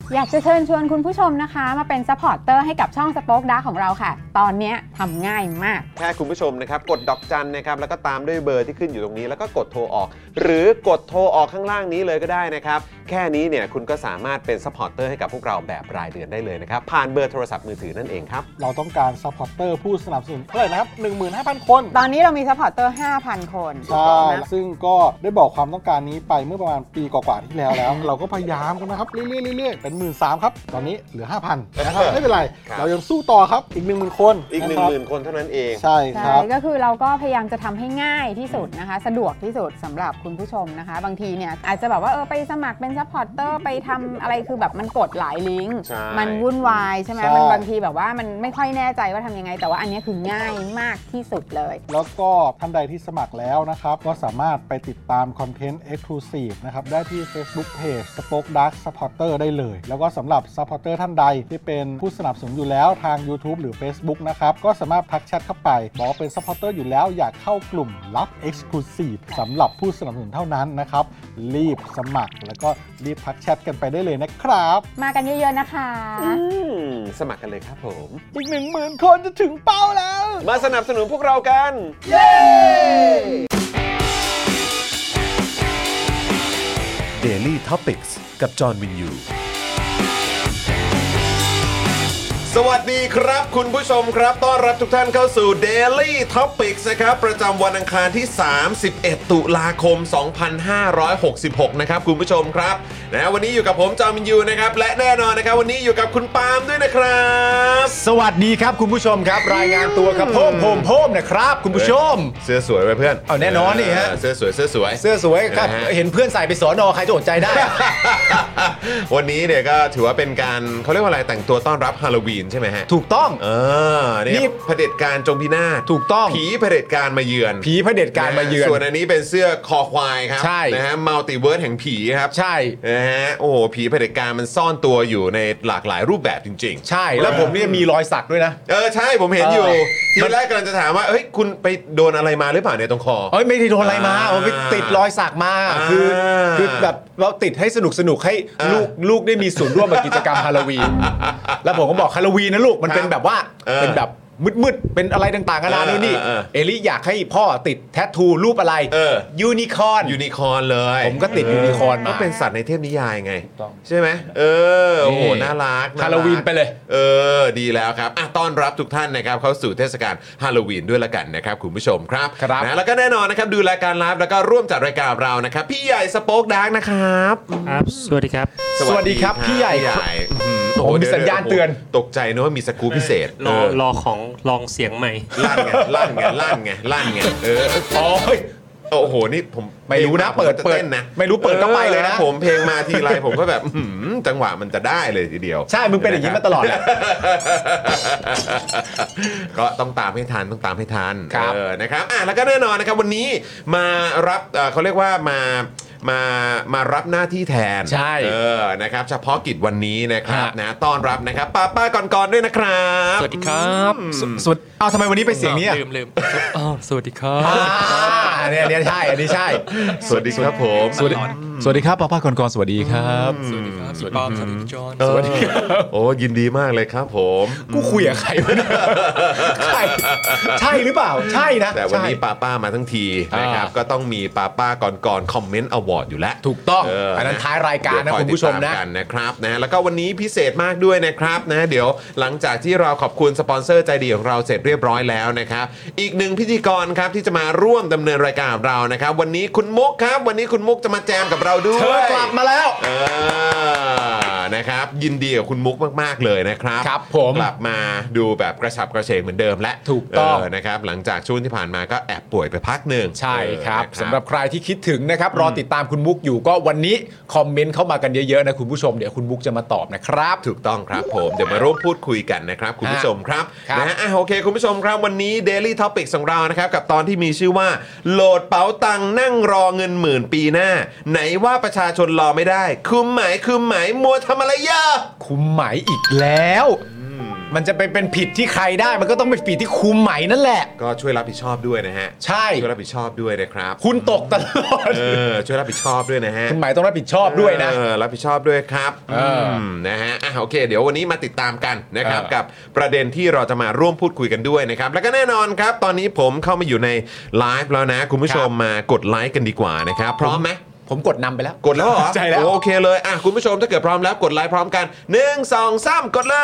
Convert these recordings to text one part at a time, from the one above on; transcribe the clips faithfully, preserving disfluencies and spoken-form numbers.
อยากจะเชิญชวนคุณผู้ชมนะคะมาเป็นซัพพอร์ตเตอร์ให้กับช่อง Spoke Dark ของเราค่ะตอนนี้ทำง่ายมากแค่คุณผู้ชมนะครับกดดอกจันนะครับแล้วก็ตามด้วยเบอร์ที่ขึ้นอยู่ตรงนี้แล้วก็กดโทรออกหรือกดโทรออกข้างล่างนี้เลยก็ได้นะครับแค่นี้เนี่ยคุณก็สามารถเป็นซัพพอร์ตเตอร์ให้กับพวกเราแบบรายเดือนได้เลยนะครับผ่านเบอร์โทรศัพท์มือถือนั่นเองครับเราต้องการซัพพอร์ตเตอร์ผู้สนับสนุนเท่าไหร่นะครับ หนึ่งหมื่นห้าพัน คนตอนนี้เรามีซัพพอร์ตเตอร์ ห้าพัน คนใช่ซึ่งก็ได้บอกความต้องการนี้ไปเมื่อประมาณปีกว่าๆที่แล้วแล้ว เราก็พยายามกันนะครับเรื่อยๆๆเป็นหมื่นสามพันครับตอนนี้เหลือ ห้าพัน นะครับไม่เป็นไรเรายังสู้ต่อครับอีก หนึ่งหมื่น คนอีก หนึ่งหมื่น คนเท่านั้นเองใช่ครับก็คือเราก็พยายามจะทำให้ง่ายที่สุดนะคะสะดวกที่สุดสำหรับคุณผู้ชมนะคะบางทีเนี่ยอาจจะแบบว่าเออไปสมัครเป็นซัพพอร์ตเตอร์ไปทำอะไรคือแบบมันกดหลายลิงก์มันวุ่นวายใช่ไหมมันบางทีแบบว่ามันไม่ค่อยแน่ใจว่าทำยังไงแต่ว่าอันนี้คือง่ายมากที่สุดเลยแล้วก็ท่านใดที่สมัครแล้วนะครับก็สามารถไปติดตามคอนเทนต์ Exclusive นะครับได้ที่ Facebook Page Spoke Dark Supporter ได้เลยแล้วก็สำหรับ Supporter ท่านใดที่เป็นผู้สนับสนุนอยู่แล้วทาง YouTube หรือ Facebook นะครับก็สามารถทักแชทเข้าไปบอกว่าเป็น Supporter อยู่แล้วอยากเข้ากลุ่มลับ Exclusive สำหรับผู้สนับสนุนเท่านั้นนะครับรีบสมัครแล้วก็รีบทักแชทกันไปได้เลยนะครับมากันเยอะๆนะคะสมัครกันเลยครับผมอีก หนึ่งหมื่น คนจะถึงเป้าแล้วมาสนับสนุนพวกเรากันเย้ Daily Topics กับจอห์นวินยูสวัสดีครับคุณผู้ชมครับต้อนรับทุกท่านเข้าสู่ Daily Topics นะครับประจำวันอังคารที่สามสิบเอ็ดตุลาคมสองพันห้าร้อยหกสิบหกนะครับคุณผู้ชมครับนะวันนี้อยู่กับผมจอมินยูนะครับและแน่นอนนะครับวันนี้อยู่กับคุณปาล์มด้วยนะครับสวัสดีครับคุณผู้ชมครับรายงานตัวครับโพมโพมโพมนะครับคุณผู้ชมเสื้อสวยไหมเพื่อนเอาแน่นอนนี่ฮะเสื้อสวยเสื้อสวยเสื้อสวยครับเห็นเพื่อนใส่ไปสอนอใครจะอดใจได้วันนี้เนี่ยก็ถือว่าเป็นการเขาเรียกว่าอะไรแต่งตัวต้อนรับฮาโลวีนใช่ไหมฮะถูกต้องเออนี่เผด็จการจงพินาศถูกต้องผีเผด็จการมาเยือนผีเผด็จการมาเยือนส่วนอันนี้เป็นเสื้อคอควายครับใช่นะฮะมัลติเวิร์สแห่งผีครับใช่นะฮะโอ้โหผีเผด็จการมันซ่อนตัวอยู่ในหลากหลายรูปแบบจริงๆใช่แล้วผมเนี่ยมีรอยสักด้วยนะเออใช่ผมเห็นอยู่ทีแรกกำลังจะถามว่าเฮ้ยคุณไปโดนอะไรมาหรือเปล่าเนี่ยตรงคอเฮ้ยไม่ได้โดนอะไรมาผมไปติดรอยสักมาคือคือแบบเราติดให้สนุกสนุกให้ลูกลูกได้มีส่วนร่วมกับกิจกรรมฮาโลวีนแล้วผมก็บอกฮาโลวีนนะลูกมันเป็นแบบว่าเป็นแบบมืดๆเป็นอะไรต่างๆกันานาโน่นนี่เอลิอยากให้พ่อติดแทททูรูปอะไรยูนิคอร์นยูนิคอร์นเลยผมก็ติดยูนิคอร์นมาก็เป็นสัตว์ในเทพนิยายไงใช่ไหมเออโอ้โหน่ารักฮาโลวีนไปเลยเออดีแล้วครับอ่ะต้อนรับทุกท่านนะครับเข้าสู่เทศกาลฮาโลวีนด้วยละกันนะครับคุณผู้ชมครับนะแล้วก็แน่นอนนะครับดูรายการไลฟ์แล้วก็ร่วมจัดรายการเรานะครับพี่ใหญ่สป็อคดาร์กนะครับครับสวัสดีครับสวัสดีครับพี่ใหญ่โอ้โหมีสัญญาณเตือนตกใจนึกว่ามีสกู๊ปพิเศษรอรอของลองเสียงใหม่ลั่นไงลั่นไงลั่นไงลั่นไงเออโอ้ยโอ้โหนี่ผมไม่รู้นะเปิดเปิดนะไม่รู้เปิดก็ไปเลยนะผมเพลงมาทีไรผมก็แบบจังหวะมันจะได้เลยทีเดียวใช่มึงเป็นอย่างนี้มาตลอดแหละก็ต้องตามให้ทันต้องตามให้ทันเออนะครับอ่ะแล้วก็แน่นอนนะครับวันนี้มารับเขาเรียกว่ามามามารับหน้าที่แทนใช่เออนะครับเฉพาะกิจวันนี้นะครับนะต้อนรับนะครับป้าป้าก่อนๆด้วยนะครับสวัสดีครับสวัสดีอ้าวทำไมวันนี้เป็นเสียงนี้ลืมลืมอ้าวสวัสดีครับอันนี้อันนี้ใช่อันนี้ใช่สวัสดีครับผมสวัสดีสวัสดีครับป้าป้าก่อนๆสวัสดีครับสวัสดีครับสวัสดีปาล์มสวัสดีจอห์นสวัสดีครับโอ้ยินดีมากเลยครับผมกูคุยกับใครวะเนี่ยใช่ใช่หรือเปล่าใช่นะแต่วันนี้ป้าป้ามาทั้งทีนะครับก็ต้องมีป้าป้าก่อนๆคอมเมนต์อวอร์ดอยู่แล้วถูกต้องอันนั้นท้ายรายการนะคุณผู้ชมนะนะครับนะแล้วก็วันนี้พิเศษมากด้วยนะครับนะเดี๋ยวหลังจากที่เราขอบคุณสปอนเซอร์ใจดีของเราเสร็จเรียบร้อยแล้วนะครับอีกหนึ่งพิธีกรครับที่จะมาร่วมดำเนินรายการเรานะครับวันนี้คุณมุกครับวันนี้คุณมุกจะมาแจมกับเราด้วยเธอกลับมาแล้วเออนะครับยินดีกับคุณมุกมากๆเลยนะครับครับผมกลับมาดูแบบกระฉับกระเฉงเหมือนเดิมและถูกต้องนะครับหลังจากช่วงที่ผ่านมาก็แอบป่วยไปพักหนึ่งใช่ครับสำหรับใครที่คิดถึงนะครับรอติดตามคุณมุกอยู่ก็วันนี้คอมเมนต์เข้ามากันเยอะๆนะคุณผู้ชมเดี๋ยวคุณมุกจะมาตอบนะครับถูกต้องครับผมเดี๋ยวมาร่วมพูดคุยกันนะครับคุณผู้ชมครับนะฮะโอเคคุณผู้ชมครับวันนี้ Daily Topic ของเรานะครับกับตอนที่มีชื่อว่าโหลดเป๋าตังค์นั่งรอเงินหมื่นปีหน้าไหนว่าประชาชนรอไม่ได้คุมหมายคุมหมายมัวทำอะไรย่ะคุมหมายอีกแล้วมันจะไปเป็นผิดที่ใครได้มันก็ต้องเป็นผิดที่คุมใหม่นั่นแหละก็ช่วยรับผิดชอบด้วยนะฮะใช่ช่วยรับผิดชอบด้วยนะครับคุณตกตลอดเออช่วยรับผิดชอบด้วยนะฮะคุณหมายต้องรับผิดชอบด้วยนะเออรับผิดชอบด้วยครับเอออืมนะฮะอ่ะโอเค เดี๋ยววันนี้มาติดตามกันนะครับเออกับประเด็นที่เราจะมาร่วมพูดคุยกันด้วยนะครับแล้วก็แน่นอนครับ ตอนนี้ผมเข้ามาอยู่ในไลฟ์แล้วนะ คุณผู้ชมมากดไลค์กันดีกว่านะครับพร้อมไหมผมกดนำไปแล้วกดแล้วเหรอใช่แล้วโอเคเลยอ่ะคุณผู้ชมถ้าเกิดพร้อมแล้วกดไลค์พร้อมกันหนึ่ง สอง สาม กดเลย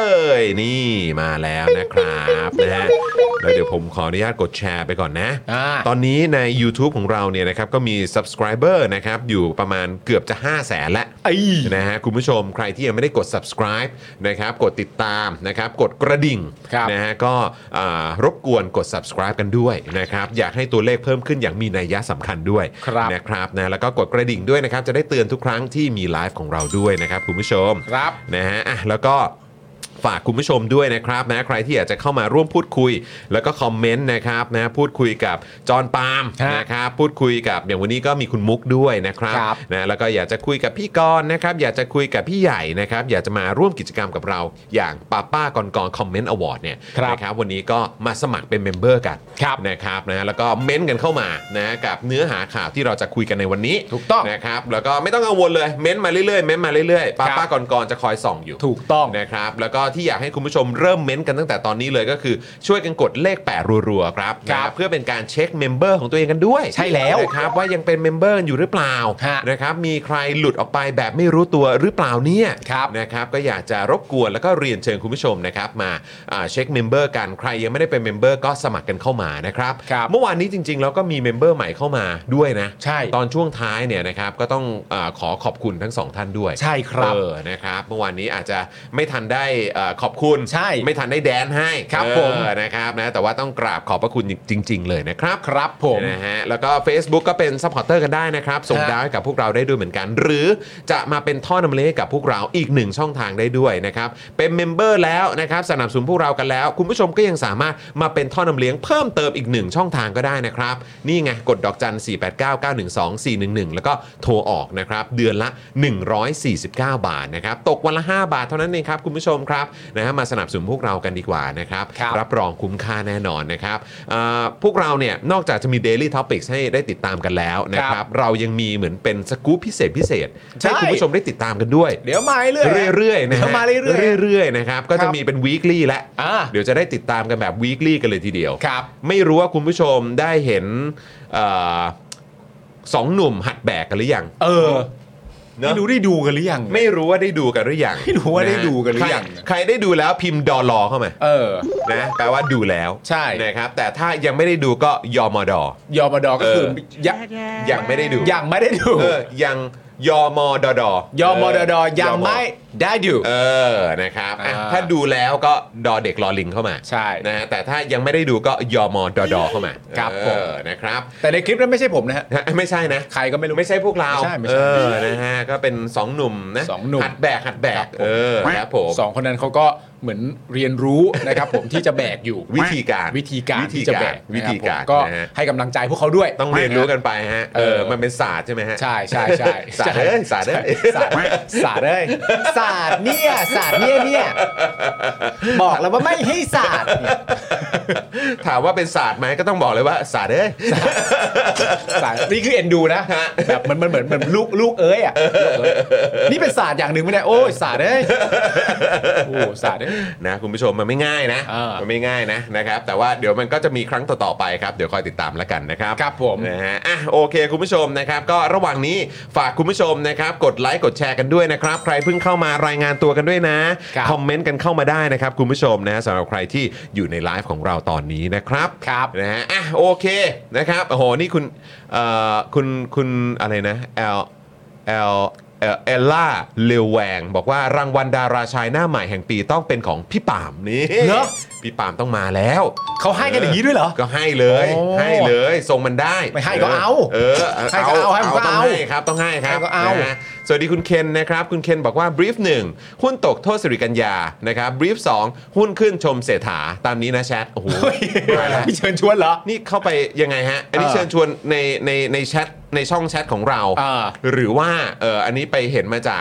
นี่มาแล้วนะครับนะฮะแล้วเดี๋ยวผมขออนุญาตกดแชร์ไปก่อนนะอ่าตอนนี้ใน YouTube ของเราเนี่ยนะครับก็มี Subscriber นะครับอยู่ประมาณเกือบจะ ห้าแสนแล้วไอ้นะฮะคุณผู้ชมใครที่ยังไม่ได้กด subscribe นะครับกดติดตามนะครับกดกระดิ่งครับนะฮะก็อ่ารบกวนกด subscribe กันด้วยนะครับอยากให้ตัวเลขเพิ่มขึ้นอย่างมีนัยยะสำคัญด้วยครับนะครับนะแล้วก็กดกระดิ่งด้วยนะครับจะได้เตือนทุกครั้งที่มีไลฟ์ของเราด้วยนะครับคุณผู้ชมครับนะฮะอ่ะแล้วก็ฝากคุณผู้ชมด้วยนะครับนะใครที่อยากจะเข้ามาร่วมพูดคุย แล้วก็คอมเมนต์นะครับนะพูดคุยกับจอห์นปาล์มฮะนะครับพูดคุยกับอย่างวันนี้ก็มีคุณมุกด้วยนะครับครับนะแล้วก็อยากจะคุยกับพี่กรณ์นะครับอยากจะคุยกับพี่ใหญ่นะครับอยากจะมาร่วมกิจกรรมกับเราอย่างป้าป้ากรกรคอมเมนต์อวอร์ดเนี่ยครับนะครับวันนี้ก็มาสมัครเป็นเมมเบอร์กันครับนะครับนะแล้วก็เม้นต์กันเข้ามานะกับเนื้อหาข่าวที่เราจะคุยกันในวันนี้ถูกต้องนะครับแล้วก็ไม่ต้องกังวลเลยเม้นต์มาเรื่อยๆเม้นต์มาเรื่อยๆป้าครับป้ากรกรจะคอยส่องอยู่ถูกต้องนะครับแล้วก็ที่อยากให้คุณผู้ชมเริ่มเม้นต์กันตั้งแต่ตอนนี้เลยก็คือช่วยกันกดเลขแปดรัวๆครับครับนะเพื่อเป็นการเช็คเมมเบอร์ของตัวเองกันด้วยใช่แล้วนะครับว่ายังเป็นเมมเบอร์อยู่หรือเปล่าฮะนะครับมีใครหลุดออกไปแบบไม่รู้ตัวหรือเปล่าเนี่ยครับนะครับก็อยากจะรบกวนแล้วก็เรียนเชิญคุณผู้ชมนะครับมาอ่าเช็คเมมเบอร์กันใครยังไม่ได้เป็นเมมเบอร์ก็สมัครกันเข้ามานะครับครับเมื่อวานนี้จริงๆแล้วก็มีเมมเบอร์ใหม่เข้ามาด้วยนะใช่ตอนช่วงท้ายเนี่ยนะครับก็ต้องอาขอขอบคุณทั้งสองท่านด้วยใช่ครับเออนะครับเมื่อวานนี้อาจจะไม่ทันได้เอ่อขอบคุณใช่ไม่ทันได้แดนให้ครับเออผมนะครับนะแต่ว่าต้องกราบขอบพระคุณจริง ๆ เลยนะครับครับผมนะฮะแล้วก็ Facebook ก็เป็นซัพพอร์เตอร์กันได้นะครับ ส่งฮะดาวให้กับพวกเราได้ด้วยเหมือนกัน หรือจะมาเป็นท่อนำเลี้ยงให้กับพวกเราอีกหนึ่งช่องทางได้ด้วยนะครับเป็นเมมเบอร์แล้วนะครับสนับสนุนพวกเรากันแล้ว คุณผู้ชมก็ยังสามารถมาเป็นท่อนำเลี้ยงเพิ่มเติมอีกหนึ่งช่องทางก็ได้นะครับนี่ไงกดดอกจันสี่ แปด เก้า เก้า หนึ่ง สอง สี่ หนึ่ง หนึ่งแล้วก็โทรออกนะครับเดือนละหนึ่งร้อยสี่สิบเก้าบาทนะครับตกวันละห้าบาทเท่านั้นเองครับคุณผู้ชมครับนะฮะมาสนับสนุนพวกเรากันดีกว่านะครับครับรับรองคุ้มค่าแน่นอนนะครับอ่าพวกเราเนี่ยนอกจากจะมี Daily Topics ให้ได้ติดตามกันแล้วนะคครัรับบ เรายังมีเหมือนเป็นสกู๊ปพิเศษพิเศษใช่ให้คุณผู้ชมได้ติดตามกันด้วยเดี๋ยวมาเรื่อยๆเรื่อยๆนะเดี๋ฮะยวมาเรื่อยๆเรื่อยๆนะครับก็ครัจะบมีเป็น weekly และอ่าเดี๋ยวจะได้ติดตามกันแบบ weekly กันเลยทีเดียวครับไม่รู้ว่าคุณผู้ชมได้เห็นเอ่อสองหนุ่มหัดแบกกันหรือยังเออเนอะไม่รู้ได้ดูกันหรือยังไม่รู้ว่าได้ดูกันหรือยังไม่รู้ว่าได้ดูกันหรือยังใคใครได้ดูแล้วพิมพ์ดอลอเข้ามาเออนะแปลว่าดูแล้วใช่นะครับแต่ถ้ายังไม่ได้ดูก็ยมดยอมดอก็คือเออยังยังไม่ได้ดูยังไม่ได้ดูเออยังยมดดยอมดดยังไม่ได้ดูเออนะครับอ่ะอ่าถ้าดูแล้วก็ดอเด็กรอลิงเข้ามาใช่นะฮะแต่ถ้ายังไม่ได้ดูก็ยมดดเข้ามาครับเอผมอนะครับแต่ในคลิปนั้นไม่ใช่ผมนะฮะไม่ใช่นะใครก็ไม่รู้ไม่ใช่พวกเราไม่ใช่ไม่เอใช่อนะฮะก็เป็นสองหนุ่มนะสองหนุ่มหัดแบกหัดแบครักบผมเออครับผมสองคนนั้นเขาก็เหมือนเรียนรู้นะครับผมที่จะแบกอยู่วิธีการวิธีการวิธีที่จะแบกวิธีการนะครับผมก็นะฮะให้กำลังใจพวกเขาด้วยต้องเรียนรู้กันไปฮะเอเอออมันเป็นศาสตร์ใช่ไหมฮะใช่ใช่ใช่ศาสตร์เอ้ยศาสตร์เอ้ยศาสตร์ศาสตร์เอ้ยศาสตร์เนี่ยศาสตร์เนี่ยเนี่ยบอกแล้วว่าไม่ให้ศาสตร์เนี่ยถามว่าเป็นศาสตร์ไหมก็ต้องบอกเลยว่าศาสตร์เอ้ยศาสตร์นี่คือเอ็นดูนะแบบมันมันเหมือนเหมือนลูกลูกเอ้ยอ่ะลูกเอ้ยนี่เป็นศาสตร์อย่างหนึ่งไม่ได้โอ้ยศาสตร์เอ้ยโอ้ศาสตร์เอ้ยนะคุณผู้ชมมันไม่ง่ายนะเออมันไม่ง่ายนะนะครับแต่ว่าเดี๋ยวมันก็จะมีครั้งต่อๆไปครับเดี๋ยวคอยติดตามแล้วกันนะครับครับผมนะฮะอ่ะโอเคคุณผู้ชมนะครับก็ระหว่างนี้ฝากคุณผู้ชมนะครับกดไลค์กดแชร์กันด้วยนะครับใครเพิ่งเข้ามารายงานตัวกันด้วยนะครับ คอมเมนต์กันเข้ามาได้นะครับคุณผู้ชมนะสำหรับใครที่อยู่ในไลฟ์ของเราตอนนี้นะครับครับนะฮะอ่ะโอเคนะครับโอ้โหนี่คุณเอ่อคุณคุณอะไรนะแอลแอลเอ่อเอลล่าเลวแวงบอกว่ารางวัลดาราชายหน้าใหม่แห่งปีต้องเป็นของพี่ปาล์มนี่เหรอพี่ปาล์มต้องมาแล้วเขาให้กันอย่างนี้ด้วยเหรอก็ให้เลยโอ้ให้เลยส่งมันได้ไม่ให้ก็เอาเออให้ก็เอาให้มันก็ต้องเอาให้ครับต้องให้ครับให้ก็เอานะฮะสวัสดีคุณเคนนะครับคุณเคนบอกว่าบรีฟหนึ่งหุ้นตกโทษสิริกัญญานะครับบรีฟสองหุ้นขึ้นชมเศรษฐาตามนี้นะแชทโอ้โหมาแล้วพี่เชิญชวนเหรอนี่เข้าไปยังไงฮะ อันนี้เออเชิญชวนในในในแชทในช่องแชทของเราอ่าหรือว่าเอออันนี้ไปเห็นมาจาก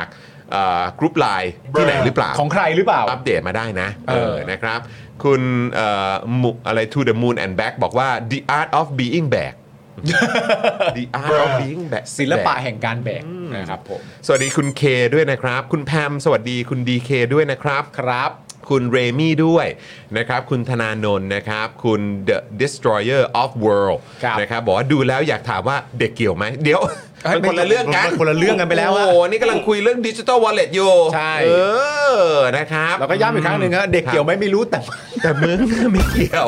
กรุ๊ปไลน์ที่ไหนหรือเปล่าของใครหรือเปล่าอัปเดตมาได้นะเออนะครับคุณเอ่อมุอะไร to the moon and back บอกว่า the art of being back the art of being back ศิลปะแห่งการแบกนะครับผมสวัสดีคุณเคด้วยนะครับคุณแพมสวัสดีคุณดีเคด้วยนะครับครับคุณเรมี่ด้วยนะครับคุณธนานนท์นะครับคุณ The Destroyer of World ครับนะครับบอกว่าดูแล้วอยากถามว่าเด็กเกี่ยวไหมเดี๋ยวมันคนละเรื่องกันมันคนละเรื่องกันไปแล้วอะโอ้โหนี่กำลังคุยเรื่อง Digital Wallet อยู่ใช่เออนะครับเราก็ย้ำอีกครั้งหนึ่งฮะเด็กเกี่ยวไหมไม่รู้แต่แต่มึงไม่เกี่ยว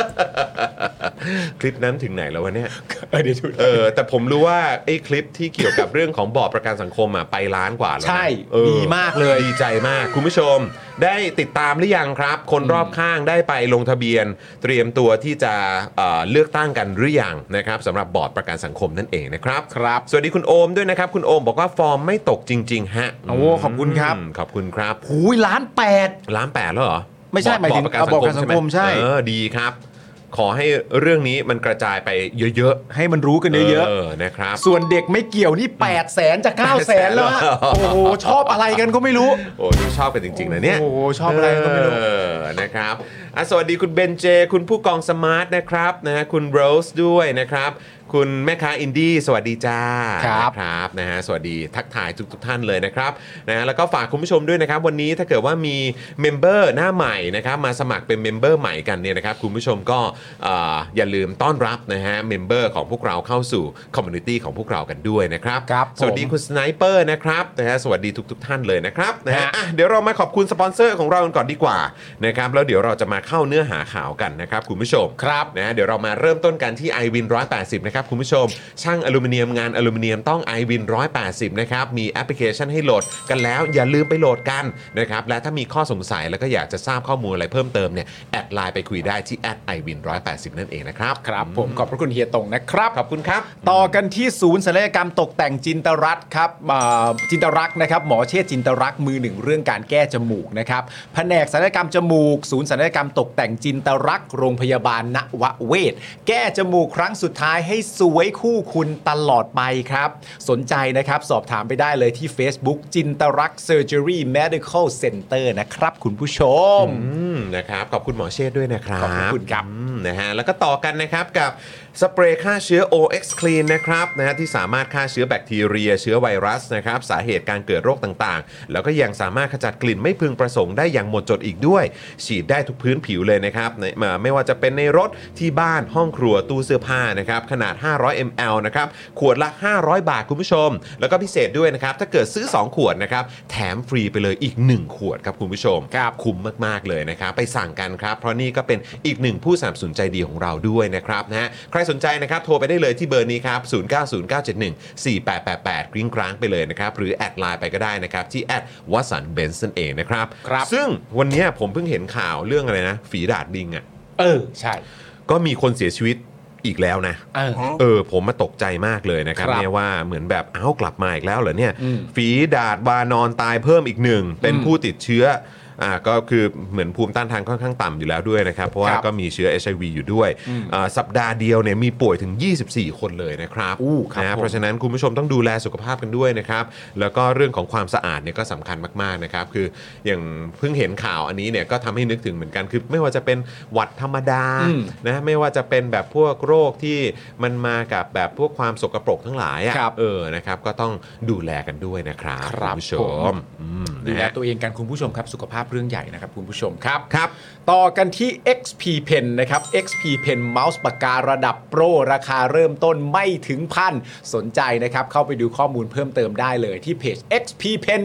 คลิปนั้นถึงไหนแล้ววะเนี่ยเออเดี๋ยวดูเออแต่ผมรู้ว่าไอ้คลิปที่เกี่ยวกับเรื่องของบอร์ดประกันสังคมอ่ะไปล้านกว่าแล้วนะใช่เออดีมากเลยดีใจมากคุณผู้ชมได้ติดตามหรือยังครับ คนรอบข้างได้ไปลงทะเบียนเตรียมตัวที่จะเอ่อเลือกตั้งกันหรือยังนะครับสำหรับบอร์ดประกันสังคมนั่นเองนะครับครับสวัสดีคุณโอมด้วยนะครับคุณโอมบอกว่าฟอร์มไม่ตกจริง ๆ ฮะโอ้ขอบคุณครับมขอบคุณครับหูยล้านแปดล้านแปดแล้วเหรอไม่ใช่หมายถึงบอร์ดบอร์ดประกันสังคมใช่เออดีครับ ขอให้เรื่องนี้มันกระจายไปเยอะๆให้มันรู้กันเยอะเออนะครับๆส่วนเด็กไม่เกี่ยวนี่แปดแสนจะเก้าแสนแล้วฮะโอ้โหชอบอะไรกันก็ไม่รู้โอ้ดูชอบกันจริงๆนะเนี่ยโอ้โหชอบอะไรก็ไม่รู้เออนะครับอ่ะสวัสดีคุณเบนเจ คุณผู้กองสมาร์ทนะครับนะฮะคุณโรสด้วยนะครับ คุณแม่ค้าอินดี้สวัสดีจ้าครับนะครับนะฮะสวัสดีทักทายทุกๆท่านเลยนะครับนะฮะแล้วก็ฝากคุณผู้ชมด้วยนะครับวันนี้ถ้าเกิดว่ามีเมมเบอร์หน้าใหม่นะครับมาสมัครเป็นเมมเบอร์ใหม่กันเนี่ยนะครับคุณผู้ชมก็เอ่ออย่าลืมต้อนรับนะฮะเมมเบอร์ของพวกเราเข้าสู่คอมมูนิตี้ของพวกเรากันด้วยนะครับครับสวัสดีผมคุณสไนเปอร์นะครับนะฮะสวัสดีทุกๆท่านเลยนะครับนะฮะฮะอ่ะเดี๋ยวเรามาขอบคุณสปอนเซอร์ของเรากันก่อนดีกว่านะครับแล้วเดี๋ยวเราจะมาเข้าเนื้อหาข่าวกันนะครับคุณผู้ชมครับนะฮะเดี๋ยวเรามาเริ่มต้นกันที่ ไอ วิน หนึ่งร้อยแปดสิบนะครับคุณผู้ชมช่างอลูมิเนียมงานอลูมิเนียมต้อง ไอ วิน หนึ่งร้อยแปดสิบนะครับมีแอปพลิเคชันให้โหลดกันแล้วอย่าลืมไปโหลดกันนะครับและถ้ามีข้อสงสัยแล้วก็อยากจะทราบข้อมูลอะไรเพิ่มเติมเนี่ยแอดไลน์ไปคุยได้ที่แอด ไอ วิน หนึ่งร้อยแปดสิบนั่นเองนะครับครับผมขอบพระคุณเฮียตงนะครับขอบคุณครับต่อกันที่ศูนย์ศัลยกรรมตกแต่งจินตรัตน์ครับอ่าจินตรักษ์นะครับหมอเชษฐ์จินตรักษ์มือหนึ่งเรื่องการแก้จมูกนะครับแผนกศัลยกรรมจมูก ศูนย์ศัลยกรรมตกแต่งจินตรักษ์โรงพยาบาลนวเวศแก้จมูกครั้งสุดท้ายให้สวยคู่คุณตลอดไปครับสนใจนะครับสอบถามไปได้เลยที่ Facebook จินตรักษ์ Surgery Medical Center นะครับคุณผู้ชมอืมนะครับขอบคุณหมอเชษฐ์ด้วยนะครับขอบคุณครับอืมนะฮะแล้วก็ต่อกันนะครับกับสเปรย์ฆ่าเชื้อ โอ เอ็กซ์ Clean นะครับนะฮะที่สามารถฆ่าเชื้อแบคทีเรียเชื้อไวรัสนะครับสาเหตุการเกิดโรคต่างๆ แล้วก็ยังสามารถขจัดกลิ่นไม่พึงประสงค์ได้อย่างหมดจดอีกด้วยฉีดได้ทุกพื้นผิวเลยนะครับในมาไม่ว่าจะเป็นในรถที่บ้านห้องครัวตู้เสื้อผ้านะครับขนาดห้าร้อยมิลลิลิตรนะครับขวดละห้าร้อยบาทคุณผู้ชมแล้วก็พิเศษด้วยนะครับถ้าเกิดซื้อสองขวดนะครับแถมฟรีไปเลยอีกหนึ่งขวดครับคุณผู้ชมครับคุ้มมากๆเลยนะครับไปสั่งกันครับเพราะนี่ก็เป็นอีกหนึ่งผู้สนับสนุนใจดีของเราด้วยนะครับนะฮะใครสนใจนะครับโทรไปได้เลยที่เบอร์นี้ครับศูนย์ เก้า ศูนย์ เก้า เจ็ด หนึ่ง สี่ แปด แปด แปดกริ้งกร้างไปเลยนะครับหรือแอดไลน์ไปก็ได้นะครับที่แอดวัสันเบนซ์นั่นเองนะครับครับซึ่งวันนี้ผมเพิ่งเห็นข่าวเรื่องอะไรนะฝีดาดลิงอ่ะเออใช่ก็มีคนเสียชีวิตอีกแล้วนะเออเออผมมาตกใจมากเลยนะครับครับเนี่ยว่าเหมือนแบบเอ้ากลับมาอีกแล้วเหรอเนี่ยอืมฝีดาดวานอนตายเพิ่มอีกหนึ่งเป็นอืมผู้ติดเชื้ออ่าก็คือเหมือนภูมิต้านทานค่อนข้างต่ำอยู่แล้วด้วยนะครับเพราะว่าครับก็มีเชื้อ เอช ไอ วี อยู่ด้วยอืมอ่าสัปดาห์เดียวเนี่ยมีป่วยถึงยี่สิบสี่คนเลยนะครับอู้ครับนะผมเพราะฉะนั้นคุณผู้ชมต้องดูแลสุขภาพกันด้วยนะครับแล้วก็เรื่องของความสะอาดเนี่ยก็สำคัญมากๆนะครับคืออย่างเพิ่งเห็นข่าวอันนี้เนี่ยก็ทำให้นึกถึงเหมือนกันคือไม่ว่าจะเป็นหวัดธรรมดาอืมนะไม่ว่าจะเป็นแบบพวกโรคที่มันมากับแบบพวกความสกปรกทั้งหลายอ่ะครับเออนะครับก็ต้องดูแลกันด้วยนะครับครับณผู้ชผมมอืมดูนะแลฮะตัวเองกันคุณผู้ชมครับสุขภาพเรื่องใหญ่นะครับคุณผู้ชมครับครับต่อกันที่ เอ็กซ์ พี Pen นะครับ เอ็กซ์ พี Pen เมาส์ปากการะดับโปรราคาเริ่มต้นไม่ถึงพันสนใจนะครับเข้าไปดูข้อมูลเพิ่มเติมได้เลยที่เพจ เอ็กซ์ พี Pen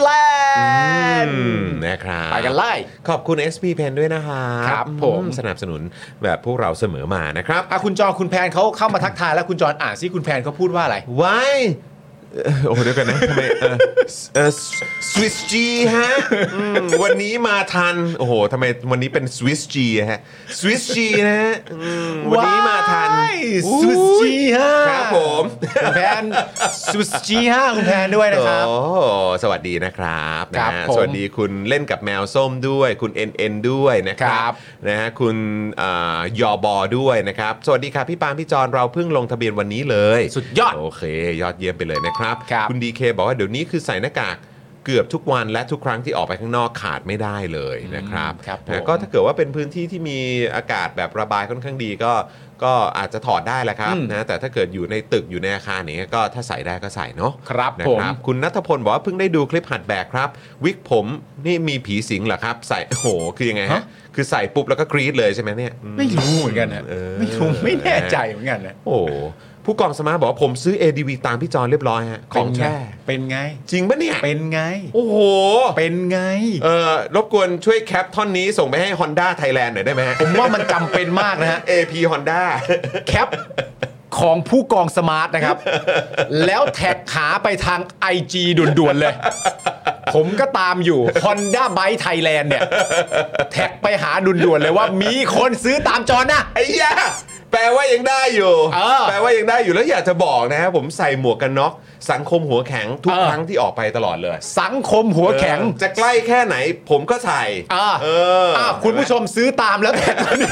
Thailand อืมนะครับไปกันเลยขอบคุณ เอส พี Pen ด้วยนะครับครับผมอืสนับสนุนแบบพวกเราเสมอมานะครับอ่ะคุณจอนคุณแพนเขาเข้ามาทักทายแล้วคุณจอนอ่านซิคุณแพนเขาพูดว่าอะไรไว้เอ่อโอ้โหเดี๋ยวกันนะทำไมเออเออสวิสจีฮะอืมวันนี้มาทันโอ้โหทำไมวันนี้เป็นสวิสจีฮะสวิสจีนะฮะอืมวันนี้มาทันสวิสจีฮะครับผมคุณแพนสวิสจีฮะคุณแพนด้วยนะครับโอ้สวัสดีนะครับครันะบฮะผมสวัสดีคุณเล่นกับแมวส้มด้วย คุณเอ็นเอ็นด้วยนะคครัรับบ นะฮะคุณอ่ายอบอด้วยนะครับสวัสดีครับพี่ปาล์มพี่จอนเราเพิ่งลงทะเบียนวันนี้เลยสุดยอดโอเค ยอดเยี่ยมไปเลยนะครับครับคุณดีเคบอกว่าเดี๋ยวนี้คือใส่หน้ากากเกือบทุกวันและทุกครั้งที่ออกไปข้างนอกขาดไม่ได้เลยนะครับครับผมนะก็ถ้าเกิดว่าเป็นพื้นที่ที่มีอากาศแบบระบายค่อนข้างดีก็ก็อาจจะถอดได้แหละครับอืมนะแต่ถ้าเกิดอยู่ในตึกอยู่ในอาคารอย่างเงี้ยก็ถ้าใส่ได้ก็ใส่เนาะครับนะผมคุณณัฐพลบอกว่าเพิ่งได้ดูคลิปหัดแบกครับวิกผมนี่มีผีสิงเหรอครับใส่โอ้โหคือยังไงฮะฮะคือใส่ปุ๊บแล้วก็กรี๊ดเลยใช่ไหมเนี่ยอืมไม่รู้เหมือนกันนะเออไม่รู้ไม่แน่ใจเหมือนกันนะโอ้โหผู้กองสมาร์ทบอกว่าผมซื้อ เอ ดี วี ตามพี่จอนเรียบร้อยฮะของแท้เป็นไงจริงปะเนี่ยเป็นไงโอ้โหเป็นไงเออรบกวนช่วยแคปท่อนนี้ส่งไปให้ Honda Thailand หน่อยได้ไหมฮะผมว่ามันจำเป็นมากนะฮะเอ พี Honda แคปของผู้กองสมาร์ทนะครับ แล้วแท็กหาไปทาง ไอ จี ด่วนๆเลย ผมก็ตามอยู่ Honda Byte Thailand เนี่ย แท็กไปหาด่วนๆเลยว่ามีคนซื้อตามจอนะไอ้ยาแปลว่ายังได้อยู่เออแปลว่ายังได้อยู่แล้วอยากจะบอกนะฮะผมใส่หมวกกันน็อกสังคมหัวแข็งทุกเออครั้งที่ออกไปตลอดเลยสังคมหัวแข็งเออจะใกล้แค่ไหนผมก็ใส่อ่าเอออ่าคุณผู้ชมซื้อตามแล้วแท็กมาด้วย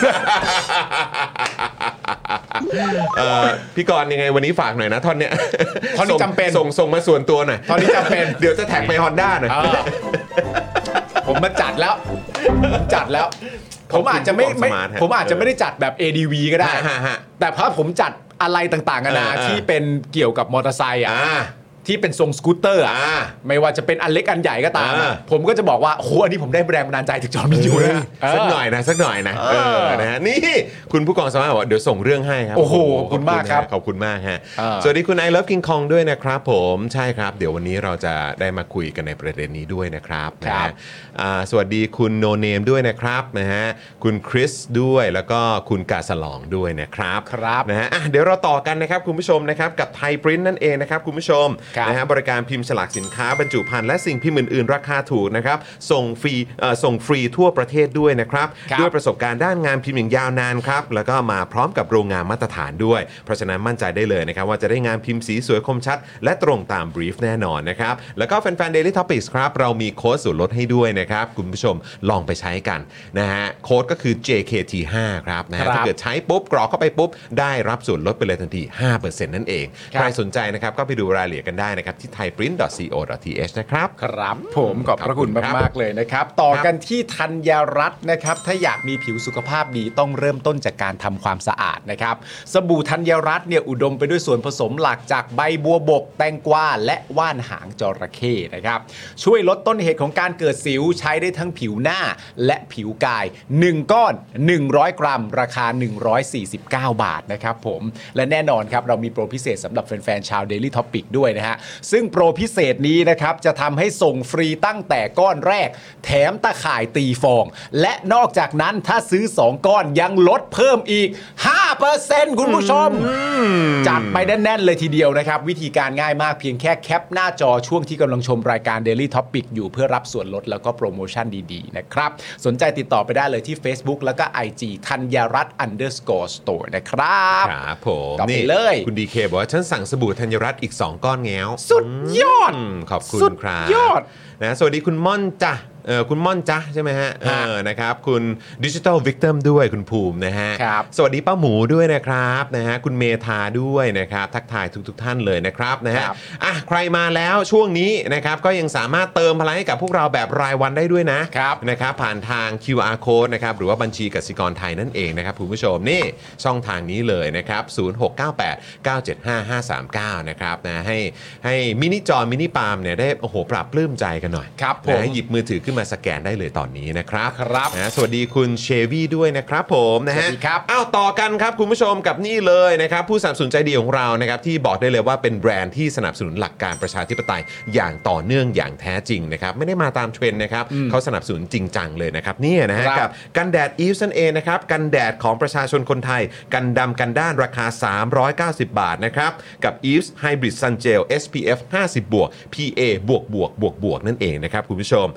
เออพี่กรณ์ยังไงวันนี้ฝากหน่อยนะท่อนเนี้ยท่อนนี้ส่งจำเป็นส่งส่งมาส่วนตัวหน่อยท่อนนี้จำเป็นเดี๋ยวจะแท็กไป Honda หน่อยเออผมมาจัดแล้วผมจัดแล้ว ผมอาจจะไม่ขอบคุณไม่สมาร์ทฮะผมอาจจะไม่ได้จัดแบบ เอ ดี วี ก็ได้ฮะฮะฮะแต่พอผมจัดอะไรต่างๆกันานาเออเออที่เป็นเกี่ยวกับมอเตอร์ไซค์อ่ะอ่าที่เป็นทรงสกูตเตอร์อ่ะอ่าไม่ว่าจะเป็นอันเล็กอันใหญ่ก็ตามอะอ่าผมก็จะบอกว่าโอ้โหอันนี้ผมได้แรงบันดาลใจจากจอห์นวินยูนะสักหน่อยนะสักหน่อยนะเอเอออนะฮะนี่คุณผู้กองสามารถบอกว่าเดี๋ยวส่งเรื่องให้ครับโอ้โหขอบคุณมากครับขอบคุณมากฮะเออสวัสดีคุณ I Love King Kong ด้วยนะครับผมใช่ครับ เดี๋ยววันนี้เราจะได้มาคุยกันในประเด็นนี้ด้วยนะครับนะฮะอ่าสวัสดีคุณโนเนมด้วยนะครับนะฮะคุณคริสด้วยแล้วก็คุณกาสลองด้วยนะครับครับนะฮะอ่ะเดี๋ยวเราต่อกันนะครับคุณผู้ชมนะครับกับไทยปริ้นนั่นเองนะครับคุณผู้ชมครับนะฮะบริการพิมพ์ฉลากสินค้าบรรจุภัณฑ์และสิ่งพิมพ์อื่นๆราคาถูกนะครับส่งฟรีเอ่อส่งฟรีทั่วประเทศด้วยนะครับครับด้วยประสบการณ์ด้านงานพิมพ์อย่างยาวนานครับแล้วก็มาพร้อมกับโรงงานมาตรฐานด้วย เพราะฉะนั้นมั่นใจได้เลยนะครับว่าจะได้งานพิมพ์สีสวยคมชัด และตรงตามบรีฟแน่นอนนะครับแล้วก็แฟนๆ Daily Topics ครับเรามีโค้ดส่วนลดให้ด้วยนะครับคุณผู้ชมลองไปใช้กันนะฮะโค้ดก็คือ เจ เค ที ไฟว์ ครับนะฮะครับถ้าเกิดใช้ปุ๊บกรอกเข้าไปปุ๊บได้รับส่วนลดไปเลยทันที ห้าเปอร์เซ็นต์ นั่นเองครับใครสนใจนะครับก็ไปดูรายละเอียดกันได้นะครับที่ ไทยปริ้นท์ ดอท ซี โอ ดอท ที เอช นะครับครับผมขอบพระคุณขอบคุณครับมากๆเลยนะครับ ต่อกันที่ธัญรัตน์นะครับ ถ้าอยากมีผิวสุขภาพดีต้องเริ่มต้นจากการทำความสะอาดนะครับ สบู่ธัญรัตน์เนี่ยอุดมไปด้วยส่วนผสมหลักจากใบบัวบก แตงกวาและว่านหางจระเข้นะครับช่วยลดต้นเหตุของการเกิดสิวใช้ได้ทั้งผิวหน้าและผิวกาย หนึ่ง ก้อน หนึ่งร้อย กรัม ราคา หนึ่งร้อยสี่สิบเก้า บาทนะครับผมและแน่นอนครับเรามีโปรพิเศษสำหรับแฟนๆชาว Daily Topic ด้วยนะฮะซึ่งโปรพิเศษนี้นะครับจะทำให้ส่งฟรีตั้งแต่ก้อนแรกแถมตะข่ายตีฟองและนอกจากนั้นถ้าซื้อสองก้อนยังลดเพิ่มอีก ห้าเปอร์เซ็นต์ คุณผู้ชมจัดไปแน่นๆเลยทีเดียวนะครับวิธีการง่ายมากเพียงแค่แคปหน้าจอช่วงที่กำลังชมรายการ Daily Topic อยู่เพื่อรับส่วนลดแล้วก็โปรโมชั่นดีๆนะครับสนใจติดต่อไปได้เลยที่ Facebook แล้วก็ ไอ จี ธัญรัตน์ underscore store นะครับครับผมต่อไปนี่เลยคุณดีเคบอกว่าฉันสั่งสบู่ธัญรัตน์อีก สอง ก้อนแง้วสุดยอดอืมขอบคุณสุดครับยอดนะสวัสดีคุณม่อนจ้ะเออคุณม่อนจ้ะใช่ไหมฮะเออนะครับคุณดิจิทัลวิกเต m ด้วยคุณภูมินะฮะครับสวัสดีป้าหมูด้วยนะครับนะฮะคุณเมธาด้วยนะครับทักทายทุกๆทท่านเลยนะครับนะฮะครับอ่ะใครมาแล้วช่วงนี้นะครับก็ยังสามารถเติมพลังให้กับพวกเราแบบรายวันได้ด้วยนะครับ นะครับผ่านทาง คิว อาร์ Code นะครับหรือว่าบัญชีกสิกรไทยนั่นเองนะครับคุณผู้ชมนี่ช่องทางนี้เลยนะครับศูนย์ หก เก้า แปด เก้า เจ็ด ห้า ห้า สาม เก้านะครับนะให้ให้มินิจอมินิปาล์มเนี่ยได้โอ้โหปรับปลื้มใจกันหน่อยครับผมนะหยิบมือถือขึ้นมาสแกนได้เลยตอนนี้นะครับครับนะสวัสดีคุณเชวี่ด้วยนะครับผมนะฮะสวัสดีครับอ้าวต่อกันครับคุณผู้ชมกับนี่เลยนะครับผู้สนับสนุนใจดีของเรานะครับที่บอกได้เลยว่าเป็นแบรนด์ที่สนับสนุนหลักการประชาธิปไตยอย่างต่อเนื่องอย่างแท้จริงนะครับไม่ได้มาตามเทรนด์นะครับเขาสนับสนุนจริงจังเลยนะครับเนี่ยนะฮะครับกับกันแดดอีฟนั่นเองนะครับกันแดดของประชาชนคนไทยกันดำกันด้านราคาสามร้อยเก้าสิบบาทนะครับกับ Eves Hybrid Sun Gel เอส พี เอฟ ห้าสิบบวก พี เอ บวกบวกบวกบวกนั่นเองนะครับคุณผู้ชมมี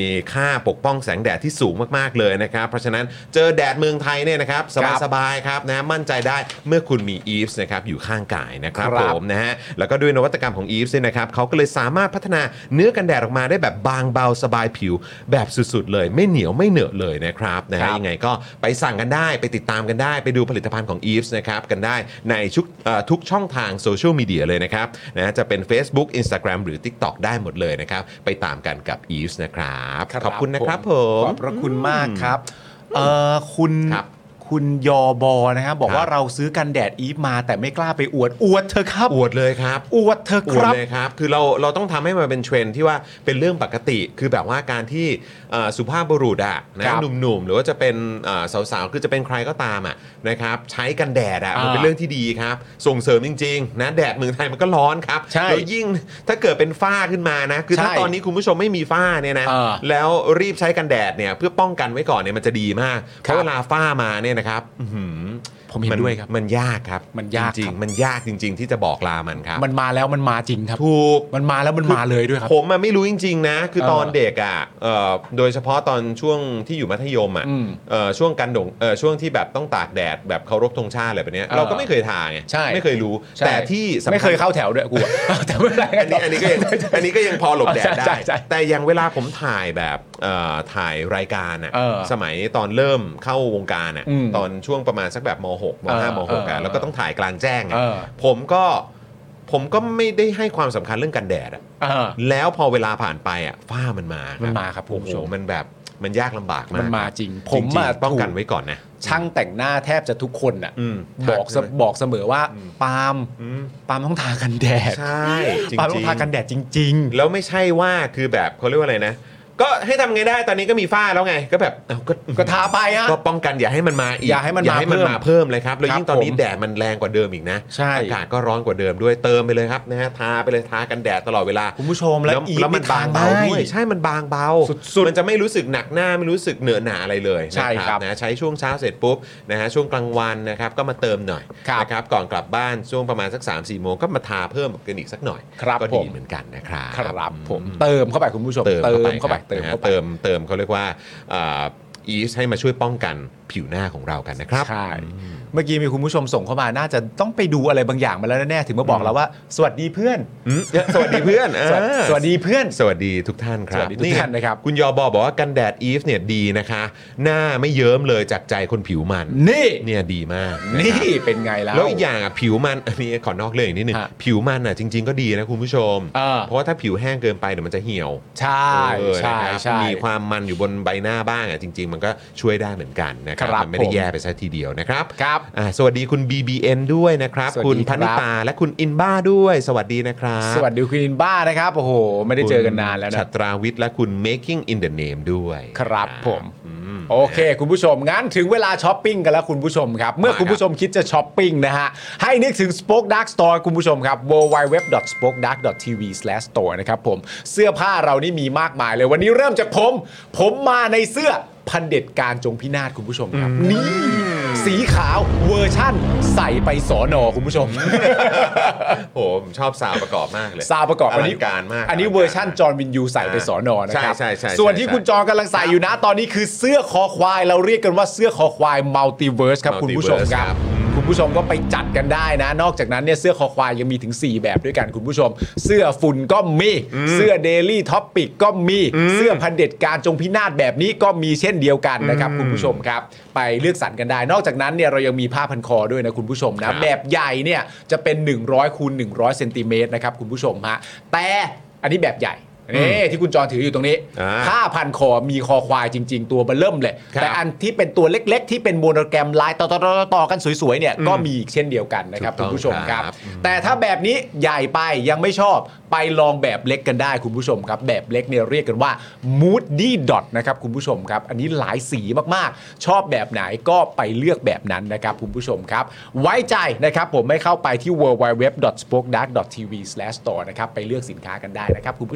ค่าปกป้องแสงแดดที่สูงมากๆเลยนะครับเพราะฉะนั้นเจอแดดเมืองไทยเนี่ยนะครับสบายๆครับนะมั่นใจได้เมื่อคุณมี Eves นะครับอยู่ข้างกายนะครับผมนะฮะแล้วก็ด้วยนวัตกรรมของ Eves เนี่ยนะครับเขาก็เลยสามารถพัฒนาเนื้อกันแดดออกมาได้แบบบางเบาสบายผิวแบบสุดๆเลยไม่เหนียวไม่เหนอะเลยนะครับนะฮะยังไงก็ไปสั่งกันได้ไปติดตามกันได้ไปดูผลิตภัณฑ์ของ Eves นะครับกันได้ในทุกทุกช่องทางโซเชียลมีเดียเลยนะครับนะจะเป็น Facebook Instagram หรือ TikTok ได้หมดเลยนะครับไปตามกันกับ Eves นะครับขอบคุณนะครับผมขอบพระคุณมากครับเอ่อคุณครับคุณยอบอนะครับบอกว่าเราซื้อกันแดดอีฟมาแต่ไม่กล้าไปอวดอวดเธอครับอวดเลยครับอวดเธออควดรับเลยครับคือเราเราต้องทำให้มันเป็นเทรนด์ที่ว่าเป็นเรื่องปกติคือแบบว่าการที่เอ่อสุภาพบุรุษอะนะครับ หนุ่มๆหรือว่าจะเป็นเอ่อสาวๆคือจะเป็นใครก็ตามอะนะครับใช้กันแดดอะมันเป็นเรื่องที่ดีครับส่งเสริมจริงๆนะแดดเมืองไทยมันก็ร้อนครับใช่แล้วยิ่งถ้าเกิดเป็นฝ้าขึ้นมานะคือถ้าใช่ตอนนี้คุณผู้ชมไม่มีฝ้าเนี่ยนะเออแล้วรีบใช้กันแดดเนี่ยเพื่อป้องกันไว้ก่อนเนี่ยมันจะดีมากเพครับราะเวลาฝ้ามาเนี่ยนะครับอื้อหือผมเห็นด้วยครับมันยากครับมันยากจริครังบๆมันยากจริง ๆ ที่จะบอกลามันครับมันมาแล้วมันมาจริงครับถูกมันมาแล้วมันมาเลยด้วยครับผมอะไม่รู้จริง ๆ นะ คือเออตอนเด็กอ่ะเอ่อโดยเฉพาะตอนช่วงที่อยู่มัธยมอ่ะอืมเอ่อช่วงกันดงเอ่อช่วงที่แบบต้องตากแดดแบบเคารพธงชาติอะไรแบบเนี้ยเออเราก็ไม่เคยทาไงใช่ไม่เคยรู้ใช่แต่ที่สำคัญไม่เคยเข้าแถวด้วยกูอะ แต่ไม่เป็นไรอันนี้อันนี้ก็ยังอันนี้ก็ยังพอหลบแดดใช่ได้ใช่ใช่แต่อย่างเวลาผมถ่ายแบบเอ่อถ่ายรายการอ่ะเออสมัยตอนเริ่มเข้าวงการอ่ะอืมตอนช่วงประมาณสักแบบม หกม ห้าเออม หกเออ่ะอแล้วก็ต้องถ่ายกลางแจ้งอ่ะเออผมก็ผมก็ไม่ได้ให้ความสำคัญเรื่องกันแดดอ่ะเออแล้วพอเวลาผ่านไปอ่ะฝ้ามันมามัมันมาครับโอ้โหคุณผู้ชมมันแบบมันยากลำบากมากมันมาจริงผผม มอะอะป้องกันถูกไว้ก่อนนะช่างแต่งหน้าแทบจะทุกคนอ่ะอืมบอกเสใช่ไหมบอกเสมอว่าปาล์มอืมปาล์มต้องทากันแดดใช่จริงปาล์มต้องทากันแดดจริงแล้วไม่ใช่ว่าคือแบบเขาเรียกว่าอะไรนะ ก็ให้ทำไงได้ตอนนี้ก็มีฝ้าแล้วไงก็แบบเอ้าก็ๆ ก็ทาไปฮะก็ป้องกันอย่าให้มันมาอีกอย่าให้มันอย่าให้มันมามาเพิ่เพิ่มมเลยครับแล้วครับยิ่งตอนนี้ผมแดดมันแรงกว่าเดิมอีกนะใช่อากาศก็ร้อนกว่าเดิมด้วยเติมไปเลยครับนะฮะทาไปเลยทากันแดดตลอดเวลาคุณผู้ชมแล้วอีฟแล้วมันบางเบานี่ทาง่ายด้วยใช่มันบางเบาสุดๆมันจะไม่รู้สึกหนักหน้าไม่รู้สึกเหนอะหนาอะไรเลยใช่ครับนะใช้ช่วงเช้าเสร็จปุ๊บนะฮะช่วงกลางวันนะครับก็มาเติมหน่อยครับนะครับก่อนกลับบ้านช่วงประมาณสัก สามสี่โมงก็มาทาเพิ่มกันอีกสักหน่อยครับก็ผดีมเหมือนกันนะครับครับผมเติมเข้าไปคุณผู้ชมเติมเข้าไปครับเติมนะฮะเข้าไปเติมเติมเขาเรียกว่าอีสให้มาช่วยป้องกันผิวหน้าของเรากันนะครับใช่ เมื่อกี้มีคุณผู้ชมส่งเข้ามาน่าจะต้องไปดูอะไรบางอย่างมาแล้วแน่ๆถึงมาบอกเราว่า สวัสดีเพื่อนอืมสวัสดีเพื่อนสวัสอ่าสวัสดีเพื่อนสวัสดีทุกท่านครับสวัสดีทุกท่านนะครับคุณยอบอบอกว่ากันแดดอีฟเนี่ยดีนะคะ หน้าไม่เยิ้มเลยจากใจคนผิวมันนี่เนี่ยดีมากะครับนี่เป็นไงแล้วแล้วอีกอย่างอ่ะผิวมันอันนี้ขอนอกเรื่องอีกนิดนึงฮะผิวมันอ่ะจริง ๆก็ดีนะคุณผู้ชมเออเพราะว่าถ้าผิวแห้งเกินไปเดี๋ยวมันจะเหี่ยวใช่เออใช่นะครับใช่มีความมันอยู่บนใบหน้าบ้างอ่ะจริง ๆ มันก็ช่วยได้เหมือนกันนะครับครับมันไม่ได้ผมแย่ไปซะทีเดียวนะครับครับอ่าสวัสดีคุณ บี บี เอ็น ด้วยนะครับสวัสดีคุณครัพบนิตาและคุณอินบ้าด้วย สวัสดีนะครับสวัสดีคุณอินบ้านะครับโอ้โห ไม่ได้เจอกันนานแล้วคุณนะชัตราวิทย์และคุณ making in the name ด้วยครับผมอืมโอเค คุณผู้ชม งั้นถึงเวลาช้อปปิ้งกันแล้วคุณผู้ชมครับ เมื่อมาครับคุณผู้ชมคิดจะช้อปปิ้งนะฮะ ให้นึกถึง Spoke Dark Store คุณผู้ชมครับ ดับเบิลยู ดับเบิลยู ดับเบิลยู ดอท สโป๊กดาร์ก ดอท ที วี สแลช สโตร์ นะครับผมเสื้อผ้าเรานี่มีมากมายเลย วันนี้เริ่มจากผม ผมมาในเสื้อพันเด็จการจงพินาศคุณผู้ชมครับ นี่ สีขาวเวอร์ชั่นใส่ไปสอนอคุณผู้ชมโหผมชอบซาวด์ประกอบมากเลยซาวด์ประกอบอันนี้ลังการมากอันนี้เวอร์ชั่นจอห์นวินยูใส่ไปสอนอนะครับใช่ใช่ใช่ส่วนที่ใช่คุณจอห์นกำลังใส่อยู่นะตอนนี้คือเสื้อคอควายเราเรียกกันว่าเสื้อคอควายมัลติเวิร์สครับคุณผู้ชม Multiverse ครับครับคุณผู้ชมก็ไปจัดกันได้นะ นอกจากนั้นเนี่ยเสื้อคอควายยังมีถึงสี่แบบด้วยกันคุณผู้ชม เสื้อฝุ่นก็มีเสื้อเดลี่ท็อปปิกก็มีเสื้อพันเด็จการจงพินาศแบบนี้ก็มีเช่นเดียวกันนะครับคุณผู้ชมครับไปเลือกสรรกันได้ นอกจากนั้นเนี่ยเรายังมีผ้าพันคอด้วยนะคุณผู้ชมครันะบแบบใหญ่เนี่ยจะเป็นหนึ่งร้อยคูณหนึ่งร้อยเซนติเมตรนะครับคุณผู้ชมฮะแต่อันนี้แบบใหญ่นี่ที่คุณจรถืออยู่ตรงนี้อ่าผ้าพันคอมีคอควายจริง ๆ ตัวเบลเริ่มเลยครับแต่อันที่เป็นตัวเล็ก ๆ ที่เป็นโมโนแกรมลายต่อๆๆๆกันสวยๆเนี่ยก็มีอีกเช่นเดียวกันนะครับถูคุกต้องณผู้ชมครับครับแต่ถ้าแบบนี้ใหญ่ไปยังไม่ชอบไปลองแบบเล็กกันได้คุณผู้ชมครับแบบเล็กเนี่ยเรียกกันว่า Moody Dot นะครับคุณผู้ชมครับอันนี้หลายสีมากๆชอบแบบไหนก็ไปเลือกแบบนั้นนะครับคุณผู้ชมครับไว้ใจนะครับผมไม่เข้าไปที่ ดับเบิลยู ดับเบิลยู ดับเบิลยู ดอท สโป๊กดาร์ก ดอท ที วี สแลช สโตร์ นะครับไปเลือกสินค้ากันได้นะครับคุณผู้ชมครับ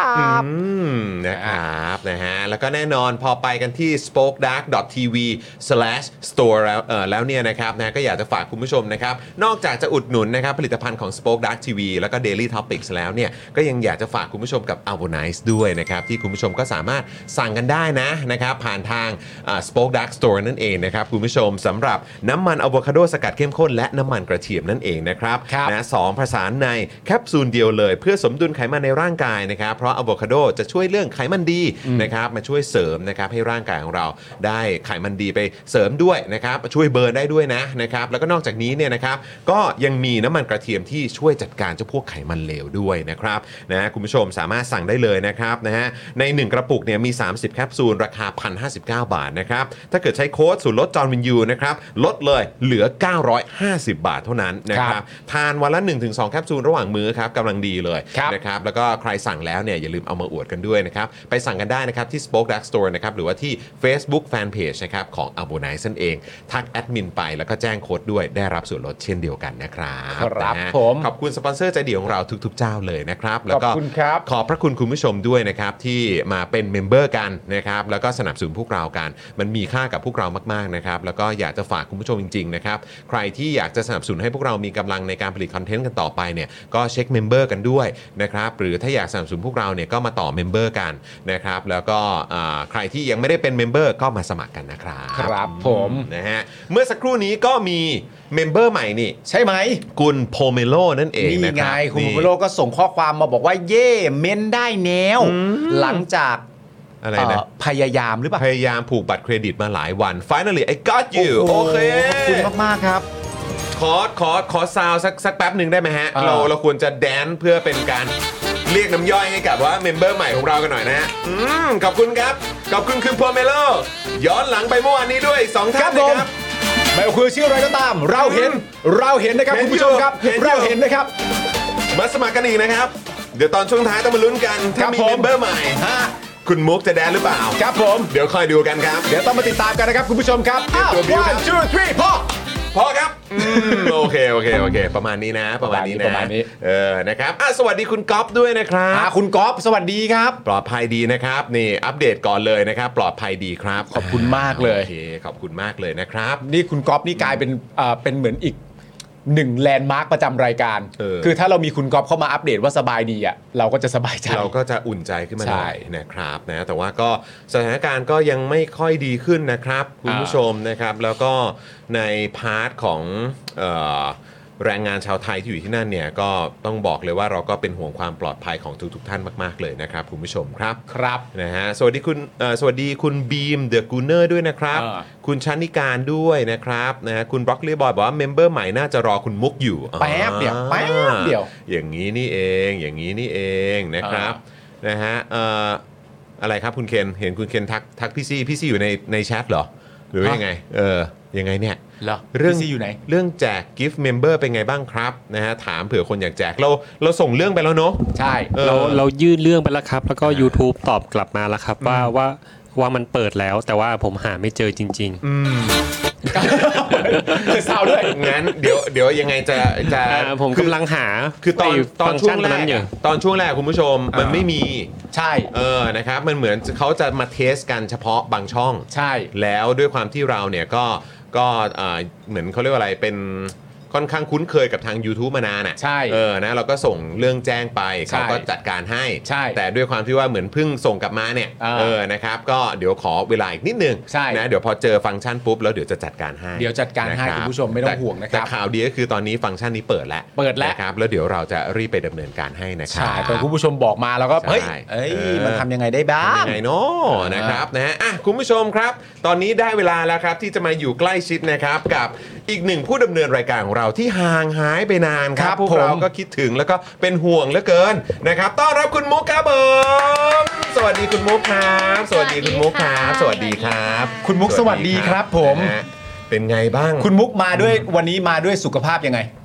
ครับอืมนะครับนะฮะแล้วก็แน่นอนพอไปกันที่ สโป๊คดาร์ก ดอท ที วี สแลช สโตร์ แล้วเอ่อแล้วเนี่ยนะครับนะก็อยากจะฝากคุณผู้ชมนะครับนอกจากจะอุดหนุนนะครับผลิตภัณฑ์ของ Spoke Dark ที วี แล้วก็ Daily Topics แล้วเนี่ยก็ยังอยากจะฝากคุณผู้ชมกับ Albonize ด้วยนะครับที่คุณผู้ชมก็สามารถสั่งกันได้นะนะครับผ่านทางอ่า Spoke Dark Store นั่นเองนะครับคุณผู้ชมสำหรับน้ำมันอะโวคาโดสกัดเข้มข้นและน้ำมันกระเทียมนั่นเองนะครับครับนะสองผสานในแคปซูลเดียวเลยเพื่อสมดุลไขมันในร่างกายนะครับเพราะอะโวคาโดจะช่วยเรื่องไขมันดีนะครับมาช่วยเสริมนะครับให้ร่างกายของเราได้ไขมันดีไปเสริมด้วยนะครับช่วยเบิร์นได้ด้วยนะนะครับแล้วก็นอกจากนี้เนี่ยนะครับก็ยังมีน้ำมันกระเทียมที่ช่วยจัดการเจ้าพวกไขมันเลวด้วยนะครับนะคุณผู้ชมสามารถสั่งได้เลยนะครับนะฮะในหนึ่งกระปุกเนี่ยมีสามสิบแคปซูลราคา หนึ่งพันห้าสิบเก้า บาทนะครับถ้าเกิดใช้โค้ดส่วนลดจอห์นวินยูนะครับลดเลยเหลือเก้าร้อยห้าสิบบาทเท่านั้นนะครับทานวันละ หนึ่งถึงสอง แคปซูลระหว่างมื้อครับกำลังดีเลยนะครับแล้วก็ใครสั่งแล้วเนี่ยอย่าลืมเอามาอวดกันด้วยนะครับไปสั่งกันได้นะครับที่ Spoke Dark Store นะครับหรือว่าที่ Facebook Fanpage นะครับของ Albonize นั่นเองทักแอดมินไปแล้วก็แจ้งโค้ดด้วยได้รับส่วนลดเช่นเดียวกันนะครับครับนะฮะผมขอบคุณสปอนเซอร์ใจดีของเราทุกๆเจ้าเลยนะครับแล้วก็ขอบคุณครับขอบพระคุณคุณผู้ชมด้วยนะครับที่มาเป็นเมมเบอร์กันนะครับแล้วก็สนับสนุนพวกเรากันมันมีค่ากับพวกเรามากๆนะครับแล้วก็อยากจะฝากคุณผู้ชมจริงๆนะครับใครที่อยากจะสนับสนุนให้พวกเรามีกำลังในการผลิตคอนเทนต์กันต่อไปเนี่ยก็เช็คเมมเบอร์กันด้วยนะครับหรือถ้าอยากสนับสนุนพวกเราเนี่ยก็มาต่อเมมเบอร์กันนะครับแล้วก็อ่าใครที่ยังไม่ได้เป็นเมมเบอร์ก็มาสมัครกันนะครับครับผมนะฮะเมื่อสักครู่นี้ก็มีเมมเบอร์ใหม่นี่ใช่ไหมคุณโพเมโลนั่นเองนี่นะคไงรับคุณนี่โมโลก็ส่งข้อความมาบอกว่าเย่เม้นได้แนว หลังจากอะไรเอ่นะอพยายามหรือเปล่าพยายามผูกบัตรเครดิตมาหลายวัน finally I got you โอ้โอโหเคขอบคุณมากๆครับขอขอขอซาวสักสักแป๊บหนึ่งได้ไหมฮะอ่าเราเราควรจะแดนเพื่อเป็นการเรียกน้ำย่อยให้กับว่าเมมเบอร์ใหม่ของเรากันหน่อยนะฮะอืมขอบคุณครับ ขอบคุณคุณโพเมโลย้อนหลังไปเมื่อวานนี้ด้วยอีกสองท่านนะครับไม่ว่าคือชื่ออะไรก็ตาม เราเห็นเราเห็นนะครับเห็นคุณผู้ชมครับอยู่เห็นอยู่เราเห็นนะครับมาสมัครกันอีกนะครับ เดี๋ยวตอนช่วงท้ายต้องมาลุ้นกัน ถ้าครับมีผมเมมเบอร์ใหม่ฮะคุณมุกจะแดนหรือเปล่าครับผมเดี๋ยวคอยดูกันครับเดี๋ยวต้องมาติดตามกันนะครับคุณผู้ชมครับอ้าวตัวบิวครับ one two three พ่อพอครับอืมโอเคโอเคโอเค ประมาณนี้นะ ประมาณนี้นะประมาณนี้เออนะครับอ่ะสวัสดีคุณก๊อฟด้วยนะครับอ่าคุณก๊อฟสวัสดีครับปลอดภัยดีนะครับนี่อัปเดตก่อนเลยนะครับปลอดภัยดีครับขอบคุณมากเลยโอเคขอบคุณมากเลยนะครับนี่คุณก๊อฟนี่กลายเป็นอ่าเป็นเหมือนอีกหนึ่งแลนด์มาร์คประจำรายการเออคือถ้าเรามีคุณก๊อฟเข้ามาอัปเดตว่าสบายดีอ่ะเราก็จะสบายใจเราก็จะอุ่นใจขึ้นมาหน่อยใช่นะครับนะแต่ว่าก็สถานการณ์ก็ยังไม่ค่อยดีขึ้นนะครับคุณผู้ชมนะครับแล้วก็ในพาร์ทของเอ่อแรงงานชาวไทยที่อยู่ที่นั่นเนี่ยก็ต้องบอกเลยว่าเราก็เป็นห่วงความปลอดภัยของทุกๆท่านมากๆเลยนะครับคุณผู้ชมครับครับนะฮะสวัสดีคุณเอ่อสวัสดีคุณบีมเดอะกูเนอร์ด้วยนะครับอ่าคุณชันนิการด้วยนะครับนะฮะคุณบล็อกลีบอยบอกว่าเมมเบอร์ใหม่น่าจะรอคุณมุกอยู่แป๊บเดียวอ่าแป๊บเดียวอย่างนี้นี่เองอย่างนี้นี่เองนะครับนะฮะเอ่ออะไรครับคุณเคนเห็นคุณเคนทักทักพี่ซี่พี่ซี่อยู่ในในแชทเหรอหรือว่ายังไงเออยังไงเนี่ยเหรอเรื่องพี่ซี่อยู่ไหนเรื่องแจกกิฟต์เมมเบอร์เป็นไงบ้างครับนะฮะถามเผื่อคนอยากแจกเราเราส่งเรื่องไปแล้วเนาะใช่เออเราเรายื่นเรื่องไปแล้วครับ แล้วก็ YouTube ตอบกลับมาแล้วครับว่าว่าว่ามันเปิดแล้วแต่ว่าผมหาไม่เจอจริงเศร้าด้วยงั้นเดี๋ยวเดี๋ยวยังไงจะจะๆอ่าผมคือกำลังหาคือตอนไตอนฟังก์ช่วชังนแรตัวนั้กนอยู่อะตอนช่วงแรกคุณผู้ชมมันอ่าไม่มีใช่เออนะครับมันเหมือนเขาจะมาเทสกันเฉพาะบางช่องใช่แล้วด้วยความที่เราเนี่ยก็ก็เอ่อเหมือนเขาเรียกว่าอะไรเป็นค่อนข้างคุ้นเคยกับทาง YouTube มานานอ่ะใช่เออนะเราก็ส่งเรื่องแจ้งไปใช่เขาก็จัดการให้ใช่แต่ด้วยความที่ว่าเหมือนเพิ่งส่งกลับมาเนี่ยอ่าเออนะครับก็เดี๋ยวขอเวลาอีกนิดนึงใช่นะเดี๋ยวพอเจอฟังก์ชันปุ๊บแล้วเดี๋ยวจะจัดการให้เดี๋ยวจัดการให้นะคุณผู้ชมไม่ต้องห่วงนะครับแต่ข่าวดีก็คือตอนนี้ฟังก์ชันนี้เปิดแล้วเปิดแล้วนะครับแล้วเดี๋ยวเราจะรีบไปดำเนินการให้นะครัใช่ตอนคุณผู้ชมบอกมาแล้วก็ใช่เฮ้ยเอ้ยเออมันทำยังไงได้บ้างยังไงเนาะนะครับนะฮะอ่ะคุณผู้ชมครับ ตอนนี้ได้เวลาแล้วครับที่จะมาอยู่ใกล้ชิดนะครับกับอีกหนึ่งผู้ดำเนินรายการของเราที่ห่างหายไปนานครัครับ บพวกเราผมก็คิดถึงแล้วก็เป็นห่วงเหลือเกินนะครับต้อนรับคุณมุกครับผมสวัสดีคุณมุกครับสวัสดีคุณมุกครับสวัสดีครับคุณมุกสวัสดีครับผมนะฮะเป็นไงบ้างคุณมุกมาด้วยวันนี้มาด้วยสุขภาพยังไง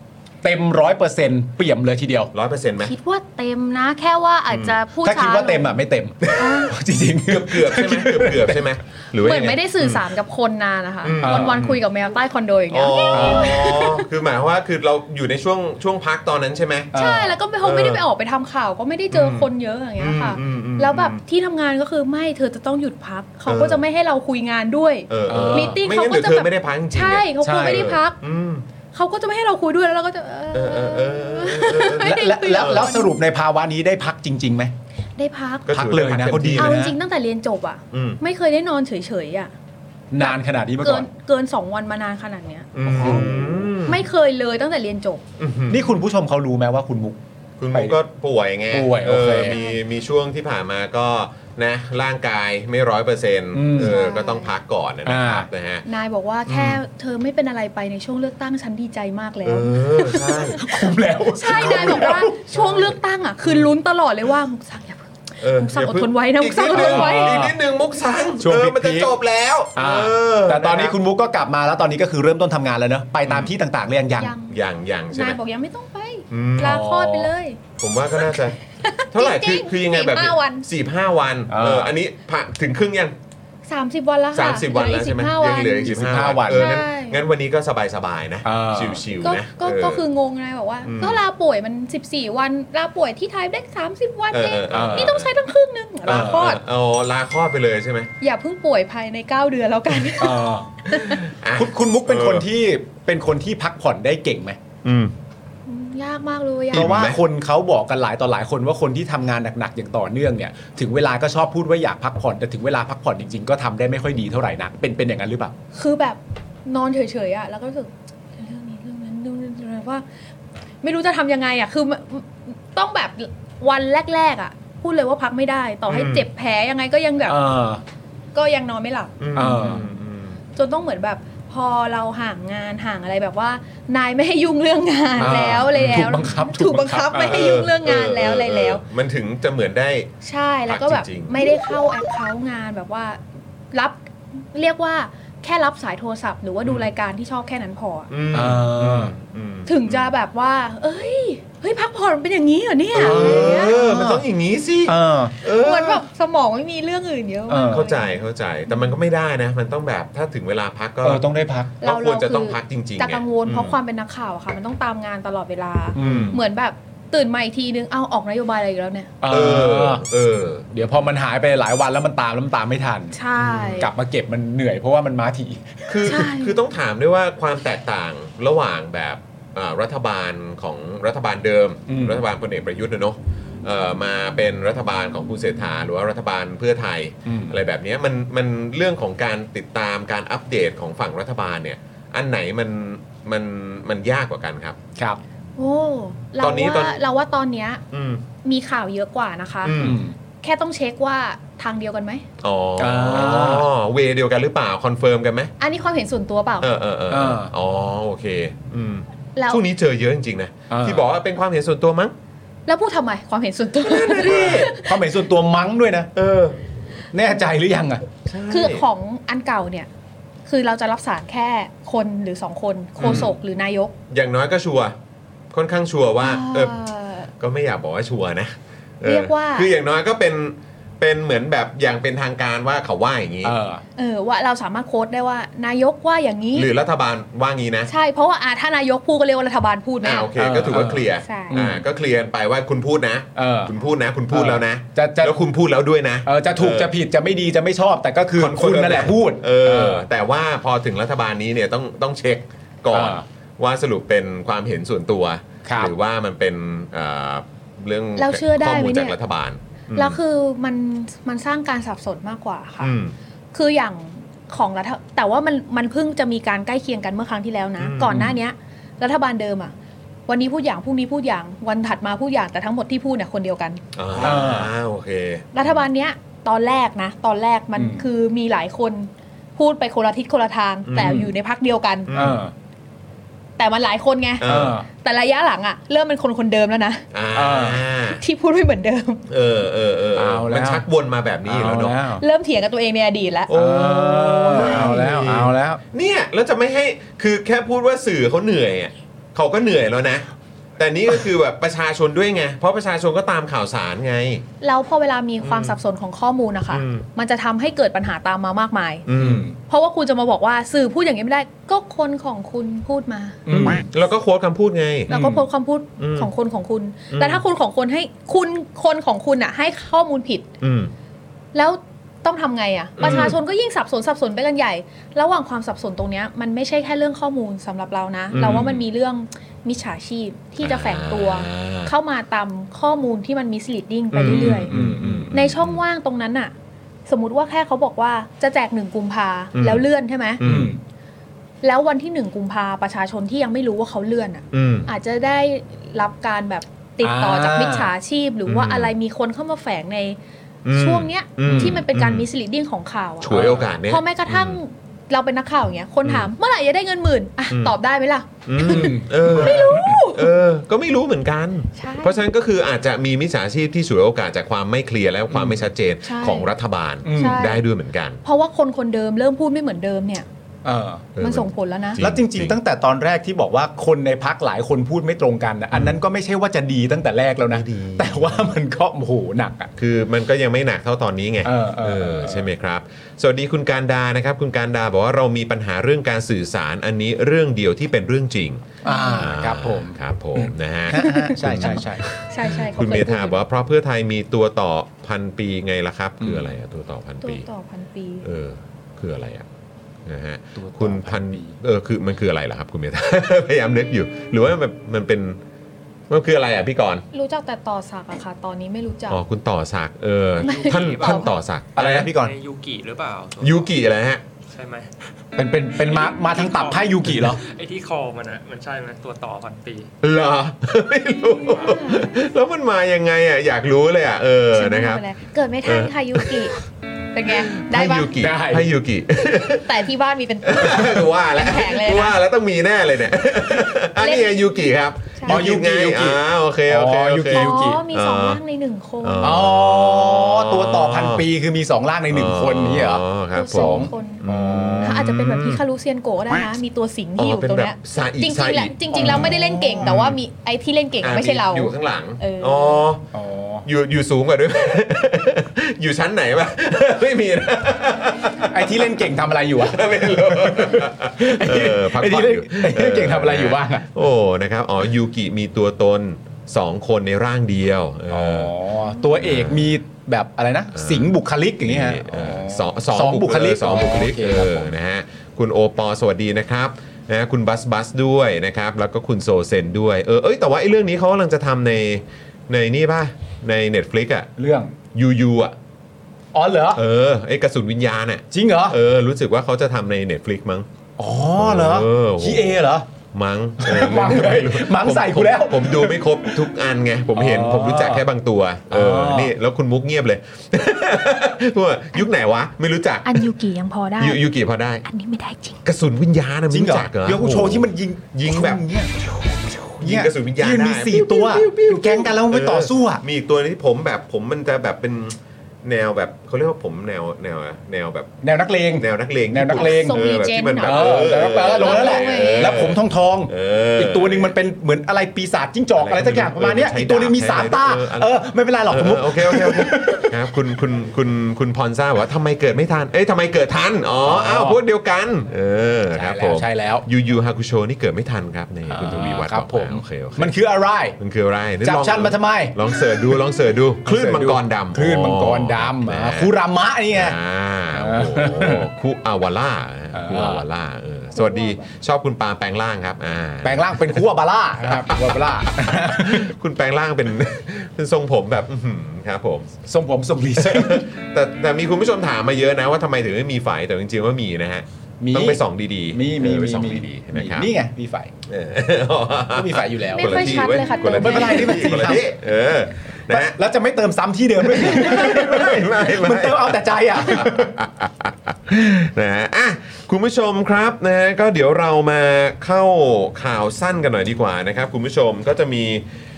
เต็มร้อยเปอร์เซ็นต์เปี่ยมเลยทีเดียวร้อยเปอร์เซ็นต์ไหมคิดว่าเต็มนะ แค่ว่าอาจจะพูดถ้าคิดช้าว่าเต็มอ่ะไม่เต็มจริงๆเกือบเกือบใช่ไหมเกือบเกือบใช่ไหมหรือว่าเหมือนยังงไม่ได้สื่อสารกับคนนานนะคะอืมวันๆคุยกับแมวใต้คอนโดอย่างเงี้อ๋ยอคือหมายว่าคือเราอยู่ในช่วงช่วงพักตอนนั้นใช่ไหมใช่แล้วก็เขาไม่ได้ไปออกไปทำข่าวก็ไม่ได้เจอคนเยอะอย่างเงี้ยค่ะอืมอืมอืมแล้วแบบที่ทำงานก็คือไม่เธอจะต้องหยุดพักเขาก็จะไม่ให้เราคุยงานด้วยเออเออมีตติ้งไม่เขางั้นก็เดี๋ยวจะเธแบอบ ไม่ได้พักจริงๆใช่เนี่ยเขาคงไม่ได้พักอืมเขาก็จะไม่ให้เราคุยด้วยแล้วเราก็จะเอเออเออเออเออไม่ได้แล้วคุยแล้วกับแล้วสรุปในภาวะนี้ได้พักจริงๆไหมได้พักก็พักถือเลยนะต็มเขาดีที่เอาลจยนะริงๆตั้งแต่เรียนจบอ่ะอืมไม่เคยได้นอนเฉยๆอ่ะนานขนาดนี้มาเกิก่อน นเกินสองวันมานานขนาดเนี้ยอืมไม่เคยเลยตั้งแต่เรียนจบนี่คุณผู้ชมเขารู้ไหมว่าคุณมุกคุณมุกก็ป่วยไงป่วยเอโอเคอมีมีช่วงที่ผ่านมาก็นะร่างกายไม่ร้อยเปอร์เซ็นต์อืมเออก็ต้องพักก่อนนะครับนะฮะนายบอกว่าแค่เธอไม่เป็นอะไรไปในช่วงเลือกตั้งฉันดีใจมากแล้เอวอใช่คุ้มแล้วใช่นายบอกว่าช่วงเลือกตั้งอ่ะคือลุ้นตลอดเลยว่ามุกสักอย่าเพิ่งเออมุกสักอดทนไว้นะมุกสักอดทนไว้อีกนิดนึงมุกสังช่วงเออมันจะพีคๆจบแล้วอ่าเออแต่ตอนนี้คุณมุกก็กลับมาแล้วตอนนี้ก็คือเริ่มต้นทำงานแล้วเนอะไปตามที่ต่างๆเรียนยังยังอย่างอย่างใช่ไหนาม ยบอกยังไม่ต้องไปอืมลาคลอดไปเลยผมว่าก็น่าจะ เท่าไหร่จริคือง ๆคือยังไงแบบสี่ห้าวันสี่ห้าวันเออเอออันนี้ผ่านถึงครึ่งยังสามสิบวันแล้วค่ะสามสิบวันแล้วใช่ไหมเหลือยังเหลืออีอีกกสิสิบบ ห้าห้าวัวัน นเอองั้นใช่งั้นวันนี้ก็สบายๆนะเออชิวก็ๆนะก็เออก็คืองงนายบอกว่าอืมก็ลาป่วยมันสิบสี่วันลาป่วยที่ไทยได้สามสิบวันเออเองเออเออนี่ต้องใช้ตั้งครึ่งหนึงลาคลอดเอ๋อลาคลอดไปเลยใช่ไหมอย่าเพิ่งป่วยภายในเก้าเดือนแล้วกันเอออ่ะคุณคุณมุกเป็นเออคนที่เป็นคนที่พักผ่อนได้เก่งไหมอืมยากมากเลยอะเพราะว่าไหมคนเขาบอกกันหลายต่อหลายคนว่าคนที่ทำงานหนักๆอย่างต่อเนื่องเนี่ยถึงเวลาก็ชอบพูดว่าอยากพักผ่อนแต่ถึงเวลาพักผ่อนจริงๆก็ทำได้ไม่ค่อยดีเท่าไหร่นักเป็นเป็นอย่างนั้นหรือเปล่าคือแบบนอนเฉยๆอะแล้วก็รู้สึกเรื่องนี้เรื่องนั้นเรื่องนั้นว่า ไม่รู้จะทำยังไงอะคือต้องแบบวันแรกๆอะพูดเลยว่าพักไม่ได้ ต่อให้อืมเจ็บแผลยังไงก็ยังแบบเออก็ยังนอนไม่หลับเออจนต้องเหมือนแบบพอเราห่างงานห่างอะไรแบบว่านายไม่ให้ยุ่งเรื่องงานอ่าแล้วอะไรแล้วถูกบังคับถูถูกกบับังงคัคับบไม่ให้ยุ่งเรื่องงานแล้วอะไรแล้วมันถึงจะเหมือนได้ใช่แล้วก็แบบจริงๆไม่ได้เข้าแอคเคาท์งานแบบว่ารับเรียกว่าแค่รับสายโทรศัพท์หรือว่าดูรายการที่ชอบแค่นั้นพออะอืมเอออืมถึงจะแบบว่า เอ้ยเฮ้ยพักผ่อนเป็นอย่างนี้เหรอเนี่ยเออะไรอย่างเงี้ยอมันต้องอย่างนี้สิเออเออเหมือนแบบสมองไม่มีเรื่องอื่นเยอะเออมากเข้าใจเข้าใจแต่มันก็ไม่ได้นะ มันต้องแบบถ้าถึงเวลาพักก็เออต้องได้พักก็ควรจะต้องพักจริงๆจะไงกังวลเพราะความเป็นนักข่าวอะค่ะ มันต้องตามงานตลอดเวลาอืมเหมือนแบบตื่นมาอีกทีนึงเอาออกนโยบายอะไรอีกแล้วเนี่ยเอเอออเออเดี๋ยวพอมันหายไปหลายวันแล้วมันตามแล้วมันตามไม่ทันใช่กลับมาเก็บมันเหนื่อยเพราะว่ามันมาถี่คือใช่คือต้องถามด้วยว่าความแตกต่างระหว่างแบบอ่ารัฐบาลของรัฐบาลเดิมอืมรัฐบาลพลเอกประยุทธ์นะเนอะเอ่อมาเป็นรัฐบาลของคุณเศรษฐาหรือว่ารัฐบาลเพื่อไทยอืมอะไรแบบเนี้ยมันมันเรื่องของการติดตามการอัปเดตของฝั่งรัฐบาลเนี่ยอันไหนมันมันมันยากกว่ากันครับครับโอ้เราตอนนี้ตอนว่าเราว่าตอนเนี้ยอืมมีข่าวเยอะกว่านะคะอืมแค่ต้องเช็คว่าทางเดียวกันไหมอ๋ออ่าเวย์เดียวกันหรือเปล่าคอนเฟิร์มกันไหมอันนี้ความเห็นส่วนตัวเปล่าเออเออเออเอออ๋อโอเคอืมแล้วช่วงนี้เจอเยอะจริงๆนะอ่าที่บอกว่าเป็นความเห็นส่วนตัวมั้งแล้วพูดทำไมความเห็นส่วนตัวความเห็นส่วนตัวมั้งด้วยนะเออแน่ใจหรือยังอ่ะคือของอันเก่าเนี่ย คือเราจะรับสารแค่คนหรือสองคนโฆษกหรือนายกอย่างน้อยก็ชัวร์ค่อนข้างชัวร์ว่าเออเอ่อก็ไม่อยากบอกว่าชัวร์นะออเรียกว่าคืออย่างน้อยก็เป็นเป็นเหมือนแบบอย่างเป็นทางการว่าเขาว่าอย่างนี้เออเออว่าเราสามารถโค้ดได้ว่านายกว่าอย่างนี้หรือรัฐบาลว่างี้นะใช่เพราะว่าอ่ะถ้านายกพูดก็เรียกว่ารัฐบาลพูดไหมอ่าโอเคก็ถือว่าเคลียร์ใช่อ่าก็เคลียร์ไปว่าคุณพูดนะเออคุณพูดนะ คุณพูดแล้วนะจะจะแล้วคุณพูดแล้วด้วยนะเออจะถูกจะผิดจะไม่ดีจะไม่ชอบแต่ก็คืออนเฟิคุร์ณมนั่นแหละพูดเออ แต่ว่าพอถึงรัฐบาลนี้เนี่ยต้องต้องเช็คก่อนอ่าว่าสรุปเป็นความเห็นส่วนตัวครับหรือว่ามันเป็นเอ่อเรื่องเราเชื่อได้ข้อไหมมูลเนี่ยจากรัฐบาลมแล้วคือมันมันสร้างการสับสนมากกว่าค่ะอืมคืออย่างของรัฐแต่ว่ามันมันเพิ่งจะมีการใกล้เคียงกันเมื่อครั้งที่แล้วนะอืมก่อนหน้าเนี้ย รัฐบาลเดิมอ่ะ วันนี้พูดอย่างพรุ่งนี้พูดอย่างวันถัดมาพูดอย่างแต่ทั้งหมดที่พูดเนี่ยคนเดียวกันอ่าโอเครัฐบาลเนี้ยตอนแรกนะ ตอนแรกมันอืมคือมีหลายคนพูดไปคนละทิศคนละทางอืมแต่อยู่ในพักเดียวกันอืมเออแต่มันหลายคนไงเอเอออแต่ระยะหลังอ่ะเริ่มเป็นคนคนเดิมแล้วนะอ่าอ่าที่พูดไม่เหมือนเดิมเออเออเออเอาแล้วมันชักวนมาแบบนี้แล้วเนาะเริ่มเถียงกับตัวเองในอดีตแล้วโอ้เอาแล้วเอาแล้วเนี่ยแล้วจะไม่ให้คือแค่พูดว่าสื่อเขาเหนื่อยอ่ะเขาก็เหนื่อยแล้วนะแต่นี่ก็คือแบบประชาชนด้วยไงเพราะประชาชนก็ตามข่าวสารไงแล้วพอเวลามีความสับสนของข้อมูลนะคะมันจะทำให้เกิดปัญหาตามมามากมายเพราะว่าคุณจะมาบอกว่าสื่อพูดอย่างนี้ไม่ได้ก็คนของคุณพูดมาแล้วก็โค้ดคำพูดไงแล้วก็โค้ดคำพูดของคนของคุณแต่ถ้าคุณของคนให้คุณคนของคุณอ่ะให้ข้อมูลผิดแล้วต้องทำไงอ่ะประชาชนก็ยิ่งสับสนสับสนไปกันใหญ่ระหว่างความสับสนตรงนี้มันไม่ใช่แค่เรื่องข้อมูลสำหรับเรานะเราว่ามันมีเรื่องมิจฉาชีพที่จะแฝงตัวเข้ามาตามข้อมูลที่มัน misleading ไปเรื่อยๆในช่องว่างตรงนั้นน่ะสมมุติว่าแค่เขาบอกว่าจะแจกหนึ่งกุมภาแล้วเลื่อนใช่ไหมแล้ววันที่หนึ่งกุมภาประชาชนที่ยังไม่รู้ว่าเขาเลื่อนอ่ะอาจจะได้รับการแบบติดต่อจากมิจฉาชีพหรือว่าอะไรมีคนเข้ามาแฝงในช่วงเนี้ยที่มันเป็นการ misleading ของข่าวอ่ะฉวยโอกาสเนี้ยพอแม้กระทั่งเราเป็นนักข่าวอย่างเงี้ยคนถามเมื่อไหร่จะได้เงินหมื่นอ่ะตอบได้ไหมล่ะไม่รู้เออก็ไม่รู้เหมือนกันเพราะฉะนั้นก็คืออาจจะมีมิจฉาชีพที่ฉวยโอกาสจากความไม่เคลียร์และความไม่ชัดเจนของรัฐบาลได้ด้วยเหมือนกันเพราะว่าคนคนเดิมเริ่มพูดไม่เหมือนเดิมเนี่ยมันส่งผลแล้วนะแล้วจริงๆตั้งแต่ตอนแรกที่บอกว่าคนในพรรคหลายคนพูดไม่ตรงกันอันนั้นก็ไม่ใช่ว่าจะดีตั้งแต่แรกแล้วนะแต่ว่ามันก็โอ้โหหนักอ่ะคือมันก็ยังไม่หนักเท่าตอนนี้ไงเออใช่ไหมครับสวัสดีคุณการดานะครับคุณการดาบอกว่าเรามีปัญหาเรื่องการสื่อสารอันนี้เรื่องเดียวที่เป็นเรื่องจริงครับผมครับผมนะฮะใช่ใช่ใช่ใช่ใช่คุณเมธาบอกว่าเพราะเพื่อไทยมีตัวต่อพันปีไงล่ะครับคืออะไรอะตัวต่อพันปีตัวต่อพันปีเออคืออะไรอะนะฮะคุณพันเออคือมันคืออะไรล่ะครับคุณเมธาพยายามนึกอยู่หรือว่ามันมันเป็นมันคืออะไรอ่ะพี่กรณ์รู้จักแต่ต่อศักดิ์อะค่ะตอนนี้ไม่รู้จักอ๋อคุณต่อศักดิ์เออท่านท่านต่อศักดิ์อะไรนะพี่กรณ์ยูกิหรือเปล่ายูกิอะไรฮะใช่ไหมเป็นเป็นเป็นมามาทางตับไพ่ยูกิเหรอไอ้ที่คอมันอะมันใช่ไหมตัวต่อพันปีเหรอไม่รู้แล้วมันมายังไงอ่ะอยากรู้เลยอ่ะเออนะครับเกิดไม่ทันค่ะยูกิเป็นไงได้ป่ะให้ยูกิแต่ที่บ้านมีเป็นว่าแล้วว่าแล้วต้องมีแน่เลยเนี่ยอันนี้ยูกิครับอ๋อยูกิยูกิอ่าโอเคโอเคยูกิยูกิมีสองร่างในหนึ่งคนอ๋อตัวต่อพันปีคือมีสองร่างในหนึ่งคนนี่เหรอครับสองคนอาจจะเป็นแบบพี่คารุเซียนโกะได้นะมีตัวสิงที่อยู่ตรงเนี้ยจริงๆแล้วจริงๆแล้วไม่ได้เล่นเก่งแต่ว่ามีไอ้ที่เล่นเก่งไม่ใช่เราอยู่ข้างหลังอ๋ออยู่อยู่สูงกว่าด้วยอยู่ชั้นไหนป่ะไม่มีนะไอ้ที่เล่นเก่งทำอะไรอยู่อะไม่รู้ไอ้ที่เล่นเก่งทำอะไรอยู่บ้างโอ้นะครับอ๋อยูกิมีตัวตนสองคนในร่างเดียวอ๋อตัวเอกมีแบบอะไรนะสิงบุคลิกอย่างเงี้ยสองสองบุคลิกสองบุคลิกเออนะฮะคุณโอปอสวัสดีนะครับนะคุณบัสบัสด้วยนะครับแล้วก็คุณโซเซนด้วยเออเอ้ยแต่ว่าไอ้เรื่องนี้เขากำลังจะทำในในนี่ป่ะใน Netflix อ่ะเรื่องยูยูอ่ะอ๋อเหรอเออไอ้กระสุนวิญญาณอ่ะจริงเหรอเออรู้สึกว่าเขาจะทำใน Netflix มั้งอ๋อเหรอคีเอเหรอมั้งมั้งมั้งใส่กูแล้วผมดูไม่ครบทุกอันไงผมเห็นผมรู้จักแค่บางตัวเออนี่แล้วคุณมุกเงียบเลยว่ายุคไหนวะไม่รู้จักอันยูกิยังพอได้ยูกิพอได้อันนี้ไม่ได้จริงกระสุนวิญญาณนะไม่รู้จักเหรอเดี๋ยวกูโชว์ที่มันยิงยิงแบบยิงกระสุนวิญญาณได้มีสี่ตัวอยู่แก๊งกันแล้วไม่ต่อสู้อ่ะมีอีกตัวที่ผมแบบผมมันจะแบบเป็นแนวแบบเขาเรียกว่าผมแนวแนวแนวแบบแนวนักเลงแนวนักเลงแนวนักเลงเออแบบที่มันแบบเออลงแล้วแหละแล้วผมทองทองอีกตัวนึงมันเป็นเหมือนอะไรปีศาจจิ้งจอกอะไรสักอย่างประมาณนี้อีกตัวนึงมีสามตาเออไม่เป็นไรหรอกผมโอเคโอเคครับคุณคุณคุณคุณพรซ่าว่าทำไมเกิดไม่ทันเอ้ยทำไมเกิดทันอ๋ออ้าวพวกเดียวกันเออครับผมใช่แล้วยูยูฮาคุโชนี่เกิดไม่ทันครับในคุณทวีวัฒน์ครับผมโอเคโอเคมันคืออะไรมันคืออะไรจับชั้นมาทำไมลองเสิร์ชดูลองเสิร์ชดูคลื่นมังกรดำคลื่นมังกรดำคุรามะนี่ไงคุอาวาล่าคุอาวาล่าเออสวัสดีชอบคุณปาแปลงร่างครับอ่าแปลงร่างเป็นคุอาบาล่าครับคุอาบาล่าคุณแปลงร่างเป็นเป็นทรงผมแบบครับผมทรงผมทรงลีเซอร์แต่แต่มีคุณผู้ชมถามมาเยอะนะว่าทำไมถึงไม่มีไฟแต่จริงๆว่ามีนะฮะต้องไปส่องดีๆมีมีไปส่องดีๆนะครับนี่ไงมีไฟมีไฟอยู่แล้วไม่ค่อยชัดเลยค่ะไม่เป็นไรที่มันสีขาวเออนะแล้วจะไม่เติมซ้ำที่เดิมด้วยไม่ไม่มันเติมเอาแต่ใจอ่ะนะฮะอ่ะคุณผู้ชมครับนะฮะก็เดี๋ยวเรามาเข้าข่าวสั้นกันหน่อยดีกว่านะครับคุณผู้ชมก็จะมี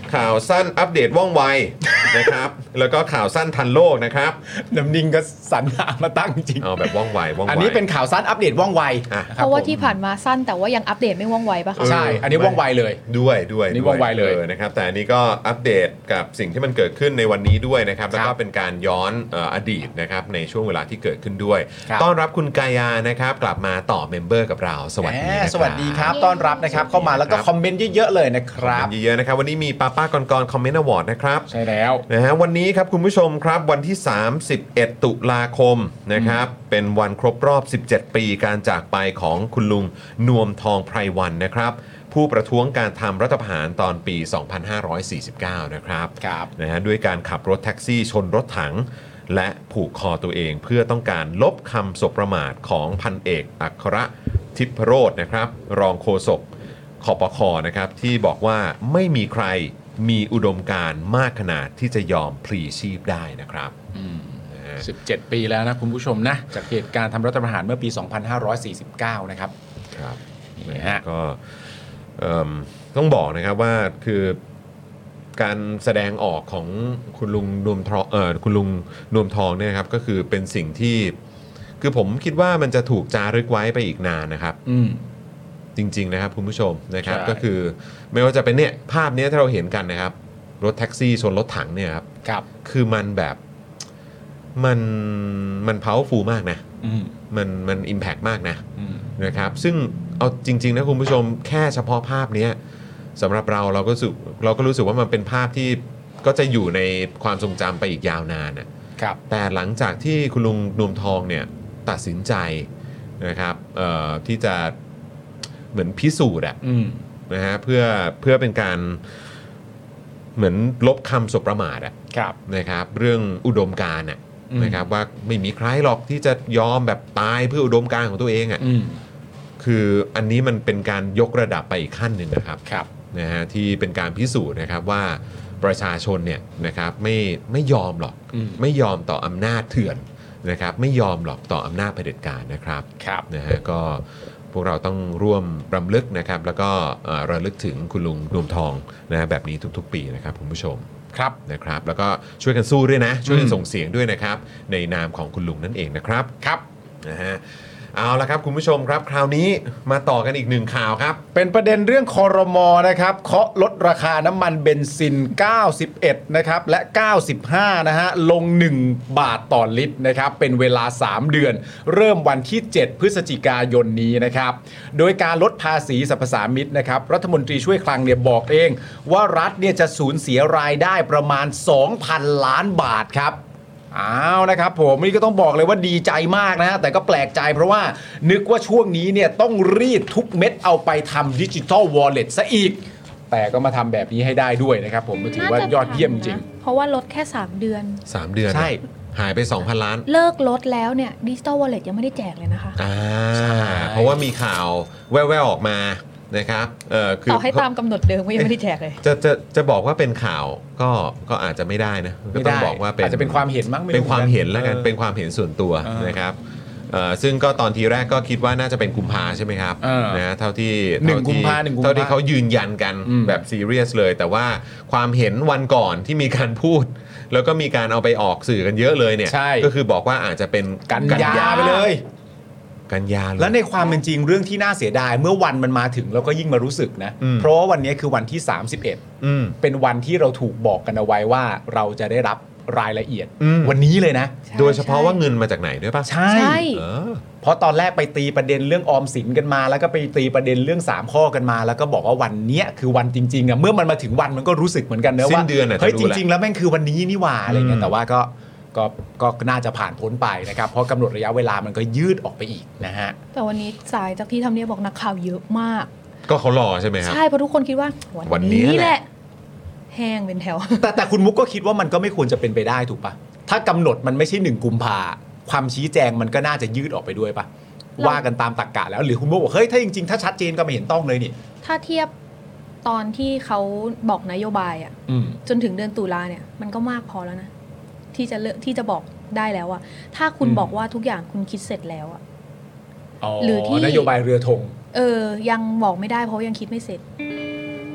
ข่าวสั้นอัปเดตว่องไว นะครับแล้วก็ข่าวสั้นทันโลกนะครับน้ำนิ่งก็สรรหามาตั้งจริงเอาแบบว่องไวว่องไวอันนี้เป็นข่าวสั้นอัปเดตว่องไวอ่ะนคเพบราะว่าผมที่ผ่านมาสั้นแต่ว่ายังอัปเดตไม่ว่องไวปะคะใช่ อันนี้ว่องไวเลยด้วยด้วยนี่ด้วยว่องไวเลยออนะครับแต่อันนี้ก็อัปเดตกับสิ่งที่มันเกิดขึ้นในวันนี้ด้วยนะครับแล้วก็เป็นการย้อนเอ่ออดีตนะครับในช่วงเวลาที่เกิดขึ้นด้วยครับต้อนรับคุณกายานะครับกลับมาต่อเมมเบอร์กับเราสวัสดีแหมนะครับสวัสดีครับ ต้อนรับนะครับเข้ามาแล้วก็คอมเมนต์เยอะๆเลยนะคครัรับ บเยอะๆนะครับวันนี้มีป้าป้ากรกรคอมเมนต์อวอร์ดนะครับใช่แล้วนะฮะวันนี้ครับคุณผู้ชมครับวันที่สามสิบเอ็ดตุลาคมนะครับเป็นวันครบรอบสิบเจ็ดปีการจากไปของคุณลุงนวมทองไพรวันนะครับผู้ประท้วงการทำรัฐประหารตอนปี สองพันห้าร้อยสี่สิบเก้า นะครับครับนะฮะด้วยการขับรถแท็กซี่ชนรถถัง และผูกคอตัวเองเพื่อต้องการลบคำสบประมาทของพันเอกอัครทิพโรจน์นะครับรองโฆษกคปคนะครับที่บอกว่าไม่มีใครมีอุดมการณ์มากขนาดที่จะยอมพลีชีพได้นะครับนะฮะสิบเจ็ด ปีแล้วนะคุณผู้ชมนะจากเหตุการณ์ทำรัฐประหารเมื่อปี สองพันห้าร้อยสี่สิบเก้า นะครับครับนี่ฮะก็เอิ่มต้องบอกนะครับว่าคือการแสดงออกของคุณลุงนวมทองเอ่อคุณลุงนวมทองเนี่ยครับก็คือเป็นสิ่งที่คือผมคิดว่ามันจะถูกจารึกไว้ไปอีกนานนะครับอืมจริงๆนะครับคุณผู้ชมนะครับใช่ก็คือไม่ว่าจะเป็นเนี่ยภาพเนี้ยที่เราเห็นกันนะครับรถแท็กซี่ชนรถถังเนี่ยครับครับคือมันแบบมันมัน powerful มากนะอืมมันมัน impact มากนะอืมนะครับซึ่งเอาจริงๆนะคุณผู้ชมแค่เฉพาะภาพเนี้ยสำหรับเราเราก็รู้สึกเราก็รู้สึกว่ามันเป็นภาพที่ก็จะอยู่ในความทรงจำไปอีกยาวนานน่ะครับแต่หลังจากที่คุณลุงนวมทองเนี่ยตัดสินใจนะครับเอ่อที่จะเหมือนพิสูจน์อะอืมนะฮะเพื่อเพื่อเป็นการเหมือนลบคำสบประมาทอะครับนะครับเรื่องอุดมการณ์อะอืมนะครับว่าไม่มีใครหรอกที่จะยอมแบบตายเพื่ออุดมการณ์ของตัวเองอะอืมคืออันนี้มันเป็นการยกระดับไปอีกขั้นหนึ่งนะครับครับนะฮะที่เป็นการพิสูจน์นะครับว่าประชาชนเนี่ยนะครับไม่ไม่ยอมหรอกอืมไม่ยอมต่ออำนาจเถื่อนนะครับไม่ยอมหรอกต่ออำนาจเผด็จการนะครับครับนะฮะก็พวกเราต้องร่วมรำลึกนะครับแล้วก็เอ่อระลึกถึงคุณลุงนวมทองนะฮะแบบนี้ทุกๆ ปีนะครับคุณผู้ชมครับนะครับแล้วก็ช่วยกันสู้ด้วยนะช่วยกันอืมส่งเสียงด้วยนะครับในนามของคุณลุงนั่นเองนะครับครับนะฮะเอาละครับคุณผู้ชมครับคราวนี้มาต่อกันอีกหนึ่งข่าวครับเป็นประเด็นเรื่องคอรมอนะครับเคาะลดราคาน้ำมันเบนซิน เก้าสิบเอ็ด นะครับ และ เก้าสิบห้า นะฮะ ลง หนึ่ง บาทต่อลิตรนะครับ เป็นเวลา สาม เดือน เริ่มวันที่ เจ็ด พฤศจิกายนนี้นะครับ โดยการลดภาษีสรรพสามิตนะครับ รัฐมนตรีช่วยคลังเนี่ยบอกเอง ว่ารัฐเนี่ยจะสูญเสียรายได้ประมาณ สองพัน ล้านบาทครับ อ้าวนะครับผมนี่ก็ต้องบอกเลยว่าดีใจมากนะฮะแต่ก็แปลกใจเพราะว่านึกว่าช่วงนี้เนี่ยต้องรีดทุกเม็ดเอาไปทำดิจิทัลวอลเล็ตซะอีก แต่ก็มาทำแบบนี้ให้ได้ด้วยนะครับผมก็ถือว่ายอดเยี่ยมจริงเพราะว่าลดแค่ สาม เดือนสามเดือนใช่หายไป สองพัน ล้านเลิกลดแล้วเนี่ยดิจิตอลวอลเล็ตยังไม่ได้แจกเลยนะคะอ่าใช่เพราะว่ามีข่าวแว่วๆออกมานะครับเออคือต่อให้ตามกำหนดเดิมก็ยังไม่ได้แจกเลยจะจะจะบอกว่าเป็นข่าวก็ก็อาจจะไม่ได้นะก็ไม่ต้อได้งบอกว่าเป็นอาจจะเป็นความเห็นมั้งไรู้เป็นความเห็นแล้วกันออเป็นความเห็นส่วนตัวเออนะครับเอ่อซึ่งก็ตอนทีแรกก็คิดว่าน่าจะเป็นกุมภาใช่ไหมครับเออนะเท่าที่หนึ่งเท่กุมที่ภาหนึ่งกุมภาเท่าที่เขายืนยันกันอืมแบบซีเรียสเลย แต่ว่าความเห็นวันก่อนที่มีการพูด แล้วก็มีการเอาไปออกสื่อกันเยอะเลยเนี่ยใช่ก็คือบอกว่าอาจจะเป็นกันยาไปเลยกันยาเลยแล้วในความเป็นจริงเรื่องที่น่าเสียดายเมื่อวันมันมาถึงเราก็ยิ่งมารู้สึกนะอืมเพราะว่าวันนี้คือวันที่ สามสิบเอ็ดอืมเป็นวันที่เราถูกบอกกันเอาไว้ว่าเราจะได้รับรายละเอียดอืมวันนี้เลยนะโดยเฉพาะว่าเงินมาจากไหนด้วยป่ะใช่ใช่เออเพราะตอนแรกไปตีประเด็นเรื่องออมสินกันมา แล้วก็ไปตีประเด็นเรื่องสามข้อกันมา แล้วก็บอกว่าวันเนี้ยคือวันจริงๆอ่ะเมื่อมันมาถึงวันมันก็รู้สึกเหมือนกันนะสิ้ว่านเดือนอะจะเฮ้ยรู้จแหละริง ๆ แล้วแม่งคือวันนี้นี่หว่าอะไรเงี้อืยมแต่ว่าก็ก็ก็น่าจะผ่านพ้นไปนะครับเพราะกำหนดระยะเวลามันก็ยืดออกไปอีกนะฮะแต่วันนี้สายจากที่ทำเนียบบอกนักข่าวเยอะมากก็เขารอใช่ไหมครับใช่เพราะทุกคนคิดว่าวัวัน นนี้นี้แหแหละละ แห้งเป็นแถวแต่แต่คุณมุกก็คิดว่ามันก็ไม่ควรจะเป็นไปได้ถูกปะถ้ากำหนดมันไม่ใช่หนึ่งกุมภาความชี้แจงมันก็น่าจะยืดออกไปด้วยปะเราว่ากันตามตรรกะแล้วหรือคุณมุกบอกเฮ้ยถ้าจริงๆถ้าชัดเจนก็ไม่เห็นต้องเลยนี่ถ้าเทียบตอนที่เขาบอกนโยบายอะอืมจนถึงเดือนตุลาเนี่ย มันก็มากพอแล้วนะ ที่จะเลือกที่จะบอกได้แล้วอะถ้าคุณอืมบอกว่าทุกอย่างคุณคิดเสร็จแล้วอะอ๋อหรือที่นโยบายเรือธงเออ ยังบอกไม่ได้เพราะยังคิดไม่เสร็จเ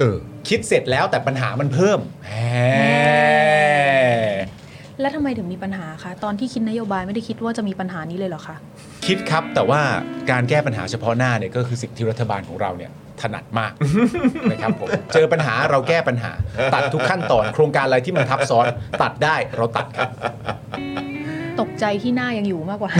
เออคิดเสร็จแล้วแต่ปัญหามันเพิ่มแหมแล้วทำไมถึงมีปัญหาคะตอนที่คิดนโยบายไม่ได้คิดว่าจะมีปัญหานี้เลยเหรอคะคิดครับแต่ว่าการแก้ปัญหาเฉพาะหน้าเนี่ยก็คือสิ่งที่รัฐบาลของเราเนี่ยถนัดมาก นะครับผมเจอปัญหาเราแก้ปัญหาตัดทุกขั้นตอนโครงการอะไรที่มันทับซ้อนตัดได้เราตัดครับตกใจที่หน้ายังอยู่มากกว่า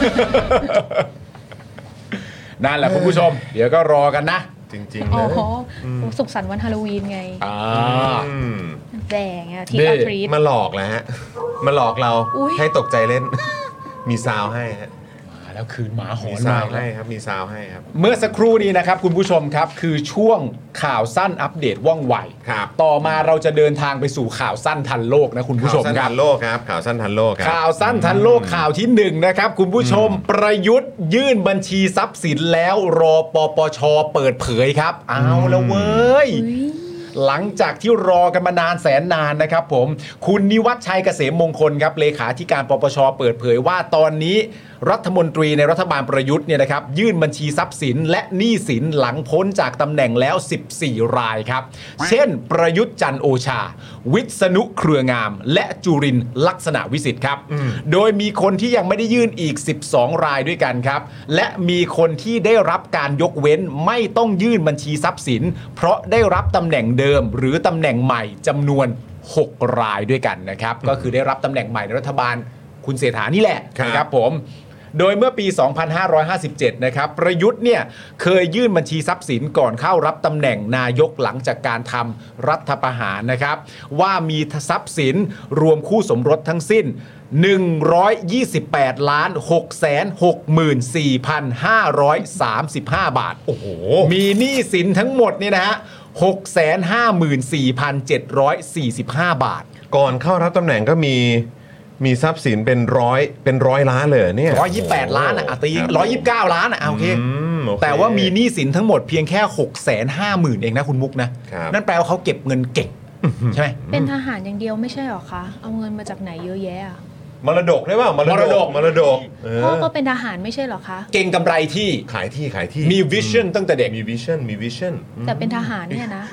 นั่นแหละคุณผู้ชมเดี๋ยวก็รอกันนะจริงๆเลยอ๋อสุขสันต์วันฮาโลวีนไงอ่าแดงอ่ะทีอาทรีมาหลอกแล้วฮะมาหลอกเราให้ตกใจเล่นมีซาวให้ฮะมาแล้วคืนหมาหอนมีซาวให้ครับมีซาวให้ครับเมื่อสักครู่นี้นะครับคุณผู้ชมครับคือช่วงข่าวสั้นอัปเดตว่องไวครับต่อมาเราจะเดินทางไปสู่ข่าวสั้นทันโลกนะคุณผู้ชมครับข่าวสั้นทันโลกครับข่าวสั้นทันโลกครับข่าวสั้นทันโลกข่าวที่หนึ่งนะครับคุณผู้ชมประยุทธ์ยื่นบัญชีทรัพย์สินแล้วรอปปชเปิดเผยครับเอาแล้วเว้ยหลังจากที่รอกันมานานแสนนานนะครับผมคุณนิวัฒน์ชัยเกษมมงคลครับเลขาธิการปปชเปิดเผยว่าตอนนี้รัฐมนตรีในรัฐบาลประยุทธ์เนี่ยนะครับยื่นบัญชีทรัพย์สินและหนี้สินหลังพ้นจากตำแหน่งแล้วสิบสี่รายครับเช่นประยุทธ์จันทร์โอชาวิษณุเครืองามและจุรินทร์ลักษณะวิสิทธิ์ครับโดยมีคนที่ยังไม่ได้ยื่นอีกสิบสองรายด้วยกันครับและมีคนที่ได้รับการยกเว้นไม่ต้องยื่นบัญชีทรัพย์สินเพราะได้รับตำแหน่งเดิมหรือตำแหน่งใหม่จำนวนหกรายด้วยกันนะครับก็คือได้รับตำแหน่งใหม่ในรัฐบาลคุณเศรษฐานี่แหละนะครับผมโดยเมื่อปี สองพันห้าร้อยห้าสิบเจ็ด นะครับประยุทธ์เนี่ยเคยยื่นบัญชีทรัพย์สินก่อนเข้ารับตำแหน่งนายกหลังจากการทำรัฐประหารนะครับว่ามีทรัพย์สินรวมคู่สมรสทั้งสิ้น หนึ่งร้อยยี่สิบแปดล้านหกแสนหกหมื่นสี่พันห้าร้อยสามสิบห้า บาทโอ้โหมีหนี้สินทั้งหมดเนี่ยนะฮะ หกแสนห้าหมื่นสี่พันเจ็ดร้อยสี่สิบห้า บาทก่อนเข้ารับตำแหน่งก็มีมีทรัพย์สินเป็นร้อยเป็นร้อยล้านเลยเนี่ยร้อยยี่สิบแปดล้านอ่ะตีร้อยยี่สิบเก้าล้านอ่ะโอเคแต่ว่ามีหนี้สินทั้งหมดเพียงแค่หกแสนห้าหมื่นเองนะคุณมุกนะนั่นแปลว่าเขาเก็บเงินเก่งใช่ไหมเป็นทหารอย่างเดียวไม่ใช่หรอคะเอาเงินมาจากไหนเยอะแยะมรดกได้ป่ะมรดกมรดกพ่อก็เป็นทหารไม่ใช่หรอคะเก่งกำไรที่ขายที่ขายที่มีวิชั่นตั้งแต่เด็กมีวิชั่นมีวิชั่นแต่เป็นทหารเนี่ยนะ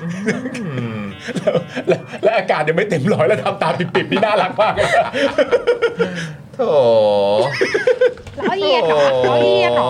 และอากาศยังไม่เต็มร้อยแล้วทำตาปิบๆนี่น่ารักมากโธ่ล้อเลียนหรอล้อเลียนหรอ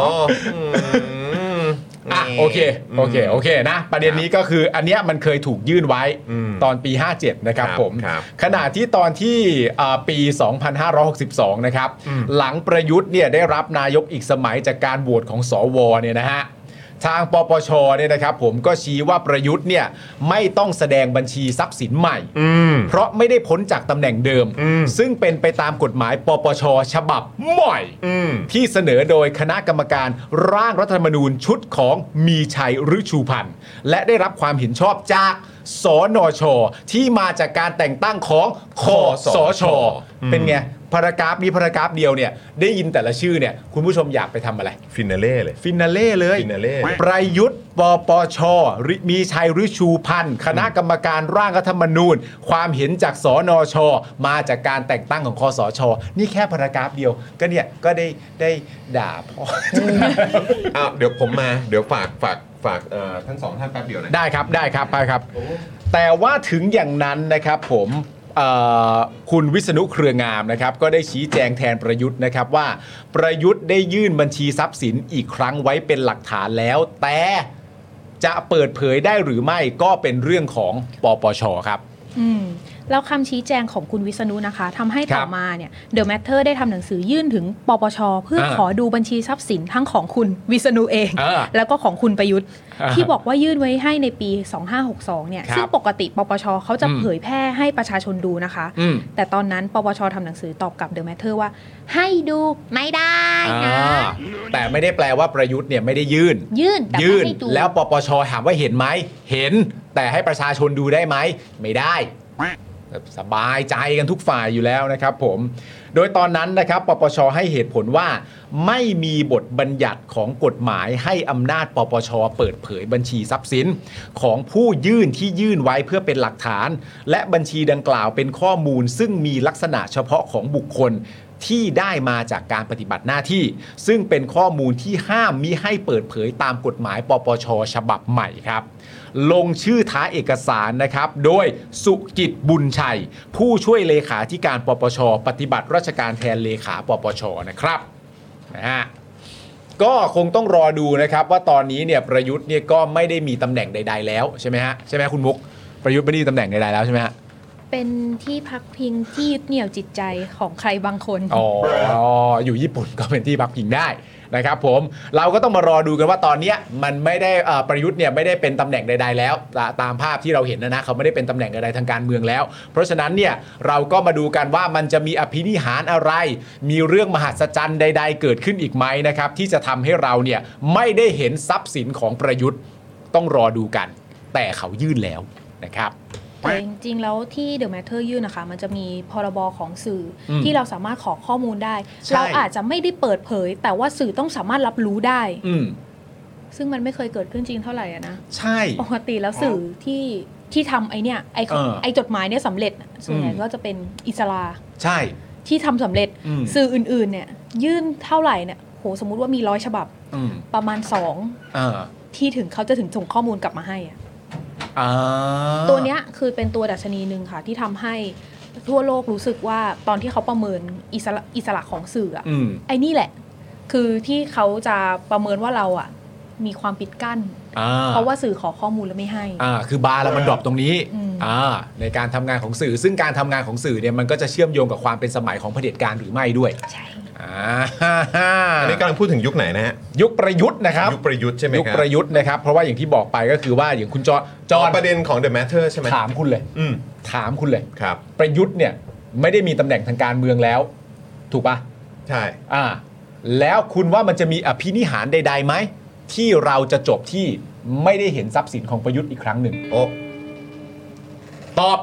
อ่ะโอเคโอเคโอเคนะประเด็นนี้ก็คืออันเนี้ยมันเคยถูกยื่นไว้ตอนปีห้าเจ็ดนะครับผมขณะที่ตอนที่ปีสองพันห้าร้อยหกสิบสองนะครับหลังประยุทธ์เนี่ยได้รับนายกอีกสมัยจากการโหวตของสวเนี่ยนะฮะทางปปชเนี่ยนะครับผมก็ชี้ว่าประยุทธ์เนี่ยไม่ต้องแสดงบัญชีทรัพย์สินใหม่เพราะไม่ได้พ้นจากตำแหน่งเดิมซึ่งเป็นไปตามกฎหมายปปชฉบับใหม่ที่เสนอโดยคณะกรรมการร่างรัฐธรรมนูญชุดของมีชัยฤชุพันธ์และได้รับความเห็นชอบจากสนช.ที่มาจากการแต่งตั้งของคสช.เป็นไงพารากราฟนี้พารากราฟเดียวเนี่ยได้ยินแต่ละชื่อเนี่ยคุณผู้ชมอยากไปทำอะไรฟินาเล่เลยฟินาเล่เลยฟินาเล่ประยุทธ์ปปช.มีชัยฤชูพันธ์คณะกรรมการร่างรัฐธรรมนูญความเห็นจากสนช.มาจากการแต่งตั้งของคสช.นี่แค่พารากราฟเดียวก็เนี่ยก็ได้ได้ด่าพ่ออ้าวเดี๋ยวผมมาเดี๋ยวฝากฝากฝากทั้งสองท่านแป๊บเดียวนะได้ครับได้ครับไปครับแต่ว่าถึงอย่างนั้นนะครับผมคุณวิษณุเครืองามนะครับก็ได้ชี้แจงแทนประยุทธ์นะครับว่าประยุทธ์ได้ยื่นบัญชีทรัพย์สินอีกครั้งไว้เป็นหลักฐานแล้วแต่จะเปิดเผยได้หรือไม่ก็เป็นเรื่องของปปช.ครับอืมแล้วคำชี้แจงของคุณวิษณุนะคะทำให้ต่อมาเนี่ย The Matter ได้ทำหนังสือยื่นถึงปปช.เพื่อขอดูบัญชีทรัพย์สินทั้งของคุณวิษณุเองแล้วก็ของคุณประยุทธ์ที่บอกว่ายื่นไว้ให้ในปีสองพันห้าร้อยหกสิบสองเนี่ยซึ่งปกติปปช.เขาจะเผยแพร่ให้ประชาชนดูนะคะแต่ตอนนั้นปปช.ทำหนังสือตอบกับ The Matter ว่าให้ดูไม่ได้นะแต่ไม่ได้แปลว่าประยุทธ์เนี่ยไม่ได้ยื่นยื่นแต่ไม่ให้ดูแล้วปปช.ถามว่าเห็นไหมเห็นแต่ให้ประชาชนดูได้ไหมไม่ได้สบายใจกันทุกฝ่ายอยู่แล้วนะครับผมโดยตอนนั้นนะครับปปช.ให้เหตุผลว่าไม่มีบทบัญญัติของกฎหมายให้อำนาจปปช.เปิดเผยบัญชีทรัพย์สินของผู้ยื่นที่ยื่นไว้เพื่อเป็นหลักฐานและบัญชีดังกล่าวเป็นข้อมูลซึ่งมีลักษณะเฉพาะของบุคคลที่ได้มาจากการปฏิบัติหน้าที่ซึ่งเป็นข้อมูลที่ห้ามมิให้เปิดเผยตามกฎหมายปปช.ฉบับใหม่ครับลงชื่อท้ายเอกสารนะครับโดยสุกิจบุญชัยผู้ช่วยเลขาธิการปปช.ปฏิบัติราชการแทนเลขาปปช.นะครับนะฮะก็คงต้องรอดูนะครับว่าตอนนี้เนี่ยประยุทธ์เนี่ยก็ไม่ได้มีตำแหน่งใดๆแล้วใช่ไหมฮะใช่ไหมคุณมุกประยุทธ์ไม่ได้มีตำแหน่งใดๆแล้วใช่ไหมฮะเป็นที่พักพิงที่ยึดเหนี่ยวจิตใจของใครบางคนอ๋ออยู่ญี่ปุ่นก็เป็นที่พักพิงได้นะครับผมเราก็ต้องมารอดูกันว่าตอนนี้มันไม่ได้ประยุทธ์เนี่ยไม่ได้เป็นตำแหน่งใดๆแล้วตามภาพที่เราเห็นนะนะเขาไม่ได้เป็นตำแหน่งใดๆทางการเมืองแล้วเพราะฉะนั้นเนี่ยเราก็มาดูกันว่ามันจะมีอภินิหารอะไรมีเรื่องมหัศจรรย์ใดๆเกิดขึ้นอีกไหมนะครับที่จะทำให้เราเนี่ยไม่ได้เห็นทรัพย์สินของประยุทธ์ต้องรอดูกันแต่เขายื่นแล้วนะครับแต่จริงๆแล้วที่ The Matter ยื่นนะคะมันจะมีพรบของสื่อที่เราสามารถขอข้อมูลได้เราอาจจะไม่ได้เปิดเผยแต่ว่าสื่อต้องสามารถรับรู้ได้ซึ่งมันไม่เคยเกิดขึ้นจริงเท่าไหร่อะนะใช่ปกติแล้วสื่อที่ที่ทำไอเนี่ยไอไอจดหมายเนี่ยสำเร็จส่วนใหญ่ก็จะเป็นอิสราใช่ที่ทำสำเร็จสื่ออื่นๆเนี่ยยื่นเท่าไหร่เนี่ยโหสมมุติว่ามีร้อยฉบับประมาณสองที่ถึงเขาจะถึงส่งข้อมูลกลับมาให้อะตัวเนี้ยคือเป็นตัวดัชนีหนึ่งค่ะที่ทำให้ทั่วโลกรู้สึกว่าตอนที่เขาประเมินอิสระอิสระของสื่ออ่ะไอ้นี่แหละคือที่เขาจะประเมินว่าเราอ่ะมีความปิดกั้นเพราะว่าสื่อขอข้อมูลแล้วไม่ให้อ่าคือบาร์แล้วมันดรอปตรงนี้อ่าในการทำงานของสื่อซึ่งการทำงานของสื่อเนี่ยมันก็จะเชื่อมโยงกับความเป็นสมัยของเผด็จการหรือไม่ด้วยใช่อันนี้กำลังพูดถึงยุคไหนนะฮะยุคประยุทธ์นะครับยุคประยุทธ์ใช่ไหมครับยุคประยุทธ์นะครับเพราะว่าอย่างที่บอกไปก็คือว่าอย่างคุณจอจอประเด็นของ The Matter ใช่ไหมถามคุณเลยถามคุณเลยครับประยุทธ์เนี่ยไม่ได้มีตำแหน่งทางการเมืองแล้วถูกปะใช่อ่าแล้วคุณว่ามันจะมีอภินิหารใดๆไหมที่เราจะจบที่ไม่ได้เห็นทรัพย์สินของประยุทธ์อีกครั้งหนึ่งโอ้ตอบ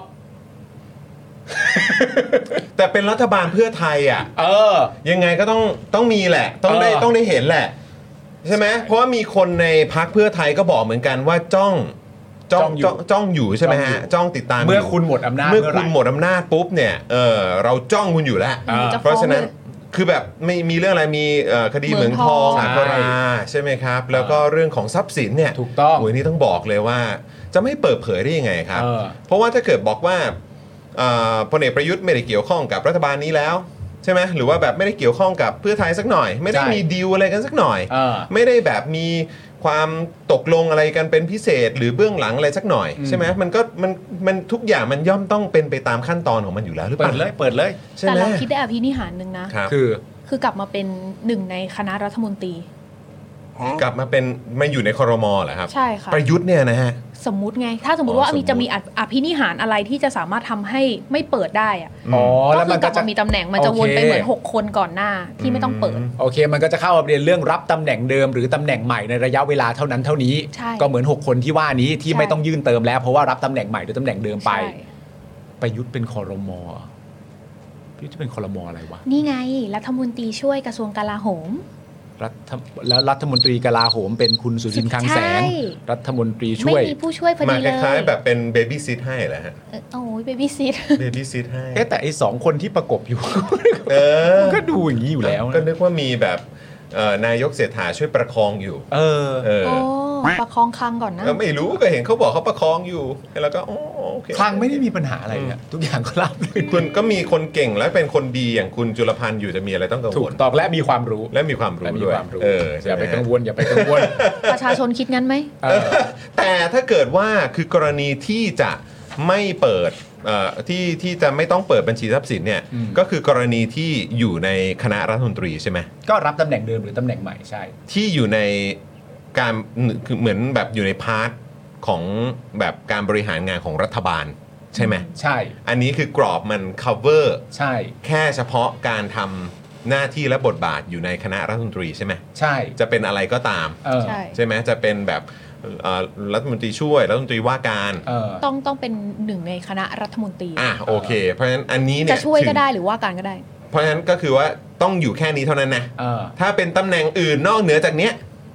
แต่เป็นรัฐบาลเพื่อไทยอ่ะเออยังไงก็ต้องต้องมีแหละต้องได้ต้องได้เห็นแหละใช่ไหมเพราะว่ามีคนในพรรคเพื่อไทยก็บอกเหมือนกันว่าจ้องจ้องจ้องจ้องอยู่ใช่ไหมฮะจ้องติดตามเมื่อคุณหมดอำนาจเมื่อคุณหมดอำนาจปุ๊บเนี่ยเออเราจ้องคุณอยู่แล้วเพราะฉะนั้นคือแบบไม่มีเรื่องอะไรมีคดีเหมืองทองอัคราใช่ไหมครับแล้วก็เรื่องของทรัพย์สินเนี่ยถูกต้องโอ้ยนี่ต้องบอกเลยว่าจะไม่เปิดเผยได้ยังไงครับเพราะว่าถ้าเกิดบอกว่าพลเอกประยุทธ์ไม่ได้เกี่ยวข้องกับรัฐบาลนี้แล้วใช่ไหมหรือว่าแบบไม่ได้เกี่ยวข้องกับเพื่อไทยสักหน่อยไม่ได้มีดีลอะไรกันสักหน่อยไม่ได้แบบมีความตกลงอะไรกันเป็นพิเศษหรือเบื้องหลังอะไรสักหน่อยใช่ไหมมันก็มันมันทุกอย่างมันย่อมต้องเป็นไปตามขั้นตอนของมันอยู่แล้วหรือเปล่าเปิดเลยเปิดเลยแต่เราคิดได้อภินิหารหนึ่งนะคือคือกลับมาเป็นหนึ่งในคณะรัฐมนตรีกลับมาเป็นมาอยู่ในครม.เหรอครับใช่ค่ะประยุทธ์เนี่ยนะฮะสมมุติไงถ้าสมมุติว่ามีจะมีอภินิหารอะไรที่จะสามารถทำให้ไม่เปิดได้อะก็คือกลับมามีตำแหน่งมันจะวนไปเหมือนหกคนก่อนหน้าที่ไม่ต้องเปิดโอเคมันก็จะเข้าประเด็นเรื่องรับตำแหน่งเดิมหรือตำแหน่งใหม่ในระยะเวลาเท่านั้นเท่านี้ก็เหมือนหกคนที่ว่านี้ที่ไม่ต้องยื่นเติมแล้วเพราะว่ารับตำแหน่งใหม่หรือตำแหน่งเดิมไปประยุทธ์เป็นครม.ประยุทธ์จะเป็นครม.อะไรวะนี่ไงรัฐมนตรีช่วยกระทรวงกลาโหมแล้วรัฐมนตรีกลาโหมเป็นคุณสุทินคลังแสงรัฐมนตรีช่วยไม่มีผู้ช่วยพอดีเลยมาคล้ายๆแบบเป็นเบบี้ซิทให้แหละฮะโอ้ยเบบี้ซิทเบบี้ซิทให้แต่ไอ้สองคนที่ประกบอยู่เออก็ดูอย่างนี้อยู่แล้วก็นึกว่ามีแบบนายกเศรษฐาช่วยประคองอยู่เออเออประคองคลังก่อนนะไม่รู้ก็เห็นเขาบอกเขาประคองอยู่แล้วก็โอเคคลังไม่ได้มีปัญหาอะไรเนี่ยทุกอย่างก็ราบรื่นคุณก็มีคนเก่งและเป็นคนดีอย่างคุณจุลพันธ์อยู่จะมีอะไรต้องกังวลตอบและมีความรู้และมีความรู้ด้วยเอออย่าไปกังวลอย่าไปกังวลประชาชนคิดงั้นไหมแต่ถ้าเกิดว่าคือกรณีที่จะไม่เปิดที่ที่จะไม่ต้องเปิดบัญชีทรัพย์สินเนี่ยก็คือกรณีที่อยู่ในคณะรัฐมนตรีใช่ไหมก็รับตำแหน่งเดิมหรือตำแหน่งใหม่ใช่ที่อยู่ในการคือเหมือนแบบอยู่ในพาร์ทของแบบการบริหารงานของรัฐบาลใช่ไหมใช่อันนี้คือกรอบมัน cover ใช่แค่เฉพาะการทำหน้าที่และบทบาทอยู่ในคณะรัฐมนตรีใช่ไหมใช่จะเป็นอะไรก็ตามใช่ใช่ไหมจะเป็นแบบรัฐมนตรีช่วยรัฐมนตรีว่าการต้องต้องเป็นหนึ่งในคณะรัฐมนตรีอ่ะโอเคเพราะฉะนั้นอันนี้เนี่ยจะช่วยก็ได้หรือว่าการก็ได้เพราะฉะนั้นก็คือว่าต้องอยู่แค่นี้เท่านั้นนะถ้าเป็นตำแหน่งอื่นนอกเหนือจากเนี้ย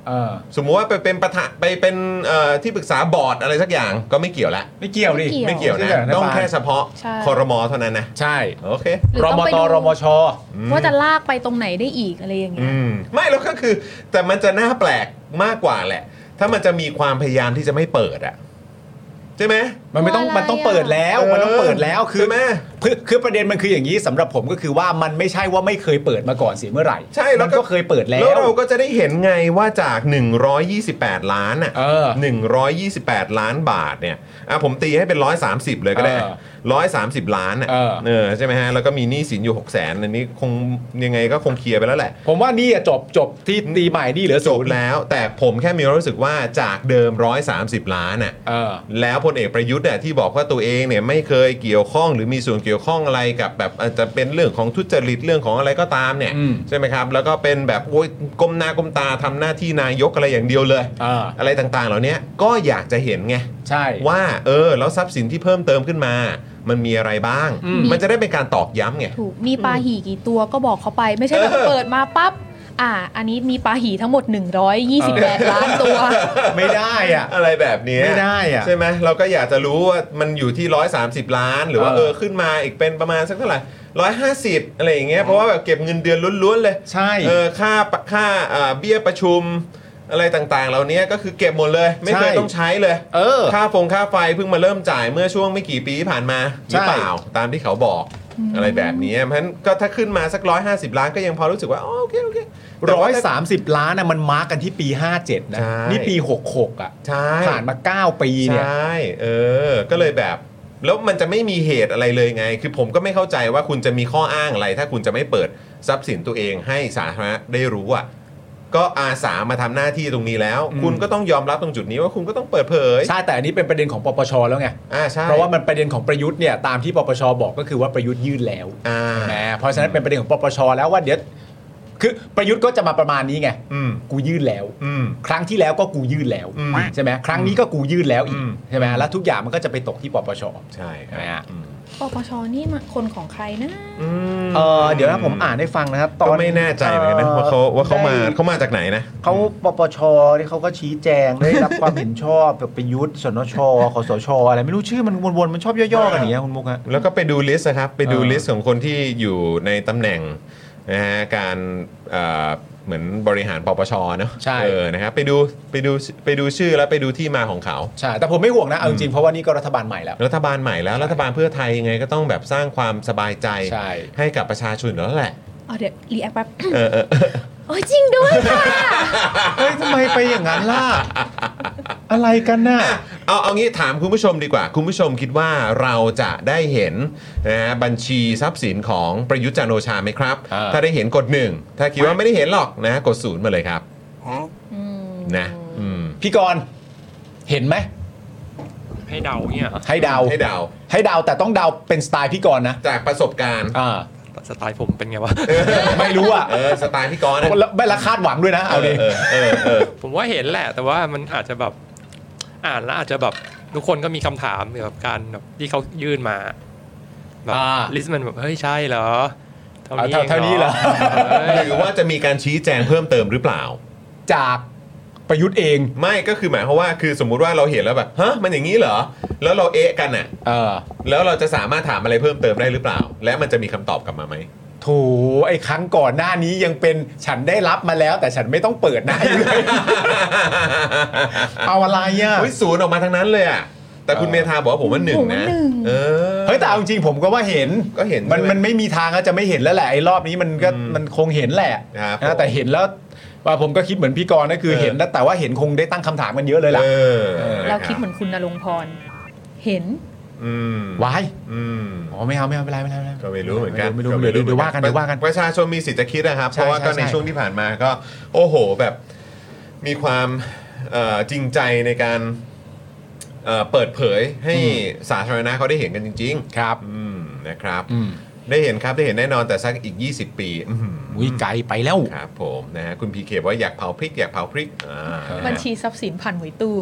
เออสมมุติว่าไปเป็นประธานไปเป็นเอ่อที่ปรึกษาบอร์ดอะไรสักอย่างก็ไม่เกี่ยวละไม่เกี่ยวดิไม่เกี่ยวไม่เกี่ยวนะต้องแค่เฉพาะใช่ครมเท่านั้นนะใช่โอเคหรือรต้องมไปตดูรมชว่าจะลากไปตรงไหนได้อีกอะไรอย่างเงี้อืยมไม่แล้วก็คือแต่มันจะน่าแปลกมากกว่าแหละ ถ้ามันจะมีความพยายามที่จะไม่เปิดอะใช่ไหมมันไม่ต้องว่าอะไรมันต้องเปิดแล้วเออมันต้องเปิดแล้วคือใช่ไหมคือคือประเด็นมันคืออย่างนี้สำหรับผมก็คือว่ามันไม่ใช่ว่าไม่เคยเปิดมาก่อนเสียเมื่อไหร่ใช่แล้วมันก็เคยเปิดแล้แล้ววเราก็จะได้เห็นไงว่าจากหนึ่งร้อยยี่สิบแปดล้านอ่ะเออหนึ่งร้อยยี่สิบแปดล้านบาทเนี่ยอ่ะผมตีให้เป็นหนึ่งร้อยสามสิบเลยก็ได้เออหนึ่งร้อยสามสิบล้านอ่ะเออเออใช่ไหมฮะแล้วก็มีหนี้สินอยู่หกแสนอันนี้คงยังไงก็คงเคลียร์ไปแล้วแหละผมว่านี่อะจบจบที่ตีใหม่นี่เหลือจศูบนย์แล้วแต่ผมแค่มีความรู้สึกว่าจากเดิมหนึ่งร้อยสามสิบล้านอ่ะเออแล้วพลเอกประยุทธ์เนี่ยที่บอกว่าตัวเองเนี่ยไม่เคยเกี่ยวข้องหรือมีส่วนเกี่ยวข้องอะไรกับแบบอาจจะเป็นเรื่องของทุจริตเรื่องของอะไรก็ตามเนี่ยอืมใช่ไหมครับแล้วก็เป็นแบบโอ้ยก้มหน้าก้มตาทำหน้าที่นายกอะไรอย่างเดียวเลยอ่าอะไรต่างๆ เหล่านี้ก็อยากจะเห็นไงใช่ว่าเออแล้วทรัพย์สินที่เพิ่มเติมขึ้นมา มันมีอะไรบ้างอืมมันจะได้เป็นการตอกย้ำไงถูกมีปลาหี่กี่ตัวก็บอกเขาไป ไม่ใช่แบบเออเปิดมาปั๊บอ่า อันนี้มีปลาหี่ทั้งหมดหนึ่งร้อยยี่สิบแปดล้านตัวไม่ได้อ่ะอะไรแบบนี้ไม่ได้อะใช่ไหมเราก็อยากจะรู้ว่ามันอยู่ที่หนึ่งร้อยสามสิบล้าน หรือว่าเออเออขึ้นมาอีกเป็นประมาณสักเท่าไหร่หนึ่งร้อยห้าสิบอะไรอย่างเงี้ยเพราะว่าแบบเก็บเงินเดือนล้วนๆเลยใช่เออค่าค่าอ่าเบี้ยประชุมอะไรต่างๆ เหล่านี้ก็คือเก็บหมดเลย ไม่เคยใช่ต้องใช้เลยเออค่าฟงค่าไฟเพิ่งมาเริ่มจ่ายเมื่อช่วงไม่กี่ปีที่ผ่านมาหรือเปล่าตามที่เขาบอกอะไรแบบนี้เพราะฉะนั้นก็ถ้าขึ้นมาสักร้อยห้าสิบล้านก็ยังพอรู้สึกว่าอ๋อโอเคโอเคแต่ร้อว่าย ถ้าสามสิบล้านนะมันมาร์กกันที่ปีห้าเจ็ดนะใช่นี่ปีหกหกอ่ะใช่ผ่านมาเก้าปีเนี่ยใช่เออก็เลยแบบแล้วมันจะไม่มีเหตุอะไรเลยไง คือผมก็ไม่เข้าใจว่าคุณจะมีข้ออ้างอะไร ถ้าคุณจะไม่เปิดทรัพย์สินตัวเองให้สาธารณะได้รู้อ่ะก็อาสามาทำหน้าที่ตรงนี้แล้วอืมคุณก็ต้องยอมรับตรงจุดนี้ว่าคุณก็ต้องเปิดเผยใช่แต่อันนี้เป็นประเด็นของปปชแล้วไงอ่าใช่เพราะว่ามันประเด็นของประยุทธ์เนี่ยตามที่ปปชบอกก็คือว่าประยุทธ์ยื่นแล้วอ่าแหมเพราะฉะนั้นเป็นประเด็นของปปชแล้วว่าเดี๋ยวคือประยุทธ์ก็จะมาประมาณนี้ไงอืมกูยื่นแล้วอืมครั้งที่แล้วก็กูยื่นแล้วอืมใช่ไหมครั้งนี้ก็กูยื่นแล้วอีกอืมใช่ไหมแล้วทุกอย่างมันก็จะไปตกที่ปปชใช่คใช่ไหมรัฮะบอืมปปชนี่มาคนของใครนะอืมเออเดี๋ยวนะผมอ่านให้ฟังนะครับตก็อนไม่แน่ใจเหมือนกันนะว่าเขาว่าเขามาเขามาจากไหนนะเขาปปชที่เขาก็ชี้แจงได้รับความเห็นชอบแบบประยุทธ์สนชคสชอะไรไม่รู้ชื่อมันวนๆมันชอบย่อๆกันอย่างเงี้ยคุณมุกฮะแล้วก็ไปดูลิสต์นะครับ ไปดูเออลิสต์ของคนที่อยู่ในตำแหน่งนะฮะการเอ่อเหมือนบริหารปปชเนอะใช่เออนะครับไปดูไปดูไปดูชื่อแล้วไปดูที่มาของเขาใช่แต่ผมไม่ห่วงนะเอาจริงๆเพราะว่านี่ก็รัฐบาลใหม่แล้วรัฐบาลใหม่แล้วรัฐบาลเพื่อไทยยังไงก็ต้องแบบสร้างความสบายใจใช่ให้กับประชาชนอยู่แล้วแหละอ๋อเดี๋ยวรีแอคแป๊บเออเออโอ้ยจริงด้วยค่ะเฮ้ยทำไมไปอย่างนั้นล่ะ อะไรกันน่ะเอาเอางี้ถามคุณผู้ชมดีกว่า คุณผู้ชมคิดว่าเราจะได้เห็นนะฮะบัญชีทรัพย์สินของประยุทธ์จันทร์โอชาไหมครับอ่าถ้าได้เห็นกดหนึ่งถ้าคิดว่าไม่ได้เห็นหรอกนะกดศูนย์มาเลยครับนะอืมพี่กรณ์เห็นไหมให้เดาเนี่ยเหรอให้เดาให้เดาให้เดาแต่ต้องเดาเป็นสไตล์พี่กรณ์นะจากประสบการณ์อ่าสไตล์ผมเป็นไงวะไม่รู้อ่ะเออสไตล์พี่กรณ์นะแล้วไม่ละคาดหวังด้วยนะเอาดิเออเออเออผมว่าเห็นแหละ แต่ว่ามันอาจจะแบบอ่านแล้วอาจจะแบบทุกคนก็มีคำถามเกี่ยวกับการแบบที่เขายื่นมาแบบอ่าลิสต์มันแบบเฮ้ยใช่เหรอเท่านี้อ่าเท่าเท่านี้เหรอเฮ้ยหรือว่าจะมีการชี้แจงเพิ่มเติมหรือเปล่าจากประยุทธ์เองไม่ก็คือหมายความว่าคือสมมุติว่าเราเห็นแล้วแบบฮะมันอย่างนี้เหรอแล้วเราเอะกันอ่ะเออแล้วเราจะสามารถถามอะไรเพิ่มเติมได้หรือเปล่า และมันจะมีคำตอบกลับมาไหมโถไอ้ครั้งก่อนหน้านี้ยังเป็นฉันได้รับมาแล้ว แต่ฉันไม่ต้องเปิดหน้าอยู่เลย เอาอะไรอ่ะเฮ้ยศูนย์ออกมาทั้งนั้นเลยอ่ะแต่คุณเออเมธาบอกว่าผมว่าหนึ่งผมว่านะหนึ่งเออเฮ้ยแต่เอาจริงๆผมก็ว่าเห็นก็เห็นมันใช่ไหมมันไม่มีทางจะไม่เห็นแล้วแหละไอ้รอบนี้มันก็อืมมันคงเห็นแหละครับนะแต่เห็นแล้วว่าผมก็คิดเหมือนพี่กรณ์นะคือเออเห็นนะแต่ว่าเห็นคงได้ตั้งคำถามกันเยอะเลยล่ะเออเราคิดเหมือนคุณณรงค์พร เห็นอืมวายอืมอ๋อไม่เอาไม่เอาไม่เป็นไรไม่เป็นไรก็ไม่รู้เหมือนกันไม่รู้ก็ไม่รู้เดี๋ยวว่ากันเดี๋ยวว่ากันประชาชนมีสิทธิ์จะคิดนะครับใช่เพราะว่าก็ใช่ในใช่ช่วงที่ผ่านมาก็ โอ้โหแบบมีความเอ่อจริงใจในการเอ่อเปิดเผยให้สาธารณะเขาได้เห็นกันจริงๆครับอืมนะครับอืมได้เห็นครับได้เห็นแน่นอนแต่สักอีก ยี่สิบ ปีอื้อหืออุ้ยไกลไปแล้วครับผมนะฮะคุณพีเคบอกว่าอยากเผาพริกอยากเผาพริกอ่าบัญชีทรัพย์สินผ่านหวยตู้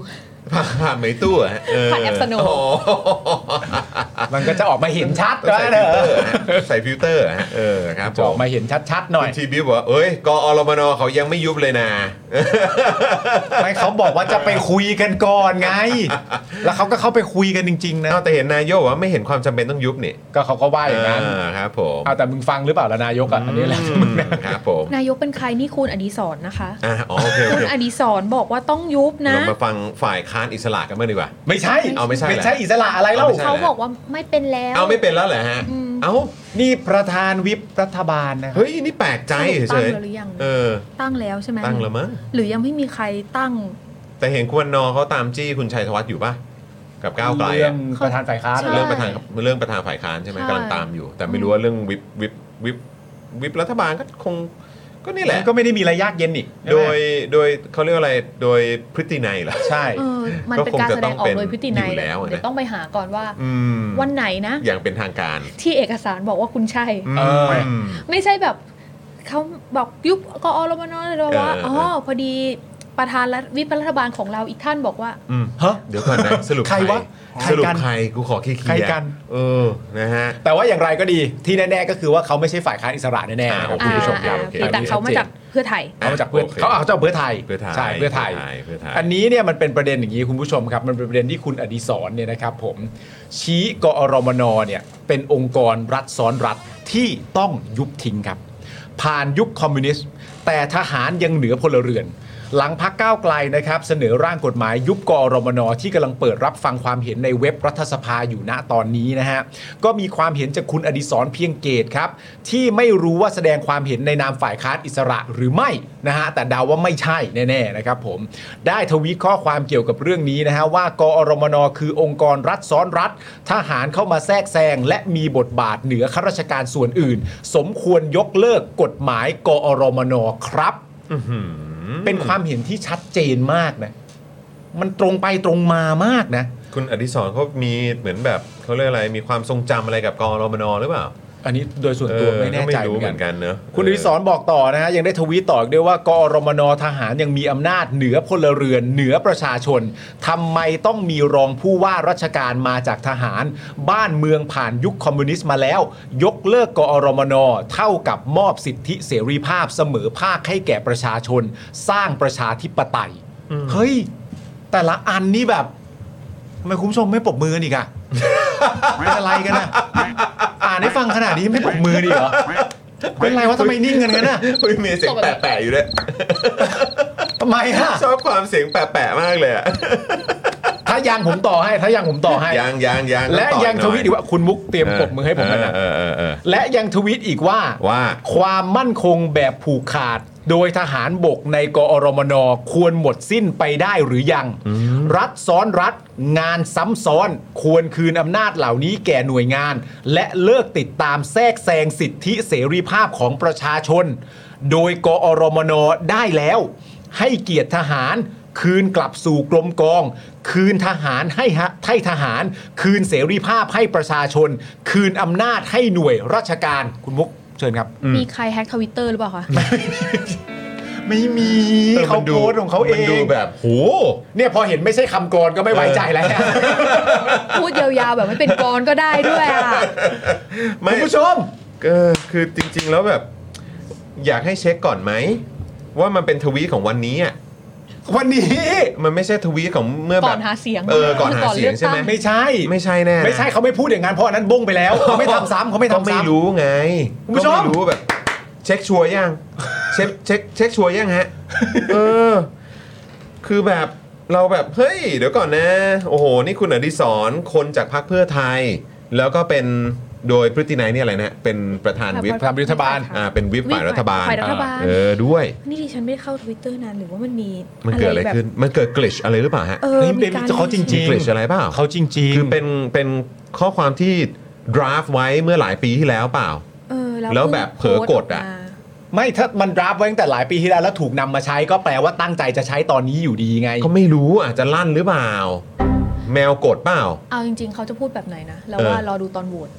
ผ่านผ่านไหมตู้อะเออผ่านแอป Snow อ๋อมันก็จะออกมาเห็นชัดใส่นะฟิลเตอร์ฮะใส่ฟิลเตอร์ฮะเออครับจะออกมาเห็นชัดๆหน่อยคุณทีบิวบอกว่าเอ้ยกอรมนเขายังไม่ยุบเลยนะไม่เขาบอกว่าจะไปคุยกันก่อนไง แล้วเขาก็เข้าไปคุยกันจริงๆนะเอาแต่เห็นนายกว่าไม่เห็นความจำเป็นต้องยุบนี่ก็เขาก็ว่าอย่างนั้นอ่าครับผมเอาแต่มึงฟังหรือเปล่าล่ะนายกอ่ะอันนี้แหละมึงนะครับผมนายกเป็นใครนี่คุณอดิศรนะคะอ่าอ๋อโอเคโอคุณเคอดิศรบอกว่าต้องยุบนะเรามาฟังฝ่ายค้านอิสระกันบ้างดีกว่าไม่ใช่เอาไม่ใช่ไม่ใช่อิสระอะไรเล่าเอาไม่ใช่เขาบอกว่าไม่เป็นแล้วเอาไม่เป็นแล้วเหรอฮะอืมเอ้านี่ประธานวิปรัฐบาลนะครัเฮ้ยนี่แปลกใจสรุปเฉตั้งยแล้วหรือยังๆเออตั้งแล้วใช่ไหมตั้งแล้วมั้งหรือยังไม่มีใครตั้งแต่เห็นคุณวันนอร์เขาตามจี้คุณชัยธวัฒน์อยู่ป่ะกับก้าวไกลเรื่ออะงประธานฝ่ายค้านใช่เรื่องประธานเรื่องประธานฝ่ายค้านใช่ไหมใช่กำลังตามอยู่ แต่ไม่รู้ว่าเรื่องวิปวิปวิปวิปรัฐบาลก็คงก็นี่แหละก็ไม่ได้มีอะไรยากเย็นอีกโดยโดยเขาเรียกว่าอะไรโดยพฤตินัยเหรอใช่เออมันเป็นก็คงการจะแสต้ดองงออกเป็นโดยพฤตินัยอยู่แล้วอะนะเดี๋ยวต้องไปหาก่อนว่าอืมวันไหนนะอย่างเป็นทางการที่เอกสารบอกว่าคุณใช่เออมไม่ใช่แบบเขาบอกยุบกอรมนเลยว่าเออเอออ๋อพอดีประธานรัฐวิปรัฐบาลของเราอีกท่านบอกว่าอืมฮะเดี๋ยวก่อนนะสรุปใครวะสรุปใครกันใครกูขอเคลียร์ใครกันเออนะฮะแต่ว่าอย่างไรก็ดีที่แน่ๆก็คือว่าเขาไม่ใช่ฝ่ายค้านอิสระแน่ๆนะครับอ่าคุณผู้ชมครับโอเคแต่เขามาจากเพื่อไทยเขามาจากเพื่อโอเคเขาเอาจากเพื่อไทยเพื่อไทยใช่เพื่อไทยเพื่อไทยอันนี้เนี่ยมันเป็นประเด็นอย่างนี้คุณผู้ชมครับมันเป็นประเด็นที่คุณอดิศรเนี่ยนะครับผมชี้กอรมนเนี่ยเป็นองค์กรรัฐซ้อนรัฐที่ต้องยุบทิ้งครับ ผ่านยุคคอมมิวนิสต์แต่ทหารยังเหนือพลเรือน หลังพักก้าวไกลนะครับเสนอร่างกฎหมายยุบกอรมนที่กำลังเปิดรับฟังความเห็นในเว็บรัฐสภาอยู่ณตอนนี้นะฮะก็มีความเห็นจากคุณอดิศรเพียงเกตครับที่ไม่รู้ว่าแสดงความเห็นในนามฝ่ายค้านอิสระหรือไม่นะฮะแต่เดาว่าไม่ใช่แน่ๆนะครับผมได้ทวีตข้อความเกี่ยวกับเรื่องนี้นะฮะว่ากอรมนคือองค์กรรัฐซ้อนรัฐทหารเข้ามาแทรกแซงและมีบทบาทเหนือข้าราชการส่วนอื่นสมควรยกเลิกกฎหมายกอรมนครับเป็นความเห็นที่ชัดเจนมากนะมันตรงไปตรงมามากนะคุณอดิศรเขามีเหมือนแบบเขาเรียกอะไรมีความทรงจำอะไรกับกอรมนหรือเปล่าอันนี้โดยส่วนตัวไม่แน่ใจเออก็ไม่รู้เหเหมืมืออน นกักัน นเนอะคุณอดิศรบอกต่อนะฮะยังได้ทวีตต่ออีกด้วยว่ากอรมนทหารยังมีอำนาจเหนือพลเรือนเหนือประชาชนทำไมต้องมีรองผู้ว่าราชการมาจากทหารบ้านเมืองผ่านยุคคอมมิวนิสต์มาแล้วยกเลิกกอรมนเท่ากับมอบสิทธิเสรีภาพเสมอภาคให้แก่ประชาชนสร้างประชาธิปไตยเฮ้ยแต่ละอันนี่แบบทำไมคุณผู้ชมไม่ปรบมือกันอีกอะ เป็นอะไรกันนะอ่านให้ฟังขนาดนี้ไม่ปรบมือดีเหรอเป็นไรวะทำไมนิ่งกันกันน่ะอุ้ยมีเสียงแปะๆอยู่ด้วยทำไมฮะชอบความเสียงแปะๆมากเลยอะถ้ายังผมต่อให้ถ้ายังผมต่อให้ยังยังยังและต้องต่อยังอีทหน่อวีตอีกว่าคุณมุกเตรียมปรบมือให้ผมกันนะเออเออเออและยังทวีตอีกว่าว่าความมั่นคงแบบผูกขาดโดยทหารบกในกอรมนควรหมดสิ้นไปได้หรือยัง รัฐซ้อนรัฐงานซ้ำซ้อนควรคืนอำนาจเหล่านี้แก่หน่วยงาน และเลิกติดตามแทรกแซงสิทธิเสรีภาพของประชาชน โดยกอรมนได้แล้วให้เกียรติทหารคืนกลับสู่กรมกอง คืนทหารให้ให้ทหาร คืนเสรีภาพให้ประชาชน คืนอำนาจให้หน่วยราชการคุณมุกเชิญครับมีใครแฮ็กทวิตเตอร์หรือเปล่าคะไม่มีออเขามันดูโพสต์ของเขาเอมันดูงแบบโหเนี่ยพอเห็นไม่ใช่คำกรก็ไม่ไว้ใจแล้วเนี่ยพูดยาวๆแบบไม่เป็นกรก็ได้ด้วยอ่ะไม่คุณผู้ชมก็คือจริง ๆ แล้วแบบ อยากให้เช็คก่อนไหม ว่ามันเป็นทวีตของวันนี้อ่ะวันนี้มันไม่ใช่ทวีตของเมื่อก่แบอบ นหาเสียงเออก่อนหาเสียงใช่ไหมไม่ใช่ไม่ใช่แน่นะไม่ใช่เขาไม่พูดอย่างนั้นเพราะอันนั้นบ้งไปแล้วเขาไม่ทำซ้ำเขาไม่ก็ทำไม่ซ้ำรู้ไงคุณผู้ชมก็ไม่รู้แบบ เช็คชัวร์ยัง เช็คเช็คเช็คชัวร์ยังฮะ เออ คือแบบเราแบบเฮ้ยเดี๋ยวก่อนนะ โอ้โห นี่คุณอดิศรคนจากพรรคเพื่อไทย แล้วก็เป็นโดยพฤตินัยนี่อะไรนะเป็นประธานวิปประธานรัฐบาลอ่าเป็นวิปฝ่ายรัฐบาลฝ่ายรัฐบาลเออด้วยนี่ดิฉันไม่ได้เข้าทวิตเตอร์นานหรือว่ามันมีมันเกิดอะไรแบบขึ้น มันเกิดกลิชอะไรหรือเปล่าฮะเออเฮ้ยมีเป็นการเขาจริงมีกลิชอะไรเปล่าเขาจริงๆคือเป็นเป็นข้อความที่ draft ไว้เมื่อหลายปีที่แล้วเปล่าเออแล้วแบบเผลอกดอะโพสต์มาไม่ถ้ามันดราฟไว้ตั้งแต่หลายปีที่แล้วแล้วถูกนำมาใช้ก็แปลว่าตั้งใจจะใช้ตอนนี้อยู่ดีไงก็ไม่รู้อาจจะลั่นหรือเปล่า แมวกดเปล่าเอาจริง ๆ เขาจะพูดแบบไหนนะ แล้วเออว่ารอดูตอนโหวต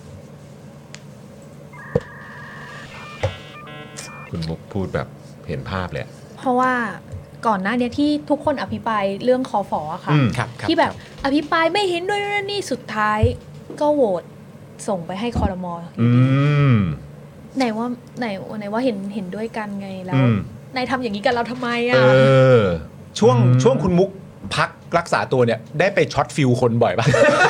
คุณมุกพูดแบบเห็นภาพเลยอะเพราะว่าก่อนหน้านี้ที่ทุกคนอภิปรายเรื่องคอฟอค่ะอืมครับครับที่แบบอภิปรายไม่เห็นด้วยนั่นนี่สุดท้ายก็โหวตส่งไปให้ครม. อืมไหนว่าไหนไหนว่าเห็นเห็นด้วยกันไงแล้วอืมนายทำอย่างนี้กับเราทำไมเออ่ะอช่วงช่วงคุณมุกพักรักษาตัวเนี่ยได้ไปช็อตฟิลคนบ่อยปะ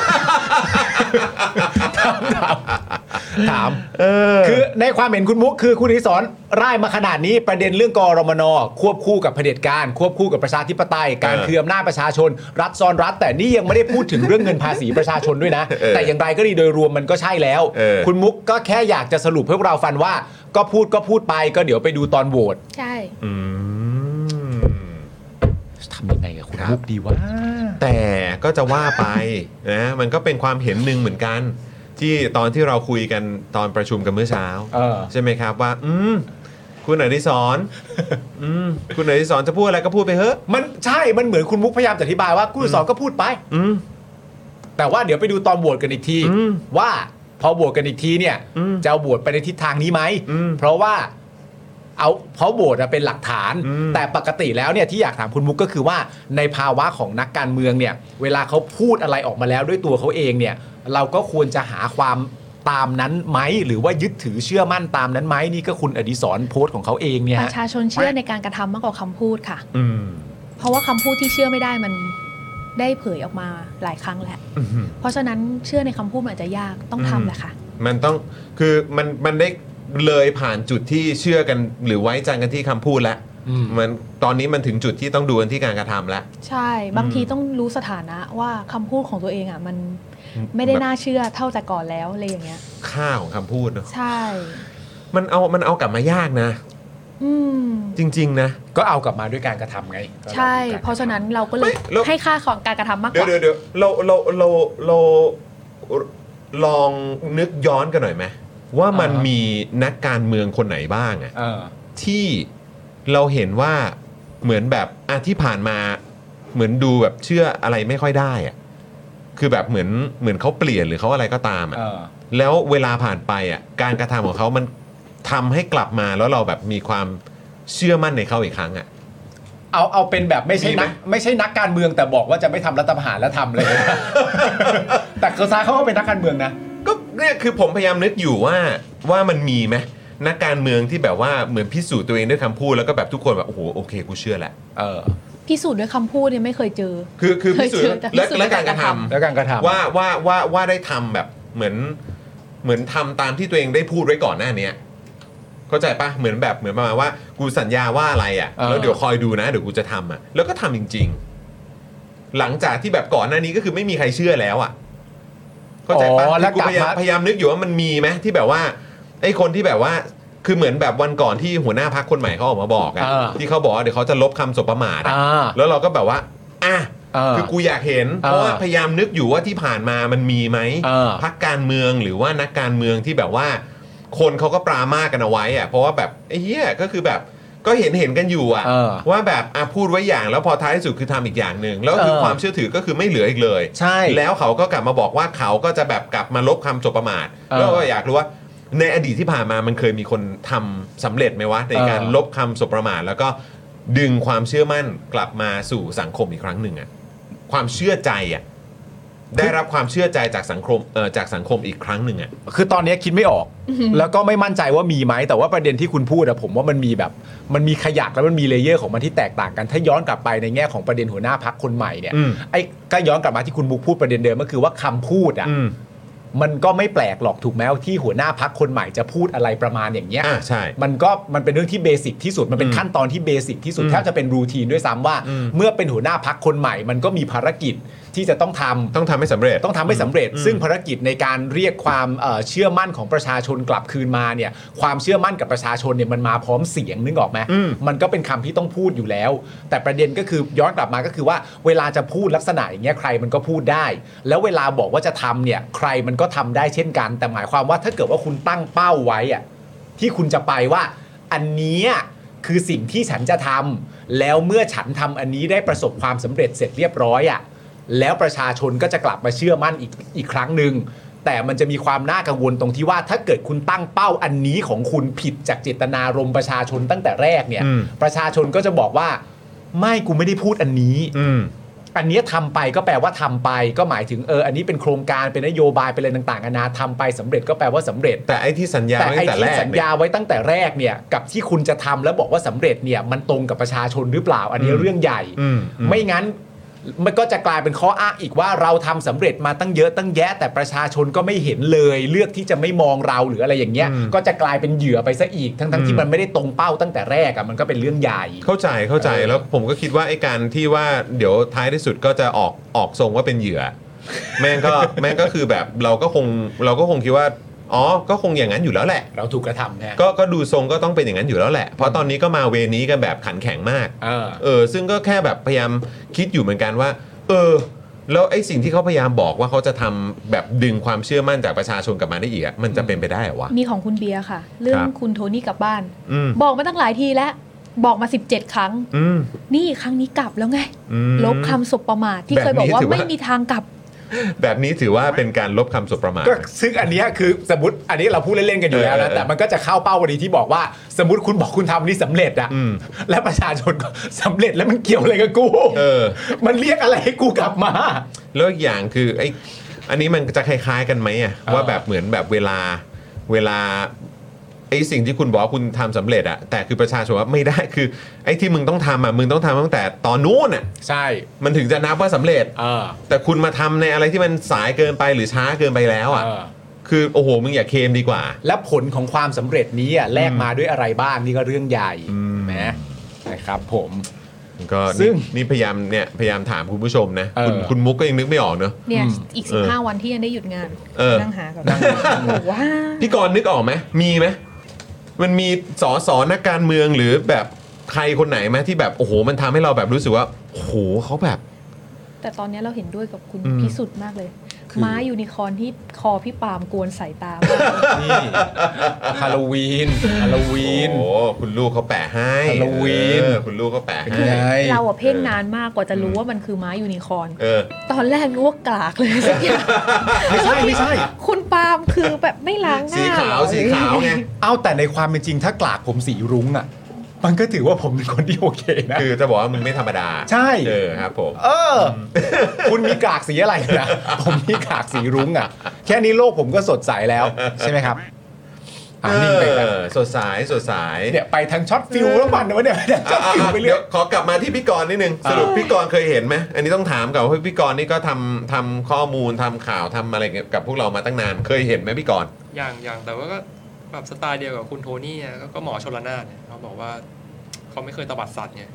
ถามถามถามคือในความเห็นคุณมุกคือคุณอดิศรร่ายมาขนาดนี้ประเด็นเรื่องกรมนควบคู่กับเผด็จการควบคู่กับประชาธิปไตยการเออคืนอำนาจประชาชนรัฐซ้อนรัฐแต่นี่ยังไม่ได้พูดถึงเรื่องเงินภาษีประชาชนด้วยนะเออแต่อย่างไรก็ดีโดยรวมมันก็ใช่แล้วเออคุณมุกก็แค่อยากจะสรุปให้พวกเราฟังว่า ก็พูดก็พูดไปก็เดี๋ยวไปดูตอนโหวตใช่อืมทำยังไงกับคุณมุกดีวะแต่ก็จะว่าไปนะมันก็เป็นความเห็นหนึ่งเหมือนกัน ที่ตอนที่เราคุยกันตอนประชุมกันเมื่อเช้าเออใช่ไหมครับว่า อืมคุณอดิศรอืมคุณอดิศรจะพูดอะไรก็พูดไปเถอะมันใช่มันเหมือนคุณมุกพยายามจะอธิบายว่าคุณอดิศรก็พูดไปอืมแต่ว่าเดี๋ยวไปดูตอนโหวตกันอีกทีอืมว่าพอโหวตกันอีกทีเนี่ยอืมจะเอาโหวตไปในทิศทางนี้ไหมอืมเพราะว่าเอาเพราะโหวตอะเป็นหลักฐานอืมแต่ปกติแล้วเนี่ยที่อยากถามคุณมุกก็คือว่าในภาวะของนักการเมืองเนี่ย เวลาเขาพูดอะไรออกมาแล้วด้วยตัวเขาเองเนี่ย เราก็ควรจะหาความตามนั้นไหมหรือว่ายึดถือเชื่อมั่นตามนั้นไหมนี่ก็คุณอดิศรโพสต์ของเขาเองเนี่ยปฮะระชาชนเชื่อในการกระทำมากกว่าคำพูดค่ะอืมเพราะว่าคำพูดที่เชื่อไม่ได้มันได้เผยออกมาหลายครั้งแล้วอืมเพราะฉะนั้นเชื่อในคำพูดมันอาจจะยากต้องทำแหละค่ะมันต้องคือมันมันได้เลยผ่านจุดที่เชื่อกันหรือไว้ใจกันที่คำพูดแล้วอืมมันตอนนี้มันถึงจุดที่ต้องดูกันที่การกระทำแล้วใช่บางทีต้องรู้สถานะว่าคำพูดของตัวเองอ่ะมันไม่ได้น่าเชื่อเท่าแต่ก่อนแล้วอะไรอย่างเงี้ยค่าของคำพูดเนอะใช่มันเอามันเอากลับมายากนะอืมจริง ๆ นะก็เอากลับมาด้วยการกระทำไงใช่ เพราะฉะนั้นเราก็เลยไม่แล้วให้ค่าของการกระทำมากกเดี๋ยวว่าเดี๋ยวเดี๋ยวเราเราเราเราลองนึกย้อนกันหน่อยไหมว่ามันมีนักการเมืองคนไหนบ้างอะเออที่เราเห็นว่าเหมือนแบบอ่ะที่ผ่านมาเหมือนดูแบบเชื่ออะไรไม่ค่อยได้อะคือแบบเหมือนเหมือนเขาเปลี่ยนหรือเขาอะไรก็ตามอะเออแล้วเวลาผ่านไปอ่ะการกระทำของเขามันทำให้กลับมาแล้วเราแบบมีความเชื่อมั่นในเขาอีกครั้งอ่ะเอาเอาเป็นแบบไม่ใช่มีไหมนักไม่ใช่นักการเมืองแต่บอกว่าจะไม่ทำรัฐประหารแล้วทำเลย แต่เขาซ้ายเขาก็เป็นนักการเมืองนะก็เนี่ยคือผมพยายามนึกอยู่ว่าว่ามันมีไหมนักการเมืองที่แบบว่าเหมือนพิสูจน์ตัวเองด้วยคำพูดแล้วก็แบบทุกคนแบบโอ้โหโอเคกูเชื่อแหละเออพิสูจน์ด้วยคำพูดเนี่ยไม่เคยเจอคือคือพิสูจน์เคยเจอแต่และพิสูจน์และด้วยการกระการกระทำทำแล้วการกระทำว่าว่าว่าว่าได้ทำแบบเหมือนเหมือนทำตามที่ตัวเองได้พูดไว้ก่อนหน้าเนี้ยเข้าใจปะเหมือนแบบเหมือนประมาณว่ากูสัญญาว่าอะไรอ่ะเออแล้วเดี๋ยวคอยดูนะเดี๋ยวกูจะทำอ่ะแล้วก็ทำจริง ๆ หลังจากที่แบบก่อนหน้านี้ก็คือไม่มีใครเชื่อแล้วอ่ะเข้าใจปะอ๋อแล้วคือกูกลับพยายามมาพยายามนึกอยู่ว่ามันมีไหมที่แบบว่าไอ้คนที่แบบว่าคือเหมือนแบบวันก่อนที่หัวหน้าพักคนใหม่เขาออกมาบอกอ่ะเออที่เขาบอกว่าเดี๋ยวเขาจะลบคำสบประมาทอ่ะอ่าแล้วเราก็แบบว่าอ่ะเออคือกูอยากเห็น เพราะว่าพยายามนึกอยู่ว่าที่ผ่านมามันมีไหมเออพรรคการเมืองหรือว่านักการเมืองที่แบบว่า คนเขาก็ปรามาสกันเอาไว้อะเพราะว่าแบบไอ้เหี้ยก็คือแบบก็เห็นเห็นกันอยู่อะเออว่าแบบอ่ะพูดไว้อย่างแล้วพอท้ายที่สุดคือทำอีกอย่างหนึ่งแล้วคือเออความเชื่อถือก็คือไม่เหลืออีกเลยใช่แล้วเขาก็กลับมาบอกว่าเขาก็จะแบบกลับมาลบคำสบประมาทเออแล้วก็อยากรู้ว่าในอดีตที่ผ่านมามันเคยมีคนทำสำเร็จไหมวะในการเออลบคำสบประมาทแล้วก็ดึงความเชื่อมั่นกลับมาสู่สังคมอีกครั้งหนึ่งอะความเชื่อใจอะได้รับความเชื่อใจจากสังคมเอ่อจากสังคมอีกครั้งหนึ่งอะคือตอนนี้คิดไม่ออก แล้วก็ไม่มั่นใจว่ามีไหมแต่ว่าประเด็นที่คุณพูดอะผมว่ามันมีแบบมันมีขยักแล้วมันมีเลเยอร์ของมันที่แตกต่างกัน ถ้าย้อนกลับไปในแง่ของประเด็นหัวหน้าพักคนใหม่เนี่ยอืมไอ้ก็ย้อนกลับมาที่คุณมุกพูดประเด็นเดิมก็คือว่าคำพูดอะอืมมันก็ไม่แปลกหรอกถูกไหมที่หัวหน้าพักคนใหม่จะพูดอะไรประมาณอย่างเงี้ยอ่าใช่มันก็มันเป็นเรื่องที่เบสิกที่สุดมันเป็นอืมขั้นตอนที่เบสิกที่สุดอืมแทบจะเป็นรูทีนด้วยซ้ำว่าอืมเมื่อเป็นหัวหน้าพักคนใหม่ มันก็มีภารกิจที่จะต้องทำต้องทำให้สำเร็จต้องทำให้สำเร็จอืมซึ่งภารกิจในการเรียกความเอ่อเชื่อมั่นของประชาชนกลับคืนมาเนี่ยความเชื่อมั่นกับประชาชนเนี่ยมันมาพร้อมเสียงนึกออกไหมอืมมันก็เป็นคำที่ต้องพูดอยู่แล้ว แต่ประเด็นก็คือย้อนกลับมาก็คือว่าเวลาจะพูดลักษณะอย่างเงี้ยใครมันก็พูดได้ แล้วเวลาบอกว่าจะทำเนี่ยใครมันก็ทำได้เช่นกัน แต่หมายความว่าถ้าเกิดว่าคุณตั้งเป้าไว้อะที่คุณจะไปว่าอันเนี้ยคือสิ่งที่ฉันจะทำแล้วเมื่อฉันทำอันนี้ได้ประสบความสำเร็จเสร็จเรียบร้อยอะแล้วประชาชนก็จะกลับมาเชื่อมั่นอีกอีกครั้งหนึ่งแต่มันจะมีความน่ากังวลตรงที่ว่าถ้าเกิดคุณตั้งเป้าอันนี้ของคุณผิดจากเจตนารมณ์ประชาชนตั้งแต่แรกเนี่ยอืมประชาชนก็จะบอกว่าไม่กูไม่ได้พูดอันนี้อืมอันนี้ทำไปก็แปลว่าทำไปก็หมายถึงเอออันนี้เป็นโครงการเป็นนโยบายเป็นอะไรต่างๆนานาทำไปสำเร็จก็แปลว่าสำเร็จแต่ไอ้ที่สัญญาแต่ไว้ไอ้ตั้งแต่แรที่กสัญญาไว้ตั้งแต่แรกเนี่ยกับที่คุณจะทำแล้วบอกว่าสำเร็จเนี่ยมันตรงกับประชาชนหรือเปล่าอันนี้เรื่องใหญ่ไม่งั้นมันก็จะกลายเป็นข้ออ้างอีกว่าเราทำสำเร็จมาตั้งเยอะตั้งแยะแต่ประชาชนก็ไม่เห็นเลยเลือกที่จะไม่มองเราหรืออะไรอย่างเงี้ยก็จะกลายเป็นเหยื่อไปซะอีกทั้งๆที่มันไม่ได้ตรงเป้าตั้งแต่แรกอ่ะมันก็เป็นเรื่องใหญ่เข้าใจเข้าใจแล้วผมก็คิดว่าไอ้การที่ว่าเดี๋ยวท้ายที่สุดก็จะออกออกทรงว่าเป็นเหยื่อแม่งก็แม่งก็คือแบบเราก็คงเราก็คงคิดว่าอ๋อก็คงอย่างนั้นอยู่แล้วแหละเราถูกกระทำนะก็ก็ดูทรงก็ต้องเป็นอย่างนั้นอยู่แล้วแหละเพราะตอนนี้ก็มาเวนี้กันแบบขันแข็งมากเออเออซึ่งก็แค่แบบพยายามคิดอยู่เหมือนกันว่าเออแล้วไอ้สิ่งที่เขาพยายามบอกว่าเขาจะทำแบบดึงความเชื่อมั่นจากประชาชนกลับมาได้อีกมันจะเป็นไปได้เหรอวะมีของคุณเบียร์ค่ะเรื่องคุณโทนี่กลับบ้านบอกมาตั้งหลายทีแล้วบอกมาสิบเจ็ดครั้งนี่ครั้งนี้กลับแล้วไงลบคำสบประมาทที่เคยบอกว่าไม่มีทางกลับแบบนี้ถือว่าเป็นการลบคำสบประมาทก็ซึ่งอันนี้คือสมมติอันนี้เราพูดเล่นๆกันอยู่แล้วนะแต่มันก็จะเข้าเป้าวันนี้ที่บอกว่าสมมติคุณบอกคุณทำนี่สำเร็จอะและประชาชนก็สำเร็จแล้วมันเกี่ยวอะไรกับกูเออมันเรียกอะไรให้กูกลับมาแล้วอีกอย่างคือไอ้อันนี้มันจะคล้ายๆกันไหมอะว่าแบบเหมือนแบบเวลาเวลาไอ้สิ่งที่คุณบอกคุณทำสำเร็จอะแต่คือประชาชนว่าไม่ได้คือไอ้ที่มึงต้องทำอะมึงต้องทำตั้งแต่ตอนนู้นอะใช่มันถึงจะนับว่าสำเร็จแต่คุณมาทำในอะไรที่มันสายเกินไปหรือช้าเกินไปแล้วอะคือโอ้โหมึงอย่าเคมดีกว่าและผลของความสำเร็จนี้อะแลกมาด้วยอะไรบ้างนี่ก็เรื่องใหญ่นะนะครับผมก็ซึ่งนี่พยายามเนี่ยพยายามถามคุณผู้ชมนะคุณคุณมุกก็ยังนึกไม่ออกเนอะเนี่ยอีกสิบห้าวันที่ยังได้หยุดงานนั่งหากับว่าพี่กรณ์นึกออกไหมมีไหมมันมีสอสอนักการเมืองหรือแบบใครคนไหนไหมที่แบบโอ้โหมันทำให้เราแบบรู้สึกว่าโอ้โหเขาแบบแต่ตอนนี้เราเห็นด้วยกับคุณพิสุทธิ์มากเลยม้ายูนิคอร์นที่คอพี่ปาล์มกวนสายตานี่ฮาโลวีนฮาโลวีนโอ้คุณลูกเขาแปะให้ฮาโลวีนคุณลูกเขาแปะให้เราอะเพ่งนานมากกว่าจะรู้ว่ามันคือม้ายูนิคอร์นตอนแรกรู้ว่ากากเลยสักอย่างไม่ใช่ไม่ใช่คุณปาล์มคือแบบไม่ล้างหน้าสีขาวสีขาวไงเอาแต่ในความเป็นจริงถ้ากากผมสีรุ้งอะมันก็ถือว่าผมเป็นคนที่โอเคนะคือจะบอกว่ามึงไม่ธรรมดาใช่เออครับผมเออคุณมีกากสีอะไรนะผมมีกากสีรุ้งอ่ะแค่นี้โลกผมก็สดใสแล้วใช่ไหมครับอ่านิ่งไปสดใสสดใสเนี่ยไปทางช็อตฟิลแล้วมันนะเนี่ยช็อตฟิลไปเรื่อยขอกลับมาที่พี่กรณ์นิดนึงสรุปพี่กรณ์เคยเห็นไหมอันนี้ต้องถามก่อนว่าพี่กรณ์นี่ก็ทำทำข้อมูลทำข่าวทำอะไรกับพวกเรามาตั้งนานเคยเห็นไหมพี่กรณ์อย่างอย่างแต่ว่าก็แบบสไตล์เดียวกับคุณโทนี่ก็หมอชลนานเนี่ยเขาบอกว่าเขาไม่เคยตบัดสัตว์ไง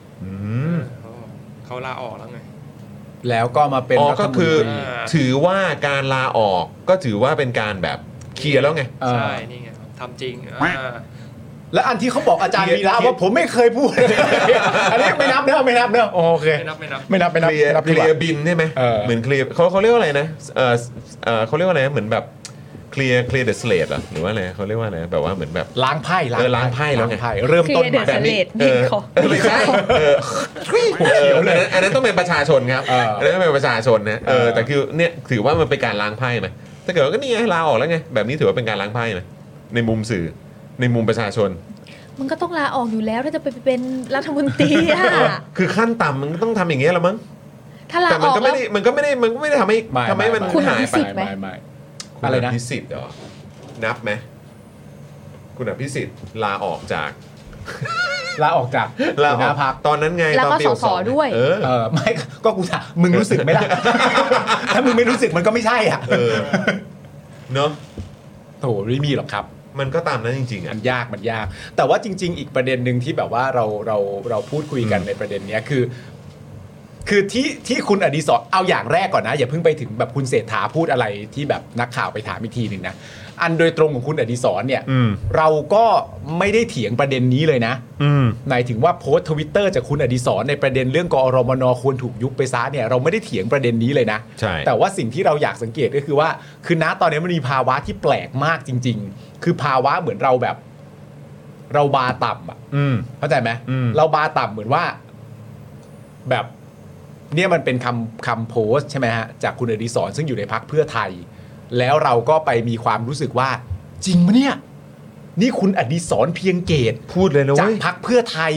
เขาลาออกแล้วไงแล้วก็มาเป็นก็คือถือว่าการลาออกก็ถือว่าเป็นการแบบเคลียร์แล้วไงใช่นี่ไงทำจริงแล้วอันที่เขาบอกอาจารย์วีระว่าผมไม่เคยพูดอันนี้ไม่นับเนอะไม่นับเนอะโอเคไม่นับไม่นับไม่นับไม่นับเคลียร์บินใช่ไหมเหมือนเคลียร์เขาเขาเรียกว่าอะไรนะเออเออเขาเรียกว่าอะไรเหมือนแบบเคลียร์เคลียร์เดอะสเลดเหรอหรือว่าอะไรเขาเรียกว่าอะไรแบบว่าเหมือนแบบล้างไพ่ล้างไพ่แล้วไงเริ่มต้นแบบนี้เออไม่ใช่เอออันนั้นต้องเป็นประชาชนครับอันนั้นต้องเป็นประชาชนนะเออแต่คือเนี่ยถือว่ามันเป็นการล้างไพ่ไหมถ้าเกิดว่าก็นี่ไงลาออกแล้วไงแบบนี้ถือว่าเป็นการล้างไพ่ไหมในมุมสื่อในมุมประชาชนมันก็ต้องลาออกอยู่แล้วถ้าจะไปเป็นรัฐมนตรีอ่ะคือขั้นต่ำมันต้องทำอย่างเงี้ยแล้วมั้งถ้าลาออกแล้วมันก็ไม่ได้มันก็ไม่ได้ทำให้ทำให้มันหายไปอะไรนะพิสิทธิ์เหรอนับไหมคุณอภิสิทธิ์ลาออกจากลาออกจากลาออกพักตอนนั้นไงตอนปีสองด้วยเออไม่ก็กูถามมึงรู้สึกไหมล่ะถ้ามึงไม่รู้สึกมันก็ไม่ใช่อ่ะเนอะโถไม่มีหรอกครับมันก็ตามนั้นจริงๆอ่ะมันยากมันยากแต่ว่าจริงๆอีกประเด็นหนึ่งที่แบบว่าเราเราเราพูดคุยกันในประเด็นนี้คือคือที่ที่คุณอดิศรเอาอย่างแรกก่อนนะอย่าเพิ่งไปถึงแบบคุณเศรษฐาพูดอะไรที่แบบนักข่าวไปถามอีกทีหนึ่งนะอันโดยตรงของคุณอดิศรเนี่ยเราก็ไม่ได้เถียงประเด็นนี้เลยนะหมายถึงว่าโพสต์ทวิตเตอร์จากคุณอดิศรในประเด็นเรื่องกอรมนควรถูกยุบไปซะเนี่ยเราไม่ได้เถียงประเด็นนี้เลยนะแต่ว่าสิ่งที่เราอยากสังเกตก็คือว่าคือณตอนนี้มันมีภาวะที่แปลกมากจริงๆคือภาวะเหมือนเราแบบเราบาต่ำอ่ะเข้าใจไหมเราบาต่ำเหมือนว่าแบบเนี่ยมันเป็นคำคำโพสต์ใช่ไหมฮะจากคุณอดิศรซึ่งอยู่ในพรรคเพื่อไทยแล้วเราก็ไปมีความรู้สึกว่าจริงมะเนี่ยนี่คุณอดิศรเพียงเกตพูดเลยนะจากพรรคเพื่อไทย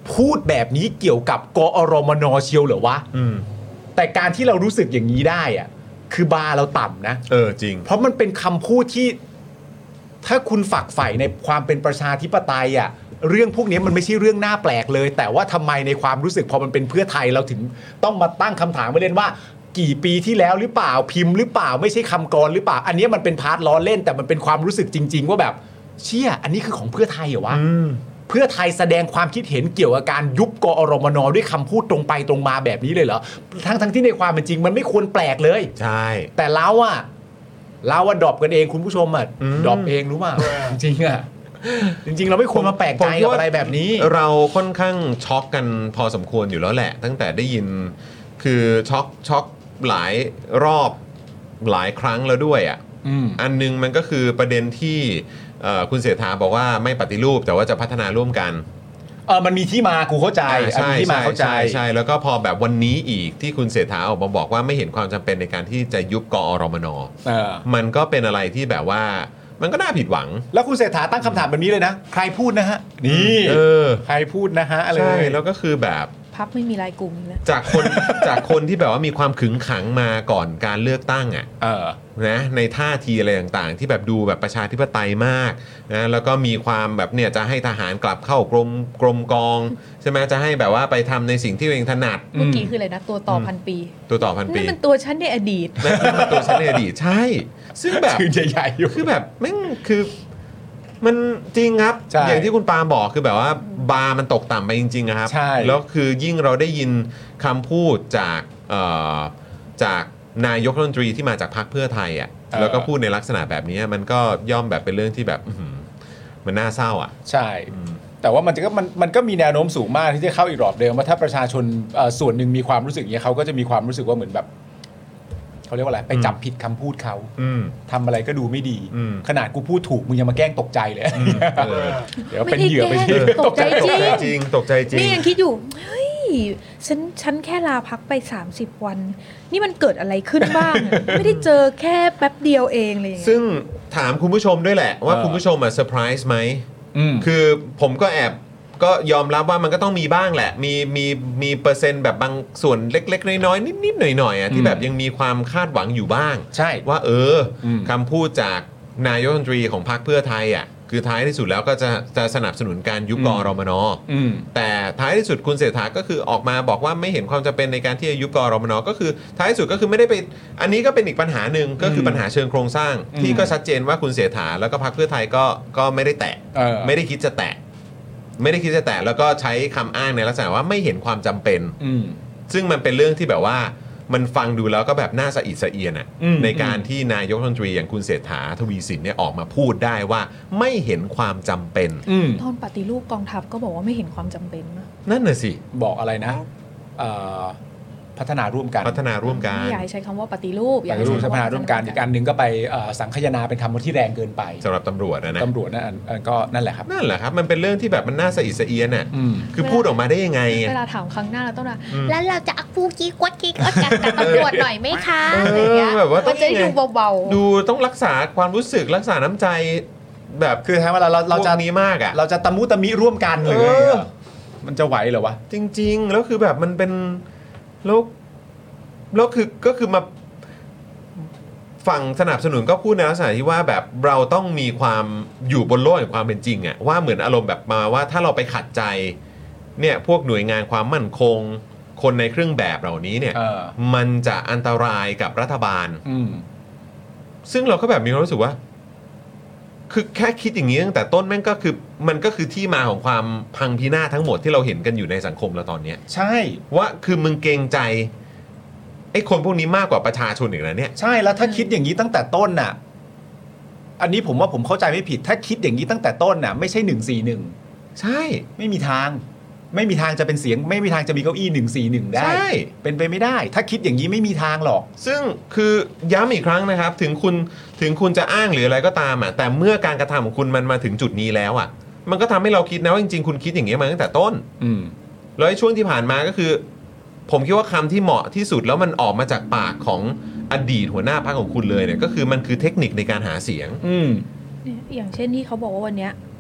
พูดแบบนี้เกี่ยวกับกอรมนเชียวเหรอวะแต่การที่เรารู้สึกอย่างนี้ได้อะคือบาร์เราต่ำนะเออจริงเพราะมันเป็นคำพูดที่ถ้าคุณฝักใฝ่ในความเป็นประชาธิปไตยอ่ะเรื่องพวกนี้มันไม่ใช่เรื่องน่าแปลกเลยแต่ว่าทำไมในความรู้สึกพอมันเป็นเพื่อไทยเราถึงต้องมาตั้งคำถามมาเล่นว่ากี่ปีที่แล้วหรือเปล่าพิมพ์หรือเปล่าไม่ใช่คำกรหรือเปล่าอันนี้มันเป็นพาร์ทล้อเล่นแต่มันเป็นความรู้สึกจริงๆว่าแบบเชี่ยอันนี้คือของเพื่อไทยเหรอวะเพื่อไทยแสดงความคิดเห็นเกี่ยวกับการยุบกอรมนด้วยคำพูดตรงไปตรงมาแบบนี้เลยเหรอทั้งทั้งที่ในความเป็นจริงมันไม่ควรแปลกเลยใช่แต่เราอะเราว่าดรอปกันเองคุณผู้ชมอะดรอปเองรู้ป่ะจริงๆอะจริงๆเราไม่ควรมาแปลกใจกับอะไรแบบนี้เราค่อนข้างช็อกกันพอสมควรอยู่แล้วแหละตั้งแต่ได้ยินคือช็อกช็อกหลายรอบหลายครั้งแล้วด้วยอ่ะอันนึงมันก็คือประเด็นที่คุณเศรษฐาบอกว่าไม่ปฏิรูปแต่ว่าจะพัฒนาร่วมกันเออมันมีที่มากูเข้าใจใช่ที่มาเข้าใจใช่แล้วก็พอแบบวันนี้อีกที่คุณเศรษฐาออกมาบอกว่าไม่เห็นความจำเป็นในการที่จะยุบกอรมนมันก็เป็นอะไรที่แบบว่ามันก็น่าผิดหวังแล้วคุณเศรษฐาตั้งคำถามแบบนี้เลยนะใครพูดนะฮะนี่เออใครพูดนะฮะอะไรใช่แล้วก็คือแบบพักไม่มีรายกลุ่มแล้วจากคนจากคนที่แบบว่ามีความขึงขังมาก่อนการเลือกตั้งอ่ะเออนะในท่าทีอะไรต่างๆที่แบบดูแบบประชาธิปไตยมากนะแล้วก็มีความแบบเนี่ยจะให้ทหารกลับเข้ากรมกรมกองใช่ไหมจะให้แบบว่าไปทำในสิ่งที่ตัวเองถนัดเมื่อกี้คืออะไรนะตัวต่อพันปีตัวต่อพันปีนั่นมันตัวฉันในอดีตนั่นมันตัวฉันในอดีตใช่ซึ่งแบบชื่อใหญ่ๆอยู่คือแบบแม่งคือมันจริงครับอย่างที่คุณปาบอกคือแบบว่าบาร์มันตกต่ำไปจริงๆนะครับแล้วคือยิ่งเราได้ยินคำพูดจากจากนายกรัฐมนตรีที่มาจากพรรคเพื่อไทยอ่ะแล้วก็พูดในลักษณะแบบนี้มันก็ย่อมแบบเป็นเรื่องที่แบบมันน่าเศร้าอ่ะใช่แต่ว่ามันก็มันมันก็มีแนวโน้มสูงมากที่จะเข้าอีกรอบเดิมว่าถ้าประชาชนส่วนหนึ่งมีความรู้สึกอย่างนี้เขาก็จะมีความรู้สึกว่าเหมือนแบบเขาเรียกว่าอะไรไปจับผิดคำพูดเขาทำอะไรก็ดูไม่ดีขนาดกูพูดถูกมึงยังมาแกล้งตกใจเลยเดี๋ยวเป็นเหยื่อไปที่ตกใจจริงตกใจจริงนี่ยังคิดอยู่เฮ้ยฉันฉันแค่ลาพักไปสามสิบวันนี่มันเกิดอะไรขึ้นบ้างไม่ได้เจอแค่แป๊บเดียวเองเลยซึ่งถามคุณผู้ชมด้วยแหละว่าคุณผู้ชมอ่ะเซอร์ไพรส์ไหมคือผมก็แอบก็ยอมรับว่ามันก็ต้องมีบ้างแหละมีมีมีเปอร์เซ็นต์แบบบางส่วนเล็กๆน้อยๆนิดๆหน่อยๆอ่ะที่แบบยังมีความคาดหวังอยู่บ้างใช่ว่าเออคำพูดจากนายกรัฐมนตรีของพรรคเพื่อไทยอ่ะคือท้ายที่สุดแล้วก็จะจะสนับสนุนการยุบกอรมนแต่ท้ายที่สุดคุณเศรษฐาก็คือออกมาบอกว่าไม่เห็นความจำเป็นในการที่จะยุบกอรมนก็คือท้ายที่สุดก็คือไม่ได้ไปอันนี้ก็เป็นอีกปัญหาหนึ่งก็คือปัญหาเชิงโครงสร้างที่ก็ชัดเจนว่าคุณเศรษฐาแล้วก็พรรคเพื่อไทยก็ก็ไม่ได้แตะไม่ได้คิดจะแตะไม่ได้คิดจะแตะแล้วก็ใช้คำอ้างในลักษณะว่าไม่เห็นความจำเป็นซึ่งมันเป็นเรื่องที่แบบว่ามันฟังดูแล้วก็แบบน่าสะอิดสะเอียนอ่ะในการที่นายกรัฐมนตรีอย่างคุณเศรษฐาทวีสินเนี่ยออกมาพูดได้ว่าไม่เห็นความจำเป็นตอนปฏิรูปกองทัพก็บอกว่าไม่เห็นความจำเป็นนะนั่นน่ะสิบอกอะไรนะพัฒนาร่วมกันพัฒนาร่วมกันไม่อยากใช้คำว่าปฏิรูปอยากใช้พัฒนาร่วมกันอีกอันหนึ่งก็ไปสังคายนาเป็นคำที่แรงเกินไปสำหรับตำรวจนะนะตำรวจนั่นก็นั่นแหละครับนั่นแหละครับมันเป็นเรื่องที่แบบมันน่าสะอิดสะเอียนอ่ะคือพูดออกมาได้ยังไงเวลาถามครั้งหน้าเราต้องนะแล้วเราจะอักฟูกี้กวดกี้กวดกันกับตำรวจหน่อยไหมคะอะไรเงี้ยมันจะดูเบาๆดูต้องรักษาความรู้สึกรักษาน้ำใจแบบคือทั้งเวลาเราเราจะนี้มากอ่ะเราจะตะมุตะมิร่วมกันเลยมันจะไหวเหรอวะจริงๆแล้วคือแบบมันเป็นแล้วแล้วคือก็คือมาฝั่งสนับสนุนก็พูดในลักษณะที่ว่าแบบเราต้องมีความอยู่บนโลกแห่งความเป็นจริงอะว่าเหมือนอารมณ์แบบมาว่าถ้าเราไปขัดใจเนี่ยพวกหน่วยงานความมั่นคงคนในเครื่องแบบเหล่านี้เนี่ยมันจะอันตรายกับรัฐบาลซึ่งเราก็แบบมีความรู้สึกว่าคือแค่คิดอย่างนี้ตั้งแต่ต้นแม่งก็คือมันก็คือที่มาของความพังพินาศทั้งหมดที่เราเห็นกันอยู่ในสังคมเราตอนนี้ใช่ว่าคือมึงเกรงใจไอ้คนพวกนี้มากกว่าประชาชนอีกนะเนี่ยใช่แล้วถ้าคิดอย่างนี้ตั้งแต่ต้นน่ะอันนี้ผมว่าผมเข้าใจไม่ผิดถ้าคิดอย่างนี้ตั้งแต่ต้นน่ะไม่ใช่หนึ่งสี่หนึ่งใช่ไม่มีทางไม่มีทางจะเป็นเสียงไม่มีทางจะมีเก้าอี้หนึ่งสี่หนึ่งได้ใช่เป็นไปไม่ได้ถ้าคิดอย่างนี้ไม่มีทางหรอกซึ่งคือย้ำอีกครั้งนะครับถึงคุณถึงคุณจะอ้างหรืออะไรก็ตามอ่ะแต่เมื่อการกระทำของคุณมันมาถึงจุดนี้แล้วอ่ะมันก็ทำให้เราคิดนะว่าจริงๆคุณคิดอย่างนี้มาตั้งแต่ต้นอืมแล้วช่วงที่ผ่านมาก็คือผมคิดว่าคำที่เหมาะที่สุดแล้วมันออกมาจากปากของอดีตหัวหน้าพรรคของคุณเลยเนี่ยก็คือมันคือเทคนิคในการหาเสียงอืมอย่างเช่นที่เขาบอกว่าวันนี้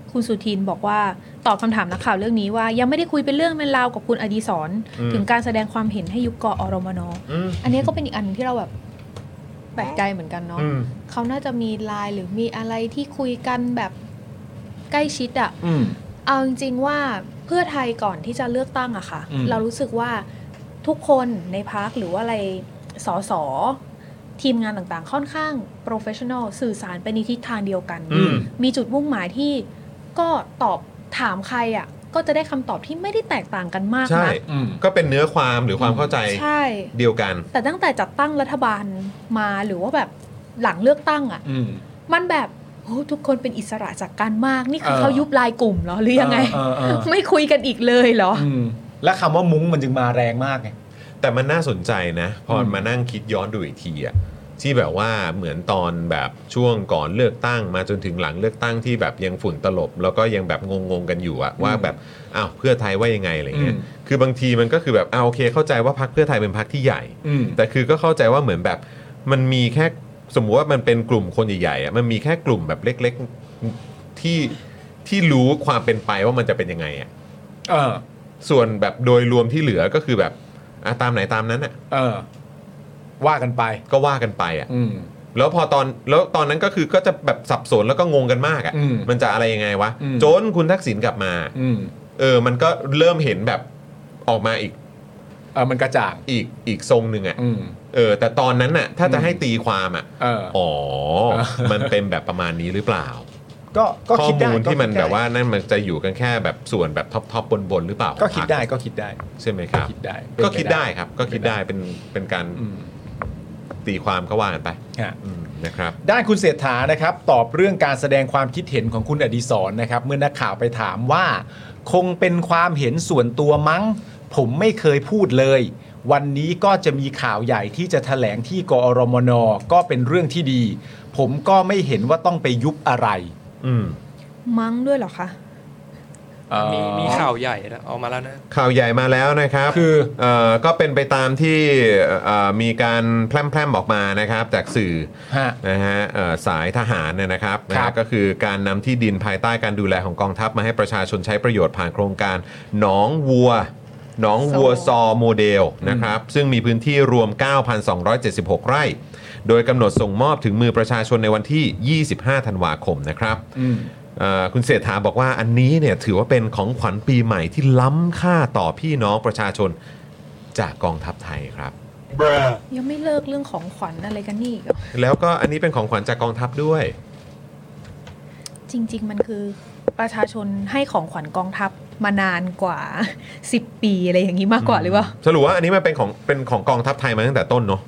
คุณสุทินบอกว่าตอบคำถามนักข่าวเรื่องนี้ว่ายังไม่ได้คุยเป็นเรื่องเป็นราวกับคุณอดิศรถึงการแสดงความเห็นให้ยุบกอรมน อันนี้ก็เป็นอีกอันที่เราแบบแปลกใจเหมือนกันเนาะเขาน่าจะมีไลน์หรือมีอะไรที่คุยกันแบบใกล้ชิดอะเอาจริงๆว่าเพื่อไทยก่อนที่จะเลือกตั้งอะค่ะเรารู้สึกว่าทุกคนในพรรคหรือว่าอะไรสสทีมงานต่างๆค่อนข้างโปรเฟชชั่นอลสื่อสารไปในทิศทางเดียวกันมมีจุดมุ่งหมายที่ก็ตอบถามใครอ่ะก็จะได้คำตอบที่ไม่ได้แตกต่างกันมากนะก็เป็นเนื้อความหรือความเข้าใจเดียวกันแต่ตั้งแต่จัดตั้งรัฐบาลมาหรือว่าแบบหลังเลือกตั้งอ่ะมันแบบโอ้ทุกคนเป็นอิสระจากกันมากนี่คือเขายุบรายกลุ่มเหรอหรือยังไงไม่คุยกันอีกเลยเหรอและคำว่ามุ้งมันจึงมาแรงมากไงแต่มันน่าสนใจนะพอมานั่งคิดย้อนดูอีกทีอะที่แบบว่าเหมือนตอนแบบช่วงก่อนเลือกตั้งมาจนถึงหลังเลือกตั้งที่แบบยังฝุ่นตลบแล้วก็ยังแบบงงๆกันอยู่อะว่าแบบอ้าวเพื่อไทยว่ายังไงอะไรเงี้ยคือบางทีมันก็คือแบบอ้าวโอเคเข้าใจว่าพรรคเพื่อไทยเป็นพรรคที่ใหญ่แต่คือก็เข้าใจว่าเหมือนแบบมันมีแค่สมมุติว่ามันเป็นกลุ่มคนใหญ่ๆอะมันมีแค่กลุ่มแบบเล็กๆที่ที่รู้ความเป็นไปว่ามันจะเป็นยังไงอะเออส่วนแบบโดยรวมที่เหลือก็คือแบบอ่ะตามไหนตามนั้นอ่ะเออว่ากันไปก็ว่ากันไปอ่ะแล้วพอตอนแล้วตอนนั้นก็คือก็จะแบบสับสนแล้วก็งงกันมากอ่ะมันจะอะไรยังไงวะจนคุณทักษิณกลับมาเออมันก็เริ่มเห็นแบบออกมาอีกเออมันกระจ่างอีกอีกทรงหนึ่งอ่ะเออแต่ตอนนั้นน่ะถ้าจะให้ตีความอ่ะอ๋อมันเป็นแบบประมาณนี้หรือเปล่าก็ข้อมูลที่มันแบบว่านั่นมันจะอยู่กันแค่แบบส่วนแบบท็อปท็อปบนบนหรือเปล่าก็คิดได้ก็คิดได้ใช่ไหมครับคิดได้ก็คิดได้ครับก็คิดได้เป็นเป็นการตีความก็ว่ากันไปนะครับด้านคุณเศรษฐานะครับตอบเรื่องการแสดงความคิดเห็นของคุณอดิศรนะครับเมื่อนักข่าวไปถามว่าคงเป็นความเห็นส่วนตัวมั้งผมไม่เคยพูดเลยวันนี้ก็จะมีข่าวใหญ่ที่จะแถลงที่กอรมนก็เป็นเรื่องที่ดีผมก็ไม่เห็นว่าต้องไปยุบอะไรมั้งด้วยเหรอคะมีมีข่าวใหญ่แล้วออกมาแล้วนะข่าวใหญ่มาแล้วนะครับคือเอ่อก็เป็นไปตามที่เอ่อมีการแพร่มๆออกมานะครับจากสื่อนะฮะเอ่อสายทหารเนี่ยนะครับนะก็คือการนำที่ดินภายใต้การดูแลของกองทัพมาให้ประชาชนใช้ประโยชน์ผ่านโครงการหนองวัวหนองวัวซอโมเดลนะครับซึ่งมีพื้นที่รวม เก้าพันสองร้อยเจ็ดสิบหก ไร่โดยกำหนดส่งมอบถึงมือประชาชนในวันที่ยี่สิบห้าธันวาคมนะครับคุณเศรษฐาบอกว่าอันนี้เนี่ยถือว่าเป็นของขวัญปีใหม่ที่ล้ำค่าต่อพี่น้องประชาชนจากกองทัพไทยครับยังไม่เลิกเรื่องของขวัญอะไรกันนี่อีกแล้วก็อันนี้เป็นของขวัญจากกองทัพด้วยจริงๆมันคือประชาชนให้ของขวัญกองทัพมานานกว่าสิบปีอะไรอย่างนี้มากกว่าหรือเปล่าสรุปว่าอันนี้มันเป็นของเป็นของกองทัพไทยมาตั้งแต่ต้นเนาะ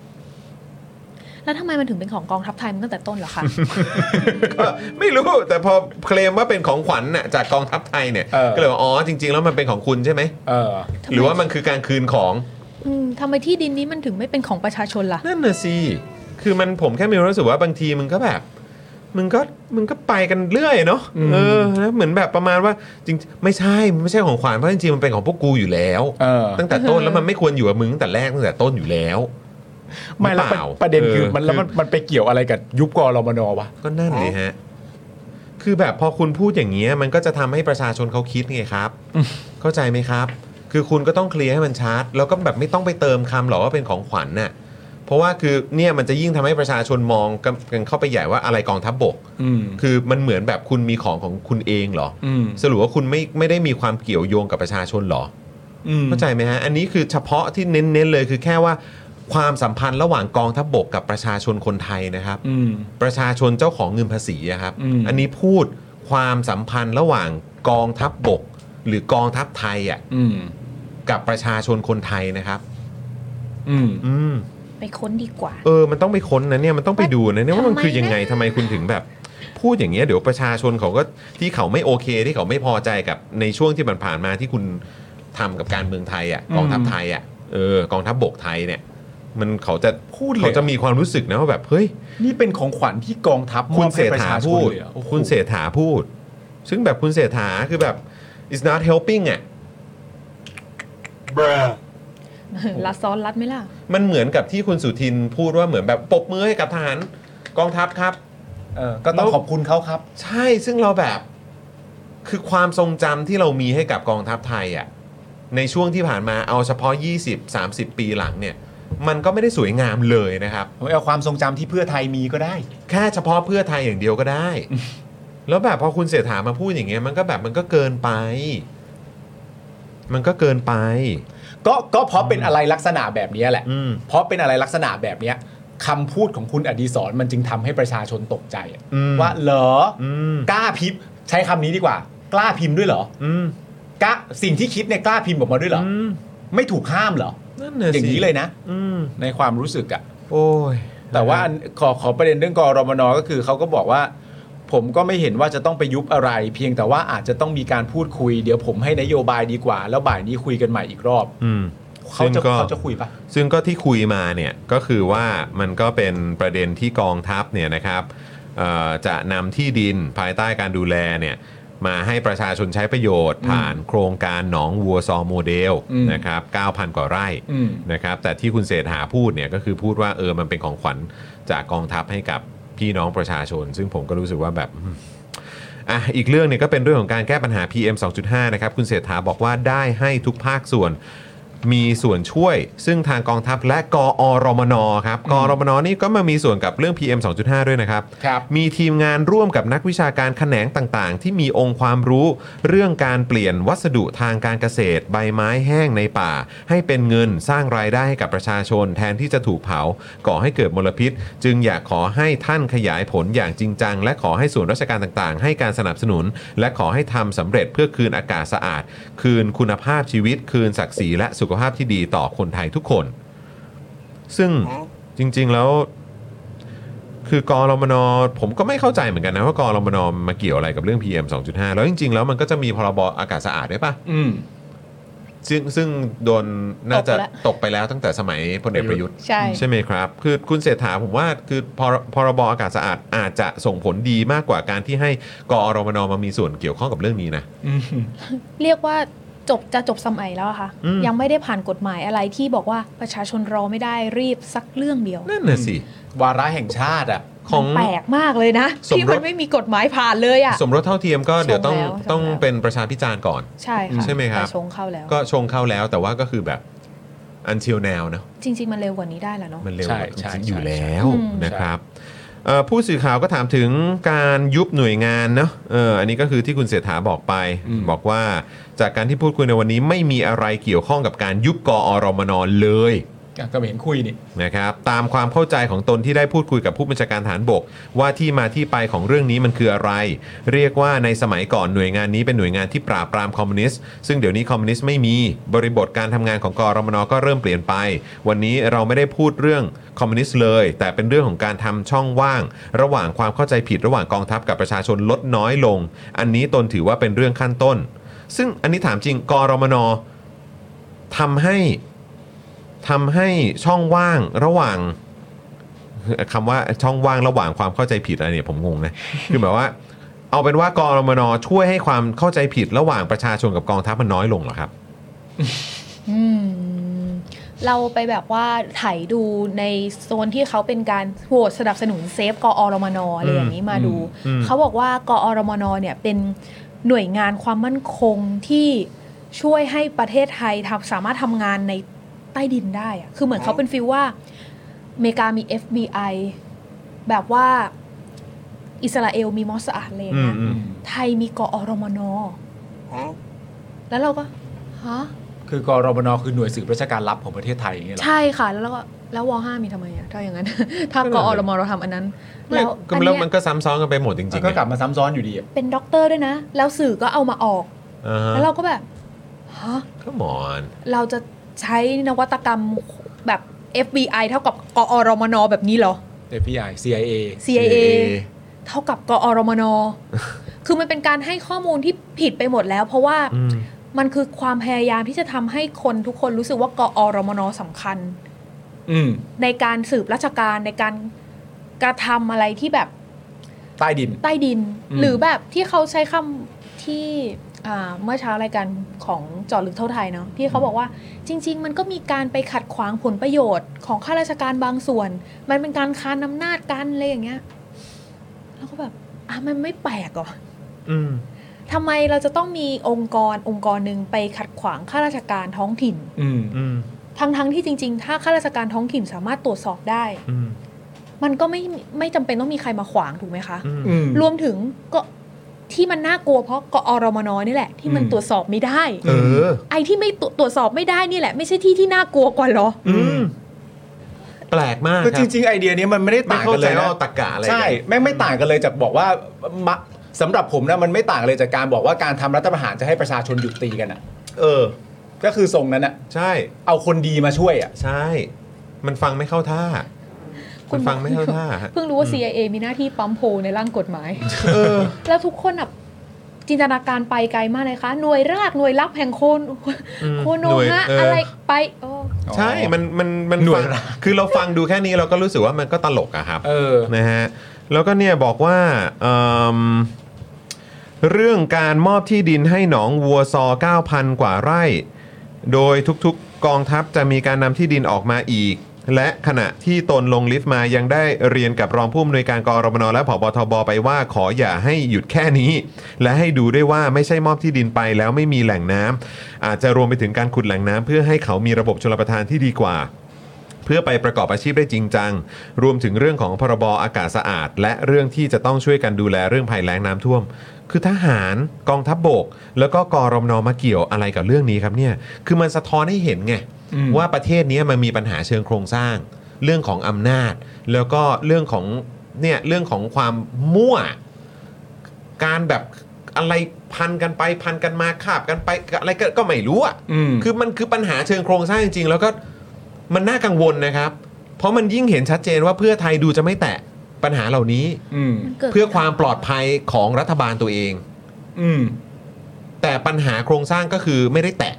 แล้วทำไมมันถึงเป็นของกองทัพไทยมันตั้งแต่ต้นเหรอคะไม่รู้แต่พอเคลมว่าเป็นของขวัญน่ะจากกองทัพไทยเนี่ยก็เลยว่าอ๋อจริงๆแล้วมันเป็นของคุณใช่ไหมหรือว่ามันคือการคืนของทำไมที่ดินนี้มันถึงไม่เป็นของประชาชนล่ะนั่นน่ะสิคือมันผมแค่มีความรู้สึกว่าบางทีมึงก็แบบมึงก็มึงก็ไปกันเรื่อยเนาะเออนะเหมือนแบบประมาณว่าจริงไม่ใช่มันไม่ใช่ของขวัญเพราะจริงๆมันเป็นของพวกกูอยู่แล้วตั้งแต่ต้นแล้วมันไม่ควรอยู่กับมึงตั้งแต่แรกตั้งแต่ต้นอยู่แล้วไม่แล้วประเด็นคือมันแล้วมันมันไปเกี่ยวอะไรกับยุบกรมนวะก็นั่นเลยฮะคือแบบพอคุณพูดอย่างนี้มันก็จะทำให้ประชาชนเขาคิดไงครับเข้าใจไหมครับคือคุณก็ต้องเคลียร์ให้มันชัดแล้วก็แบบไม่ต้องไปเติมคำหรอกว่าเป็นของขวัญน่ะเพราะว่าคือเนี่ยมันจะยิ่งทำให้ประชาชนมองกันเข้าไปใหญ่ว่าอะไรกองทัพบกคือมันเหมือนแบบคุณมีของของคุณเองเหรอสรุปว่าคุณไม่ไม่ได้มีความเกี่ยวโยงกับประชาชนเหรอเข้าใจไหมฮะอันนี้คือเฉพาะที่เน้นๆเลยคือแค่ว่าความสัมพันธ์ระหว่างกองทัพบกกับประชาชนคนไทยนะครับประชาชนเจ้าของเงินภาษีครับ อ, อันนี้พูดความสัมพันธ์ระหว่างกองทัพบกหรือกองทัพไทยอ่ะกับประชาชนคนไทยนะครับอืมอืมไปค้นดีกว่าเออมันต้องไปค้นนะเนี่ยมันต้องไปดูนะเนี่ยว่ามันคือยังไงทำไมคุณถึงแบบพูดอย่างเงี้ยเดี๋ยวประชาชนเขาก็ที่เขาไม่โอเคที่เขาไม่พอใจกับในช่วงที่มันผ่านมาที่คุณทำกับการเมืองไทยอ่ะกองทัพไทยอ่ะเออกองทัพบกไทยเนี่ยมันเขาจะพูดเขาจะมีความรู้สึกนะว่าแบบเฮ้ยนี่เป็นของขวัญที่กองทัพคุณเศรษฐาพูดคุณเศรษฐาพูดซึ่งแบบคุณเศรษฐาคือแบบ is not helping อ่ะรัดซ้อนรัดไหมล่ะมันเหมือนกับที่คุณสุทินพูดว่าเหมือนแบบปรบมือให้กับทหารกองทัพครับเออก็ต้องขอบคุณเขาครับใช่ซึ่งเราแบบคือความทรงจำที่เรามีให้กับกองทัพไทยอ่ะในช่วงที่ผ่านมาเอาเฉพาะ ยี่สิบสามสิบ ปีหลังเนี่ยมันก็ไม่ได้สวยงามเลยนะครับเอาความทรงจำที่เพื่อไทยมีก็ได้แค่เฉพาะเพื่อไทยอย่างเดียวก็ได้ แล้วแบบพอคุณเสถามาพูดอย่างเงี้ยมันก็แบบมันก็เกินไป มันก็เกินไปก็ก็เพราะเป็นอะไรลักษณะแบบนี้แหละอืมเพราะเป็นอะไรลักษณะแบบเนี้ยคำพูดของคุณอดีศรมันจึงทำให้ประชาชนตกใจอะอืมว่าเหรออมกล้าพิมพ์ใช้คำนี้ดีกว่า กล้าพิมพ์ด้วยเหรออืมกล้าสิ่งที่คิดเนี่ยกล้าพิมพ์ออกมาด้วยเหรออืมไม่ถูกห้ามเหรอนั่นน่ะสิอย่างนี้เลยนะอืมในความรู้สึกอ่ะโอ้ยแต่ว่าอันขอขอประเด็นเรื่องกรมนก็คือเขาก็บอกว่า ผมก็ไม่เห็นว่าจะต้องไปยุบอะไร เพียงแต่ว่าอาจจะต้องมีการพูดคุย เดี๋ยวผมให้นโยบายดีกว่า แล้วบ่ายนี้คุยกันใหม่อีกรอบอืมเขาจะซึ่งก็เขาจะคุยปะซึ่งก็ที่คุยมาเนี่ยก็คือว่ามันก็เป็นประเด็นที่กองทัพเนี่ยนะครับเอ่อจะนำที่ดินภายใต้การดูแลเนี่ยมาให้ประชาชนใช้ประโยชน์ผ่านโครงการหนองวัวซอโมเดลอืมนะครับ เก้าพัน กว่าไร่อืมนะครับแต่ที่คุณเศรษฐาพูดเนี่ยก็คือพูดว่าเออมันเป็นของขวัญจากกองทัพให้กับพี่น้องประชาชน ซึ่งผมก็รู้สึกว่าแบบอืมอ่ะอีกเรื่องหนึงก็เป็นเรื่องของการแก้ปัญหา พี เอ็ม สองจุดห้า นะครับคุณเศรษฐาบอกว่าได้ให้ทุกภาคส่วนมีส่วนช่วย ซึ่งทางกองทัพและกอรมนครับกอรมนนี่ก็มามีส่วนกับเรื่อง พี เอ็ม สองจุดห้า ด้วยนะครับครับมีทีมงานร่วมกับนักวิชาการแขนงต่างๆ ที่มีองค์ความรู้เรื่องการเปลี่ยนวัสดุทางการเกษตร ใบไม้แห้งในป่า ให้เป็นเงินสร้างรายได้ให้กับประชาชน แทนที่จะถูกเผาก่อให้เกิดมลพิษ จึงอยากขอให้ท่านขยายผลอย่างจริงจังและขอให้ส่วนราชการต่างๆ ให้การสนับสนุน และขอให้ทำสำเร็จเพื่อคืนอากาศสะอาด คืนคุณภาพชีวิต คืนศักดิ์ศรีและสุขภาพที่ดีต่อคนไทยทุกคน ซึ่งจริงๆแล้ว คือกรมนผมก็ไม่เข้าใจเหมือนกันนะว่ากรมนมาเกี่ยวอะไรกับเรื่อง พี เอ็ม สองจุดห้า แล้วจริงๆแล้วมันก็จะมีพรบอากาศสะอาดด้วยป่ะอืมซึ่งซึ่งโดนน่าจะตกไปแล้วตกไปแล้วตั้งแต่สมัยพลเอกประยุทธ์ใช่ใช่ไหมครับ คือคุณเศรษฐาผมว่าคือพรพรบอากาศสะอาดอาจจะส่งผลดีมากกว่าการที่ให้กอรมนมามีส่วนเกี่ยวข้องกับเรื่องนี้นะเรียกว่าจบจะจบสมัยแล้วอะค่ะอืมยังไม่ได้ผ่านกฎหมายอะไรที่บอกว่าประชาชนรอไม่ได้รีบสักเรื่องเดียวนั่นน่ะสิวาระแห่งชาติอ่ะของมันแปลกมากเลยนะสมรสที่มันไม่มีกฎหมายผ่านเลยอะสมรสเท่าเทียมก็เดี๋ยวต้องชงแล้วต้องชงแล้วเป็นประชาพิจารณ์ก่อนใช่ค่ะใช่ไหมครับแต่ชงเข้าแล้วก็ชงเข้าแล้วแต่ว่าก็คือแบบ until now นะจริง ๆ มันเร็วกว่านี้ได้แล้วเนาะมันเร็วใช่กว่าใช่อยู่ใช่แล้วอืมนะครับเอ่อผู้สื่อข่าวก็ถามถึงการยุบหน่วยงานเนาะเอออันนี้ก็คือที่คุณเสถาบอกไป บอกว่าจากการที่พูดคุยในวันนี้ไม่มีอะไรเกี่ยวข้องกับการยุบกอรมนเลยอ่ะก็ไม่เห็นคุยนี่นะครับตามความเข้าใจของตนที่ได้พูดคุยกับผู้บัญชาการฐานบก ว่าที่มาที่ไปของเรื่องนี้มันคืออะไร เรียกว่าในสมัยก่อนหน่วยงานนี้เป็นหน่วยงานที่ปราบปรามคอมมิวนิสต์ซึ่งเดี๋ยวนี้คอมมิวนิสต์ไม่มีบริบทการทำงานของกอรมนก็เริ่มเปลี่ยนไป วันนี้เราไม่ได้พูดเรื่องคอมมิวนิสต์เลย แต่เป็นเรื่องของการทำช่องว่าง ระหว่างความเข้าใจผิดระหว่างกองทัพกับประชาชนลดน้อยลง อันนี้ตนถือว่าเป็นเรื่องขั้นต้น ซึ่งอันนี้ถามจริงกอรมนทำให้ทำให้ช่องว่างระหว่างคำว่าช่องว่างระหว่างความเข้าใจผิดอะไรเนี่ยผมงงนะ คือแบบว่าเอาเป็นว่ากรมนช่วยให้ความเข้าใจผิดระหว่างประชาชนกับกองทัพมันน้อยลงเหรอครับอืมเราไปแบบว่าไถดูในโซนที่เขาเป็นการโหวตสนับสนุนเซฟกอรมนอะไรอย่างนี้มาดูอืมเขาบอกว่ากอรมนเนี่ยเป็นหน่วยงานความมั่นคงที่ช่วยให้ประเทศไทยทำสามารถทำงานในใต้ดินได้อะคือเหมือนเขาเป็นฟีลว่าอเมริกามี เอฟ บี ไอ แบบว่าอิสราเอลมีมอสอาดอะไรอย่างเงี้ยอืมไทยมีกอรมนแล้วเราก็ฮะคือกรมนคือหน่วยสืบราชการลับของประเทศไทยอย่างเงี้ยเหรอใช่ค่ะ แล้วเราก็แล้ววห้ามีทำไมอะถ้าอย่างนั้น ถ้ากอรมเราทำอันนั้นไม่แล้วก็อันแล้วเนี้ยมันก็ซ้ำซ้อนกันไปหมดจริงๆก็กลับไงมาซ้ำซ้อนอยู่ดีอะเป็นด็อกเตอร์ด้วยนะ แล้วสื่อก็เอามาออกอ่าฮะแล้วเราก็แบบฮะ Come on เราจะใช้นวัตกรรมแบบ เอฟ บี ไอ เท่ากับกอรมนแบบนี้เหรอเอฟ บี ไอ ซี ไอ เอซี ไอ เอ เท่ากับกอรมน คือมันเป็นการให้ข้อมูลที่ผิดไปหมดแล้ว เพราะว่าอืมมันคือความพยายามที่จะทำให้คนทุกคนรู้สึกว่ากอรมนสำคัญอืมในการสืบราชการในการกระทำอะไรที่แบบใต้ดินใต้ดินอืมหรือแบบที่เขาใช้คำที่อ่าเมื่อเช้ารายการของเจาะลึกเท่าไทยเนาะที่เขาบอกว่าจริง ๆ มันก็มีการไปขัดขวางผลประโยชน์ของข้าราชการบางส่วน มันเป็นการค้านอำนาจกันอะไรอย่างเงี้ยแล้วก็แบบอ่ะมันไม่แปลกหรออืมทำไมเราจะต้องมีองค์กรองค์กรหนึ่งไปขัดขวางข้าราชการท้องถิ่นอืมอืมทั้งทั้งที่จริงๆถ้าข้าราชการท้องถิ่นสามารถตรวจสอบได้มันก็ไม่ไม่จำเป็นต้องมีใครมาขวางถูกไหมคะรวมถึงก็ที่มันน่ากลัวเพราะกอรมนนี่แหละที่มันตรวจสอบไม่ได้เออไอ้ที่ไม่ตรวจสอบไม่ได้นี่แหละไม่ใช่ที่ที่น่ากลัวกว่าหรออืมแปลกมากคือจริงๆไอเดียนี้มันไม่ได้ต่างกันเลยนะตรรกะอะไรใช่แม่งไม่ต่างกันเลยจากบอกว่าสำหรับผมนะมันไม่ต่างเลยจากการบอกว่าการทำรัฐประหารจะให้ประชาชนหยุดตีกันอ่ะเออก็คือทรงนั้นอ่ะใช่เอาคนดีมาช่วยอ่ะใช่มันฟังไม่เข้าท่าคุณฟังไม่เข้าท่าเพิ่งรู้ว่า ซี ไอ เอ มีหน้าที่ปั๊มโพในร่างกฎหมายเออแล้วทุกคนแบบจินตนาการไปไกลมากเลยคะหน่วยรากหน่วยลับแห่งโคนโคโนฮะอะไรไปใช่มันมันมันฟังคือเราฟังดูแค่นี้เราก็รู้สึกว่ามันก็ตลกอะครับนะฮะแล้วก็เนี่ยบอกว่าเอ่อเรื่องการมอบที่ดินให้หนองวัวซอ เก้าพัน กว่าไร่โดยทุกๆกองทัพจะมีการนำที่ดินออกมาอีกและขณะที่ตนลงลิฟต์มายังได้เรียนกับรองผู้อำนวยการกรมนและผบทบไปว่าขออย่าให้หยุดแค่นี้และให้ดูด้วยว่าไม่ใช่มอบที่ดินไปแล้วไม่มีแหล่งน้ำอาจจะรวมไปถึงการขุดแหล่งน้ำเพื่อให้เขามีระบบชลประทานที่ดีกว่าเพื่อไปประกอบอาชีพได้จริงจังรวมถึงเรื่องของพรบอากาศสะอาดและเรื่องที่จะต้องช่วยกันดูแลเรื่องภัยแล้งน้ำท่วมคือทหารกองทัพบกแล้วก็กรมนมาเกี่ยวอะไรกับเรื่องนี้ครับเนี่ยคือมันสะท้อนให้เห็นไงว่าประเทศนี้มันมีปัญหาเชิงโครงสร้างเรื่องของอำนาจแล้วก็เรื่องของเนี่ยเรื่องของความมั่วการแบบอะไรพันกันไปพันกันมาคาบกันไปอะไรก็ไม่รู้อ่ะคือมันคือปัญหาเชิงโครงสร้างจริงๆแล้วก็มันน่ากังวลนะครับเพราะมันยิ่งเห็นชัดเจนว่าเพื่อไทยดูจะไม่แตะปัญหาเหล่านี้เพื่อความปลอดภัยของรัฐบาลตัวเองแต่ปัญหาโครงสร้างก็คือไม่ได้แตะ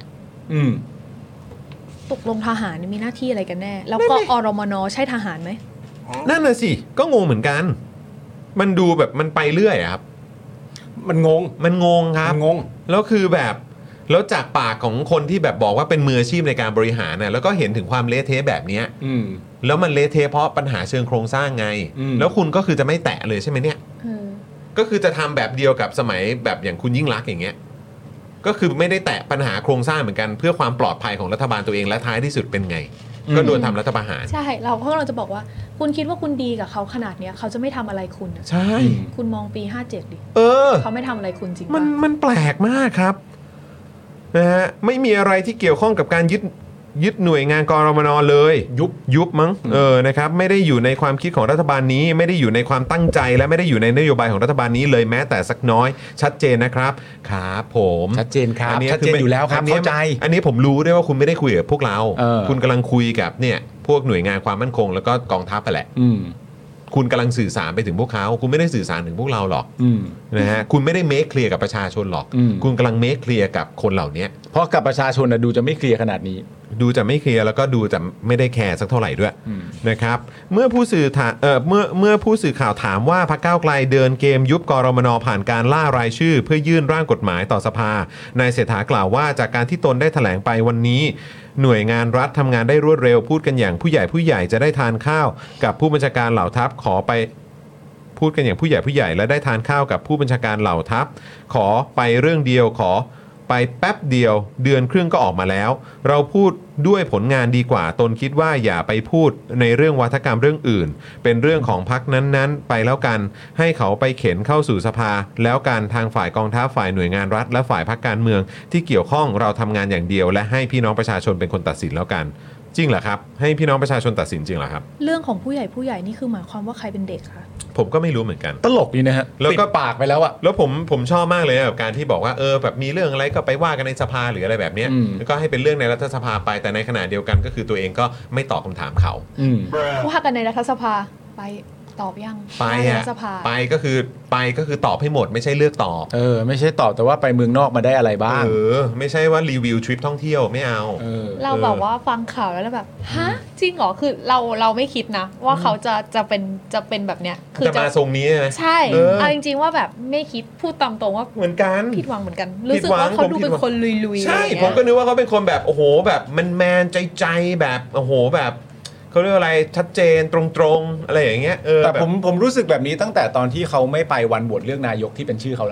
ตกลงทหารมีหน้าที่อะไรกันแน่แล้วก็อรมนใช่ทหารไหมนั่นน่ะสิก็งงเหมือนกันมันดูแบบมันไปเรื่อยครับมันงงมันงงครับงงแล้วคือแบบแล้วจากปากของคนที่แบบบอกว่าเป็นมืออาชีพในการบริหารนะแล้วก็เห็นถึงความเละเทะแบบนี้แล้วมันเละเทะเพราะปัญหาเชิงโครงสร้างไงแล้วคุณก็คือจะไม่แตะเลยใช่ไหมเนี่ยก็คือจะทำแบบเดียวกับสมัยแบบอย่างคุณยิ่งลักษณ์อย่างเงี้ยก็คือไม่ได้แตะปัญหาโครงสร้างเหมือนกันเพื่อความปลอดภัยของรัฐบาลตัวเองและท้ายที่สุดเป็นไงก็โดนทำรัฐประหารใช่เราเพราะเราจะบอกว่าคุณคิดว่าคุณดีกับเขาขนาดเนี้ยเขาจะไม่ทำอะไรคุณใช่คุณมองปีห้าเจ็ดดิเออเขาไม่ทำอะไรคุณจริงมันมันแปลกมากครับนะฮะไม่มีอะไรที่เกี่ยวข้องกับการยึดยึดหน่วยงานกรมนเลยยุบยุบมั้งเออนะครับไม่ได้อยู่ในความคิดของรัฐบาลนี้ไม่ได้อยู่ในความตั้งใจและไม่ได้อยู่ในนโยบายของรัฐบาลนี้เลยแม้แต่สักน้อยชัดเจนนะครับครับผมชัดเจนครับชัดเจนอยู่แล้วครับเข้าใจอันนี้ผมรู้ด้วยว่าคุณไม่ได้คุยกับพวกเราคุณกำลังคุยกับเนี่ยพวกหน่วยงานความมั่นคงแล้วก็กองทัพไปแหละคุณกำลังสื่อสารไปถึงพวกเขาคุณไม่ได้สื่อสารถึงพวกเราหรอกนะฮะคุณไม่ได้เมคเคลียร์กับประชาชนหรอกคุณกำลังเมคเคลียร์กับคนเหล่านี้เพราะกับประชาชนนะดูจะไม่เคลียร์ขนาดนี้ดูจะไม่เคลียร์แล้วก็ดูจะไม่ได้แคร์สักเท่าไหร่ด้วยนะครับเมื่อผู้สื่อถามเอ่อเมื่อเมื่อผู้สื่อข่าวถามว่าพรรคก้าวไกลเดินเกมยุบกรมนผ่านการล่ารายชื่อเพื่อยื่นร่างกฎหมายต่อสภานายเศรษฐากล่าวว่าจากการที่ตนได้แถลงไปวันนี้หน่วยงานรัฐทำงานได้รวดเร็วพูดกันอย่างผู้ใหญ่ผู้ใหญ่จะได้ทานข้าวกับผู้บัญชาการเหล่าทัพขอไปพูดกันอย่างผู้ใหญ่ผู้ใหญ่และได้ทานข้าวกับผู้บัญชาการเหล่าทัพขอไปเรื่องเดียวขอไปแป๊บเดียวเดือนครึ่งก็ออกมาแล้วเราพูดด้วยผลงานดีกว่าตนคิดว่าอย่าไปพูดในเรื่องวาทกรรมเรื่องอื่นเป็นเรื่องของพรรคนั้นๆไปแล้วกันให้เขาไปเข็นเข้าสู่สภาแล้วการทางฝ่ายกองทัพฝ่ายหน่วยงานรัฐและฝ่ายพรรคการเมืองที่เกี่ยวข้องเราทำงานอย่างเดียวและให้พี่น้องประชาชนเป็นคนตัดสินแล้วกันจริงเหรอครับให้พี่น้องประชาชนตัดสินจริงเหรอครับเรื่องของผู้ใหญ่ผู้ใหญ่นี่คือหมายความว่าใครเป็นเด็กคะผมก็ไม่รู้เหมือนกันตลกดีนะฮะแล้วก็ปากไปแล้วอะแล้วผมผมชอบมากเลยกับการที่บอกว่าเออแบบมีเรื่องอะไรก็ไปว่ากันในสภาหรืออะไรแบบนี้แล้วก็ให้เป็นเรื่องในรัฐสภาไปแต่ในขณะเดียวกันก็คือตัวเองก็ไม่ตอบคำถามเขาว่ากันในรัฐสภาไปตอบยังไปอะไปก็คือไปก็คือตอบให้หมดไม่ใช่เลือกตอบเออไม่ใช่ตอบแต่ว่าไปเมืองนอกมาได้อะไรบ้างเออไม่ใช่ว่ารีวิวทริปท่องเที่ยวไม่เอาเออเราแบบว่าฟังข่าวแล้วแบบฮะจริงเหรอคือเราเราไม่คิดนะว่าเขาจะจะเป็นจะเป็นแบบเนี้ยคือจะมาทรงนี้ใช่ไหมใช่เอาจริงๆว่าแบบไม่คิดพูดตามตรงว่าเหมือนกันผิดหวังเหมือนกันรู้สึกว่าเขาดูเป็นคนลุยๆใช่ผมก็นึกว่าเขาเป็นคนแบบโอ้โหแบบมันแมนใจใจแบบโอ้โหแบบเขาเรียกอะไรชัดเจนตรงๆอะไรอย่างเงี้ยเออแต่ผมผมรู้สึกแบบนี้ตั้งแต่ตอนที่เขาไม่ไปวันโหวตเลือกนายกที่เป็นชื่อเขาแล้วนะ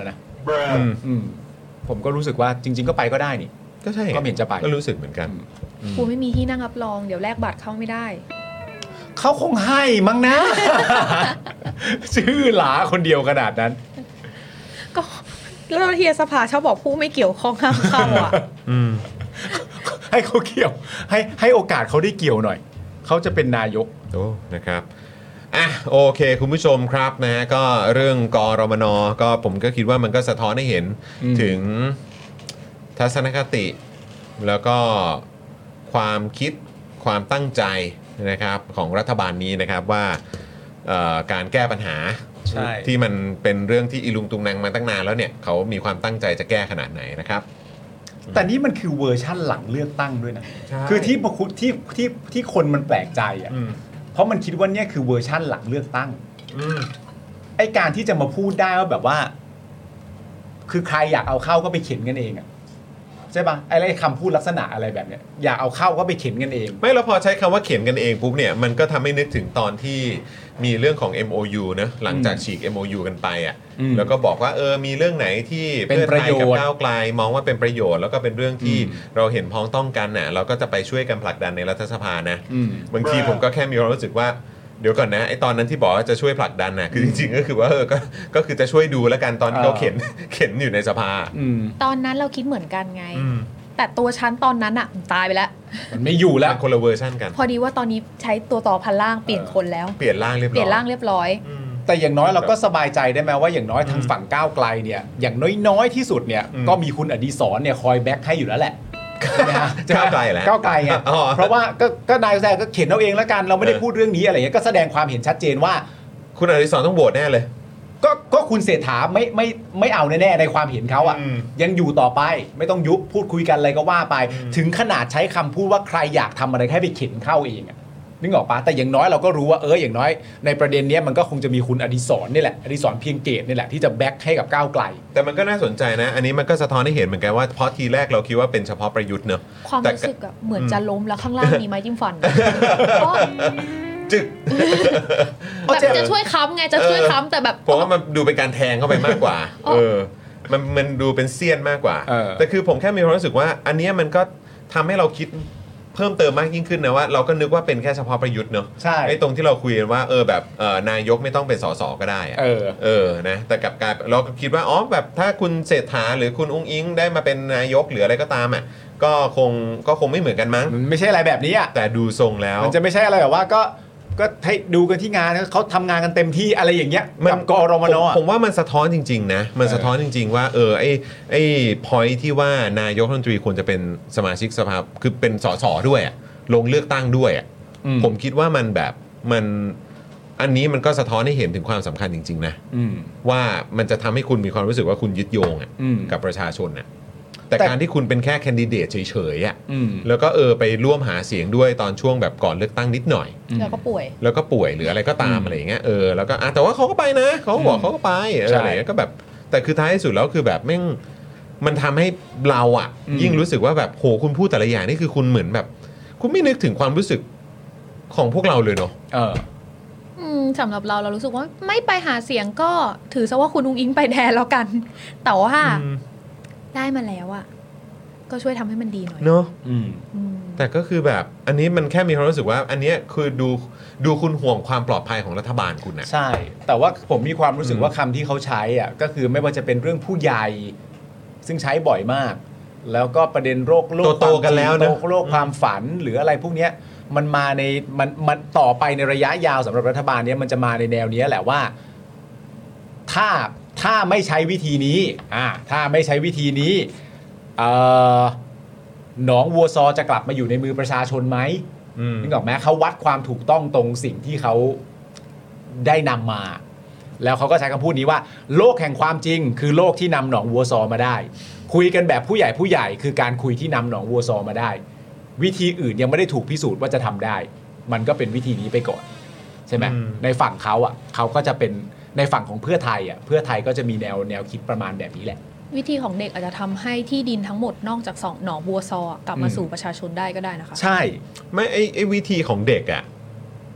อืมอืมผมก็รู้สึกว่าจริง ๆ ก็ไปก็ได้นี่ก็ใช่ก็ไม่เห็นจะไปก็รู้สึกเหมือนกันกูไม่มีที่นั่งรับรองเดี๋ยวแลกบัตรเข้าไม่ได้เขาคงให้มั้งนะ ชื่อหลาคนเดียวขนาดนั้นก็แล้วเฮียสภาชอบบอกผู้ไม่เกี่ยวข้องห้ามเข้าอ่ะให้เขาเกี่ยว ให้ให้โอกาสเขาได้เกี่ยวหน่อยเขาจะเป็นนายกโอ้นะครับอ่ะโอเคคุณผู้ชมครับนะฮะก็เรื่องกรมนก็ผมก็คิดว่ามันก็สะท้อนให้เห็นอืมถึงทัศนคติ แล้วก็ความคิดความตั้งใจนะครับของรัฐบาลนี้นะครับว่าเอ่อการแก้ปัญหาใช่ที่มันเป็นเรื่องที่อีลุงตุงนังมาตั้งนานแล้วเนี่ยเขามีความตั้งใจจะแก้ขนาดไหนนะครับแต่นี่มันคือเวอร์ชั่นหลังเลือกตั้งด้วยนะใช่คือที่พคุที่ที่ที่คนมันแปลกใจอ่ะอืมเพราะมันคิดว่าเนี่ยคือเวอร์ชั่นหลังเลือกตั้งอืมไอการที่จะมาพูดได้ว่าแบบว่า คือใครอยากเอาเข้าก็ไปเข็นกันเองอ่ะใช่ปะไอ้คำพูดลักษณะอะไรแบบเนี้ยอยากเอาเข้าก็ไปเข็นกันเองไม่แล้วพอใช้คำว่าเขียนกันเองปุ๊บเนี่ยมันก็ทำให้นึกถึงตอนที่มีเรื่องของ เอ็ม โอ ยู นะหลังจากฉีก เอ็ม โอ ยู กันไปอ่ะอืมแล้วก็บอกว่าเออมีเรื่องไหนที่เป็นเพื่อประไทยโยชน์กับก้าวไกลมองว่าเป็นประโยชน์แล้วก็เป็นเรื่องที่อืมเราเห็นพ้องต้องกันน่ะเราก็จะไปช่วยกันผลักดันในรัฐสภานะอืมบางทีผมก็แค่มีความรู้สึกว่าเดี๋ยวก่อนนะไอ้ตอนนั้นที่บอกว่าจะช่วยผลักดันน่ะคือจริงๆก็คือว่าเออก็ก็คือจะช่วยดูแล้วกันตอนที่เขาเข็นเข็นอยู่ในสภาอืมตอนนั้นเราคิดเหมือนกันไงอืมแต่ตัวฉันตอนนั้นอ่ะตายไปแล้วมันไม่อยู่แล้วมันคนละเวอร์ชันกันพอดีว่าตอนนี้ใช้ตัวต่อพันล่างเปลี่ยนคนแล้วเปลี่ยนร่างเรียบร้อยเปลี่ยนร่างเรียบร้อยอืมแต่อย่างน้อยเราก็สบายใจได้ไหมว่าอย่างน้อยทางฝั่งก้าวไกลเนี่ยอย่างน้อยๆที่สุดเนี่ยอืมก็มีคุณอดิศรเนี่ยคอยแบ็คให้อยู่แล้วแหละใช่ไหมฮะก้าวไกลแหละก้าวไกลไงอ๋อเพราะว่าก็ก็นายแซก็เขียนเอาเองแล้วกันเราไม่ได้พูดเรื่องนี้อะไรเงี้ยก็แสดงความเห็นชัดเจนว่าคุณอดิศรต้องโหวตแน่เลยก็ก็คุณเศรษฐาไม่ไม่ไม่เอาแน่ๆในความเห็นเขาอ่ะอืมยังอยู่ต่อไปไม่ต้องยุบพูดคุยกันอะไรก็ว่าไป ถึงขนาดใช้คำพูดว่าใครอยากทำอะไรให้ไปเข็นเข้าเองอะนึกออกปะแต่อย่างน้อยเราก็รู้ว่าเอออย่างน้อยในประเด็นเนี้ยมันก็คงจะมีคุณอดิศรนี่แหละอดิศรเพียงเกตนี่แหละที่จะแบ็คให้กับก้าวไกลแต่มันก็น่าสนใจนะ อันนี้มันก็สะท้อนให้เห็นเหมือนกันว่าเพราะทีแรกเราคิดว่าเป็นเฉพาะประยุทธ์เนอะความแต่รู้สึกอะเหมือนจะล้มแล้วข้างล่างมีไม้จิ้มฟันเพราะจึกแบบจะช่วยค้ำไงจะช่วยค้ำแต่แบบผมว่ามันดูเป็นการแทงเข้าไปมากกว่าอ๋อเออ มันมันดูเป็นเสี้ยนมากกว่าเออแต่คือผมแค่มีความรู้สึกว่า อันเนี้ยมันก็ทำให้เราคิดเพิ่มเติมมากยิ่งขึ้นนะว่าเราก็นึกว่าเป็นแค่เฉพาะประยุทธ์เนอะใช่ไอ้ตรงที่เราคุยกันว่าเออแบบเออนายกไม่ต้องเป็นสสก็ได้อะเออเออนะแต่กลับกลายเราก็คิดว่าอ๋อแบบถ้าคุณเศรษฐาหรือคุณอุ้งอิงได้มาเป็นนายกหรืออะไรก็ตามอ่ะก็คงก็คงไม่เหมือนกันมั้งมันไม่ใช่อะไรแบบนี้อ่ะแต่ดูทรงแล้วมันจะไม่ใช่อะไรแบบว่าก็ก็ให้ดูกันที่งานเขาทำงานกันเต็มที่อะไรอย่างเงี้ยมันกับกรมนผมอะผมว่ามันสะท้อนจริง ๆ นะ มันเออสะท้อนจริง ๆ ว่าเออไอ้ไอ้พอยที่ว่านายกรัฐมนตรีควรจะเป็นสมาชิกสภาคือเป็นสสด้วยอะลงเลือกตั้งด้วยอะอืมผมคิดว่ามันแบบมันอันนี้มันก็สะท้อนให้เห็นถึงความสำคัญจริง ๆ นะอืมว่ามันจะทำให้คุณมีความรู้สึกว่าคุณยึดโยงอะอืมกับประชาชนอะแต่แต่การที่คุณเป็นแค่แคนดิเดตเฉยๆอะอืมแล้วก็เออไปร่วมหาเสียงด้วยตอนช่วงแบบก่อนเลือกตั้งนิดหน่อยแล้วก็ป่วยแล้วก็ป่วยหรืออะไรก็ตามอืมอะไรอย่างเงี้ยเออแล้วก็อ่ะแต่ว่าเขาก็ไปนะเขาก็บอกอืมเขาก็ไปเออใช่อะไรเงี้ยก็แบบแต่คือท้ายที่สุดแล้วคือแบบแม่งมันทำให้เราอ่ะอืมยิ่งรู้สึกว่าแบบโหคุณพูดแต่ละอย่างนี่คือคุณเหมือนแบบ คุณไม่นึกถึงความรู้สึกของพวกเราเลยเนาะเอออืมสำหรับเราเรารู้สึกว่าไม่ไปหาเสียงก็ถือซะว่าคุณอุ้งอิงไปแทนแล้วกัน แต่ว่าได้มาแล้วอะก็ช่วยทำให้มันดีหน่อยเนาะอืมอืมแต่ก็คือแบบอันนี้มันแค่มีความรู้สึกว่า อันเนี้ยคือดูดูคุณห่วงความปลอดภัยของรัฐบาลคุณนะใช่ แต่ว่าผมมีความรู้สึกอืมว่าคำที่เขาใช้อ่ะก็คือไม่ว่าจะเป็นเรื่องผู้ใหญ่ ซึ่งใช้บ่อยมาก แล้วก็ประเด็นโรคโรคโตๆกันแล้วนะโรคโรคความฝันหรืออะไรพวกเนี้ยมันมาในมันมันต่อไปในระยะยาวสำหรับรัฐบาลเนี้ยมันจะมาในแนวเนี้ยแหละว่า ถ้าถ้าไม่ใช้วิธีนี้อ่าถ้าไม่ใช้วิธีนี้เอ่อหนองวัวซอจะกลับมาอยู่ในมือประชาชนไหมอืมนึกออกไหมเขาวัดความถูกต้องตรงสิ่งที่เขาได้นำมา แล้วเขาก็ใช้คำพูดนี้ว่า โลกแห่งความจริง คือโลกที่นำหนองวัวซอมาได้ คุยกันแบบผู้ใหญ่ผู้ใหญ่คือการคุยที่นำหนองวัวซอมาได้ วิธีอื่นยังไม่ได้ถูกพิสูจน์ว่าจะทำได้ มันก็เป็นวิธีนี้ไปก่อนใช่ไหมอืมในฝั่งเขาอ่ะเขาก็จะเป็นในฝั่งของเพื่อไทยอ่ะเพื่อไทยก็จะมีแนวแนวคิดประมาณแบบนี้แหละวิธีของเด็กอาจจะทำให้ที่ดินทั้งหมดนอกจากสองหนองบัวซอกลับมาอืมสู่ประชาชนได้ก็ได้นะคะใช่ไม่ไอไอวิธีของเด็กอะ่ะ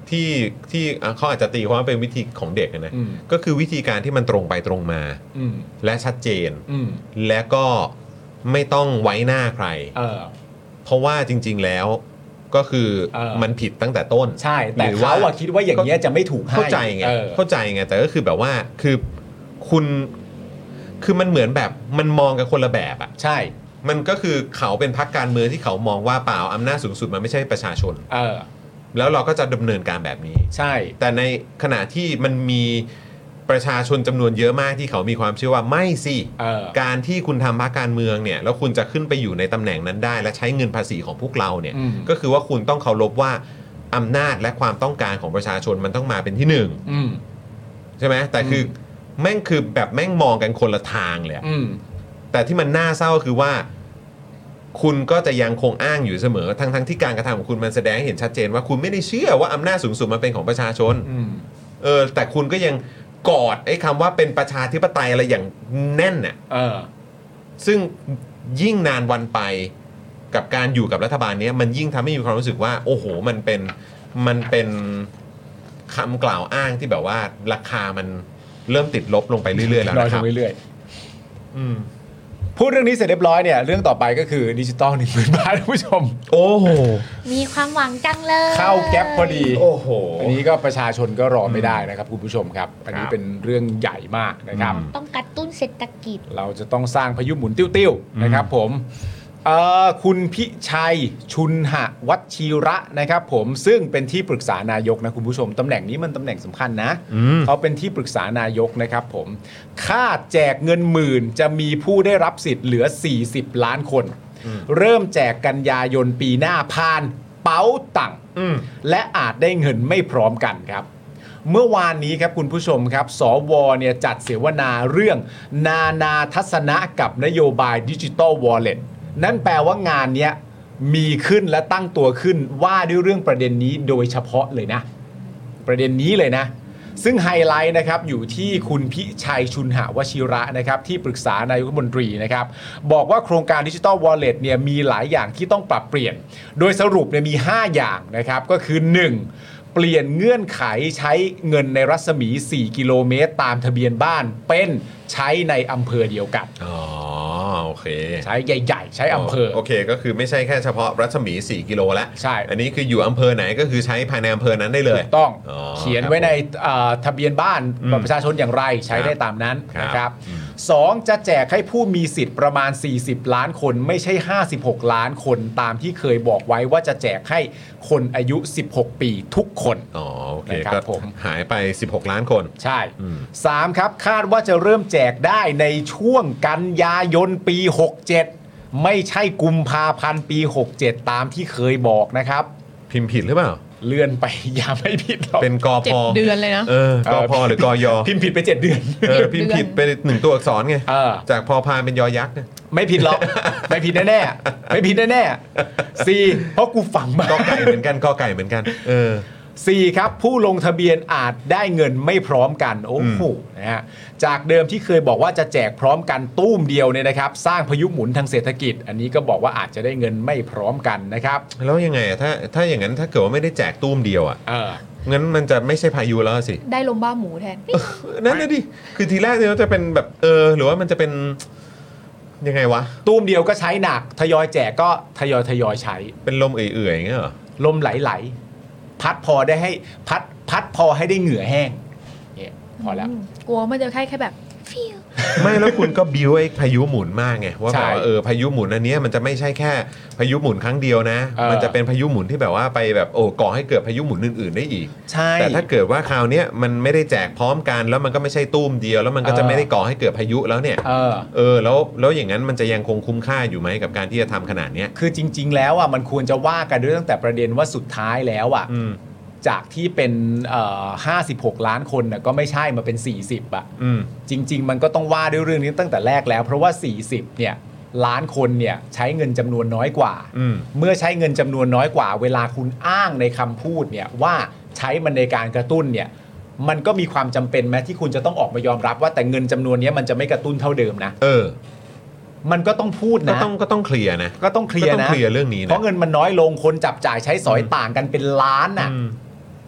ที่ที่อ่ะเขาอาจจะตีความว่าเป็นวิธีของเด็กนะอืมก็คือวิธีการที่มันตรงไปตรงมาอืมและชัดเจนอืมและก็ไม่ต้องไว้หน้าใครเออเพราะว่าจริง ๆแล้วก็คือเออมันผิดตั้งแต่ต้นใช่แต่หรือเขาอะคิดว่าอย่างเงี้ยจะไม่ถูกให้เข้าใจไงเออเข้าใจไงแต่ก็คือแบบว่าคือคุณคือมันเหมือนแบบมันมองกันคนละแบบอะใช่มันก็คือเขาเป็นพรรคการเมืองที่เขามองว่าเปล่าอำนาจสูงสุดมันไม่ใช่ประชาชนเออแล้วเราก็จะดำเนินการแบบนี้ใช่แต่ในขณะที่มันมีประชาชนจำนวนเยอะมากที่เขามีความเชื่อว่าไม่สิเออการที่คุณทำพรรคการเมืองเนี่ยแล้วคุณจะขึ้นไปอยู่ในตำแหน่งนั้นได้ และใช้เงินภาษีของพวกเราเนี่ยอืมก็คือว่าคุณต้องเคารพว่าอำนาจและความต้องการของประชาชนมันต้องมาเป็นที่หนึ่งอืมใช่ไหมแต่คือแม่งคือแบบแม่งมองกันคนละทางเลยอะอืมแต่ที่มันน่าเศร้าคือว่า คุณก็จะยังคงอ้างอยู่เสมอทั้งทั้งที่การกระทำของคุณมันแสดงให้เห็นชัดเจนว่าคุณไม่ได้เชื่อว่าอำนาจสูงสุดมันเป็นของประชาชนอืมเออแต่คุณก็ยังกอดไอ้คำว่าเป็นประชาธิปไตยอะไรอย่างแน่นน่ะเออซึ่งยิ่งนานวันไปกับการอยู่กับรัฐบาลเนี้ยมันยิ่งทำให้มีความรู้สึกว่าโอ้โหมันเป็นมันเป็นคำกล่าวอ้างที่แบบว่าราคามันเริ่มติดลบลงไปเรื่อยๆแล้วน้อยนะคลรับงเรื่อยอืมๆพูดเรื่องนี้เสร็จเรียบร้อยเนี่ยเรื่องต่อไปก็คือดิจิตอลหนึ่งหมื่นบาทคุณผู้ชมโอ้โหมีความหวังจังเลยเข้าแก๊ปพอดีโอ้โหอันนี้ก็ประชาชนก็รอไม่ได้นะครับคุณผู้ชมครับ อันนี้เป็นเรื่องใหญ่มากนะครับอืมต้องกระตุ้นเศรษฐกิจเราจะต้องสร้างพายุหมุนติ้วๆนะครับผมเอ่อคุณพิชัยชุนหวัชีระนะครับผมซึ่งเป็นที่ปรึกษานายกนะคุณผู้ชมตำแหน่งนี้มันตำแหน่งสำคัญนะอืมเขาเป็นที่ปรึกษานายกนะครับผมคาดแจกเงินหมื่นจะมีผู้ได้รับสิทธิ์เหลือสี่สิบล้านคน เริ่มแจกกันยายนปีหน้าผ่านเป๋าตังค์อืมและอาจได้เงินไม่พร้อมกันครับ เมื่อวานนี้ครับคุณผู้ชมครับสวเนี่ยจัดเสวนาเรื่องนานาทัศนะกับนโยบายดิจิ ทัล วอลเล็ตนั่นแปลว่างานเนี้ยมีขึ้นและตั้งตัวขึ้นว่าด้วยเรื่องประเด็นนี้โดยเฉพาะเลยนะ ประเด็นนี้เลยนะ ซึ่งไฮไลท์นะครับอยู่ที่คุณพิชัยชุนหวชิระนะครับที่ปรึกษานายกรัฐมนตรีนะครับบอกว่าโครงการดิจิ ทัล วอลเล็ตเนี่ยมีหลายอย่างที่ต้องปรับเปลี่ยน โดยสรุปเนี่ยมีห้าอย่างนะครับก็คือ หนึ่ง เปลี่ยนเงื่อนไขใช้เงินในรัศมีสี่กิโลเมตรตามทะเบียนบ้านเป็นใช้ในอำเภอเดียวกันอ๋อโอเคใช้ใหญ่ๆ ใช้อำเภอโอเคก็คือไม่ใช่แค่เฉพาะรัศมีสี่กิโลแล้วใช่อันนี้คืออยู่อำเภอไหนก็คือใช้ภายในอำเภอนั้นได้เลยถูกต้องอ๋อเขียนไว้ในเอ่อทะเบียนบ้านอืมบัตรประชาชนอย่างไรใช้ครับได้ตามนั้นครับนะครับอืมสองจะแจกให้ผู้มีสิทธิ์ประมาณสี่สิบล้านคนไม่ใช่ห้าสิบหกล้านคนตามที่เคยบอกไว้ว่าจะแจกให้คนอายุสิบหกปีทุกคนอ๋อโอเคนะครับก็ผมหายไปสิบหกล้านคนใช่อืมสามครับคาดว่าจะเริ่มแจกได้ในช่วงกันยายนปีหกเจ็ดไม่ใช่กุมภาพันธ์ปีหกเจ็ดตามที่เคยบอกนะครับพิมพ์ผิดหรือเปล่าเลื่อนไป อย่าไม่ผิดหรอกเป็นกอเจ็พดอเดือนเลยนะเออกอพอหรือกอยอพิมพ์ผิดไปเจ็ดเดือนเออพิมพ์ผิดไปหนึ่งตัวอักษรไงเออจากพอพานเป็นยอยักษ์เนี่ยไม่ผิดหรอก ไม่ผิดแน่ๆไม่ผิดแน่ๆสี่เพราะกูฝังมากอไก่เหมือนกันกอไก่เหมือนกันเออสี่ครับผู้ลงทะเบียนอาจได้เงินไม่พร้อมกันโอ้โหนะฮะจากเดิมที่เคยบอกว่าจะแจกพร้อมกันตู้มเดียวเนี่ยนะครับสร้างพายุหมุนทางเศรษฐกิจ อันนี้ก็บอกว่าอาจจะได้เงินไม่พร้อมกันนะครับแล้วยังไงอะถ้าถ้าอย่างนั้นถ้าเกิดว่าไม่ได้แจกตู้มเดียวอ่ะเอองั้นมันจะไม่ใช่พายุแล้วสิได้ลมบ้าหมูแทนนั่นน่ะดิคือทีแรกเนี่ยจะเป็นแบบเออหรือว่ามันจะเป็นยังไงวะตู้มเดียวก็ใช้หนักทยอยแจกก็ทยอยทยอยใช้เป็นลมเอื่อยๆอย่างเงี้ยเหรอลมไหลๆพัดพอได้ให้พัดพัดพอให้ได้เหงื่อแห้งเนี่ยพอแล้วกลัวมันจะแค่แค่แบบฟิวไม่แล้วคุณก็บิวไอ้พายุหมุนมากไงว่าใช่แบบว่าเออพายุหมุนอันเนี้ยมันจะไม่ใช่แค่พายุหมุนครั้งเดียวนะเออมันจะเป็นพายุหมุนที่แบบว่าไปแบบโอ้ก่อให้เกิดพายุหมุนอื่นๆได้อีกใช่แต่ถ้าเกิดว่าคราวเนี้ยมันไม่ได้แจกพร้อมกันแล้วมันก็ไม่ใช่ตู้มเดียว แล้วมันก็จะเออไม่ได้ก่อให้เกิดพายุแล้วเนี่ยเออเออแล้วแล้วอย่างนั้นมันจะยังคงคุ้มค่าอยู่ไหมกับการที่จะทำขนาดเนี้ยคือจริง ๆ แล้วอ่ะมันควรจะว่ากันด้วยตั้งแต่ประเด็นว่าสุดท้ายแล้วอ่ะอืมจากที่เป็นเอ่อห้าสิบหกล้านคนน่ะก็ไม่ใช่มาเป็นสี่สิบอ่ะอืมจริง ๆ มันก็ต้องว่าด้วยเรื่องนี้ตั้งแต่แรกแล้ว เพราะว่าสี่สิบเนี่ยล้านคนเนี่ยใช้เงินจำนวนน้อยกว่าอืมเมื่อใช้เงินจำนวนน้อยกว่า เวลาคุณอ้างในคำพูดเนี่ยว่าใช้มันในการกระตุ้นเนี่ยมันก็มีความจำเป็นไหมที่คุณจะต้องออกมายอมรับว่าแต่เงินจำนวนนี้มันจะไม่กระตุ้นเท่าเดิมนะเออมันก็ต้องพูดก็นะต้องก็ต้องเคลียร์นะก็ต้องเคลียร์ก็ต้อนะงเคลียร์เรื่องนี้เพนะราะเงินมันน้อยลงคนจับจ่ายใช้สอยต่างกันเป็นล้านน่ะอืม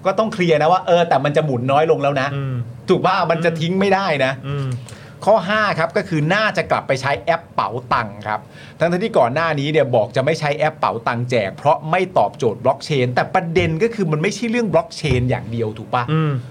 ก็ต้องเคลียร์นะว่าเออแต่มันจะหมุนน้อยลงแล้วนะถูกป่ะมันจะทิ้งไม่ได้นะข้อห้าครับก็คือน่าจะกลับไปใช้แอปเป๋าตังค์ครับทั้งที่ก่อนหน้านี้เนี่ยบอกจะไม่ใช้แอปเป๋าตังค์แจกเพราะไม่ตอบโจทย์บล็อกเชนแต่ประเด็นก็คือมันไม่ใช่เรื่องบล็อกเชนอย่างเดียวถูกป่ะ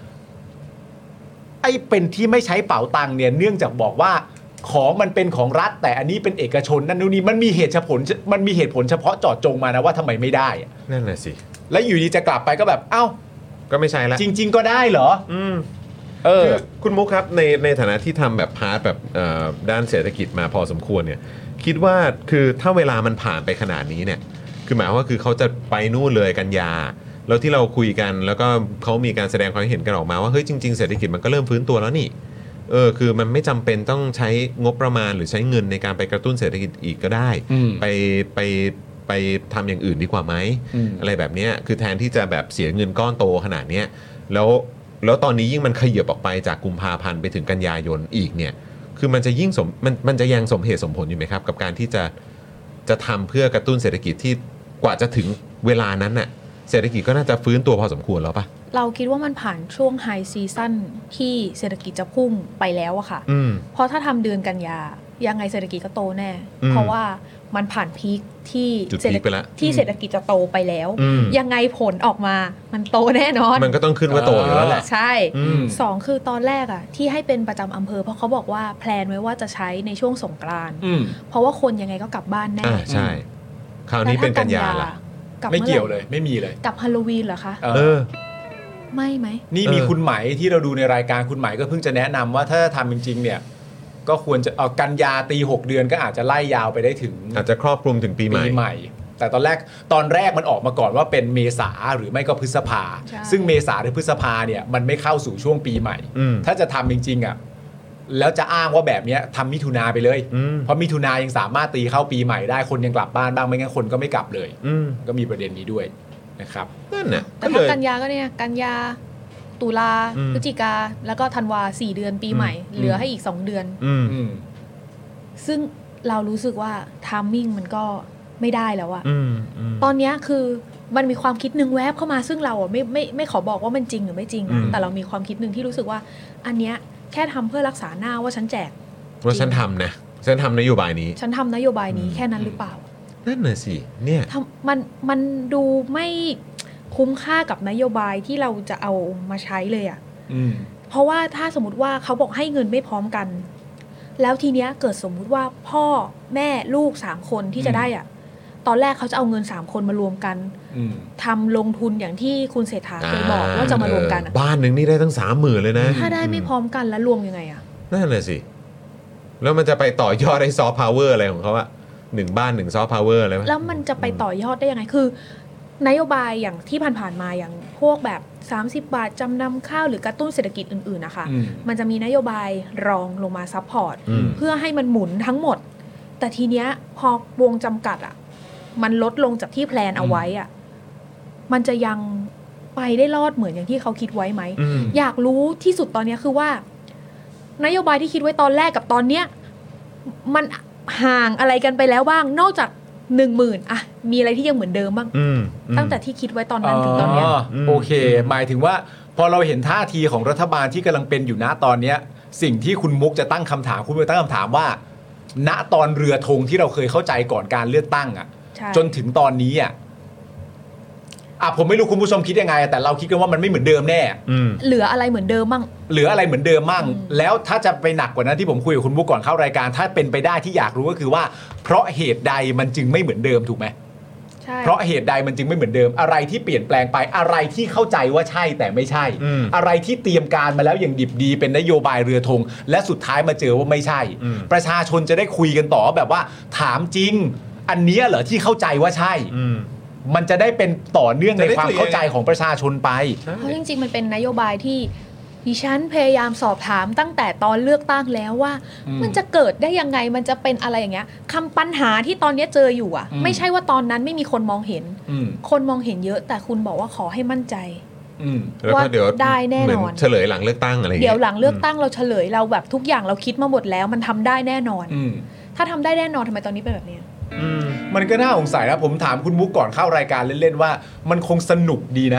ไอ้เป็นที่ไม่ใช้เป๋าตังค์เนี่ยเนื่องจากบอกว่าของมันเป็นของรัฐแต่อันนี้เป็นเอกชนนั่นนู่นนี่มันมีเหตุผลมันมีเหตุผลเฉพาะเจาะจงมานะว่าทำไมไม่ได้นั่นแหละสิแล้วอยู่ดีจะกลับไปก็แบบเอ้าก็ไม่ใช่แล้วจริงๆก็ได้เหรออืมเออคุณมุกครับในในฐานะที่ทำแบบพาร์ทแบบด้านเศรษฐกิจมาพอสมควรเนี่ยคิดว่าคือถ้าเวลามันผ่านไปขนาดนี้เนี่ยคือหมายว่าคือเขาจะไปนู่นเลยกันยาแล้วที่เราคุยกันแล้วก็เขามีการแสดงความเห็นกันออกมาว่าเฮ้ยจริงๆเศรษฐกิจมันก็เริ่มฟื้นตัวแล้วนี่เออคือมันไม่จำเป็นต้องใช้งบประมาณหรือใช้เงินในการไปกระตุ้นเศรษฐกิจอีกก็ได้ไปไปไปทำอย่างอื่นดีกว่าไหม อ, อะไรแบบนี้คือแทนที่จะแบบเสียเงินก้อนโตขนาดนี้แล้วแล้วตอนนี้ยิ่งมันขยับออกไปจากกุมภาพันธ์ไปถึงกันยายนอีกเนี่ยคือมันจะยิ่งสมมันมันจะยังสมเหตุสมผลอยู่ไหมครับกับการที่จะจะทำเพื่อกระตุ้นเศรษฐกิจที่กว่าจะถึงเวลานั้นน่ะเศรษฐกิจก็น่าจะฟื้นตัวพอสมควรแล้วปะเราคิดว่ามันผ่านช่วงไฮซีซั่นที่เศรษฐกิจจะพุ่งไปแล้วอะค่ะเพราะถ้าทำเดือนกันยายังไงเศรษฐกิจก็โตแน่เพราะว่ามันผ่านพีคที่เศรษฐกิจที่เศรษฐกิจจะโตไปแล้วยังไงผลออกมามันโตแน่นอนมันก็ต้องขึ้นว่าโตอยู่แล้วแหละใช่สองคือตอนแรกอะที่ให้เป็นประจำอำเภอเพราะเขาบอกว่าแพลนไว้ว่าจะใช้ในช่วงสงกรานต์เพราะว่าคนยังไงก็กลับบ้านแน่ใช่คราวนี้เป็นกันยาละไม่เกี่ยวเลยไม่มีเลยกับฮาโลวีนเหรอคะเออไม่ไหมนี่มีคุณไหมที่เราดูในรายการคุณไหมก็เพิ่งจะแนะนำว่าถ้าทำจริงๆเนี่ยก็ควรจะเอากันยาตีหกเดือนก็อาจจะไล่ยาวไปได้ถึงอาจจะครอบคลุมถึงปีใหม่ปีใหม่แต่ตอนแรกตอนแรกมันออกมาก่อนว่าเป็นเมษาหรือไม่ก็พฤษภาซึ่งเมษาหรือพฤษภาเนี่ยมันไม่เข้าสู่ช่วงปีใหม่ถ้าจะทำจริงๆอ่ะแล้วจะอ้างว่าแบบนี้ทำมิถุนาไปเลยเพราะมิถุนายังสามารถตีเข้าปีใหม่ได้คนยังกลับบ้านบ้างไม่งั้นคนก็ไม่กลับเลยก็มีประเด็นนี้ด้วยนะครับนั่นน่ะแต่ถ้ากันยาก็เนี่ยกันยาตุลาพฤศจิกาแล้วก็ธันวาสี่เดือนปีใหม่เหลือให้อีกสองเดือนซึ่งเรารู้สึกว่าไทมิ่งมันก็ไม่ได้แล้วอะตอนนี้คือมันมีความคิดนึงแวบเข้ามาซึ่งเราอะไม่ไม่ไม่ขอบอกว่ามันจริงหรือไม่จริงนะแต่เรามีความคิดนึงที่รู้สึกว่าอันเนี้ยแค่ทำเพื่อรักษาหน้าว่าฉันแจกว่าฉันทำนะฉันทำนโยบายนี้ฉันทำนโยบายนี้แค่นั้นหรือเปล่านั่นน่ะสิเนี่ยมันมันดูไม่คุ้มค่ากับนโยบายที่เราจะเอามาใช้เลยอ่ะเพราะว่าถ้าสมมติว่าเขาบอกให้เงินไม่พร้อมกันแล้วทีเนี้ยเกิดสมมุติว่าพ่อแม่ลูกสามคนที่จะได้อ่ะตอนแรกเขาจะเอาเงินสามคนมารวมกันทำลงทุนอย่างที่คุณเศรษฐาเคยบอกว่าจะมารวมกันบ้านหนึ่งนี่ได้ตั้งสามหมื่นเลยนะถ้าได้ไม่พร้อมกันแล้วรวมยังไงอ่ะนั่นแหละสิแล้วมันจะไปต่อยอดได้ซอฟต์พาวเวอร์อะไรของเขาอะหนึ่งบ้านหนึ่งซอฟต์พาวเวอร์อะไรแล้วมันจะไปต่อยอดได้ยังไงคือนโยบายอย่างที่ผ่านๆมาอย่างพวกแบบสามสิบบาทจำนำข้าวหรือกระตุ้นเศรษฐกิจอื่นๆนะคะมันจะมีนโยบายรองลงมาซัพพอร์ตเพื่อให้มันหมุนทั้งหมดแต่ทีเนี้ยพอวงจำกัดอ่ะมันลดลงจากที่แพลนเอาไว้อ่ะมันจะยังไปได้รอดเหมือนอย่างที่เขาคิดไว้ไหมอยากรู้ที่สุดตอนนี้คือว่านโยบายที่คิดไว้ตอนแรกกับตอนเนี้ยมันห่างอะไรกันไปแล้วบ้างนอกจากหนึ่งหมื่นอะมีอะไรที่ยังเหมือนเดิมบ้างตั้งแต่ที่คิดไว้ตอนนั้นถึงตอนนี้โอเคหมายถึงว่าพอเราเห็นท่าทีของรัฐบาลที่กำลังเป็นอยู่ณตอนนี้สิ่งที่คุณมุกจะตั้งคำถามคุณมุกตั้งคำถามว่าณตอนเรือธงที่เราเคยเข้าใจก่อนการเลือกตั้งอะจนถึงตอนนี้อะอ่ะผมไม่รู้คุณผู้ชมคิดยังไงแต่เราคิดกันว่ามันไม่เหมือนเดิมแน่เหลืออะไรเหมือนเดิมมั่งเหลืออะไรเหมือนเดิมมั่งแล้วถ้าจะไปหนักกว่านั้นที่ผมคุยกับคุณบุ๊กก่อนเข้ารายการถ้าเป็นไปได้ที่อยากรู้ก็คือว่าเพราะเหตุใดมันจึงไม่เหมือนเดิมถูกไหมใช่เพราะเหตุใดมันจึงไม่เหมือนเดิมอะไรที่เปลี่ยนแปลงไปอะไรที่เข้าใจว่าใช่แต่ไม่ใช่อะไรที่เตรียมการมาแล้วอย่างดิบดีเป็นนโยบายเรือธงและสุดท้ายมาเจอว่าไม่ใช่ประชาชนจะได้คุยกันต่อแบบว่าถามจริงอันนี้เหรอที่เข้าใจว่าใช่มันจะได้เป็นต่อเนื่องในความเข้าใจของประชาชนไปเพราะจริงๆมันเป็นนโยบายที่ดิฉันพยายามสอบถามตั้งแต่ตอนเลือกตั้งแล้วว่ามันจะเกิดได้ยังไงมันจะเป็นอะไรอย่างเงี้ยคำปัญหาที่ตอนนี้เจออยู่อ่ะไม่ใช่ว่าตอนนั้นไม่มีคนมองเห็นคนมองเห็นเยอะแต่คุณบอกว่าขอให้มั่นใจว่าได้แน่นอนเฉลยหลังเลือกตั้งอะไรเดี๋ยวหลังเลือกตั้งเราเฉลยเราแบบทุกอย่างเราคิดมาหมดแล้วมันทำได้แน่นอนถ้าทำได้แน่นอนทำไมตอนนี้เป็นแบบนี้มันก็น่าสงสัยนะผมถามคุณมุกก่อนเข้ารายการเล่นๆว่ามันคงสนุกดีนะ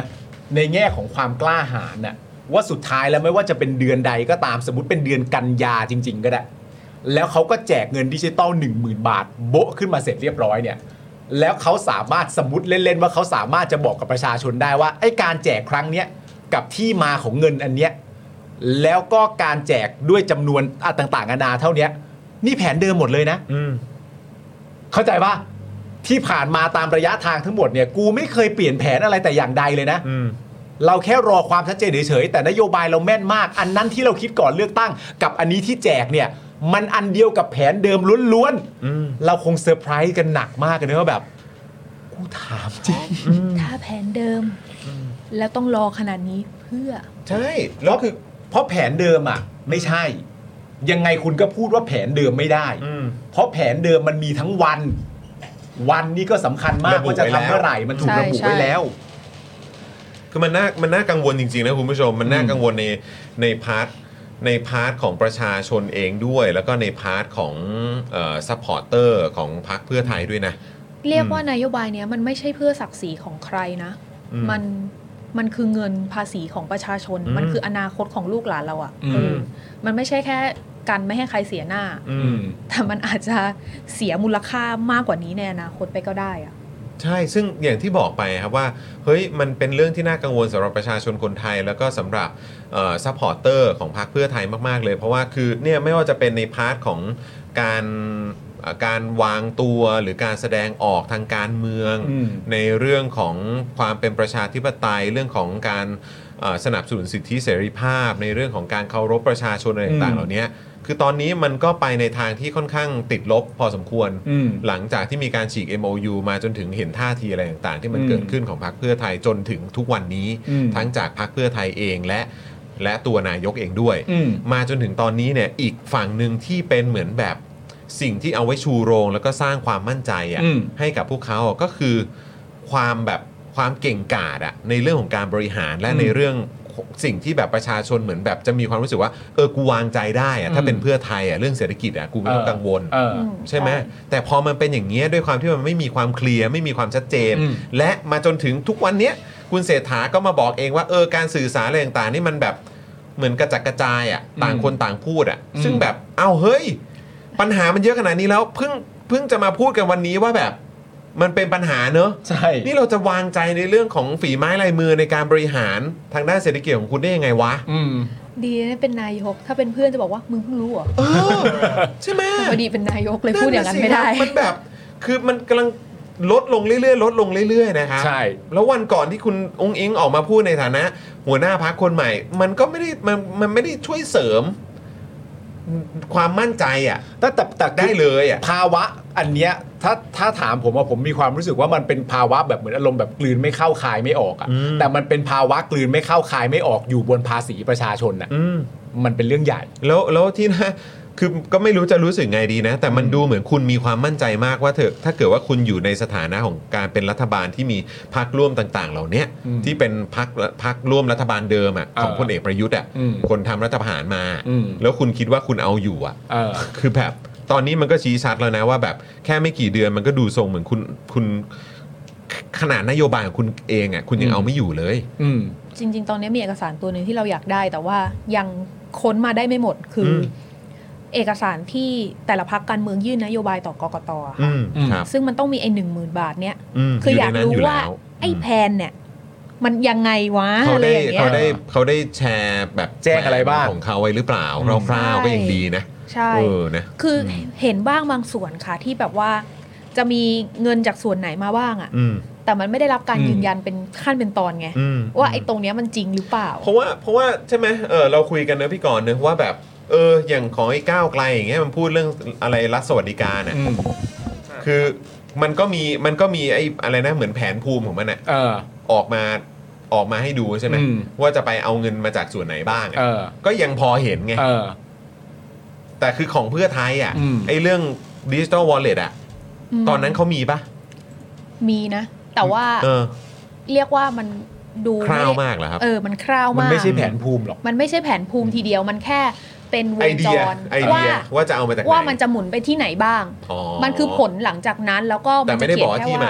ในแง่ของความกล้าหาญน่ะว่าสุดท้ายแล้วไม่ว่าจะเป็นเดือนใดก็ตามสมมติเป็นเดือนกันยาจริงๆก็ได้แล้วเขาก็แจกเงินดิจิตอล หนึ่งหมื่น บาทโบ๊ะขึ้นมาเสร็จเรียบร้อยเนี่ยแล้วเขาสามารถสมมติเล่นๆว่าเขาสามารถจะบอกกับประชาชนได้ว่าไอ้การแจกครั้งเนี้ยกับที่มาของเงินอันเนี้ยแล้วก็การแจกด้วยจำนวนต่างๆนานาเท่านี้นี่แผนเดิมหมดเลยนะเข้าใจปะที่ผ่านมาตามระยะทางทั้งหมดเนี่ยกูไม่เคยเปลี่ยนแผนอะไรแต่อย่างใดเลยนะเราแค่รอความชัดเจนเฉยๆแต่นโยบายเราแม่นมากอันนั้นที่เราคิดก่อนเลือกตั้งกับอันนี้ที่แจกเนี่ยมันอันเดียวกับแผนเดิมล้วนๆเราคงเซอร์ไพรส์กันหนักมากกันเลยว่าแบบกูถามจริงถ้าแผนเดิมแล้วต้องรอขนาดนี้เพื่อใช่แล้วคือเพราะแผนเดิมอ่ะไม่ใช่ยังไงคุณก็พูดว่าแผนเดิมไม่ได้เพราะแผนเดิมมันมีทั้งวันวันนี้ก็สำคัญมากว่าจะทำเมื่อไหร่มันถูกระบุไว้แล้วคือมันน่ามันน่ากังวลจริงๆนะคุณผู้ชมมันน่ากังวลในในพาร์ทในพาร์ทของประชาชนเองด้วยแล้วก็ในพาร์ทของเอ่อซัพพอร์เตอร์ของพรรคเพื่อไทยด้วยนะเรียกว่านโยบายเนี้ยมันไม่ใช่เพื่อศักดิ์ศรีของใครนะมันมันคือเงินภาษีของประชาชนมันคืออนาคตของลูกหลานเราอ่ะมันไม่ใช่แค่กันไม่ให้ใครเสียหน้าแต่มันอาจจะเสียมูลค่ามากกว่านี้ในอนาคตไปก็ได้อ่ะใช่ซึ่งอย่างที่บอกไปครับว่าเฮ้ยมันเป็นเรื่องที่น่ากังวลสำหรับประชาชนคนไทยแล้วก็สำหรับซัพพอร์เตอร์ของพรรคเพื่อไทยมากๆเลยเพราะว่าคือเนี่ยไม่ว่าจะเป็นในพาร์ทของการการวางตัวหรือการแสดงออกทางการเมืองในเรื่องของความเป็นประชาธิปไตยเรื่องของการสนับสนุนสิทธิเสรีภาพในเรื่องของการเคารพประชาชนอะไรต่างๆเหล่านี้คือตอนนี้มันก็ไปในทางที่ค่อนข้างติดลบพอสมควรหลังจากที่มีการฉีก เอ็ม โอ ยู มาจนถึงเห็นท่าทีอะไรต่างๆที่มันเกิดขึ้นของพรรคเพื่อไทยจนถึงทุกวันนี้ทั้งจากพรรคเพื่อไทยเองและและตัวนายกเองด้วยมาจนถึงตอนนี้เนี่ยอีกฝั่งหนึ่งที่เป็นเหมือนแบบสิ่งที่เอาไว้ชูโรงแล้วก็สร้างความมั่นใจอ่ะให้กับพวกเขาก็คือความแบบความเก่งกาจอ่ะในเรื่องของการบริหารและในเรื่องสิ่งที่แบบประชาชนเหมือนแบบจะมีความรู้สึกว่าเออกูวางใจได้อะถ้าเป็นเพื่อไทยอ่ะเรื่องเศรษฐกิจอ่ะกูไม่ต้องกังวลใช่ไหมแต่พอมันเป็นอย่างเงี้ยด้วยความที่มันไม่มีความเคลียร์ไม่มีความชัดเจนและมาจนถึงทุกวันเนี้ยคุณเศรษฐาก็มาบอกเองว่าเออการสื่อสารอะไรต่างๆนี่มันแบบเหมือนกระจัดกระจายอ่ะต่างคนต่างพูดอ่ะซึ่งแบบเอ้าเฮ้ยปัญหามันเยอะขนาดนี้แล้วเพิ่งเพิ่งจะมาพูดกันวันนี้ว่าแบบมันเป็นปัญหาเนอะใช่นี่เราจะวางใจในเรื่องของฝีไม้ลายมือในการบริหารทางด้านเศรษฐกิจของคุณได้ยังไงวะอืมดีนะเป็นนายกถ้าเป็นเพื่อนจะบอกว่ามึงเพิ่งรู้เหรอใช่ไหมพอดีเป็นนายกเลยพูดอย่างนั้นไม่ได้มันแบบคือมันกำลังลดลงเรื่อยๆลดลงเรื่อยๆนะครับใช่แล้ววันก่อนที่คุณองค์อิงออกมาพูดในฐานะหัวหน้าพรรคคนใหม่มันก็ไม่ได้มันมันไม่ได้ช่วยเสริมความมั่นใจอ่ะแต่แต่แต่ได้เลยอ่ะภาวะอันเนี้ยถ้าถ้าถามผมว่าผมมีความรู้สึกว่ามันเป็นภาวะแบบเหมือนอารมณ์แบบกลืนไม่เข้าคายไม่ออกอ่ะแต่มันเป็นภาวะกลืนไม่เข้าคายไม่ออกอยู่บนภาษีประชาชนอ่ะมันเป็นเรื่องใหญ่แล้วแล้วที่นะคือก็ไม่รู้จะรู้สึกไงดีนะแต่มันดูเหมือนคุณมีความมั่นใจมากว่าเถอะถ้าเกิดว่าคุณอยู่ในสถานะของการเป็นรัฐบาลที่มีพรรคร่วมต่างๆเหล่านี้ที่เป็นพรรคพรรคร่วมรัฐบาลเดิมอ่ะของพลเอกประยุทธ์อ่ะคนทำรัฐประหารมาแล้วคุณคิดว่าคุณเอาอยู่อ่ะคือแบบตอนนี้มันก็ชี้ชัดแล้วนะว่าแบบแค่ไม่กี่เดือนมันก็ดูทรงเหมือนคุณคุณขนาดนโยบายของคุณเองอ่ะคุณยังเอาไม่อยู่เลยจริงๆตอนนี้มีเอกสารตัวนึงที่เราอยากได้แต่ว่ายังค้นมาได้ไม่หมดคือเอกสารที่แต่ละพรรคการเมืองยื่นนโยบายต่อกกต.ค่ะซึ่งมันต้องมีไอ้หนึ่งหมื่นบาทเนี้ยคืออยากรู้ว่าไอ้แผนเนี่ยมันยังไงวะอะไรอย่างเงี้ยเขาได้เขาได้แชร์แบบแจ้งอะไรบ้างของเขาไว้หรือเปล่าคร่าวๆก็ยังดีนะใช่คือเห็นบ้างบางส่วนค่ะที่แบบว่าจะมีเงินจากส่วนไหนมาบ้างอ่ะแต่มันไม่ได้รับการยืนยันเป็นขั้นเป็นตอนไงว่าไอ้ตรงเนี้ยมันจริงหรือเปล่าเพราะว่าเพราะว่าใช่ไหมเออเราคุยกันเนอะพี่ก่อนเนอะว่าแบบเอออย่างของไอ้ก้าวไกลอย่างเงี้ยมันพูดเรื่องอะไรรัฐสวัสดิการอ่ะคือมันก็มีมันก็มีไอ้อะไรนะเหมือนแผนภูมิของมันอ่ะออกมาออกมาให้ดูใช่ไหมว่าจะไปเอาเงินมาจากส่วนไหนบ้างก็ยังพอเห็นไงแต่คือของเพื่อไทยอ่ะไอ้เรื่อง Digital Wallet อ่ะตอนนั้นเขามีปะมีนะแต่ว่าเรียกว่ามันดูคร่าวมากเหรอครับเออมันคร่าวมากมันไม่ใช่แผนภูมิหรอกมันไม่ใช่แผนภูมิทีเดียวมันแค่เป็นวงจรว่าว่าจะเอามาจากไหนว่ามันจะหมุนไปที่ไหนบ้างมันคือผลหลังจากนั้นแล้วก็แต่ไม่ได้บอกที่มา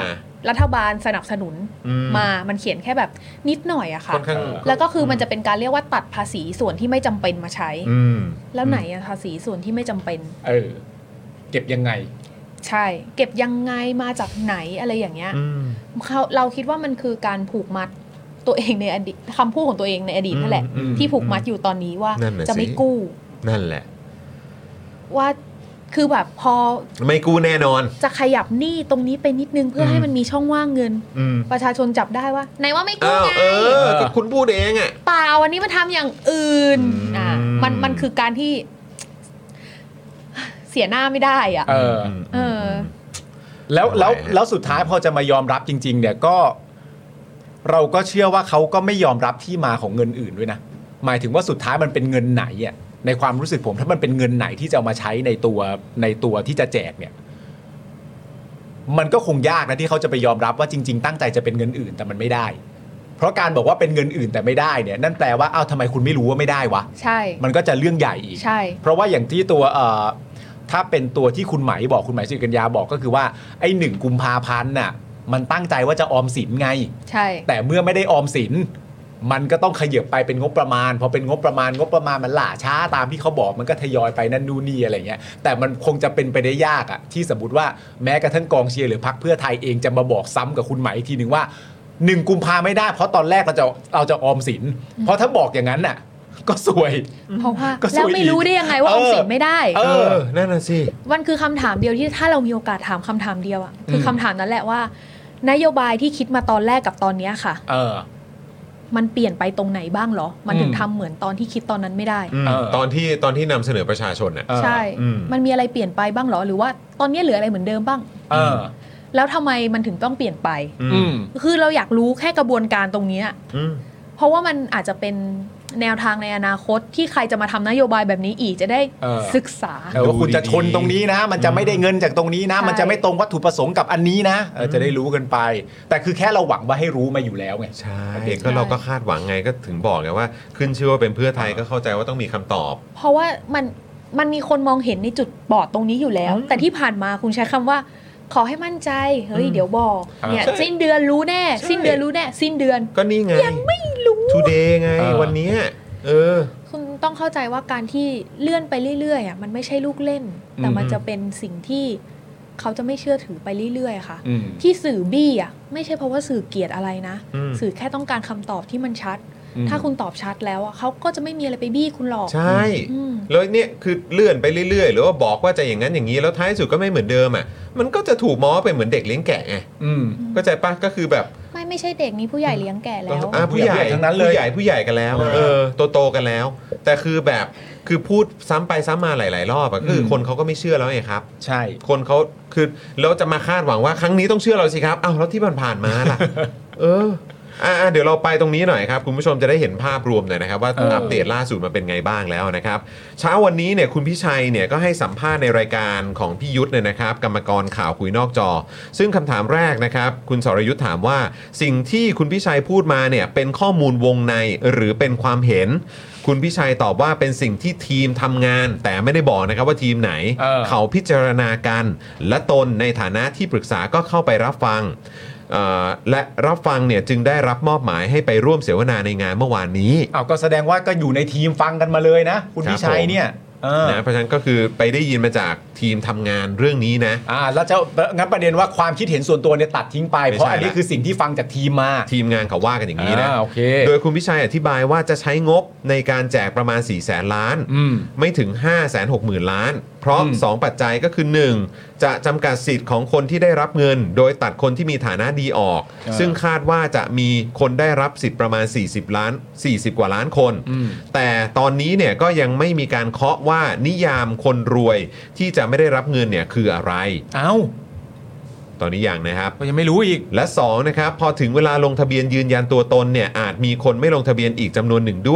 รัฐบาลสนับสนุนมามันเขียนแค่แบบนิดหน่อยอะค่ะแล้วก็คือมันจะเป็นการเรียกว่าตัดภาษีส่วนที่ไม่จำเป็นมาใช้แล้วไหนอะภาษีส่วนที่ไม่จำเป็นเออเก็บยังไงใช่เก็บยังไงมาจากไหนอะไรอย่างเงี้ยเราคิดว่ามันคือการผูกมัดตัวเองในอดีตคำพูดของตัวเองในอดีตนั่นแหละที่ผูกมัดอยู่ตอนนี้ว่าจะไม่กู้นั่นแหละว่าคือแบบพอไม่กู้แน่นอนจะขยับหนี้ตรงนี้ไปนิดนึงเพื่อให้มันมีช่องว่างเงินประชาชนจับได้ว่าไหนว่าไม่กู้ไงเออคุณพูดเองอ่ะเปล่าวันนี้มันทำอย่างอื่นอ่ามันมันคือการที่เสียหน้าไม่ได้อ่ะเออเออแล้วแล้วแล้วสุดท้ายพอจะมายอมรับจริงๆเนี่ยก็เราก็เชื่อว่าเขาก็ไม่ยอมรับที่มาของเงินอื่นด้วยนะหมายถึงว่าสุดท้ายมันเป็นเงินไหนอ่ะในความรู้สึกผมถ้ามันเป็นเงินไหนที่จะเอามาใช้ในตัวในตัวที่จะแจกเนี่ยมันก็คงยากนะที่เขาจะไปยอมรับว่าจริงๆตั้งใจจะเป็นเงินอื่นแต่มันไม่ได้เพราะการบอกว่าเป็นเงินอื่นแต่ไม่ได้เนี่ยนั่นแปลว่าอ้าวทำไมคุณไม่รู้ว่าไม่ได้วะใช่มันก็จะเรื่องใหญ่อีกใช่เพราะว่าอย่างที่ตัวเอ่อถ้าเป็นตัวที่คุณไหมบอกคุณไหมสิริกัญญาบอกก็คือว่าไอ้หนึ่งกุมภาพันธ์น่ะมันตั้งใจว่าจะออมสินไงใช่แต่เมื่อไม่ได้ออมสินมันก็ต้องขยับไปเป็นงบประมาณพอเป็นงบประมาณงบประมาณมันล่าช้าตามที่เขาบอกมันก็ทยอยไปนั่นนู่นนี่อะไรเงี้ยแต่มันคงจะเป็นไปได้ยากอ่ะที่สมมติว่าแม้กระทั่งกองเชียร์หรือพรรคเพื่อไทยเองจะมาบอกซ้ำกับคุณไหมอีกทีนึงว่าหนึ่งกุมภาไม่ได้เพราะตอนแรกเราจะเราจะออมสินเพราะถ้าบอกอย่างนั้นน่ะก็สวยเพราะว่าแล้วไม่รู้ได้ยังไงว่าออมสินไม่ได้เออนั่นน่ะสิมันคือคำถามเดียวที่ถ้าเรามีโอกาสถามคำถามเดียวอ่ะคือคำถามนั้นแหละว่านโยบายที่คิดมาตอนแรกกับตอนนี้ค่ะเออมันเปลี่ยนไปตรงไหนบ้างเหรอมันถึงทำเหมือนตอนที่คิดตอนนั้นไม่ได้ตอนที่ตอนที่นำเสนอประชาชนน่ะใช่มันมีอะไรเปลี่ยนไปบ้างเหรอหรือว่าตอนนี้เหลืออะไรเหมือนเดิมบ้างแล้วทำไมมันถึงต้องเปลี่ยนไปคือเราอยากรู้แค่กระบวนการตรงนี้เพราะว่ามันอาจจะเป็นแนวทางในอนาคตที่ใครจะมาทำนโยบายแบบนี้อีกจะได้ศึกษาว่าคุณจะชนตรงนี้นะมันจะไม่ได้เงินจากตรงนี้นะมันจะไม่ตรงวัตถุประสงค์กับอันนี้นะจะได้รู้กันไปแต่คือแค่เราหวังว่าให้รู้มาอยู่แล้วไงใช่ก็เราก็คาดหวังไงก็ถึงบอกไงว่าขึ้นชื่อว่าเป็นเพื่อไทยก็เข้าใจว่าต้องมีคำตอบเพราะว่ามันมันมีคนมองเห็นในจุดบอดตรงนี้อยู่แล้วแต่ที่ผ่านมาคุณใช้คำว่าขอให้มั่นใจเฮ้ยเดี๋ยวบอกเนี่ยสิ้นเดือนรู้แน่สิ้นเดือนรู้แน่สิ้นเดือนก็นี่ไงยังไม่รู้ today ไงวันนี้เออคุณต้องเข้าใจว่าการที่เลื่อนไปเรื่อยๆอ่ะมันไม่ใช่ลูกเล่นแต่มันจะเป็นสิ่งที่เขาจะไม่เชื่อถือไปเรื่อยๆค่ะที่สื่อบี้อ่ะไม่ใช่เพราะว่าสื่อเกลียดอะไรนะสื่อแค่ต้องการคำตอบที่มันชัดถ้าคุณตอบชัดแล้วเขาก็จะไม่มีอะไรไปบี้คุณหรอกใช่แล้วเนี่ยคือเลื่อนไปเรื่อยๆหรือว่าบอกว่าจะอย่างนั้นอย่างนี้แล้วท้ายสุดก็ไม่เหมือนเดิมอ่ะมันก็จะถูกมองว่าเป็นเหมือนเด็กเลี้ยงแกะไงก็ใจป่ะก็คือแบบไม่ไม่ใช่เด็กนี่ผู้ใหญ่เลี้ยงแกะแล้วผู้ใหญ่ทั้งนั้นเลยผู้ใหญ่ผู้ใหญ่กันแล้วเออโตๆกันแล้วแต่คือแบบคือพูดซ้ำไปซ้ำมาหลายๆรอบอ่ะคือคนเขาก็ไม่เชื่อแล้วไงครับใช่คนเขาคือเราจะมาคาดหวังว่าครั้งนี้ต้องเชื่อเราสิครับอ้าวแล้วที่ผ่านๆมาล่ะเอออ่าเดี๋ยวเราไปตรงนี้หน่อยครับคุณผู้ชมจะได้เห็นภาพรวมหน่อยนะครับว่าอัปเดตล่าสุดมาเป็นไงบ้างแล้วนะครับเช้าวันนี้เนี่ยคุณพิชัยเนี่ยก็ให้สัมภาษณ์ในรายการของพี่ยุทธเนี่ยนะครับกรรมกรข่าวคุยนอกจอซึ่งคำถามแรกนะครับคุณสรยุทธถามว่าสิ่งที่คุณพิชัยพูดมาเนี่ยเป็นข้อมูลวงในหรือเป็นความเห็นคุณพิชัยตอบว่าเป็นสิ่งที่ทีมทำงานแต่ไม่ได้บอกนะครับว่าทีมไหน เ, เขาพิจารณากันและตนในฐานะที่ปรึกษาก็เข้าไปรับฟังและรับฟังเนี่ยจึงได้รับมอบหมายให้ไปร่วมเสวนาในงานเมื่อวานนี้อ้าวก็แสดงว่าก็อยู่ในทีมฟังกันมาเลยนะคุณพิชัยเนี่ยนะเพราะฉะนั้นก็คือไปได้ยินมาจากทีมทำงานเรื่องนี้นะอ่าแล้วจะงั้นประเด็นว่าความคิดเห็นส่วนตัวเนี่ยตัดทิ้งไปเพราะอันนี้คือสิ่งที่ฟังจากทีมมาทีมงานเขาว่ากันอย่างนี้นะโอเคโดยคุณพิชัยอธิบายว่าจะใช้งบในการแจกประมาณสี่แสนล้านไม่ถึง ห้าแสนหกหมื่น ล้านเพราะสองปัจจัยก็คือหนึ่งจะจำกัดสิทธิ์ของคนที่ได้รับเงินโดยตัดคนที่มีฐานะดีออกซึ่งคาดว่าจะมีคนได้รับสิทธิ์ประมาณสี่สิบล้านสี่สิบกว่าล้านคนแต่ตอนนี้เนี่ยก็ยังไม่มีการเคาะว่านิยามคนรวยที่จะไม่ได้รับเงินเนี่ยคืออะไรเอ้าตอนนี้ยังนะครับก็ยังไม่รู้อีกและสองนะครับพอถึงเวลาลงทะเบียนยืนยันตัวตนเนี่ยอาจมีคนไม่ลงทะเบียนอีกจำนวนหนึ่งด้วย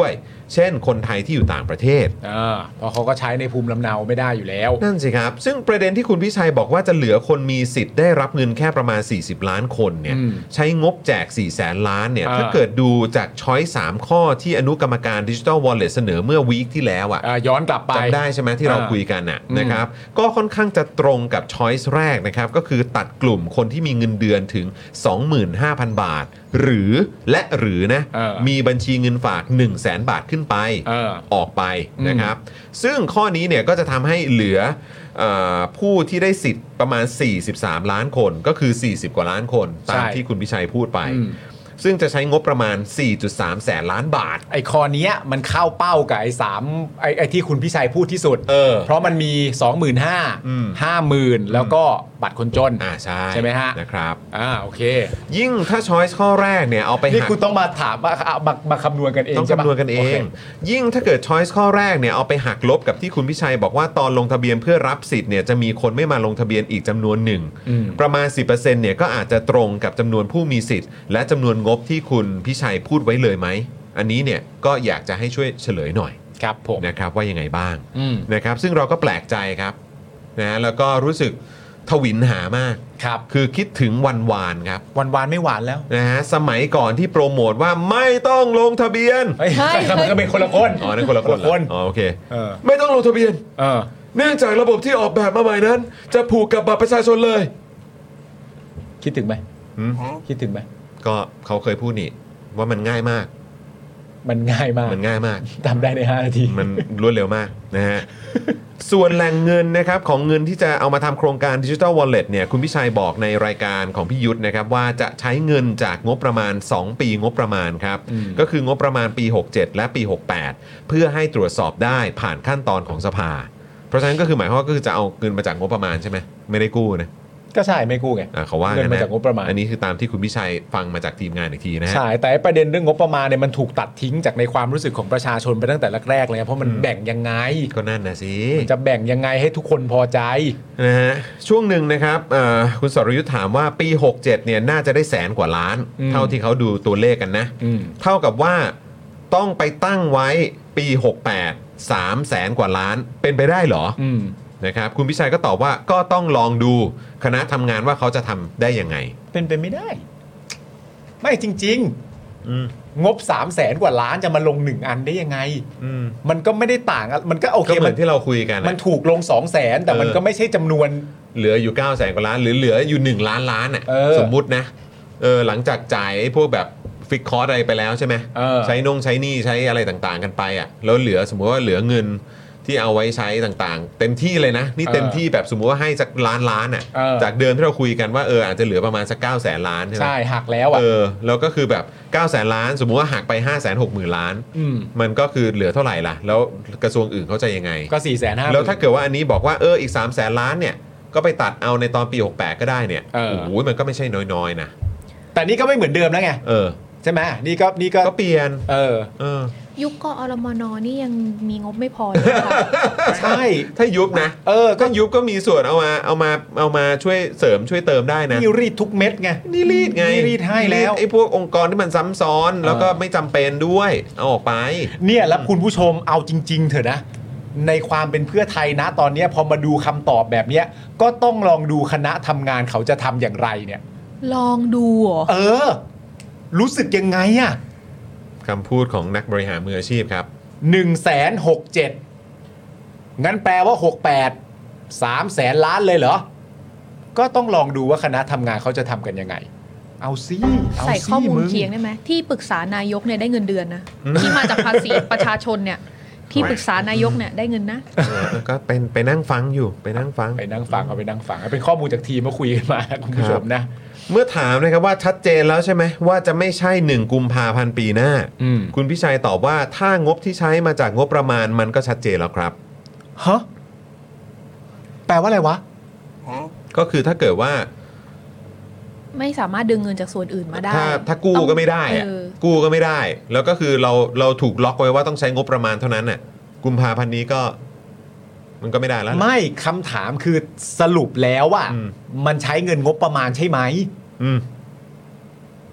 เช่นคนไทยที่อยู่ต่างประเทศอ่าเพราะเขาก็ใช้ในภูมิลำเนาไม่ได้อยู่แล้วนั่นสิครับซึ่งประเด็นที่คุณพิชัยบอกว่าจะเหลือคนมีสิทธิ์ได้รับเงินแค่ประมาณสี่สิบล้านคนเนี่ยอืมใช้งบแจกสี่แสนล้านเนี่ยอ่าถ้าเกิดดูจากช้อยสามข้อที่อนุกรรมการ Digital Wallet เสนอเมื่อวีคที่แล้วอ่ะอ่าย้อนกลับไปจำได้ใช่ไหมที่เราอ่าคุยกันน่ะอืมนะครับก็ค่อนข้างจะตรงกับช้อยส์แรกนะครับก็คือตัดกลุ่มคนที่มีเงินเดือนถึง สองหมื่นห้าพัน บาท หรือและหรือนะเออมีบัญชีเงินฝาก หนึ่งแสน บาทขึ้นไปเออออกไปอืมนะครับซึ่งข้อนี้เนี่ยก็จะทำให้เหลือเอ่อผู้ที่ได้สิทธิ์ประมาณ สี่สิบสาม ล้านคนก็คือ สี่สิบ กว่าล้านคนตามที่คุณพิชัยพูดไปอืมซึ่งจะใช้งบประมาณ สี่จุดสาม แสนล้านบาทไอ้คอเนี้ยมันเข้าเป้ากับไอ้สามไอ้ไอ้ที่คุณพิชัยพูดที่สุดเออเพราะมันมี สองหมื่นห้าพันอืมห้าหมื่น แล้วก็บัตรคนจนอ่าใช่ใช่ไหมฮะนะครับอ่าโอเคยิ่งถ้าช้อยส์ข้อแรกเนี่ยเอาไปนี่หักคุณต้องมาถามมาเอามามาคำนวณกันเองต้องใช่ปะคำนวณกันเอโคง ยิ่งถ้าเกิด choice ข้อแรกเนี่ยเอาไปหักลบกับที่คุณพิชัยบอกว่าตอนลงทะเบียนเพื่อรับสิทธิ์เนี่ยจะมีคนไม่มาลงทะเบียนอีกจำนวนหนึ่งอืมประมาณ สิบเปอร์เซ็นต์ เนี่ยก็อาจจะตรงกับจำนวนผู้มีสิทธิ์และจำนวนงบที่คุณพิชัยพูดไว้เลยไหม อันนี้เนี่ยก็อยากจะให้ช่วยเฉลยหน่อยครับผมนะครับว่ายังไงบ้างอืมนะครับซึ่งเราก็แปลกใจครับนะแล้วก็รู้สึกทวินหามากครับคือคิดถึงวันวานครับวันวานไม่หวานแล้วนะฮะสมัยก่อนที่โปรโมทว่าไม่ต้องลงทะเบียนเฮ้ยใช่แต่มันก็เป็นคนละคนอ๋อนั่นคนละคนเหรอคนอ๋อโอเคเออไม่ต้องลงทะเบียนเออเนื่องจากระบบที่ออกแบบมาใหม่นั้น จะผูกกับบัตรประชาชนเลยคิดถึงไหมหืมคิดถึงไหมก็เขาเคยพูดนี่ว่ามันง่ายมากมันง่ายมากมันง่ายมากทำได้ในห้านาทีมันรวดเร็วมากนะฮะ ส่วนแหล่งเงินนะครับของเงินที่จะเอามาทำโครงการ Digital Wallet เนี่ยคุณพิชัยบอกในรายการของพี่ยุทธนะครับว่าจะใช้เงินจากงบประมาณ สอง ปีงบประมาณครับอืมก็คืองบประมาณปี หกเจ็ด และปี หกแปด เพื่อให้ตรวจสอบได้ผ่านขั้นตอนของสภา เพราะฉะนั้นก็คือหมายความว่าก็คือจะเอาเงินมาจากงบประมาณใช่ไหมไม่ได้กู้นะก็ใช่ไม่กู้ไงอ่ะเขาว่าเงิกันนมานะจากงบประมาณอันนี้คือตามที่คุณพิชัยฟังมาจากทีมงานอีกทีนะฮะใช่แต่ไอ้ประเด็นเรื่องงบประมาณเนี่ยมันถูกตัดทิ้งจากในความรู้สึกของประชาชนไปตั้งแต่แรกๆเลยนะเพราะมันแบ่งยังไงก็นั่นนะสิมันจะแบ่งยังไงให้ทุกคนพอใจนะฮะช่วงหนึ่งนะครับเอ่อคุณสรยุทธ์ถามว่าปี หกเจ็ด เนี่ยน่าจะได้แสนกว่าล้านอืมเท่าที่เขาดูตัวเลขกันนะอืมเท่ากับว่าต้องไปตั้งไว้ปี หกแปด สามแสนกว่าล้านเป็นไปได้เหรออืมนะครับคุณพิชัยก็ตอบว่าก็ต้องลองดูคณะทำงานว่าเขาจะทำได้ยังไงเป็นไปไม่ได้ ไม่จริงอืมๆ งบ3 0 0แสนกว่าล้านจะมาลงหนึ่งอันได้ยังไงอืมมันก็ไม่ได้ต่างอะมันก็โอเคก็เหมืมัอน นที่เราคุยกันมันอะถูกลง2 0 0แสนแต่มันเออก็ไม่ใช่จำนวนเหลืออยู่ เก้าแสนกว่าล้านหรือเหลืออยู่ หนึ่ง ล้านล้านอ่ะเออสมมุตินะเออหลังจากจ่ายไอ้พวกแบบฟิกคอร์สอะไรไปแล้วใช่ไหมเออใช้นงใช้หนี่ใช้อะไรต่างๆกันไปอ่ะแล้วเหลือสมมุติว่าเหลือเงินที่เอาไว้ใช้ต่างๆ เต็มที่เลยนะ นี่เต็มที่แบบสมมุติว่าให้สักล้านล้านอ่ะเออจากเดิมที่เราคุยกันว่าเอออาจจะเหลือประมาณสักเก้าแสนล้านใช่ไหมใช่หักแล้วอ่ะเออแล้วก็คือแบบเก้าแสนล้าน สมมุติว่าหักไป ห้าแสนหกหมื่น ล้านอืมมันก็คือเหลือเท่าไหร่ล่ะแล้วกระทรวงอื่นเขาจะยังไงก็4ี่แสนห้าแล้วถ้าเกิดว่าอันนี้บอกว่าเอออีก สามแสนล้านเนี่ยก็ไปตัดเอาในตอนปี หกแปด ก็ได้เนี่ยเออโอ้โหมันก็ไม่ใช่น้อยๆนะแต่นี่ก็ไม่เหมือนเดิมแล้วไงเออใช่ไหมนี่ก็นี่ก็ก็เปลี่ยนเออเออยุคกอรมนนี่ยังมีงบไม่พอเลยค่ะใช่ถ้ายุบนะเออก็ก็ยุบก็มีส่วนเอามาเอามาเอามาช่วยเสริมช่วยเติมได้นะนี่รีดทุกเม็ดไงนี่รีดไงนี่รีดให้แล้วรีดไอ้พวกองค์กรที่มันซ้ำซ้อน แล้วก็ไม่จำเป็นด้วยเอาออกไปเนี่ยแล้วคุณผู้ชมเอาจริง ๆ เถอะนะ ในความเป็นเพื่อไทยนะตอนเนี้ยพอมาดูคำตอบแบบเนี้ยก็ต้องลองดูคณะทำงานเขาจะทำอย่างไรเนี่ยลองดูเหรอเออ รู้สึกยังไงอะคำพูดของนักบริหารมืออาชีพครับหนึ่งแสนหกเจ็ดงั้นแปลว่าหกแปดสามแสนล้านเลยเหรอ ก็ต้องลองดูว่าคณะทำงานเขาจะทำกันยังไง เอาซิเาใส่ข้อมูลสิงเคียงได้ไหมที่ปรึกษานายกเนี่ยได้เงินเดือนนะที่มาจากภาษีประชาชนเนี่ยที่ปรึกษานายกเนี่ยได้เงินนะเออก็เป็นไปนั่งฟังอยู่ไปนั่งฟังไปนั่งฟังเอาไปนั่งฟังเป็นข้อมูลจากทีมมาคุยกันมาคุณผู้ชมนะเมื่อถามนะครับว่าชัดเจนแล้วใช่ไหมว่าจะไม่ใช่หนึ่งกุมภาพันธ์ปีหน้าอืมคุณพิชัยตอบว่าถ้างบที่ใช้มาจากงบประมาณมันก็ชัดเจนแล้วครับฮะแปลว่าอะไรวะก็คือถ้าเกิดว่าไม่สามารถดึงเงินจากส่วนอื่นมาได้ถ้าถ้ากู้ก็ไม่ได้อะเออกู้ก็ไม่ได้ แล้วก็คือเราเราถูกล็อกไว้ว่าต้องใช้งบประมาณเท่านั้นน่ะกุมภาพันธ์นี้ก็มันก็ไม่ได้แล้วล่ะไม่คำถามคือสรุปแล้วว่าอืมมันใช้เงินงบประมาณใช่ไหมอืม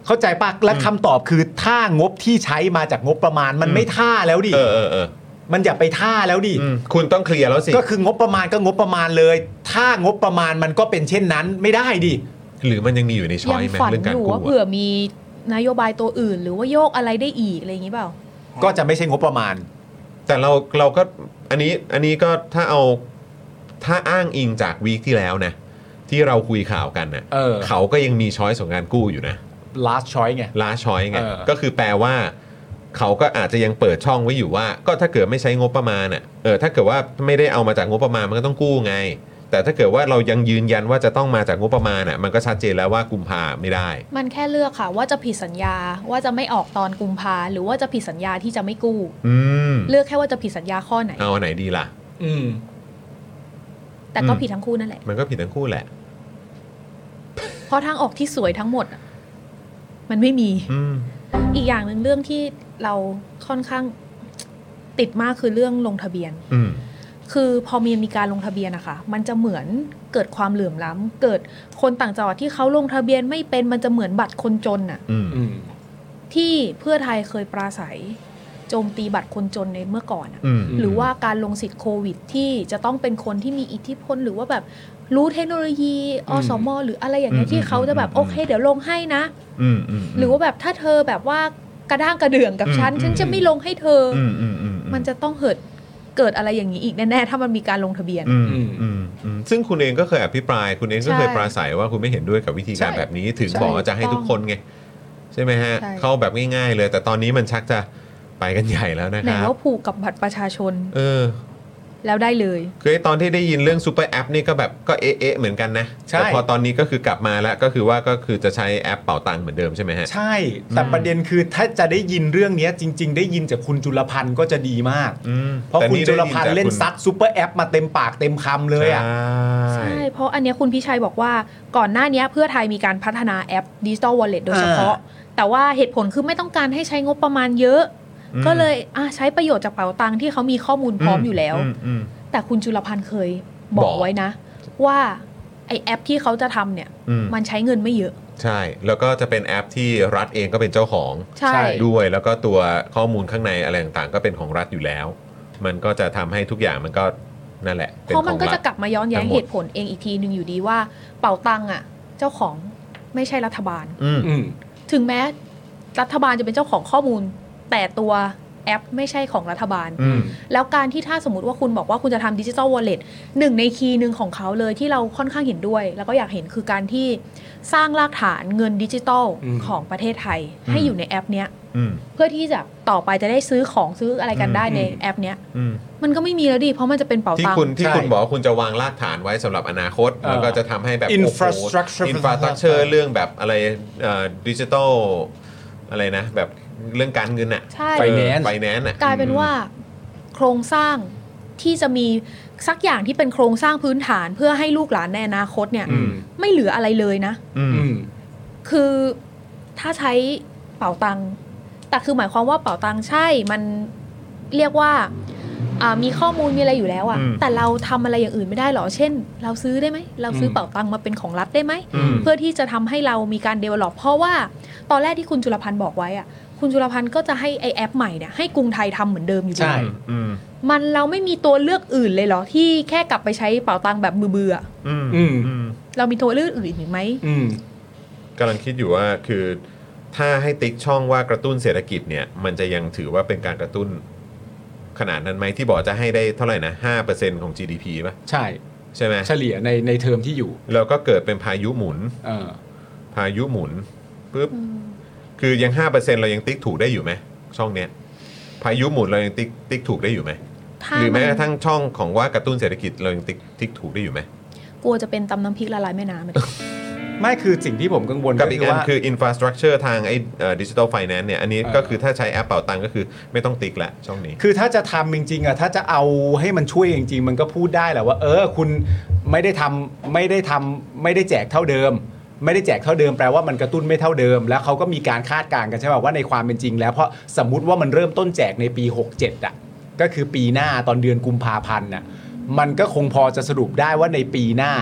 เข้าใจปะและคำตอบคือถ้างบที่ใช้มาจากงบประมาณมันไม่ท่าแล้วดิเออเออเออมันอย่าไปท่าแล้วดิอืมคุณต้องเคลียร์แล้วสิก็คืองบประมาณก็งบประมาณเลย ถ้างบประมาณมันก็เป็นเช่นนั้นไม่ได้ดิหรือมันยังมีอยู่ในช้อยยังไหมฝันเรื่องการอยู่กู้ว่าอะเผื่อมีนโยบายตัวอื่น หรือว่าโยกอะไรได้อีกอะไรอย่างนี้เปล่าก็จะไม่ใช่งบประมาณแต่เราเราก็อันนี้อันนี้ก็ถ้าเอาถ้าอ้างอิงจากวีคที่แล้วนะที่เราคุยข่าวกันเน่ะเออเขาก็ยังมีช้อยของการกู้อยู่นะ last choice ไงล้าช้อยไงเออก็คือแปลว่า เขาก็อาจจะยังเปิดช่องไว้อยู่ว่า ก็ถ้าเกิดไม่ใช้งบประมาณอ่ะเออถ้าเกิดว่าไม่ได้เอามาจากงบประมาณมันก็ต้องกู้ไง แต่ถ้าเกิดว่าเรายังยืนยันว่าจะต้องมาจากงบประมาณอ่ะมันก็ชัดเจนแล้วว่ากุมภาไม่ได้มันแค่เลือกค่ะว่าจะผิดสัญญาว่าจะไม่ออกตอนกุมภาหรือว่าจะผิดสัญญาที่จะไม่กู้อืมเลือกแค่ว่าจะผิดสัญญาข้อไหนเอาอันไหนดีล่ะอืมแต่ก็อืมผิดทั้งคู่นั่นแหละมันก็ผิดทั้งคู่แหละเพราะทางออกที่สวยทั้งหมดอะมันไม่มีอืมอีกอย่างหนึ่งเรื่องที่เราค่อนข้างติดมากคือเรื่องลงทะเบียนอืมคือพอมีมีการลงทะเบียนอะค่ะมันจะเหมือนเกิดความเหลื่อมล้ำเกิดคนต่างจังหวัดที่เขาลงทะเบียนไม่เป็นมันจะเหมือนบัตรคนจนอะอืมอืมที่เพื่อไทยเคยปราศัยโจมตีบัตรคนจนในเมื่อก่อนอะอืมหรือว่าการลงสิทธิ์โควิดที่จะต้องเป็นคนที่มีอิทธิพลหรือว่าแบบรู้เทคโนโลยีอสมหรืออะไรอย่างเงี้ยที่เขาจะแบบโอเคเดี๋ยวลงให้นะอืมอืมหรือว่าแบบถ้าเธอแบบว่ากระด้างกระเดื่องกับฉันอืมฉันจะไม่ลงให้เธอออืมอืมอืมมันจะต้องเกิดเกิดอะไรอย่างนี้อีกแน่ๆถ้ามันมีการลงทะเบียนอืมอืมอืมอืมซึ่งคุณเองก็เคยอภิปรายคุณเองก็เคยใช่ปราศัยว่าคุณไม่เห็นด้วยกับวิธีการใช่แบบนี้ถึงใช่บอกว่าจะให้ทุกคนไงใช่ไหมฮะใช่เข้าแบบง่ายๆเลย แต่ตอนนี้มันชักจะไปกันใหญ่แล้วนะไหนครับว่าผูกกับบัตรประชาชนเออแล้วได้เลยคือไอ้ตอนที่ได้ยินเรื่องซูเปอร์แอปนี่ก็แบบก็เอ๊ะๆเหมือนกันนะใช่แต่พอตอนนี้ก็คือกลับมาแล้วก็คือว่าก็คือจะใช้แอปเป๋าตังค์เหมือนเดิมใช่ไหมฮะใช่ แต่ประเด็นคือถ้าจะได้ยินเรื่องนี้จริง ๆ ได้ยินจากคุณจุลพันธ์ก็จะดีมากอืมเพราะแต่คุณนี่จุได้ลยิพันธ์จากเล่นคุณซัดซูเปอร์แอปมาเต็มปากเต็มคำเลยอ่ะใช่ใช่ เพราะอันเนี้ยคุณพิชัยบอกว่าก่อนหน้าเนี้ยเพื่อไทยมีการพัฒนาแอป Digital Wallet โดยเฉพาะ แต่ว่าเหตุผลคือไม่ต้องการให้ใช้งบประมาณเยอะอืมก็เลยอ่ะใช้ประโยชน์จากเป๋าตังค์ที่เขามีข้อมูลพร้อมอยู่แล้วมอืมแต่คุณจุลพันธ์เคยบบ ออก กไว้นะ ว่าไอแอปที่เขาจะทำเนี่ยอืมมันใช้เงินไม่เยอะใช่ แล้วก็จะเป็นแอปที่รัฐเองก็เป็นเจ้าของใช่ด้วยแล้วก็ตัวข้อมูลข้างในอะไรต่างๆ ก็เป็นของรัฐอยู่แล้ว มันก็จะทำให้ทุกอย่างมันก็นั่นแหละป็เพราะมันของก็ฐจะกลับมาย้อนแย้งทั้งหมดเหตุผลเองอีกทีหนึ่งอยู่ดีว่าเป๋าตังค์อ่ะ เจ้าของไม่ใช่รัฐบาลอืมอืมถึงแม้รัฐบาลจะเป็นเจ้าของข้อมูล แต่ตัวแอปไม่ใช่ของรัฐบาลอืมแล้วการที่ถ้าสมมติว่าคุณบอกว่าคุณจะทำดิจิทัลวอลเล็ตหนึ่งในคีย์หนึ่งของเขาเลยที่เราค่อนข้างเห็นด้วย แล้วก็อยากเห็นคือการที่สร้างรากฐานเงินดิจิทัลอืมของประเทศไทย ให้อยู่ในแอปเนี้ยอืมเพื่อที่จะต่อไปจะได้ซื้อของซื้ออะไรกันได้ในแอปเนี้ยอืมมันก็ไม่มีแล้วดิเพราะมันจะเป็นเป๋าที่ตังคุณค์ที่ใช่คุณบอกว่าคุณจะวางรากฐานไว้สำหรับอนาคตเออแล้วก็จะทำให้แบบ Infrastructure อินฟราสตรักเจอร์เรื่องแบบอะไรดิจิทัลอะไรนะ แบบเรื่องการเงินอะใช่ Finance ไฟแนนซ์อะกลายเป็นว่าโครงสร้างที่จะมีสักอย่างที่เป็นโครงสร้างพื้นฐานเพื่อให้ลูกหลานในอนาคตเนี่ยอืมไม่เหลืออะไรเลยนะอืมอืมคือถ้าใช้เป๋าตังค์แต่คือหมายความว่าเป๋าตังค์ใช่มันเรียกว่าอ่ามีข้อมูลมีอะไรอยู่แล้วอะอืมแต่เราทำอะไรอย่างอื่นไม่ได้หรอเช่น เราซื้อได้ไหมเราซื้อมเป๋าตังค์มาเป็นของรัฐได้ไหมอืมเพื่อที่จะทำให้เรามีการ develop เพราะว่าตอนแรกที่คุณจุลพันธ์บอกไว้อะคุณจุลพันธ์ก็จะให้ไอแอปใหม่เนี่ยให้กรุงไทยทำเหมือนเดิมอยู่ดีใช่อืมมันเราไม่มีตัวเลือกอื่นเลยเหรอที่แค่กลับไปใช้เป๋าตังค์แบบมือเบื่ออืมอืมอืมเรามีตัวเลือกอื่นอีกไหมอืมกำลังคิดอยู่ว่าคือถ้าให้ติ๊กช่องว่ากระตุ้นเศรษฐกิจเนี่ย มันจะยังถือว่าเป็นการกระตุ้นขนาดนั้นไหมที่บอกจะให้ได้เท่าไหร่นะห้าเปอร์เซ็นต์ของ จี ดี พี ป่ะใช่ใช่ไหมเฉลี่ยในในเทอมที่อยู่แล้วก็เกิดเป็นพายุหมุนเออพายุหมุนปุ๊บคือยัง ห้าเปอร์เซ็นต์ เรายังติ๊กถูกได้อยู่ไหมช่องเนี้ยพายุหมุนเรายังติ๊กติ๊กถูกได้อยู่ไหมถ้าหรือแม้กระนทั่งช่องของว่ากระตุ้นเศรษฐกิจเรายังติ๊กติ๊กถูกได้อยู่ไหมกลัวจะเป็นตำน้ำพริกละลายแม่น้ำอะดิไม่คือสิ่งที่ผมกังวลกัก็บอีกคืออันว่าคือ infrastructure ทางไอ้ดิจิทัลไฟแนนซ์เนี่ย อันนี้เออก็คือถ้าใช้แอปเป่าตังก็คือไม่ต้องติ๊กละช่องนี้คือถ้าจะทำจริงๆอะถ้าจะเอาให้มันช่วยจริงๆ มันก็พูดได้แหละว่า เออคุณไม่ได้ทำไม่ได้ทำไม่ได้แจกเท่าเดิม ไม่ได้แจกเท่าเดิมแปลว่ามันกระตุ้นไม่เท่าเดิม แล้วเขาก็มีการคาดการณ์กันใช่ไหมว่าในความเป็นจริงแล้วเพราะสมมุติว่ามันเริ่มต้นแจกในปีหกเจ็ดอ่ะก็คือปีหน้าตอนเดือนกุมภาพันธ์น่ะมันก็คงพอจะสรุปได้ว่าในปีหน้า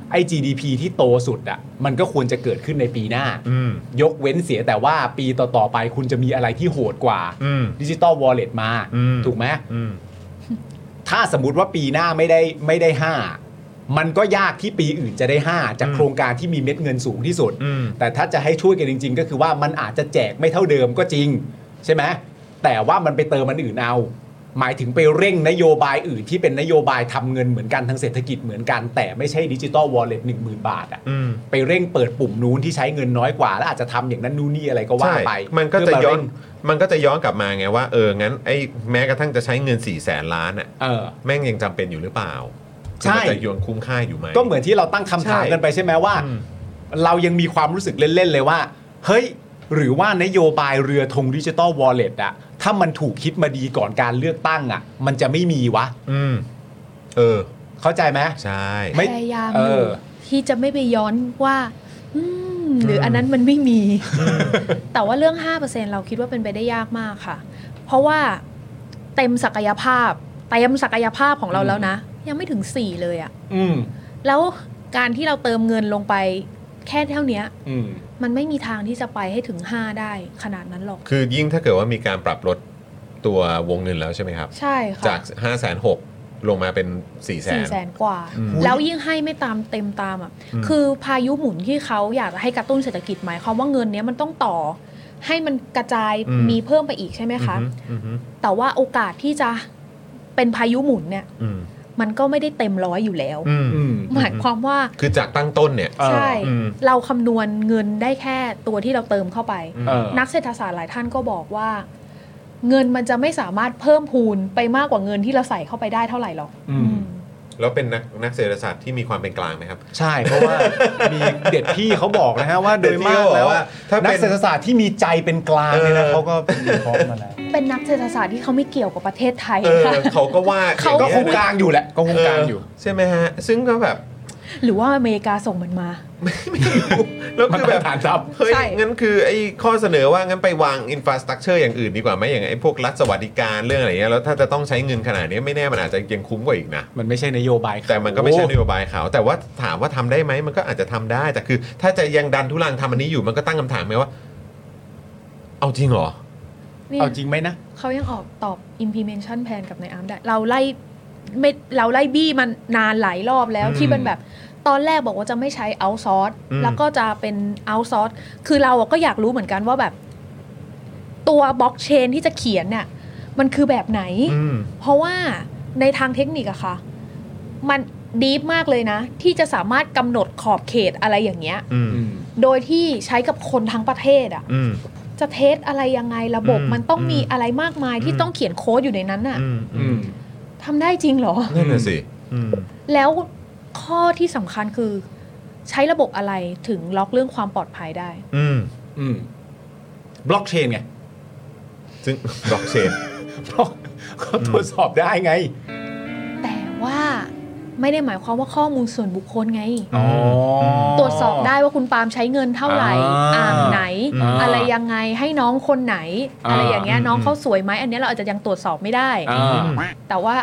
ไอ้ จี ดี พี ที่โตสุดอ่ะมันก็ควรจะเกิดขึ้นในปีหน้า ยกเว้นเสียแต่ว่าปีต่อๆไปคุณจะมีอะไรที่โหดกว่าดิจิตอลวอลเล็ตมาถูกไหมถ้าสมมุติว่าปีหน้าไม่ได้ไม่ได้ห้ามันก็ยากที่ปีอื่นจะได้ห้าจากโครงการที่มีเม็ดเงินสูงที่สุดแต่ถ้าจะให้ช่วยกันจริงๆก็คือว่ามันอาจจะแจกไม่เท่าเดิมก็จริงใช่ไหมแต่ว่ามันไปเติมมันอื่นเอาหมายถึงไปเร่งนโยบายอื่นที่เป็นนโยบายทำเงินเหมือนกันทางเศรษฐกิจเหมือนกันแต่ไม่ใช่ดิจิตอลวอลเล็ตหนึ่งหมื่นบาทอ่ะไปเร่งเปิดปุ่มนู้นที่ใช้เงินน้อยกว่าแล้วอาจจะทำอย่างนั้นนู่นนี่อะไรก็ว่าไปมันก็จะย้อนมันก็จะย้อนกลับมาไงว่าเอองั้นไอ้แม้กระทั่งจะใช้เงินสี่แสนล้านอ่ะแม่งยังจำเป็นอยู่หรือเปล่าใช่จะยังคุ้มค่าอยู่ไหมก็เหมือนที่เราตั้งคำถามกันไปใช่ไหมว่าเรายังมีความรู้สึกเล่นๆเลยว่าเฮ้ยหรือว่านโยบายเรือธงดิจิตอลวอลเล็ตอะถ้ามันถูกคิดมาดีก่อนการเลือกตั้งอะมันจะไม่มีวะอืมเออเข้าใจไหมใช่พยายามอยู่ที่จะไม่ไปย้อนว่าอืมหรืออันนั้นมันไม่มี แต่ว่าเรื่อง ห้าเปอร์เซ็นต์ เราคิดว่าเป็นไปได้ยากมากค่ะเพราะว่าเต็มศักยภาพเต็มศักยภาพของเราแล้วนะยังไม่ถึงสี่เลยอะอืมแล้วการที่เราเติมเงินลงไปแค่เท่านี้มันไม่มีทางที่จะไปให้ถึงห้าได้ขนาดนั้นหรอกคือยิ่งถ้าเกิดว่ามีการปรับลดตัววงเงินแล้วใช่ไหมครับใช่ค่ะจาก ห้าแสนหก ลงมาเป็น สี่แสนสี่แสนกว่าแล้วยิ่งให้ไม่ตามเต็มตามอ่ะคือพายุหมุนที่เขาอยากจะให้กระตุ้นเศรษฐกิจหมายความว่าเงินนี้มันต้องต่อให้มันกระจายมีเพิ่มไปอีกใช่ไหมคะแต่ว่าโอกาสที่จะเป็นพายุหมุนเนี่ยมันก็ไม่ได้เต็มร้อยอยู่แล้วหมายความว่าคือจากตั้งต้นเนี่ยใช่เราคำนวณเงินได้แค่ตัวที่เราเติมเข้าไปนักเศรษฐศาสตร์หลายท่านก็บอกว่าเงินมันจะไม่สามารถเพิ่มพูนไปมากกว่าเงินที่เราใส่เข้าไปได้เท่าไหร่หรอกแล้วเป็นนักนักเศรษฐศาสตร์ที่มีความเป็นกลางไหมครับใช่เพราะว่ามีเด็ดพี่เขาบอกนะฮะว่าโดยมากแล้วนักเศรษฐศาสตร์ที่มีใจเป็นกลางเนี่ยนะเขาก็เป็นพร้อมมาแล้วเป็นนักเศรษฐศาสตร์ที่เขาไม่เกี่ยวกับประเทศไทยค่ะเขาก็ว่าเขาก็คงกลางอยู่แหละก็คงกลางอยู่ใช่ไหมฮะซึ่งก็แบบหรือว่าอเมริกาส่งมันมาไม่รู้แล้วคือแบบฐานทัพเฮ้ยงั้นคือไอ้ข้อเสนอว่างั้นไปวางอินฟราสตรัคเจอร์อย่างอื่นดีกว่าไหมอย่างไอ้พวกรัฐสวัสดิการเรื่องอะไรเงี้ยแล้วถ้าจะต้องใช้เงินขนาดนี้ไม่แน่มันอาจจะยังคุ้มกว่าอีกนะมันไม่ใช่นโยบายแต่มันก็ไม่ใช่นโยบายเขาแต่ว่าถามว่าทำได้ไหมมันก็อาจจะทำได้แต่คือถ้าจะยังดันทุลังทำอันนี้อยู่มันก็ตั้งคำถามไหมว่าเอาจริงเหรอเอาจริงไหมนะเขายังออกตอบ implementation plan กับในอาร์มได้เราไล่ไม่เราไล่บี้มันนานหลายรอบแล้วที่เป็นแบบตอนแรกบอกว่าจะไม่ใช้ outsource แล้วก็จะเป็น outsource คือเราก็อยากรู้เหมือนกันว่าแบบตัวบล็อกเชนที่จะเขียนเนี่ยมันคือแบบไหนเพราะว่าในทางเทคนิคอะค่ะมันดีฟมากเลยนะที่จะสามารถกำหนดขอบเขตอะไรอย่างเงี้ยโดยที่ใช้กับคนทั้งประเทศอะจะเทสอะไรยังไงระบบมันต้องมีอะไรมากมายที่ต้องเขียนโค้ดอยู่ในนั้นอะทำได้จริงเหรอนั่นน่ะสิแล้วข้อที่สำคัญคือใช้ระบบอะไรถึงล็อกเรื่องความปลอดภัยได้อืมอืมบล็อกเชนไงซึ่งบล็อกเชนเขาตรวจสอบได้ไงแต่ว่าไม่ได้หมายความว่าข้อมูลส่วนบุคคลไงตรวจสอบได้ว่าคุณปาล์มใช้เงินเท่าไหร่อ่างไหนอะไรยังไงให้น้องคนไหนอะไรอย่างเงี้ยน้องเขาสวยไหมอันนี้เราอาจจะยังตรวจสอบไม่ได้แต่ว่า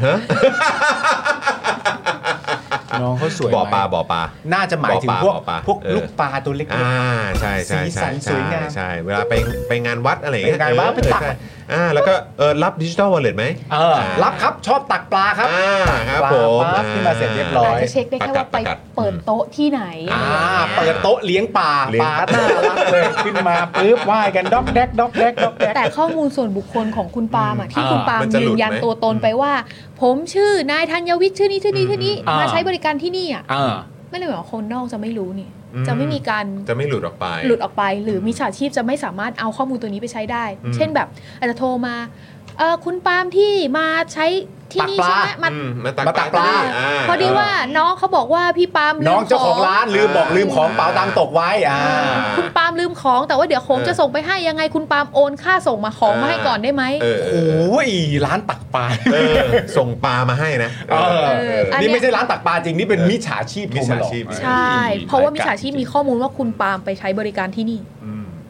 น้องเขาสวยบ่อปลาบ่อปลาน่าจะหมายถึงพวกพวกลูกปลาตัวเล็กๆอ่าใช่ใช่ใช่สวยงามใช่เวลาไปไปงานวัดอะไรอย่างเงี้ยงานวัดไปตักอ่าแล้วก็เออรับดิจิทัลวอลเล็ตไหมเออรับครับชอบตักปลาครับอ่าครับผมที่มาเสร็จเรียบร้อยจะเช็คได้แค่ว่าไปเปิดโต๊ะที่ไหนอ่าเปิดโต๊ะเลี้ยงปลาปลาน่ารักเลยขึ้นมาปึ๊บว่ายกันด็อกแดกด็อกแดกด็อกแดกแต่ข้อมูลส่วนบุคคลของคุณปาล์มอ่ะที่คุณปาล์มยืนยันตัวตนไปว่าผมชื่อนายธัญวิทย์ชื่อนี้ชื่อนี้ชื่อนี้มาใช้บริการที่นี่อ่ะไม่เลยว่าคนนอกจะไม่รู้นี่จะไม่มีการจะไม่หลุดออกไปหลุดออกไปหรือมิจฉาชีพจะไม่สามารถเอาข้อมูลตัวนี้ไปใช้ได้เช่นแบบอาจจะโทรมาเออคุณปาล์มที่มาใช้ที่นี่ใช่ไหมมามาตักปลาพอดีว่าน้องเขาบอกว่าพี่ปาล์มน้องเจ้าของร้านลืมบอกลืมของเป๋าตังค์ตกไว้อ่าคุณปาล์มลืมของแต่ว่าเดี๋ยวผมจะส่งไปให้ยังไงคุณปาล์มโอนค่าส่งมาของมาให้ก่อนได้ไหมโอ้ยร้านตักปลาส่งปลามาให้นะนี่ไม่ใช่ร้านตักปลาจริงนี่เป็นมิจฉาชีพมิจฉาชีพใช่เพราะว่ามิจฉาชีพมีข้อมูลว่าคุณปาล์มไปใช้บริการที่นี่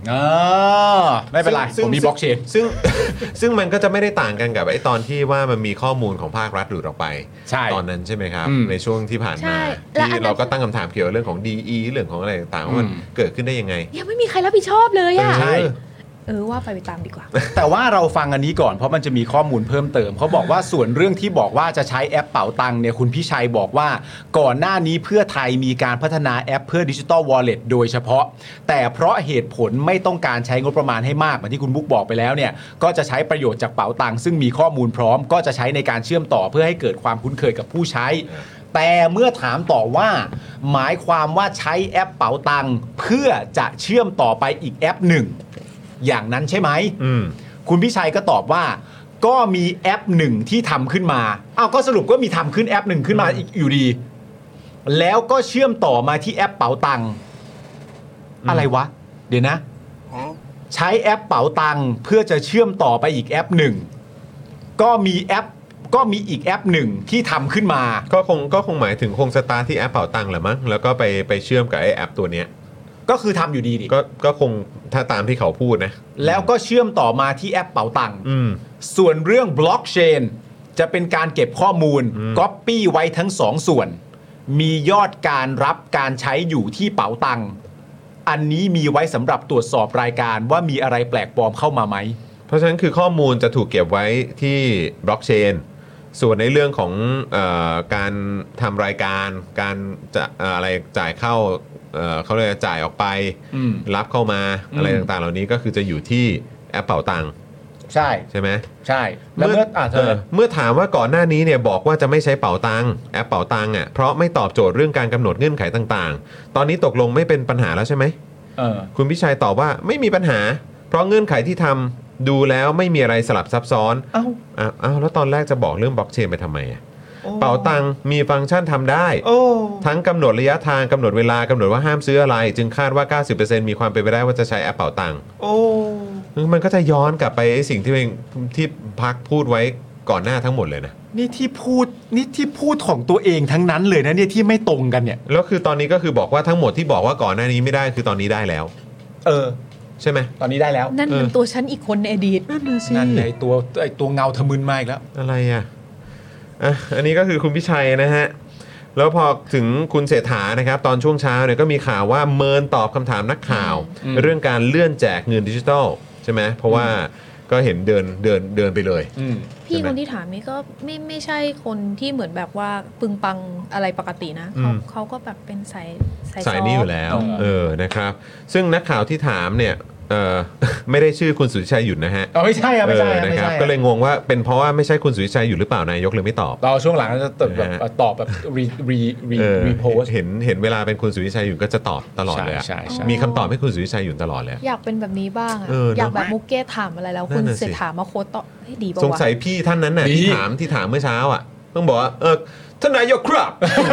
อ๋อไม่เป็นไรผมมีบล็อกเชนซึ่ง ซึ่งมันก็จะไม่ได้ต่างกันกับไอ้ตอนที่ว่ามันมีข้อมูลของภาครัฐหลุดออกไปใช่ตอนนั้นใช่ไหมครับอืมในช่วงที่ผ่านใช่มาและอันนั้นที่เราก็ตั้งคำถามเกี่ยวกับเรื่องของ ดี อี เรื่องของอะไรต่างๆว่ามันอืมเกิดขึ้นได้ยังไงยังไม่มีใครรับผิดชอบเลยอะใช่เออว่าไปไปตามดีกว่าแต่ว่าเราฟังอันนี้ก่อนเพราะมันจะมีข้อมูลเพิ่มเติมเขาบอกว่าส่วนเรื่องที่บอกว่าจะใช้แอปเป๋าตังค์เนี่ยคุณพิชัยบอกว่าก่อนหน้านี้เพื่อไทยมีการพัฒนาแอปเพื่อดิจิทัลวอลเล็ตโดยเฉพาะแต่เพราะเหตุผลไม่ต้องการใช้งบประมาณให้มากเหมือนที่คุณบุ๊กบอกไปแล้วเนี่ยก็จะใช้ประโยชน์จากเป๋าตังค์ซึ่งมีข้อมูลพร้อมก็จะใช้ในการเชื่อมต่อเพื่อให้เกิดความคุ้นเคยกับผู้ใช้แต่เมื่อถามต่อว่าหมายความว่าใช้แอปเป๋าตังค์เพื่อจะเชื่อมต่อไปอีกแอปหนึ่งอย่างนั้นใช่ไหมอืมคุณพิชัยก็ตอบว่าก็มีแอปหนึ่งที่ทำขึ้นมาอ้าวก็สรุปก็มีทำขึ้นแอปหนึ่งขึ้นมาอีกอยู่ดี แล้วก็เชื่อมต่อมาที่แอปเป๋าตังค์อะไรวะ เดี๋ยวนะ ใช้แอปเป๋าตังค์เพื่อจะเชื่อมต่อไปอีกแอปหนึ่งก็มีแอปก็มีอีกแอปหนึ่งที่ทำขึ้นมาก็คงก็คงหมายถึงคงสตาร์ทที่แอปเป๋าตังค์แหละมั้งแล้วก็ไปไปเชื่อมกับไอ้แอปตัวเนี้ยก็คือทำอยู่ดีดิก็ก็คงถ้าตามที่เขาพูดนะแล้วก็เชื่อมต่อมาที่แอปเป๋าตังค์อืมส่วนเรื่องบล็อกเชนจะเป็นการเก็บข้อมูล ก๊อปปี้ไว้ทั้งสองส่วน มียอดการรับการใช้อยู่ที่เป๋าตังค์อันนี้มีไว้สำหรับตรวจสอบรายการว่ามีอะไรแปลกปลอมเข้ามาไหมเพราะฉะนั้นคือข้อมูลจะถูกเก็บไว้ที่บล็อกเชนส่วนในเรื่องของเออการทำรายการการจะเอ่ออะไรจ่ายเข้าเอ่อเขาเรียกว่าจ่ายออกไปอืมรับเข้ามาอืมอะไรต่างๆ เหล่านี้ก็คือจะอยู่ที่แอปเป๋าตังค์ใช่ใช่ไหมใช่แล้วเมื่ออ่ะเธเอออเมื่อถามว่าก่อนหน้านี้เนี่ยบอกว่าจะไม่ใช้เป๋าตังค์แอปเป๋าตังค์อ่ะเพราะไม่ตอบโจทย์เรื่องการกำหนดเงื่อนไขต่างๆ ตอนนี้ตกลงไม่เป็นปัญหาแล้วใช่ไหมเออคุณพิชัยตอบว่าไม่มีปัญหา เพราะเงื่อนไขที่ทำดูแล้วไม่มีอะไรสลับซับซ้อนเอ้าอ้าวอ้าวแล้วตอนแรกจะบอกเรื่องบล็อกเชนไปทำไมอ่ะเป๋าตังค์มีฟังก์ชันทำได้โอ้ทั้งกำหนดระยะทางกำหนดเวลากำหนดว่าห้ามซื้ออะไร จึงคาดว่า เก้าสิบเปอร์เซ็นต์ มีความเป็นไปได้ว่าจะใช้แอปเป๋าตังค์โอ้มันก็จะย้อนกลับไปไอ้สิ่งที่เป็นที่พักพูดไว้ก่อนหน้าทั้งหมดเลยนะนี่ที่พูดนี่ที่พูดของตัวเองทั้งนั้นเลยนะเนี่ยที่ไม่ตรงกันเนี่ยแล้วคือตอนนี้ก็คือบอกว่าทั้งหมดที่บอกว่าก่อนหน้านี้ไม่ได้คือตอนนี้ได้แล้วเออใช่ไหมตอนนี้ได้แล้วนั่นมันตัวฉันอีกคนในอดีตนั่นน่ะสินั่นไอ้ตัวไอ้ตัวเงาทะมึนมาอีกแล้วอะไรอ่ะอ่ะอันนี้ก็คือคุณพิชัยนะฮะแล้วพอถึงคุณเศรษฐานะครับตอนช่วงเช้าเนี่ยก็มีข่าวว่าเมินตอบคำถามนักข่าวอืมเรื่องการเลื่อนแจกเงินดิจิทัลใช่ไหมเพราะว่าก็เห็นเดินเดินเดินไปเลยอืมพี่ใช่ไหมคนที่ถามนี่ก็ไม่ไม่ใช่คนที่เหมือนแบบว่าปึงปังอะไรปกตินะเขาอืมเขาก็แบบเป็นสายสายสายซฟต์นี้อยู่แล้วอืมเออนะครับ ซึ่งนักข่าวที่ถามเนี่ยเออ ไม่ได้ชื่อคุณสุริชัยหยุ่นนะฮะอ๋อไม่ใช่อะไม่ใช่เอออะนะไม่ครับใช่อะก็เลยงงว่าเป็นเพราะว่าไม่ใช่คุณสุริชัยหยุ่นหรือเปล่านายกเลยไม่ตอบเราช่วงหลังจะตอบแบบนะฮะตอบแบบรีรีรีเออรีโพสเห็นเห็นเวลาเป็นคุณสุริชัยหยุ่นก็จะตอบตลอดเลยอะใช่ใช่ใช่มีคำตอบให้คุณสุริชัยหยุ่นตลอดเลยอยากเป็นแบบนี้บ้างอะเออเนอะอยากแบบมุกเก้ถามอะไรแล้วนั่คุณนน่ะสิเศรษฐามาโค้ดต่อเฮ้ยดีป่าสงวะสัยพี่ท่านนั้นน่ะดีที่ถามที่ถามเมื่อเช้าอ่ะต้องบอกว่าเออท่านนายกครับ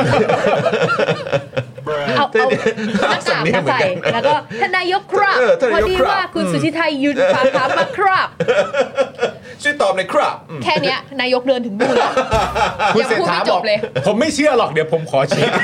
เอาเอาหน้ากากมาใส่แล้วก็ท่านนายกครับเออท่านพนาอยกดีครับว่าคุณอืมสุชิไทยยืนฝากถามมาครับช่วยตอบหน่อยครับอืมแค่เนี้ยนายกเดินถึงนู่นแล้วคุณยังเศรษพูดฐาไม่จบอบ กเลยผมไม่เชื่อหรอกเดี๋ยวผมขอเช็ค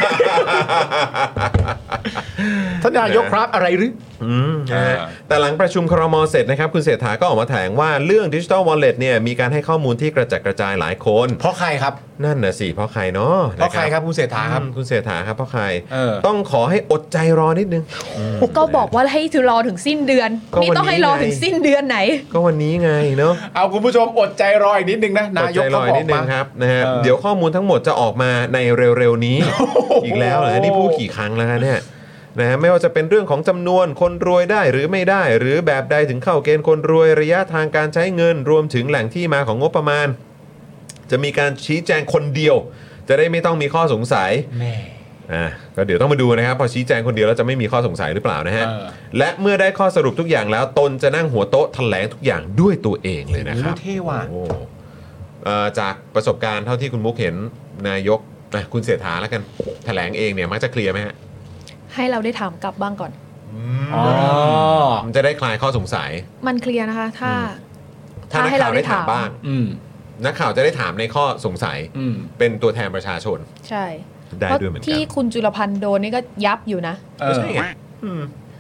ท่านนายกครับอะไรหรืออืมนะฮะอ่าแต่หลังประชุมครม.เสร็จนะครับคุณเศรษฐาก็ออกมาแถลงว่าเรื่อง Digital Wallet เนี่ยมีการให้ข้อมูลที่กระจัดกระจายหลายคนเพราะใครครับนั่นน่ะสิเพราะใครเนาะเพราะใครครับคุณเศรษฐาครับอืมคุณเศรษฐาครับเพราะใครเออต้องขอให้อดใจรอนิดนึงก็บอกว่าให้รอถึงสิ้นเดือนก็วันนี้นี่ต้องให้รอถึงสิ้นเดือนไหนก็วันนี้ไงเนาะเอาคุณผู้ชมอดใจรออีกนิดนึงนะนายกอดใจรเขาอบอกนิดนึมางครับนะฮะเออเดี๋ยวข้อมูลทั้งหมดจะออกมาในเร็วๆนี้ อีกแล้วเหรอนี่พูดกี่ครั้งแล้วฮะเนี่ยนะฮะไม่ว่าจะเป็นเรื่องของจำนวนคนรวยได้หรือไม่ได้ หรือแบบใดถึงเข้าเกณฑ์คนรวยระยะทางการใช้เงิน รวมถึงแหล่งที่มาของงบประมาณ จะมีการชี้แจงคนเดียว จะได้ไม่ต้องมีข้อสงสัยแม่อ่าก็เดี๋ยวต้องมาดูนะครับพอชี้แจงคนเดียวแล้วจะไม่มีข้อสงสัยหรือเปล่านะฮะเออและเมื่อได้ข้อสรุปทุกอย่างแล้วตนจะนั่งหัวโต๊ะแถลงทุกอย่างด้วยตัวเองเลยนะครับโอ้เท่ว่ะโอ้เอ่อจากประสบการณ์เท่าที่คุณมุกเห็นนายกอ่ะคุณเศรษฐาแล้วกันแถลงเองเนี่ยมักจะเคลียร์ไหมฮะให้เราได้ถามกลับบ้างก่อนอ๋อมันจะได้คลายข้อสงสัยมันเคลียร์นะคะ ถ้าถ้านักข่าวได้ถามบ้างอืมนักข่าวจะได้ถามในข้อสงสัยอืมเป็นตัวแทนประชาชนใช่ได้เพราะด้วยเหมือนกัที่นคุณจุลพันธ์โดนนี่ก็ยับอยู่นะเออใช่ไงอืม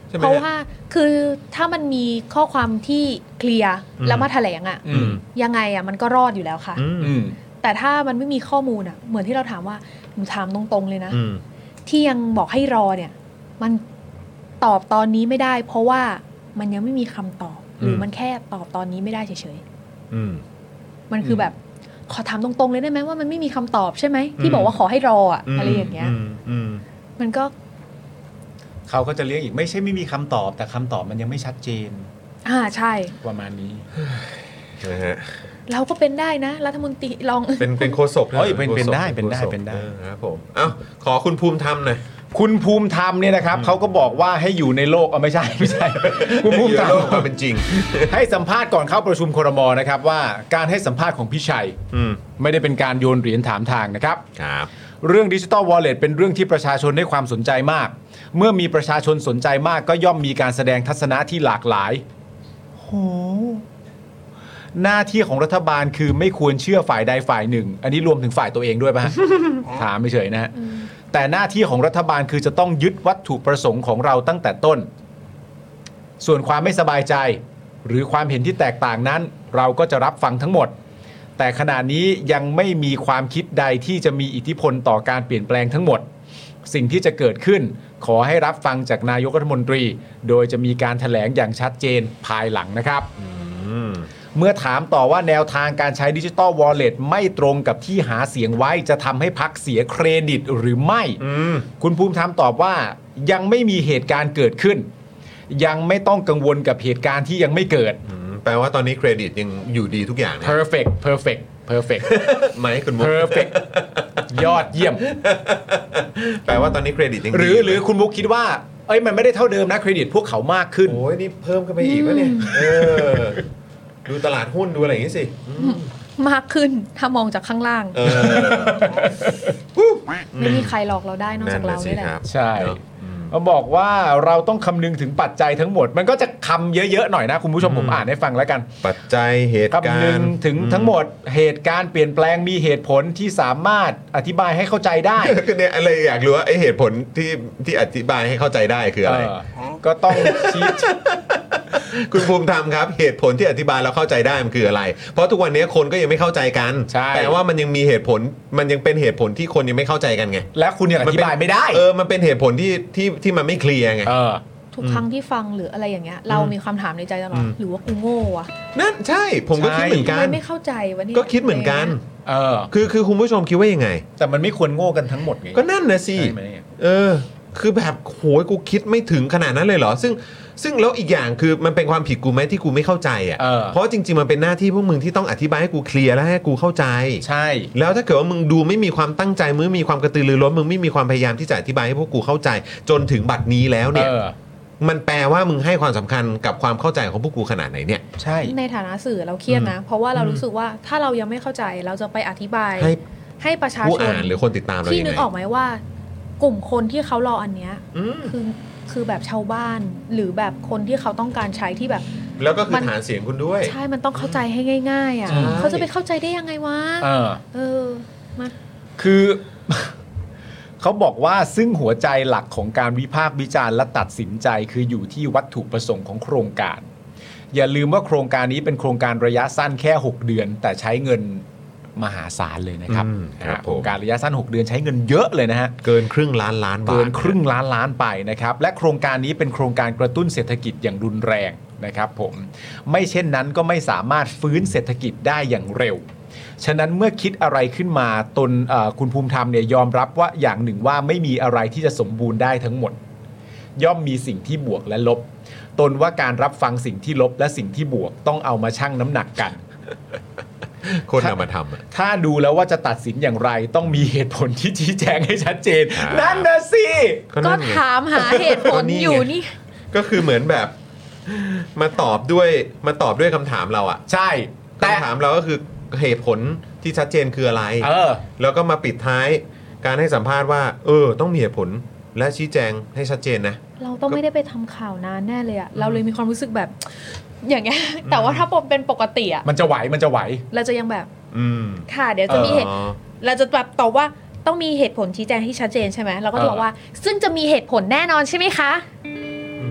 ใช่ไหมเพราะว่าคือถ้ามันมีข้อความที่เคลียร์แล้วมาแถลงอ่ะอืมยังไงอ่ะมันก็รอดอยู่แล้วค่ะอืมอืมแต่ถ้ามันไม่มีข้อมูลอ่ะเหมือนที่เราถามว่าหนูถามตรงๆเลยนะอืมที่ยังบอกให้รอเนี่ยมันตอบตอนนี้ไม่ได้ เพราะว่ามันยังไม่มีคำตอบ หรือมันแค่ตอบตอนนี้ไม่ได้เฉยอืมๆมันคือแบบขอถามตรงๆเลยได้ไหมว่ามันไม่มีคำตอบใช่ไหมที่บอกว่าขอให้รออ่ะอะไรอย่างเงี้ยมอืมมันก็เขาก็จะเรียกอีกไม่ใช่ไม่มีคำตอบแต่คำตอบมันยังไม่ชัดเจนอ่าใช่ประมาณนี้นะฮะเราก็เป็นได้นะรัฐมนตรีลองเป็นเป็นโฆษกเอ้ยเป็นโฆษกเป็นได้เป็นได้โฆษกเป็นได้ออครับผมเอ้าขอคุณภูมิธรรมหน่อยคุณภูมิธรรมเนี่ยนะครับเขาก็บอกว่าให้อยู่ในโลกเอาไม่ใช่ไม่ใช่ คุณภูมิธรรมโลกความเป็นจริงให้สัมภาษณ์ก่อนเข้าประชุมครมนะครับว่าการให้สัมภาษณ์ของพี่ชัยอืมไม่ได้เป็นการโยนเหรียญถามทางนะครับครับเรื่อง Digital Wallet เป็นเรื่องที่ประชาชนให้ความสนใจมาก เมื่อมีประชาชนสนใจมากก็ย่อมมีการแสดงทัศนะที่หลากหลายโหหน้าที่ของรัฐบาลคือไม่ควรเชื่อฝ่ายใดฝ่ายหนึ่ง อันนี้รวมถึงฝ่ายตัวเองด้วยป่ะฮะ ถามไม่เฉยนะฮะแต่หน้าที่ของรัฐบาลคือจะต้องยึดวัตถุประสงค์ของเราตั้งแต่ต้น ส่วนความไม่สบายใจ หรือความเห็นที่แตกต่างนั้น เราก็จะรับฟังทั้งหมด แต่ขณะนี้ยังไม่มีความคิดใดที่จะมีอิทธิพลต่อการเปลี่ยนแปลงทั้งหมด สิ่งที่จะเกิดขึ้น ขอให้รับฟังจากนายกรัฐมนตรี โดยจะมีการแถลงอย่างชัดเจนภายหลังนะครับอืมเมื่อถามต่อว่าแนวทางการใช้ Digital Wallet ไม่ตรงกับที่หาเสียงไว้จะทำให้พรรคเสียเครดิตหรือไม่อืมคุณภูมิธรรมตอบว่ายังไม่มีเหตุการณ์เกิดขึ้น ยังไม่ต้องกังวลกับเหตุการณ์ที่ยังไม่เกิดอืมแปลว่าตอนนี้เครดิตยังอยู่ดีทุกอย่างนะ perfect perfect perfect ไหมคุณมุก perfect ยอดเยี่ยมแปลว่าตอนนี้เครดิตยังดีหรือหรือคุณมุกคิดว่าเอ้ยมันไม่ได้เท่าเดิมนะเครดิตพวกเขามากขึ้นโอ้ยนี่เพิ่มเข้าไปอีกวะเนี่ยเออดูตลาดหุ้นดูอะไรอย่างงี้สิอืมมากขึ้นถ้ามองจากข้างล่างเออไม่มีใครหลอกเราได้นอกจากเรานั่นน่ะสินี่แหละครับใช่เนอะอืมเขาบอกว่าเราต้องคำนึงถึงปัจจัยทั้งหมด มันก็จะคำเยอะๆหน่อยนะคุณผู้ชมอืมผมอ่านให้ฟังแล้วกันปัจจัยเหตุการณ์คำนึงถึงทั้งหมดเหตุการณ์เปลี่ยนแปลงมีเหตุผลที่สามารถอธิบายให้เข้าใจได้คือเนี่ยอะไรอยากรู้ว่าไอเหตุผลที่ที่อธิบายให้เข้าใจได้คืออะไรเออก็ต้องชี้คุณภูมิธรรมครับเหตุผลที่อธิบายแล้วเข้าใจได้มันคืออะไร เพราะทุกวันนี้คนก็ยังไม่เข้าใจกันใช่แต่ว่ามันยังมีเหตุผลมันยังเป็นเหตุผลที่คนยังไม่เข้าใจกันไงและคุณยังอธิบายไม่ได้เออมันเป็นเหตุผลที่ที่ที่มันไม่เคลียร์ไงเออทุกครั้งที่ฟังหรืออะไรอย่างเงี้ย เรามีความถามในใจตลออืดมหรือว่ากูโง่วะนั่นใช่ผมก็คิดเหมือนกัทำไมนไม่เข้าใจวะเนี่ยก็คิดเหมือนกันเออคือคือคุณผู้ชมคิดว่ายังไงแต่มันไม่ควรโง่กันทั้งหมดไงก็นั่นนะสิใช่ไหมเออ คือแบบโหยกูคิดไม่ถึงขนาดนั้นเลยเหรอ ซึ่งซึ่งแล้วอีกอย่างคือมันเป็นความผิดกูไหมที่กูไม่เข้าใจอ่ะเออเพราะจริงๆมันเป็นหน้าที่พวกมึงที่ต้องอธิบายให้กูเคลียร์และให้กูเข้าใจใช่แล้วถ้าเกิดว่ามึงดูไม่มีความตั้งใจมึงไม่มีความกระตือรือร้นมึงไม่มีความพยายามที่จะอธิบายให้พวกกูเข้าใจ จนถึงบัดนี้แล้วเนี่ยเออมันแปลว่ามึงให้ความสำคัญกับความเข้าใจของพวกกูขนาดไหนเนี่ยใช่ในฐานะสื่อเราเครียดนะ เพราะว่าเรารู้สึกว่าถ้าเรายังไม่เข้าใจเราจะไปอธิบายให้ให้ประชาผู้ชนอ่านหรือคนติดตามเราที่ยังนึไงกออกไหมว่า กลุ่มคนที่เขารออันเนี้ยอืมคือคือแบบชาวบ้าน หรือแบบคนที่เขาต้องการใช้ที่แบบแล้วก็คืมัอน ฐานเสียงคุณด้วยใช่มันต้องเข้าใจให้ง่ายๆอ่ะใช่เขาจะไปเข้าใจได้ยังไงวะเออเออมาคือ เขาบอกว่าซึ่งหัวใจหลักของการวิพากษ์วิจารณ์และตัดสินใจคืออยู่ที่วัตถุประสงค์ของโครงการ อย่าลืมว่าโครงการนี้เป็นโครงการระยะสั้นแค่ หก เดือน แต่ใช้เงินมหาศาลเลยนะครับอืมครับโครงการระยะสั้น หก เดือนใช้เงินเยอะเลยนะฮะเกินครึ่งล้านล้านบาทเกินครึ่งล้านล้านไปนะครับและโครงการนี้เป็นโครงการกระตุ้นเศรษฐกิจอย่างรุนแรงนะครับผมไม่เช่นนั้นก็ไม่สามารถฟื้นเศรษฐกิจได้อย่างเร็ว ฉะนั้นเมื่อคิดอะไรขึ้นมาตนเอ่อคุณภูมิธรรมเนี่ยยอมรับว่าอย่างหนึ่งว่าไม่มีอะไรที่จะสมบูรณ์ได้ทั้งหมด ย่อมมีสิ่งที่บวกและลบ ตนว่าการรับฟังสิ่งที่ลบและสิ่งที่บวกต้องเอามาชั่งน้ำหนักกันคนเอามาทำอะถ้าดูแล้วว่าจะตัดสินอย่างไรต้องมีเหตุผลที่ชี้แจงให้ชัดเจนครับนั่นนะสิก็ก็นั่นไงถามหาเหตุผลก็นี่ไงอยู่นี่ก็คือเหมือนแบบมาตอบด้วยมาตอบด้วยคำถามเราอะใช่แต่คำถามเราก็คือเหตุผลที่ชัดเจนคืออะไรเออแล้วก็มาปิดท้ายการให้สัมภาษณ์ว่า เออ ต้องมีเหตุผลและชี้แจงให้ชัดเจนนะเราต้องไม่ได้ไปทำข่าวนานแน่เลยอะเราเลยมีความรู้สึกแบบ อย่างเงี้ย แต่ว่าถ้าเป็นปกติอะมันจะไหวมันจะไหวเราจะยังแบบอืมค่ะ เดี๋ยวจะมีเหตุอ๋อเราจะแบบตอบว่าต้องมีเหตุผลชี้แจงที่ชัดเจนใช่ไหมเราก็จะบอกว่า ซึ่งจะมีเหตุผลแน่นอนใช่ไหมคะอืม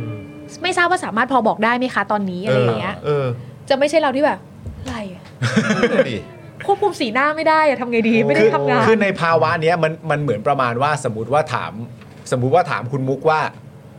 ไม่ทราบว่าสามารถพอบอกได้ไหมคะตอนนี้อะไรอย่างเงี้ยเออจะไม่ใช่เราที่แบบอะไรอะเออดิควบคุมสีหน้าไม่ได้อะทำไงดีไม่ได้คือทำงานคือในภาวะเนี้ยมันมันเหมือนประมาณว่าสมมติว่าถามสมมุติว่าถามคุณมุกว่า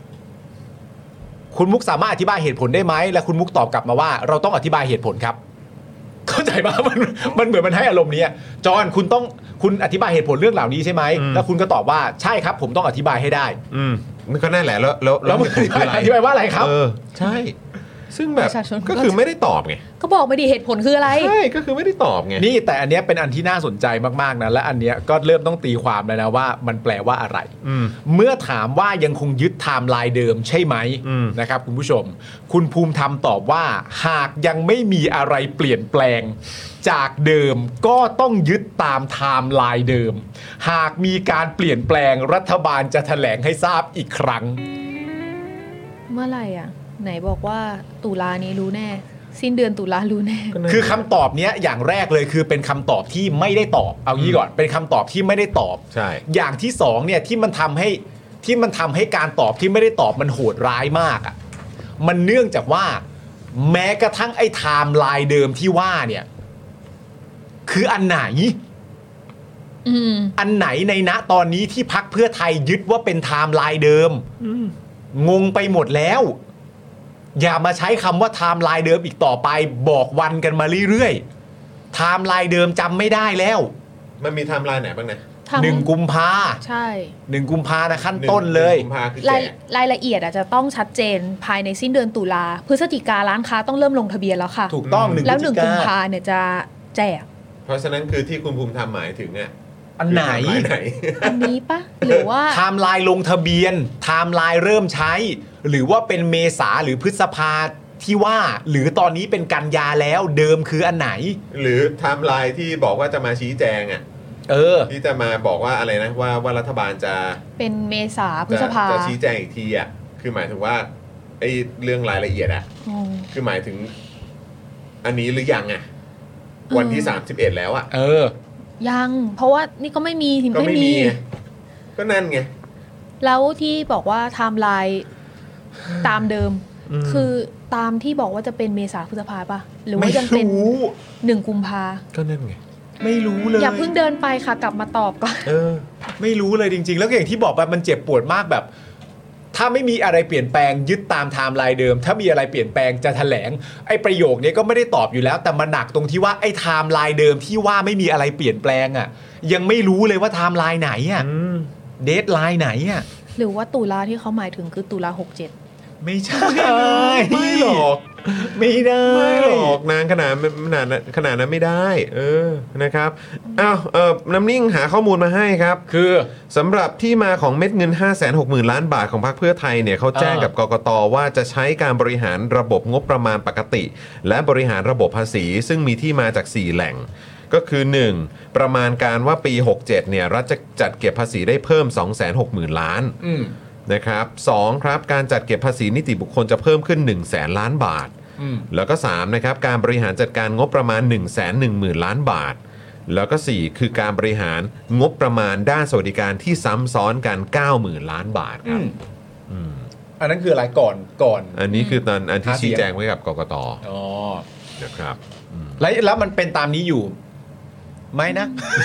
คุณมุกสามารถอธิบายเหตุผลได้ไหมและคุณมุกตอบกลับมาว่าเราต้องอธิบายเหตุผลครับ เข้าใจป่ะมันมันเหมือนมันให้อารมณ์นี้จอห์นคุณต้องคุณอธิบายเหตุผลเรื่องเหล่านี้ใช่ไหมแล้วคุณก็ตอบว่าใช่ครับผมต้องอธิบายให้ได้อืมมันก็นั่นแหละแล้วแล้วแล้วมึงอธิบายอธิบายว่าอะไรครับเออใช่ ซึ่งแบบประชาชนก็คือไม่ได้ตอบไงก็บอกมาดิเหตุผลคืออะไรใช่ก็คือไม่ได้ตอบไงนี่แต่อันเนี้ยเป็นอันที่น่าสนใจมากๆนะและอันเนี้ยก็เริ่มต้องตีความแล้วนะว่ามันแปลว่าอะไรอืมเมื่อถามว่ายังคงยึดไทม์ไลน์เดิมใช่ไหมอืมนะครับคุณผู้ชม คุณภูมิธรรมตอบว่าหากยังไม่มีอะไรเปลี่ยนแปลง จากเดิมก็ต้องยึดตามไทม์ไลน์เดิม หากมีการเปลี่ยนแปลงรัฐบาลจะแถลงให้ทราบอีกครั้งเมื่อไหร่อ่ะ ไหนบอกว่าตุลานี้รู้แน่ สิ้นเดือนตุลารู้แน่คือคำตอบเนี้ยอย่างแรกเลยคือเป็นคำตอบที่ไม่ได้ตอบเอางี้ก่อนเป็นคำตอบที่ไม่ได้ตอบใช่อย่างที่สองเนี่ยที่มันทำให้ที่มันทำให้การตอบที่ไม่ได้ตอบมันโหดร้ายมากอ่ะมันเนื่องจากว่าแม้กระทั่งไอ้ไทม์ไลน์เดิมที่ว่าเนี่ยคืออันไหนอืมอันไหนในณตอนนี้ที่พรรคเพื่อไทยยึดว่าเป็นไทม์ไลน์เดิมงงไปหมดแล้ว อย่ามาใช้คำว่าไทม์ไลน์เดิมอีกต่อไปบอกวันกันมาเรื่อยๆไทม์ไลน์เดิมจำไม่ได้แล้วมันมีไทม์ไลน์ไหนบ้างนะทั้งหนึ่งกุมภาใช่หนึ่งกุมภานะขั้นต้นเลยหงกุมภาคือรายแจกรายละเอียดอาจจะต้องชัดเจนภายในสิ้นเดือนตุลาพฤศจิการ้านค้าต้องเริ่มลงทะเบียนแล้วค่ะถูกต้องหนึ่งแล้วหนึ่งพฤศกุจิมกาภาเนี่ยจะแจกเพราะฉะนั้นคือที่คุณภูมิธรรมหมายถึงอ่ะอันไหนคือไทม์ลน์ไหนอันนี้ปะหรือว่าไทม์ไลน์ลงทะเบียนไทม์ไลน์เริ่มใช้ หรือว่าเป็นเมษาหรือพฤษภาที่ว่า หรือตอนนี้เป็นกันยาแล้วเดิมคืออันไหนหรือไทม์ไลน์ที่บอกว่าจะมาชี้แจงอ่ะเออที่จะมาบอกว่าอะไรนะว่าว่ารัฐบาลจะเป็นเมษาพฤจะษภาจะชี้แจงอีกทีอ่ะคือหมายถึงว่าไอ้เรื่องรายละเอียดอ่ะอ๋อคือหมายถึงอันนี้หรือยังอ่ะวันที่เออสามสิบเอ็ดแล้วอ่ะเออยัง เพราะว่านี่ก็ไม่มีก็ไม่มีไงก็นั่นไงแล้วที่บอกว่าไทม์ไลน์ตามเดิม คือตามที่บอกว่าจะเป็นเมษาพฤษภาป่ะ หรือว่ายังเป็นไม่รู้หนึ่งกุมภาก็นั่นไงไม่รู้เลยอย่าเพิ่งเดินไปค่ะ กลับมาตอบก่อนเออไม่รู้เลยจริงๆ แล้วอย่างที่บอกไปมันเจ็บปวดมากแบบ ถ้าไม่มีอะไรเปลี่ยนแปลงยึดตามไทม์ไลน์เดิม ถ้ามีอะไรเปลี่ยนแปลงจะแถลงไอ้ประโยคนี้ก็ไม่ได้ตอบอยู่แล้ว แต่มันหนักตรงที่ว่าไอ้ไทม์ไลน์เดิมที่ว่าไม่มีอะไรเปลี่ยนแปลงอ่ะยังไม่รู้เลยว่าไทม์ไลน์ไหนอ่ะเดทไลน์ไหนอ่ะหรือว่าตุลาที่เขาหมายถึงคือตุลาหกเจ็ดไม่ใช่ไม่หรอกไม่ได้ไม่หรอกนานขนาดขนาดนั้นขนาดนั้นไม่ได้ เออนะครับอ้าวเออน้ำนิ่งหาข้อมูลมาให้ครับคือสำหรับที่มาของเม็ดเงิน ห้าแสนหกหมื่น ล้านบาทของพรรคเพื่อไทยเนี่ยเขาแจ้งเออกับกกตว่าจะใช้การบริหารระบบงบประมาณปกติ และบริหารระบบภาษี ซึ่งมีที่มาจากสี่แหล่ง ก็คือ หนึ่ง ประมาณการว่าปีหกเจ็ดเนี่ยรัฐจะจัดเก็บภาษีได้เพิ่ม สองแสนหกหมื่น ล้านอืมนะครับสองครับการจัดเก็บภาษีนิติบุคคลจะเพิ่มขึ้น หนึ่งแสน ล้านบาทอืมแล้วก็สามนะครับการบริหารจัดการงบประมาณ หนึ่งแสนหนึ่งหมื่น ล้านบาท แล้วก็สี่คือการบริหารงบประมาณด้านสวัสดิการที่ซ้ำซ้อนกัน เก้าหมื่น ล้านบาทครับอืมอันนั้นคืออะไรก่อนก่อนอันนี้คือตอนอันที่หาเสีชี้ยงแจงไว้กับกกตอ๋อนะครับแล้วแล้วมันเป็นตามนี้อยู่ไหมนะ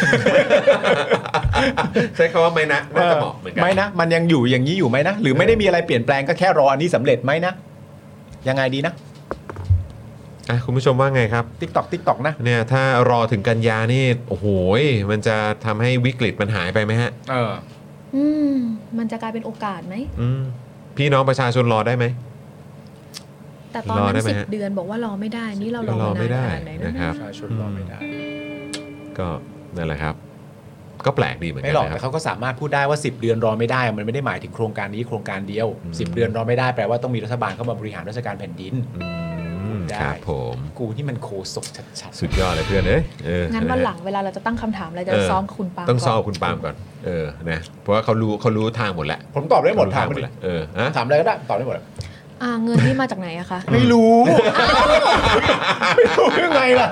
ใช้คำว่าไม่นะน่าจะเหมาะเหมือนกัไม่นะมันยังอยู่อย่างนี้อยู่ไหมนะ หรือไม่ได้มีอะไรเปลี่ยนแปลงก็แค่รออันนี้สำเร็จไหมนะ ยังไงดีนะอ่ะคุณผู้ชมว่าไงครับติ๊กตอกติ๊กตอกนะเนี่ยถ้ารอถึงกันยานี่โอ้โหมันจะทำให้วิกฤตมันหายไปไหมฮะเอออืม มันจะกลายเป็นโอกาสไหมอืมพี่น้องประชาชนรอได้ไหมแต่ตอนรอนั้ได้นไหมสิบฮะเดือนบอกว่ารอไม่ได้ นี่เรารอรอมานานไม่ได้ขนาดไหนนะครับประชาชนรอไม่ได้ก็นั่นแหละครับ ก็แปลกดีเหมือนกัไม่นหรอกนะคแต่รับเขาก็สามารถพูดได้ว่าสิบเดือนรอไม่ได้ มันไม่ได้หมายถึงโครงการนี้โครงการเดียวสิบเดือนรอไม่ได้แปลว่าต้องมีรัฐบาลเข้ามาบริหารราชการแผ่นดินอืมได้ครับผมกูที่มันโคศกชัดสุดยอดเลยเพื่อนเอ้ยเอองั้นวันหลังเวลาเราจะตั้งคำถามเราจะเออซ้อมกับคุณปาล์มต้องซ้อมก่นคุณปาล์มก่อนเออนะเพราะว่าเขารู้เขารู้ทางหมดแล้วๆผมตอบได้หมดถามหมมาดดิแล้วเออฮะถามอะไรก็ได้ตอบได้หมดอ่าเงินที่มาจากไหนอะคะไม่รู้ ไม่รู้ยังไงเรา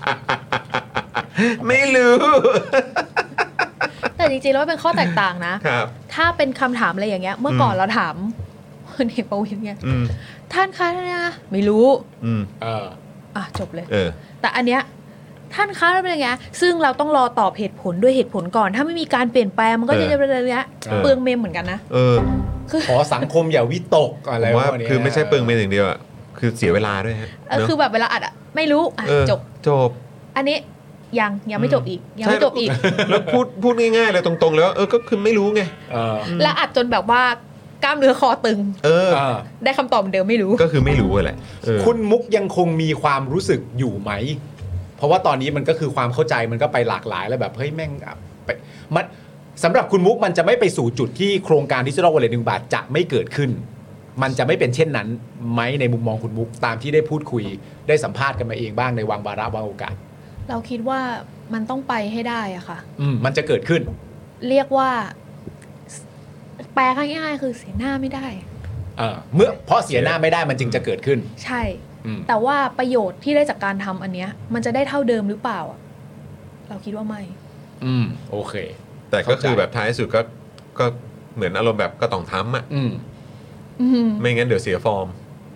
ไม่รู้แต่จริงๆแล้วมันเป็นข้อแตกต่างนะครับถ้าเป็นคำถามอะไรอย่างเงี้ย เมื่อก่อนอืมเราถามพลเอกประวิตรไงอืมท่านคะนะไม่รู้อืมเอออ่ะจบเลยเออแต่อันเนี้ยท่านคะเป็นยังไงซึ่งเราต้องรอตอบเหตุผลด้วยเหตุผลก่อน ถ้าไม่มีการเปลี่ยนแปลงมันก็จะเออจะเป็นอะไรเนี้ยเออเปลืองเมมเหมือนกันนะเออคือขอสังคมอย่าวิตกอะผไรมว่าพวกนี้คือไม่ใช่เปลืองเมนอย่างเดียวอะคือเสียเวลาด้วยฮะเออเนอะคือแบบเวลาอัดอ่ะไม่รู้อ่ะเออจบจบอันนี้ยังยังไม่จบอีก ยังไม่จบอีกแล้วพูดพูดง่ายๆเลยตรงๆแล้วเออก็คือไม่รู้ไงเออและอัดจนแบบว่ากล้ามเนื้อคอตึงเออเออได้คำตอบเหมือนเดิมไม่รู้ก็คือไม่รู้แหละเออคุณมุกยังคงมีความรู้สึกอยู่ไหม เพราะว่าตอนนี้มันก็คือความเข้าใจมันก็ไปหลากหลายแล้วแบบเฮ้ยแม่งอ่ะไปมันสำหรับคุณมุกมันจะไม่ไปสู่จุดที่โครงการดิจิทัลวอลเล็ตหนึ่งบาทจะไม่เกิดขึ้น มันจะไม่เป็นเช่นนั้นไหมในมุมมองคุณมุกตามที่ได้พูดคุยได้สัมภาษณ์กันมาเองบ้างในวางวาระวางโอกาสเราคิดว่ามันต้องไปให้ได้อะค่ะอืมมันจะเกิดขึ้นเรียกว่า แปลง่ายๆคือเสียหน้าไม่ได้เออเมื่อเพราะเสียหน้าไม่ได้มันจึงจะเกิดขึ้นใช่อืมแต่ว่าประโยชน์ที่ได้จากการทำอันเนี้ย มันจะได้เท่าเดิมหรือเปล่าอะเราคิดว่าไม่อืมโอเคแต่ก็คือแบบท้ายสุดก็ก็เหมือนอารมณ์แบบก็ต้องทำอ่ะอืมอืมไม่งั้นเดี๋ยวเสียฟอร์ม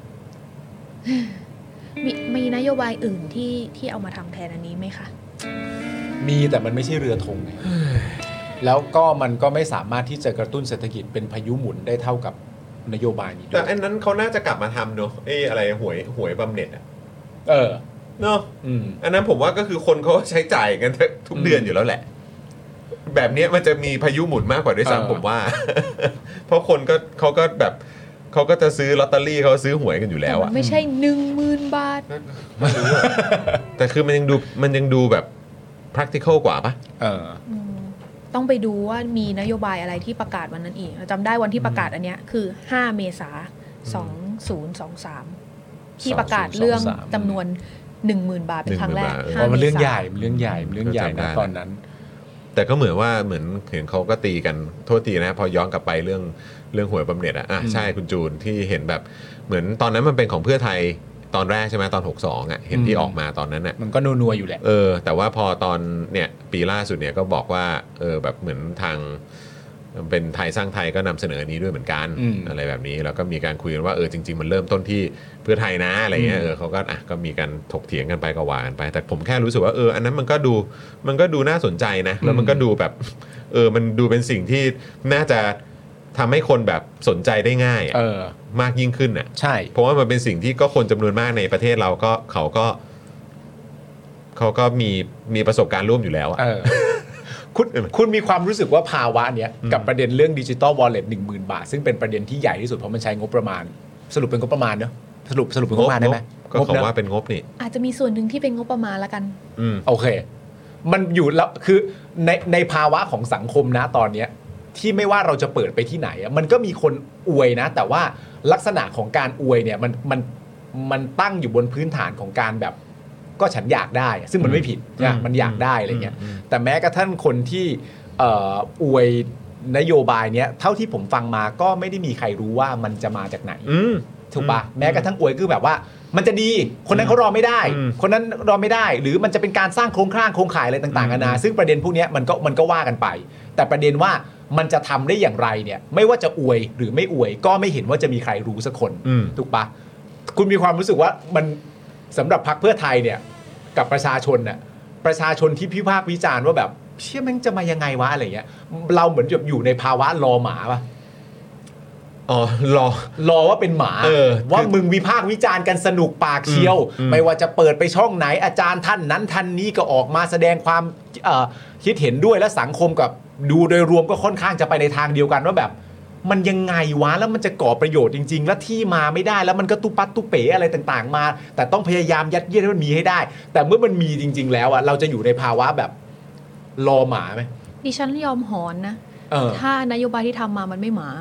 มีมีนโยบายอื่นที่ที่เอามาทำแทนอันนี้ไหมคะมีแต่มันไม่ใช่เรือธงไง แล้วก็มันก็ไม่สามารถที่จะกระตุ้นเศรษฐกิจเป็นพายุหมุนได้เท่ากับนโยบายนี้ด้แต่วยอันนั้นเขาน่าจะกลับมาทำเนอะไอ้อะไรหวยหวยบำเหน็จอ่ะเออเนาะอืมอันนั้นผมว่าก็คือคนเขาใช้จ่ายกันทุกเดือนอยู่แล้วแหละ แบบเนี้ยมันจะมีพายุหมุนมากกว่าด้วยเออซ้ำผมว่า เพราะคนก็เขาก็แบบเขาก็จะซื้อลอตเตอรี่เขาซื้อหวยกันอยู่แล้วแต่อะมันไม่ใช่หนึ่งหมื่นบาทไม่รู้อะแต่คือมันยังดูมันยังดูแบบ practical กว่าปะเอออืมต้องไปดูว่ามีนโยบายอะไรที่ประกาศวันนั้นอีกเราจำได้วันที่ประกาศอันเนี้ยคือห้าเมษาสองพันยี่สิบสามที่ประกาศเรื่องสองพันยี่สิบสามจำนวนหนึ่งหมื่นบาทเป็นครั้งแรกเพราะมันเรื่องใหญ่มันเรื่องใหญ่มันเรื่องใหญ่ก็จำได้นะตอนนั้นแต่ก็เหมือนว่าเหมือนเห็นเขาก็ตีกันโทษทีนะพอย้อนกลับไปเรื่องเรื่องหวยบำเหน็จอะอ่ะอืมใช่คุณจูนที่เห็นแบบเหมือนตอนนั้นมันเป็นของเพื่อไทยตอนแรกใช่ไหมตอนหกสิบสองอ่ะเห็นที่ออกมาตอนนั้นอ่ะมันก็นัวๆอยู่แหละเออแต่ว่าพอตอนเนี่ยปีล่าสุดเนี่ยก็บอกว่าเออแบบเหมือนทางเป็นไทยสร้างไทยก็นำเสนอนี้ด้วยเหมือนกันอืมอะไรแบบนี้แล้วก็มีการคุยกันว่าเออจริง ๆ มันเริ่มต้นที่เพื่อไทยนะอะไรเงี้ยอืมเออเขาก็อ่ะก็มีการถกเถียงกันไปก็ว่ากันไป แต่ผมแค่รู้สึกว่าเอออันนั้นมันก็ดูมันก็ดูน่าสนใจนะแล้วมันก็ดูแบบเออมันดูเป็นสิ่งที่น่าจะทำให้คนแบบสนใจได้ง่ายอะเออมากยิ่งขึ้นอ่ะใช่เพราะว่ามันเป็นสิ่งที่ก็คนจำนวนมากในประเทศเราก็เขาก็เขาก็มีมีประสบการณ์ร่วมอยู่แล้วอะเออ คุณคุณมีความรู้สึกว่าภาวะเนี้ยกับประเด็นเรื่องดิจิตอลวอลเล็ตหนึ่งหมื่นบาท ซึ่งเป็นประเด็นที่ใหญ่ที่สุดเพราะมันใช้งบประมาณ สรุปเป็นงบประมาณเนอะสรุปสรุปเป็นงบประมาณได้ไหมก็เขาว่าเป็นงบนี่อาจจะมีส่วนหนึ่งที่เป็นงบประมาณละกันอืมโอเค มันอยู่แล้วคือในในภาวะของสังคมนะตอนเนี้ยที่ไม่ว่าเราจะเปิดไปที่ไหนอะมันก็มีคนอวยนะ แต่ว่าลักษณะของการอวยเนี่ยมันมันมันตั้งอยู่บนพื้นฐานของการแบบก็ฉันอยากได้อะซึ่งมันไม่ผิดนะมันอยากได้อะไรเงี้ยแต่แม้กระทั่งคนที่เอ่ออวยนโยบายเนี้ยเท่าที่ผมฟังมาก็ไม่ได้มีใครรู้ว่ามันจะมาจากไหนอืมถูกปะแม้กระทั่งอวยคือแบบว่า มันจะดีคนนั้นเขารอไม่ได้อืมคนนั้นรอไม่ได้ หรือมันจะเป็นการสร้างโครงข่างโครงข่ายอะไรต่างๆนานาซึ่งประเด็นพวกเนี้ยมันก็มันก็ว่ากันไป แต่ประเด็นว่ามันจะทำได้อย่างไรเนี่ยไม่ว่าจะอวยหรือไม่อวย ก็ไม่เห็นว่าจะมีใครรู้สักคนอืมถูกปะคุณมีความรู้สึกว่ามันสำหรับพรรคเพื่อไทยเนี่ยกับประชาชนน่ะประชาชนที่พิพากษ์วิจารณ์ว่าแบบเชี่ยแม่งจะมายังไงวะอะไรเงี้ยเราเหมือนแบบอยู่ในภาวะรอหมาปะอ๋อรอรอว่าเป็นหมาเออว่าคือมึงวิพากษ์วิจารณ์กันสนุกปากเชียวอืมไม่ว่าจะเปิดไปช่องไหนอาจารย์ท่านนั้นท่านนี้ก็ออกมาแสดงความเอ่อคิดเห็นด้วยและสังคมกับดูโดยรวมก็ค่อนข้างจะไปในทางเดียวกันว่าแบบ มันยังไงวะแล้วมันจะก่อประโยชน์จริง ๆ แล้วที่มาไม่ได้แล้วมันก็ตุปัดตุเป๋อะไรต่างๆ มา แต่ต้องพยายามยัดเยียดให้มันมีให้ได้ แต่เมื่อมันมีจริง ๆ แล้วอะเราจะอยู่ในภาวะแบบรอหมาไหมดิฉันยอมหอนนะเออถ้านโยบายที่ทำมามันไม่หมา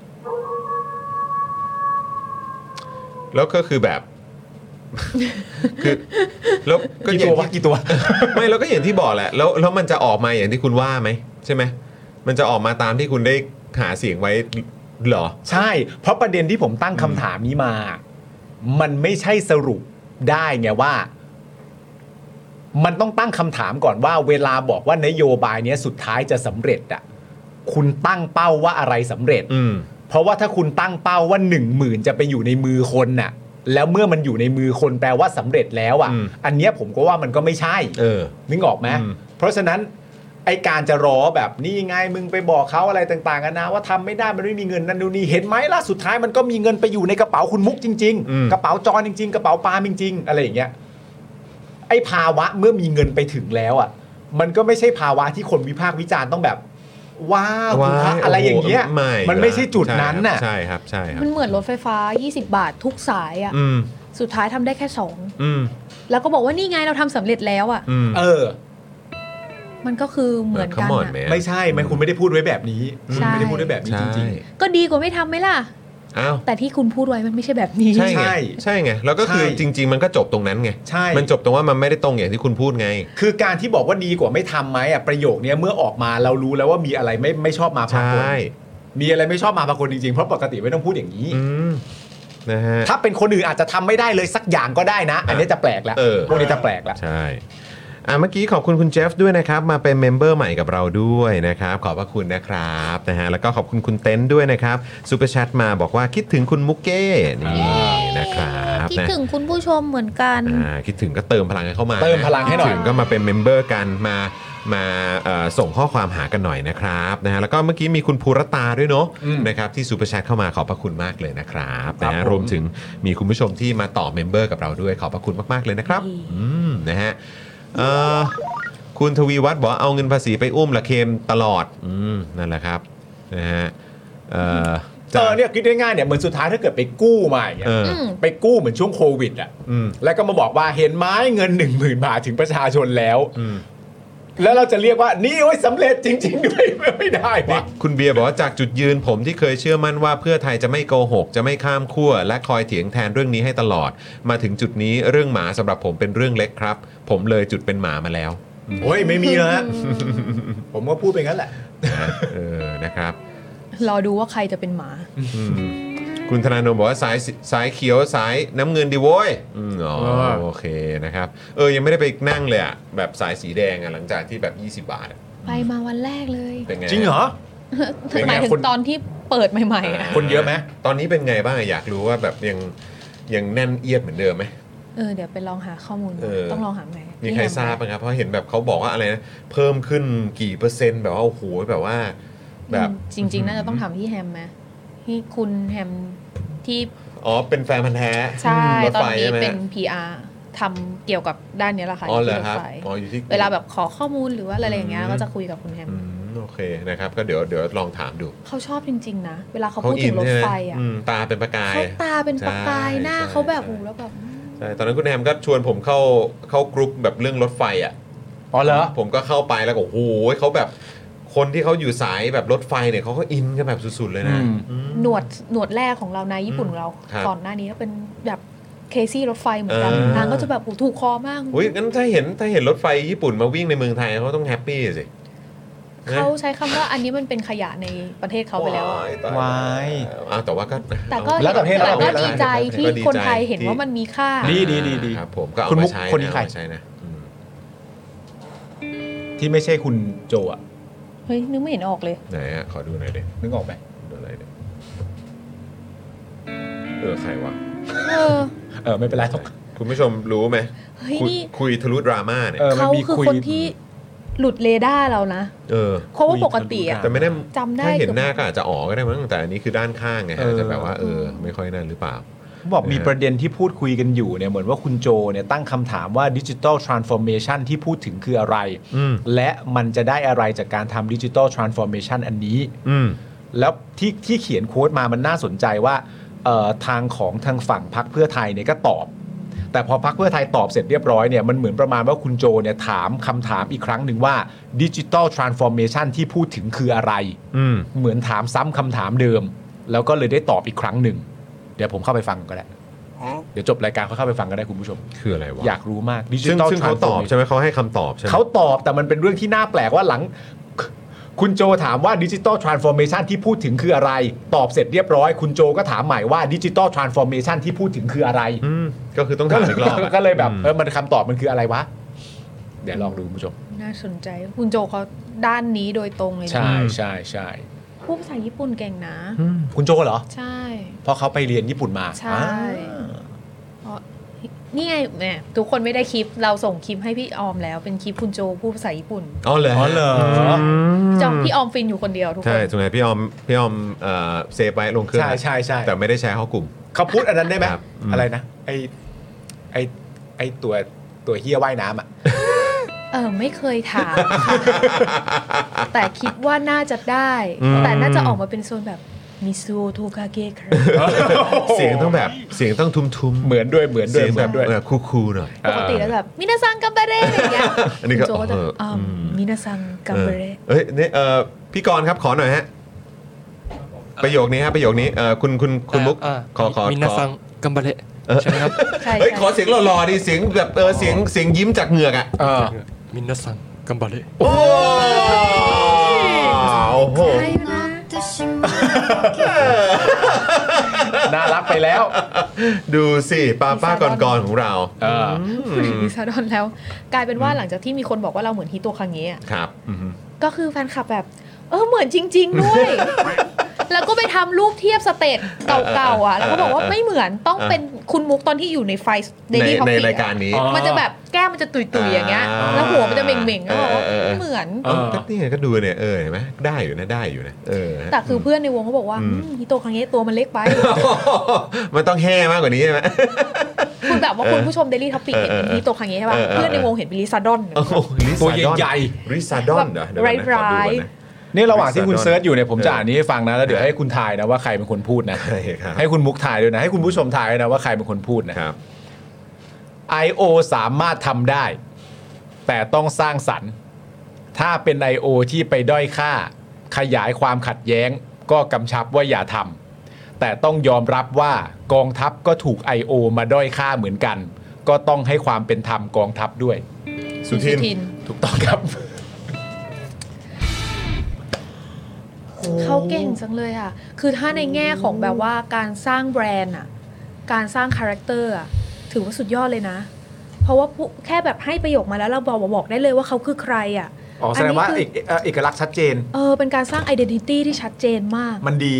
แล้วก็คือแบบ คือแล้วก็กี่อย่าตัวงวะที่กี่ตัวไม่แล้วก็อย่างที่บอกแหละแล้วแล้วมันจะออกมาอย่างที่คุณว่าไหมใช่ไหมมันจะออกมาตามที่คุณได้หาเสียงไว้เหรอใช่ เพราะประเด็นที่ผมตั้งคำถามนี้มา มันไม่ใช่สรุปได้ไงว่า มันต้องตั้งคำถามก่อนว่า เวลาบอกว่านโยบายเนี้ยสุดท้ายจะสำเร็จอ่ะคุณตั้งเป้าว่าอะไรสำเร็จอืมเพราะว่าถ้าคุณตั้งเป้าว่าหนึ่งหมื่นจะไปอยู่ในมือคนน่ะแล้วเมื่อมันอยู่ในมือคนแปลว่าสำเร็จแล้วอ่ะอืมอันเนี้ยผมก็ว่ามันก็ไม่ใช่เออนึกออกไหมอืมเพราะฉะนั้นไอการจะรอแบบนี่ไงมึงไปบอกเขาอะไรต่างๆกันนะว่าทำไม่ได้มันไม่มีเงินนั่นนู่นนี่เห็นไหมล่ะสุดท้ายมันก็มีเงินไปอยู่ในกระเป๋าคุณมุกจริงอืมๆ กระเป๋าจอนจริง ๆ กระเป๋าปาล์มจริง ๆ อะไรอย่างเงี้ยไอภาวะเมื่อมีเงินไปถึงแล้วอ่ะมันก็ไม่ใช่ภาวะที่คนวิพากษ์วิจารณ์ต้องแบบว้าวคุณพระอะไรอย่างเงี้ยไม่มันไม่ใช่จุดนั้นน่ะใช่ครับใช่ครับมันเหมือนรถไฟฟ้ายี่สิบบาททุกสายอะอืมสุดท้ายทำได้แค่สองอืมแล้วก็บอกว่านี่ไงเราทำสำเร็จแล้วอะอืมเออมันก็คือเหมือนกัน Come on อะ man ไม่ใช่ไม่คุณไม่ได้พูดไว้แบบนี้คุณใช่ไม่ได้พูดไว้แบบนี้จริงก็ดีกว่าไม่ทำไหมล่ะอ้าวแต่ที่คุณพูดไว้มันไม่ใช่แบบนี้ใช่ไงใช่ใช่ไงแล้วก็คือใช่จริง ๆ มันก็จบตรงนั้นไงใช่มันจบตรงว่ามันไม่ได้ตรงอย่างที่คุณพูดไงๆ คือการที่บอกว่าดีกว่าไม่ทำไหมอ่ะประโยคเนี้ยเมื่อออกมาเรารู้แล้วว่ามีอะไรไม่ไม่ชอบมาพากลใช่มีอะไรไม่ชอบมาพากลจริงๆเพราะปกติไม่ต้องพูดอย่างนี้อืมนะฮะถ้าเป็นคนอื่นอาจจะทำไม่ได้เลยสักอย่างก็ได้นะ อันนี้จะแปลกแล้วเออพวกนี้จะแปลกแล้วใช่อ่ะเมื่อกี้ขอบคุณคุณเจฟด้วยนะครับ มาเป็นเมมเบอร์ใหม่กับเราด้วยนะครับ ขอบพระคุณนะครับนะฮะแล้วก็ขอบคุณคุณเต้นด้วยนะครับซูเปอร์แชทมาบอกว่าคิดถึงคุณมุกเก้นี่นะครับคิดนะถึงคุณผู้ชมเหมือนกันอ่าคิดถึงก็เติมพลังให้เข้ามาเติมพลังให้หน่อยคิดถึงก็มาเป็นเมมเบอร์กันมามาเอ่อส่งข้อความหากันหน่อยนะครับนะฮะแล้วก็เมื่อกี้มีคุณภูรตาด้วยเนาะนะครับที่ซูเปอร์แชทเข้ามาขอบพระคุณมากเลยนะครับนะฮะรวมถึงมีคุณผู้ชมที่มาต่อเมมเบอร์กับเราด้วยขอบพระคุณมากๆเลยนะครับอืมนะฮะเอ่อคุณทวีวัฒน์บอกว่าเอาเงินภาษีไปอุ้มละเคมตลอดอืมนั่นแหละครับนะฮะเอ่อเออเนี่ยคิดง่ายๆเนี่ยเหมือนสุดท้ายถ้าเกิดไปกู้มาอย่างเงี้ยเอออืมไปกู้เหมือนช่วงโควิดอ่ะอืมแล้วก็มาบอกว่าเห็นไหมเงินหนึ่งหมื่นบาทถึงประชาชนแล้วอืมแล้วเราจะเรียกว่านี่โอ้ยสำเร็จจริง ๆ ด้วยไม่ได้นี่วะคุณเบียร์บอกว่าจากจุดยืนผมที่เคยเชื่อมั่นว่าเพื่อไทยจะไม่โกหก จะไม่ข้ามขั้วและคอยเถียงแทนเรื่องนี้ให้ตลอด มาถึงจุดนี้เรื่องหมาสำหรับผมเป็นเรื่องเล็กครับ ผมเลยจุดเป็นหมามาแล้วโอ้ยไม่มีแล้วฮะผมก็พูดไปงั้นแหละนะฮะเออนะครับรอดูว่าใครจะเป็นหมาอืมคุณธนาโนมบอกว่าสายสายเขียวสายน้ำเงินดีโว้ยอืมอ๋ออ่าโอเคนะครับเออยังไม่ได้ไปนั่งเลยอ่ะแบบสายสีแดงอ่ะหลังจากที่แบบยี่สิบบาทอะไปมาวันแรกเลยเป็นไงจริงเหรอเป็นไงหมายถึงคนตอนที่เปิดใหม่ๆอะคนเยอะไหมตอนนี้เป็นไงบ้างอะอยากรู้ว่าแบบยังยังแน่นเอียดเหมือนเดิมไหมเออเดี๋ยวไปลองหาข้อมูลเออต้องลองหาไงมีใครทราบไหมครับเพราะเห็นแบบเขาบอกว่าอะไรนะเพิ่มขึ้นกี่เปอร์เซ็นต์แบบว่าโอ้โหแบบว่าแบบจริง ๆ น่าจะต้องถามที่แฮมไหมที่คุณแฮมที่อ๋อเป็นแฟนพันธ์แท้ใช่รถตอนไฟนี้ใช่ไหมเป็น พี อาร์ ทำเกี่ยวกับด้านนี้แหละค่ะอ๋อเหรอที่ครับถไฟอ๋ออยู่ที่เวลาแบบขอข้อมูลหรือว่าอะไรอย่างเงี้ยก็จะคุยกับคุณแฮมอืมโอเคนะครับก็เดี๋ยวเดี๋ยวลองถามดูเขาชอบจริง ๆ นะ เวลาเขาพูดถึงรถใช่หมไฟอ่ะอืมตาเป็นประกายเขาตาเป็นประกายใช่หน้าใช่เขาแบบใช่โอ้โหแล้วแบบใช่ตอนนั้นคุณแฮมก็ชวนผมเข้าเข้ากรุ๊ปแบบเรื่องรถไฟอ่ะอ๋อเหรอผมก็เข้าไปแล้วก็โอ้โหเขาแบบคนที่เขาอยู่สายแบบรถไฟเนี่ยเขาก็อินกันแบบสุดๆเลยนะอืมอืมหนวดหนวดแรกของเรานายญี่ปุ่นของเราครับก่อนหน้านี้ก็เป็นแบบเคซี่รถไฟเหมือนกันเออนางก็จะแบบโอ้โหถูกคอมากอุ้ยงั้นถ้าเห็นถ้าเห็นรถไฟญี่ปุ่นมาวิ่งในเมืองไทยเขาต้องแฮปปี้สิเขาใช้คำว่าอันนี้มันเป็นขยะในประเทศเขาไปแล้วอะตายวายอ้าวแต่ว่าก็แต่ก็แล้วแต่ประเทศแต่ก็แล้วแต่ประเทศดีใจที่ก็ดีใจคนไทยเห็นที่ว่ามันมีค่าดีดีดีดีครับผมก็เอาคุณมุมาก ใช้คนนี้นะใครเอามาใช้นะอืมที่ไม่ใช่คุณโจอ่ะเฮ้ยนึกไม่เห็นออกเลยไหนฮะขอดูหน่อยดินึกออกไหมดูอะไรดิเออใครวะเออเออไม่เป็นไรหรอกคุณผู้ชมรู้ไหมเฮ้ยคุยนี่คุยทะลุดราม่าเนี่ยเออมันเขามีคือคุยคนที่หลุดเรดาร์เรานะเออเพราะว่าปกติอะแต่ไม่ได้จำได้ถ้าเห็นกือบหน้าก็อาจจะอ๋อก็ได้มั้งแต่อันนี้คือด้านข้างไงฮะจะแบบว่าเออไม่ค่อยนั่นหรือเปล่าบอกมีประเด็นที่พูดคุยกันอยู่เนี่ยเหมือนว่าคุณโจเนี่ยตั้งคำถามว่าดิจิ t a ลทรานส์ฟอร์เมชันที่พูดถึงคืออะไรอืมและมันจะได้อะไรจากการทำดิจิ t a ลทรานส์ฟอร์เมชันอันนี้อืมแล้วที่ที่เขียนโค้ดมามันน่าสนใจว่าเอ่อทางของทางฝั่งพรรคเพื่อไทยเนี่ยก็ตอบ แต่พอพรรคเพื่อไทยตอบเสร็จเรียบร้อยเนี่ยมันเหมือนประมาณว่าคุณโจเนี่ยถามคำถามอีกครั้งหนึ่งว่าดิจิ t a ลทรานส์ฟอร์เมชันที่พูดถึงคืออะไรอืมเหมือนถามซ้ำคำถามเดิม แล้วก็เลยได้ตอบอีกครั้งหนึ่งเดี๋ยวผมเข้าไปฟังก็ได้เดี๋ยวจบรายการเขาเข้าไปฟังก็ได้คุณผู้ชมคืออะไรวะอยากรู้มากดิจิซึ่งตอลซึ่งเขาตอบใช่ไหมเขาให้คำตอบใช่ไหมเขาตอบแต่มันเป็นเรื่องที่น่าแปลกว่าหลัง คุณโจถามว่าดิจิตอลทรานส์ฟอร์เมชันที่พูดถึงคืออะไร ตอบเสร็จเรียบร้อยคุณโจก็ถามใหม่ว่าดิจิตอลทรานส์ฟอร์เมชันที่พูดถึงคืออะไรอืมก็คือต้องถามอีกรอบอะก็เลยแบบอืมเออมันคำตอบมันคืออะไรวะเดี๋ยวลองดูคุณผู้ชมน่าสนใจ คุณโจเขาด้านนี้โดยตรงเลยนะใช่ใช่ใช่โหพูดภาษาญี่ปุ่นเก่งนะคุณโจเหรอใช่เพราะเขาไปเรียนญี่ปุ่นมาใช่เพราะนี่ไงแหมทุกคนไม่ได้คลิปเราส่งคลิปให้พี่ออมแล้วเป็นคลิปคุณโจพูดภาษาญี่ปุ่นอ๋อเหรออ๋อเหรอจองพี่ออมฟินอยู่คนเดียวทุกคนใช่ถูกไหมพี่ออมพี่ออมเอ่อเซฟไว้ลงเครื่องใช่ใช่ใช่แต่ไม่ได้แชร์เข้ากลุ่มเขาพูดอันนั้นได้ไหมครับอืมอะไรนะไอไอไอตัวตัวเฮียว่ายน้ำอ่ะเออไม่เคยถามค่ะแต่คิดว่าน่าจะได้ แต่น่าจะออกมาเป็นโซนแบบมิซูโทกาเกะครับเสียงต้องแบบเสียงต้องทุ้มๆเหมือนด้วยเหมือนด้วยเสียงเหมืแบอบ นด้วยเออคูลๆหน่อยปกติแล้วแบบมินาซังกัมเบเร่อย่างเงี้ยอันนี้ก็คุณโจก็จะเอออือ่าม มินาซังกัมเบเร่เอ้ยเนี่ยเอ่อพี่กรณ์ครับขอหน่อยฮะประโยคนี้ฮะประโยคนี้เอ่อคุณคุณคุณมุกอ่าขอขอมินาขอซังกัมบะเละใช่ไหมครับใช่เฮ้ยใช่ขอเสียงหล่อๆดิเสียงแบบเออเสียงเสียงยิ้มจากเหงือกอ่ะเออมินาซังกัมบะเละโอ้โอ้โหใช่นะน่ารักไปแล้วดูสิป้าป้าก่อนๆของเราเออลิซาดอนแล้ว กลายเป็นว่าหลังจากที่มีคนบอกว่าเราเหมือนฮิโตคังเงะอะครับอือฮึก็คือแฟนคลับแบบ เออเหมือนจริง ๆ ด้วย แล้วก็ไปทำรูปเทียบสเตจเก่าๆอ่ะแล้วก็บอกว่าไม่เหมือนต้องเป็นคุณมุกตอนที่อยู่ในไฟเดในลี่ท็อปในปี้รายการนี้อ๋อมันจะแบบแก้มมันจะตุยๆอย่างเงี้ยอ่าแล้วหัวมันจะเม่งๆแล้วบอกว่าเออเออเออไม่เหมือนเออนี่ไงก็ดูเนี่ยเออเห็นไหมได้อยู่นะได้อยู่นะเออแต่คือเพื่อนในวงเขาบอกว่าอืมอืมฮิโตคังเงะตัวมันเล็กไปมันต้องแห่มากกว่านี้ใช่ไหมคุณแบบว่าคุณผู้ชมเดลี่ท็อปปี้เห็นเป็นเออเออฮิโตคังเงะใช่ป่ะเออเออเพื่อนในวงเห็นเป็นลิซาดอนโอ้โหลิซาตัวดอนใหญ่ริซาดอนเหรอเดี๋ยวก่อนนะขอดูก่อนนะนี่ระหว่างที่คุณ Risadon เซิร์ชอยู่เนี่ยผมจะอ่านนี้ให้ฟังนะแล้วเดี๋ยวให้คุณทายนะว่าใครเป็นคนพูดนะใช่ครับให้คุณมุกทายด้วยนะให้คุณผู้ชมทายด้วยนะว่าใครเป็นคนพูดนะครับ ไอ โอ สามารถทำได้ แต่ต้องสร้างสรรค์ ถ้าเป็น ไอ โอ ที่ไปด้อยค่า ขยายความขัดแย้ง ก็กำชับว่าอย่าทำแต่ต้องยอมรับว่ากองทัพก็ถูก ไอ โอ มาด้อยค่าเหมือนกัน ก็ต้องให้ความเป็นธรรมกองทัพด้วยสุทินทินถูกต้องครับเขาเก่งจังเลยอ่ะ คือถ้าในแง่ของแบบว่าการสร้างแบรนด์อ่ะ การสร้างคาแรคเตอร์อ่ะ ถือว่าสุดยอดเลยนะ เพราะว่าผู้แค่แบบให้ประโยคมาแล้วเราบอกบอกได้เลยว่าเขาคือใครอ่ะอ๋อแสดงว่าอันนี้เอกเอ่อเอกลักษณ์ชัดเจนเออเป็นการสร้าง identity ที่ชัดเจนมากมันดี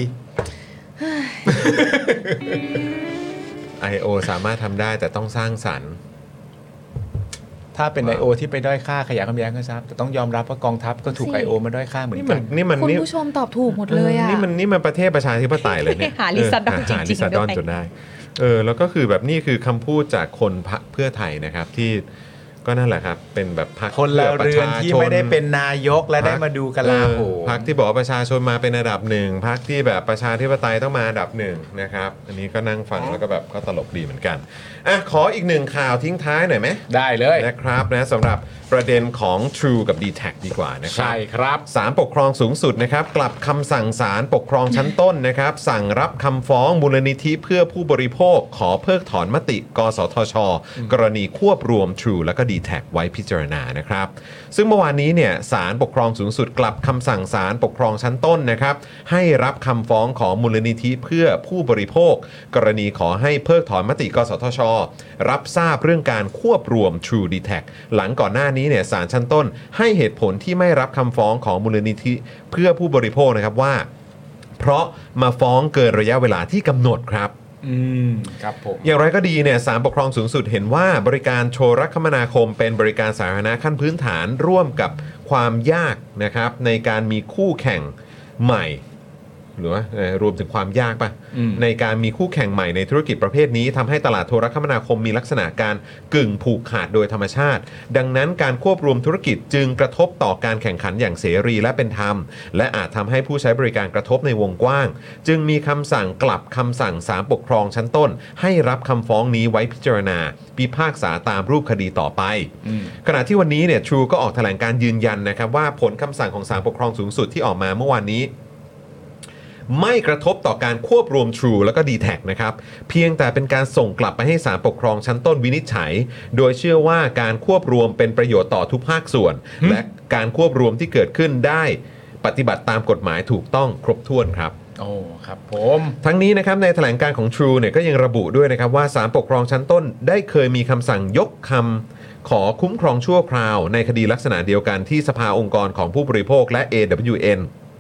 ไอ โอ สามารถทำได้แต่ต้องสร้างสรรค์ถ้าเป็น ไอ โอ ที่ไปด้อยค่าขยายความแย้งก็ทราบแต่ต้องยอมรับว่ากองทัพก็ถูกสิไอ โอ มาด้อยค่าเหมือนนี่กัมัน นนี่มันคุณนี่ผู้ชมตอบถูกหมดเลยอ่ะนี่มันนี่มันประเทศประชาธิปไตยเลยเนี่ยหาลิซาดอนเหาจริงๆลิซาดอนด้วยจนได้ เออแล้วก็คือแบบนี่คือคำพูดจากคนพรรคเพื่อไทยนะครับที่ก็นั่นแหละครับเป็นแบบพรรคคนละเรือนที่ไม่ได้เป็นนายกและได้มาดูกลาโหมพรรคที่บอกว่าประชาชนมาเป็นอันดับหนึ่งพรรคที่แบบประชาธิปไตยต้องมาอันดับหนึ่งนะครับอันนี้ก็นั่งฟังแล้วก็แบบก็ตลกดีเหมือนกันอ่ะขออีกหนึ่งข่าวทิ้งท้ายหน่อยไหมได้เลยนะครับนะสำหรับประเด็นของ True กับ ดี แท็ก ดีกว่านะครัใช่ครับศาลปกครองสูงสุดนะครับกลับคำสั่งศาลปกครองชั้นต้นนะครับสั่งรับคำฟ้องมูลนิธิเพื่อผู้บริโภคขอเพิกถอนมติ กสทช กรณีควบรวม True และก็ ดี แท็ก ไว้พิจารณานะครับซึ่งเมื่อวานนี้เนี่ยศาลปกครองสูงสุดกลับคำสั่งศาลปกครองชั้นต้นนะครับให้รับคำฟ้องของมูลนิธิเพื่อผู้บริโภค กรณีขอให้เพิกถอนมติ กสทช รับทราบเรื่องการควบรวม True ดี แท็ก หลังก่อนหน้านี้เนี่ยศาลชั้นต้นให้เหตุผลที่ไม่รับคำฟ้องของมูลนิธิเพื่อผู้บริโภคนะครับว่า เพราะมาฟ้องเกินระยะเวลาที่กำหนดครับอืมครับผมอย่างไรก็ดีเนี่ยศาลปกครองสูงสุดเห็นว่าบริการโทรคมนาคมเป็นบริการสาธารณะขั้นพื้นฐานร่วมกับความยากนะครับในการมีคู่แข่งใหม่หรือว่าเอ่อรวมถึงความยากป่ะอืมในการมีคู่แข่งใหม่ในธุรกิจประเภทนี้ทำให้ตลาดโทรคมนาคมมีลักษณะการกึ่งผูกขาดโดยธรรมชาติ ดังนั้นการควบรวมธุรกิจจึงกระทบต่อการแข่งขันอย่างเสรีและเป็นธรรม และอาจทำให้ผู้ใช้บริการกระทบในวงกว้าง จึงมีคำสั่งกลับคำสั่งศาลปกครองชั้นต้น ให้รับคำฟ้องนี้ไว้พิจารณาพิพากษาตามรูปคดีต่อไป ขณะที่วันนี้เนี่ย True ก็ออกแถลงการยืนยันนะครับว่าผลคำสั่งของศาลปกครองสูงสุดที่ออกมาเมื่อวานนี้ไม่กระทบต่อการควบรวม True แล้วก็ ดี แท็ก นะครับเพียงแต่เป็นการส่งกลับไปให้ศาลปกครองชั้นต้นวินิจฉัย โดยเชื่อว่าการควบรวมเป็นประโยชน์ต่อทุกภาคส่วน และการควบรวมที่เกิดขึ้นได้ปฏิบัติตามกฎหมายถูกต้องครบถ้วนครับโอ้ครับผมทั้งนี้นะครับในแถลงการของ True เนี่ยก็ยังระบุด้วยนะครับว่าศาลปกครองชั้นต้นได้เคยมีคำสั่งยกคำขอคุ้มครองชั่วคราวในคดีลักษณะเดียวกันที่สภาองค์กรของผู้บริโภคและ เอ ดับเบิลยู เอ็น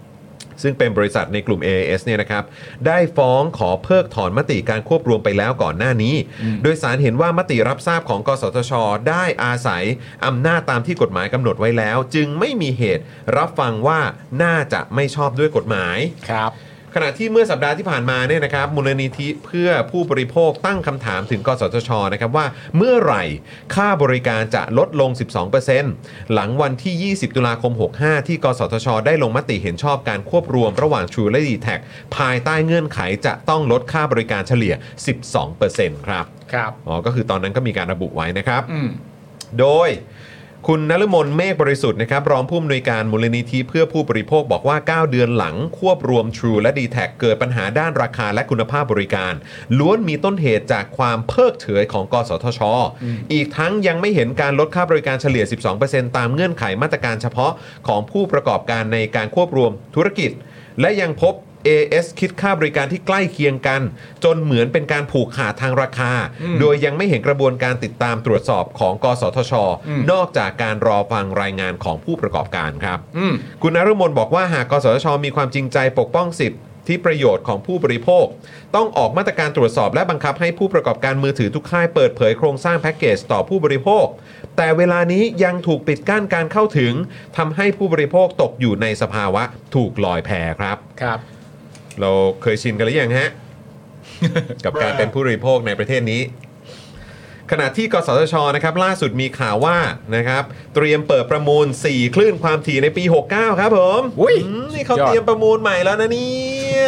ซึ่งเป็นบริษัทในกลุ่ม เอ เอ เอส เนี่ยนะครับได้ฟ้องขอเพิกถอนมติการควบรวมไปแล้วก่อนหน้านี้โดยศาลเห็นว่ามติรับทราบของกสทช.ได้อาศัยอำนาจตามที่กฎหมายกำหนดไว้แล้วจึงไม่มีเหตุรับฟังว่าน่าจะไม่ชอบด้วยกฎหมายครับขณะที่เมื่อสัปดาห์ที่ผ่านมาเนี่ยนะครับมูลนิธิเพื่อผู้บริโภคตั้งคำถามถึงกสทช.นะครับว่าเมื่อไหร่ค่าบริการจะลดลง สิบสองเปอร์เซ็นต์ หลังวันที่ ยี่สิบตุลาคมหกสิบห้าที่กสทช.ได้ลงมติเห็นชอบการควบรวมระหว่าง True และ ดี แท็ก ภายใต้เงื่อนไขจะต้องลดค่าบริการเฉลี่ย สิบสองเปอร์เซ็นต์ ครับครับอ๋อก็คือตอนนั้นก็มีการระบุไว้นะครับอืมโดยคุณนฤมลเมฆบริสุทธิ์นะครับรองผู้อำนวยการมูลนิธิเพื่อผู้บริโภคบอกว่าเก้าเดือนหลังควบรวม True และ ดี แท็ก เกิดปัญหาด้านราคาและคุณภาพบริการล้วนมีต้นเหตุจากความเพิกเฉยของกสทช อ, อีกทั้งยังไม่เห็นการลดค่าบริการเฉลี่ย สิบสองเปอร์เซ็นต์ ตามเงื่อนไขมาตรการเฉพาะของผู้ประกอบการในการควบรวมธุรกิจและยังพบเอ เอส คิดค่าบริการที่ใกล้เคียงกันจนเหมือนเป็นการผูกขาดทางราคาโดยยังไม่เห็นกระบวนการติดตามตรวจสอบของกสทช.นอกจากการรอฟังรายงานของผู้ประกอบการครับคุณนฤมลบอกว่าหากกสทช.มีความจริงใจปกป้องสิทธิที่ประโยชน์ของผู้บริโภคต้องออกมาตรการตรวจสอบและบังคับให้ผู้ประกอบการมือถือทุกค่ายเปิดเผยโครงสร้างแพ็กเกจต่อผู้บริโภคแต่เวลานี้ยังถูกปิดกั้นการเข้าถึงทำให้ผู้บริโภคตกอยู่ในสภาวะถูกลอยแพครับครับเราเคยชินกันหรือยังฮะ กับการเป็นผู้บริโภคในประเทศนี้ขณะที่กสทช.นะครับล่าสุดมีข่าวว่านะครับเตรียมเปิดประมูลสี่คลื่นความถี่ในปีหกสิบเก้าครับผมอุ้ยนี่เขาเตรียมประมูลใหม่แล้วนะเนี่ย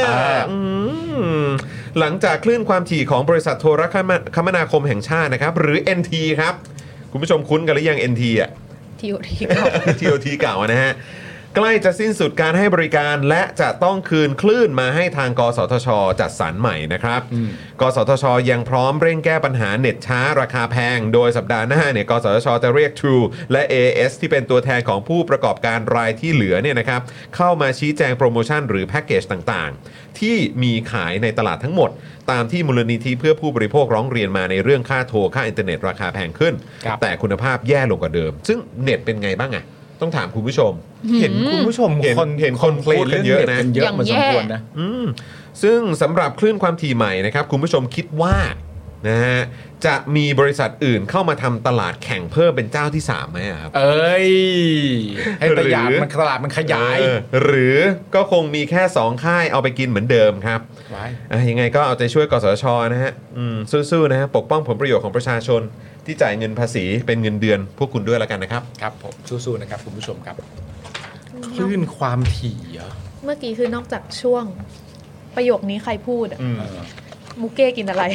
หลังจากคลื่นความถี่ของบริษัทโทรคมนาคมแห่งชาตินะครับหรือ เอ็น ที ครับคุณผู้ชมคุ้นกันหรือยัง เอ็น ที อ่ะที โอ ที เก่าที โอ ที เก่านะฮะใกล้จะสิ้นสุดการให้บริการและจะต้องคืนคลื่นมาให้ทางกสทช.จัดสรรใหม่นะครับกสทช.ยังพร้อมเร่งแก้ปัญหาเน็ตช้าราคาแพงโดยสัปดาห์หน้าเนี่ยกสทช.จะเรียก True และ เอ เอ เอส ที่เป็นตัวแทนของผู้ประกอบการรายที่เหลือเนี่ยนะครับเข้ามาชี้แจงโปรโมชั่นหรือแพ็กเกจต่างๆที่มีขายในตลาดทั้งหมดตามที่มูลนิธิเพื่อผู้บริโภคร้องเรียนมาในเรื่องค่าโทรค่าอินเทอร์เน็ตราคาแพงขึ้นแต่คุณภาพแย่ลงกว่าเดิมซึ่งเน็ตเป็นไงบ้างอะต้องถามคุณผู้ชมเห็นคุณผู้ชมคนเห็นคนพูดกันเยอะนะเยอะมันสมควรนะซึ่งสำหรับคลื่นความถี่ใหม่นะครับคุณผู้ชมคิดว่านะฮะจะมีบริษัทอื่นเข้ามาทำตลาดแข่งเพิ่มเป็นเจ้าที่สามไหมครับเอ้ยให้ตลาดมันตลาดมันขยายหรือก็คงมีแค่สองค่ายเอาไปกินเหมือนเดิมครับยังไงก็เอาใจช่วยกสทช.นะฮะสู้ๆนะฮะปกป้องผลประโยชน์ของประชาชนที่จ่ายเงินภาษีเป็นเงินเดือนพวกคุณด้วยแล้วกันนะครับครับผมสู้ๆนะครับคุณผู้ชมครับคลื่นความถี่เมื่อกี้คือนอกจากช่วงประโยคนี้ใครพูดอ่ะมุกเก้กินอะไร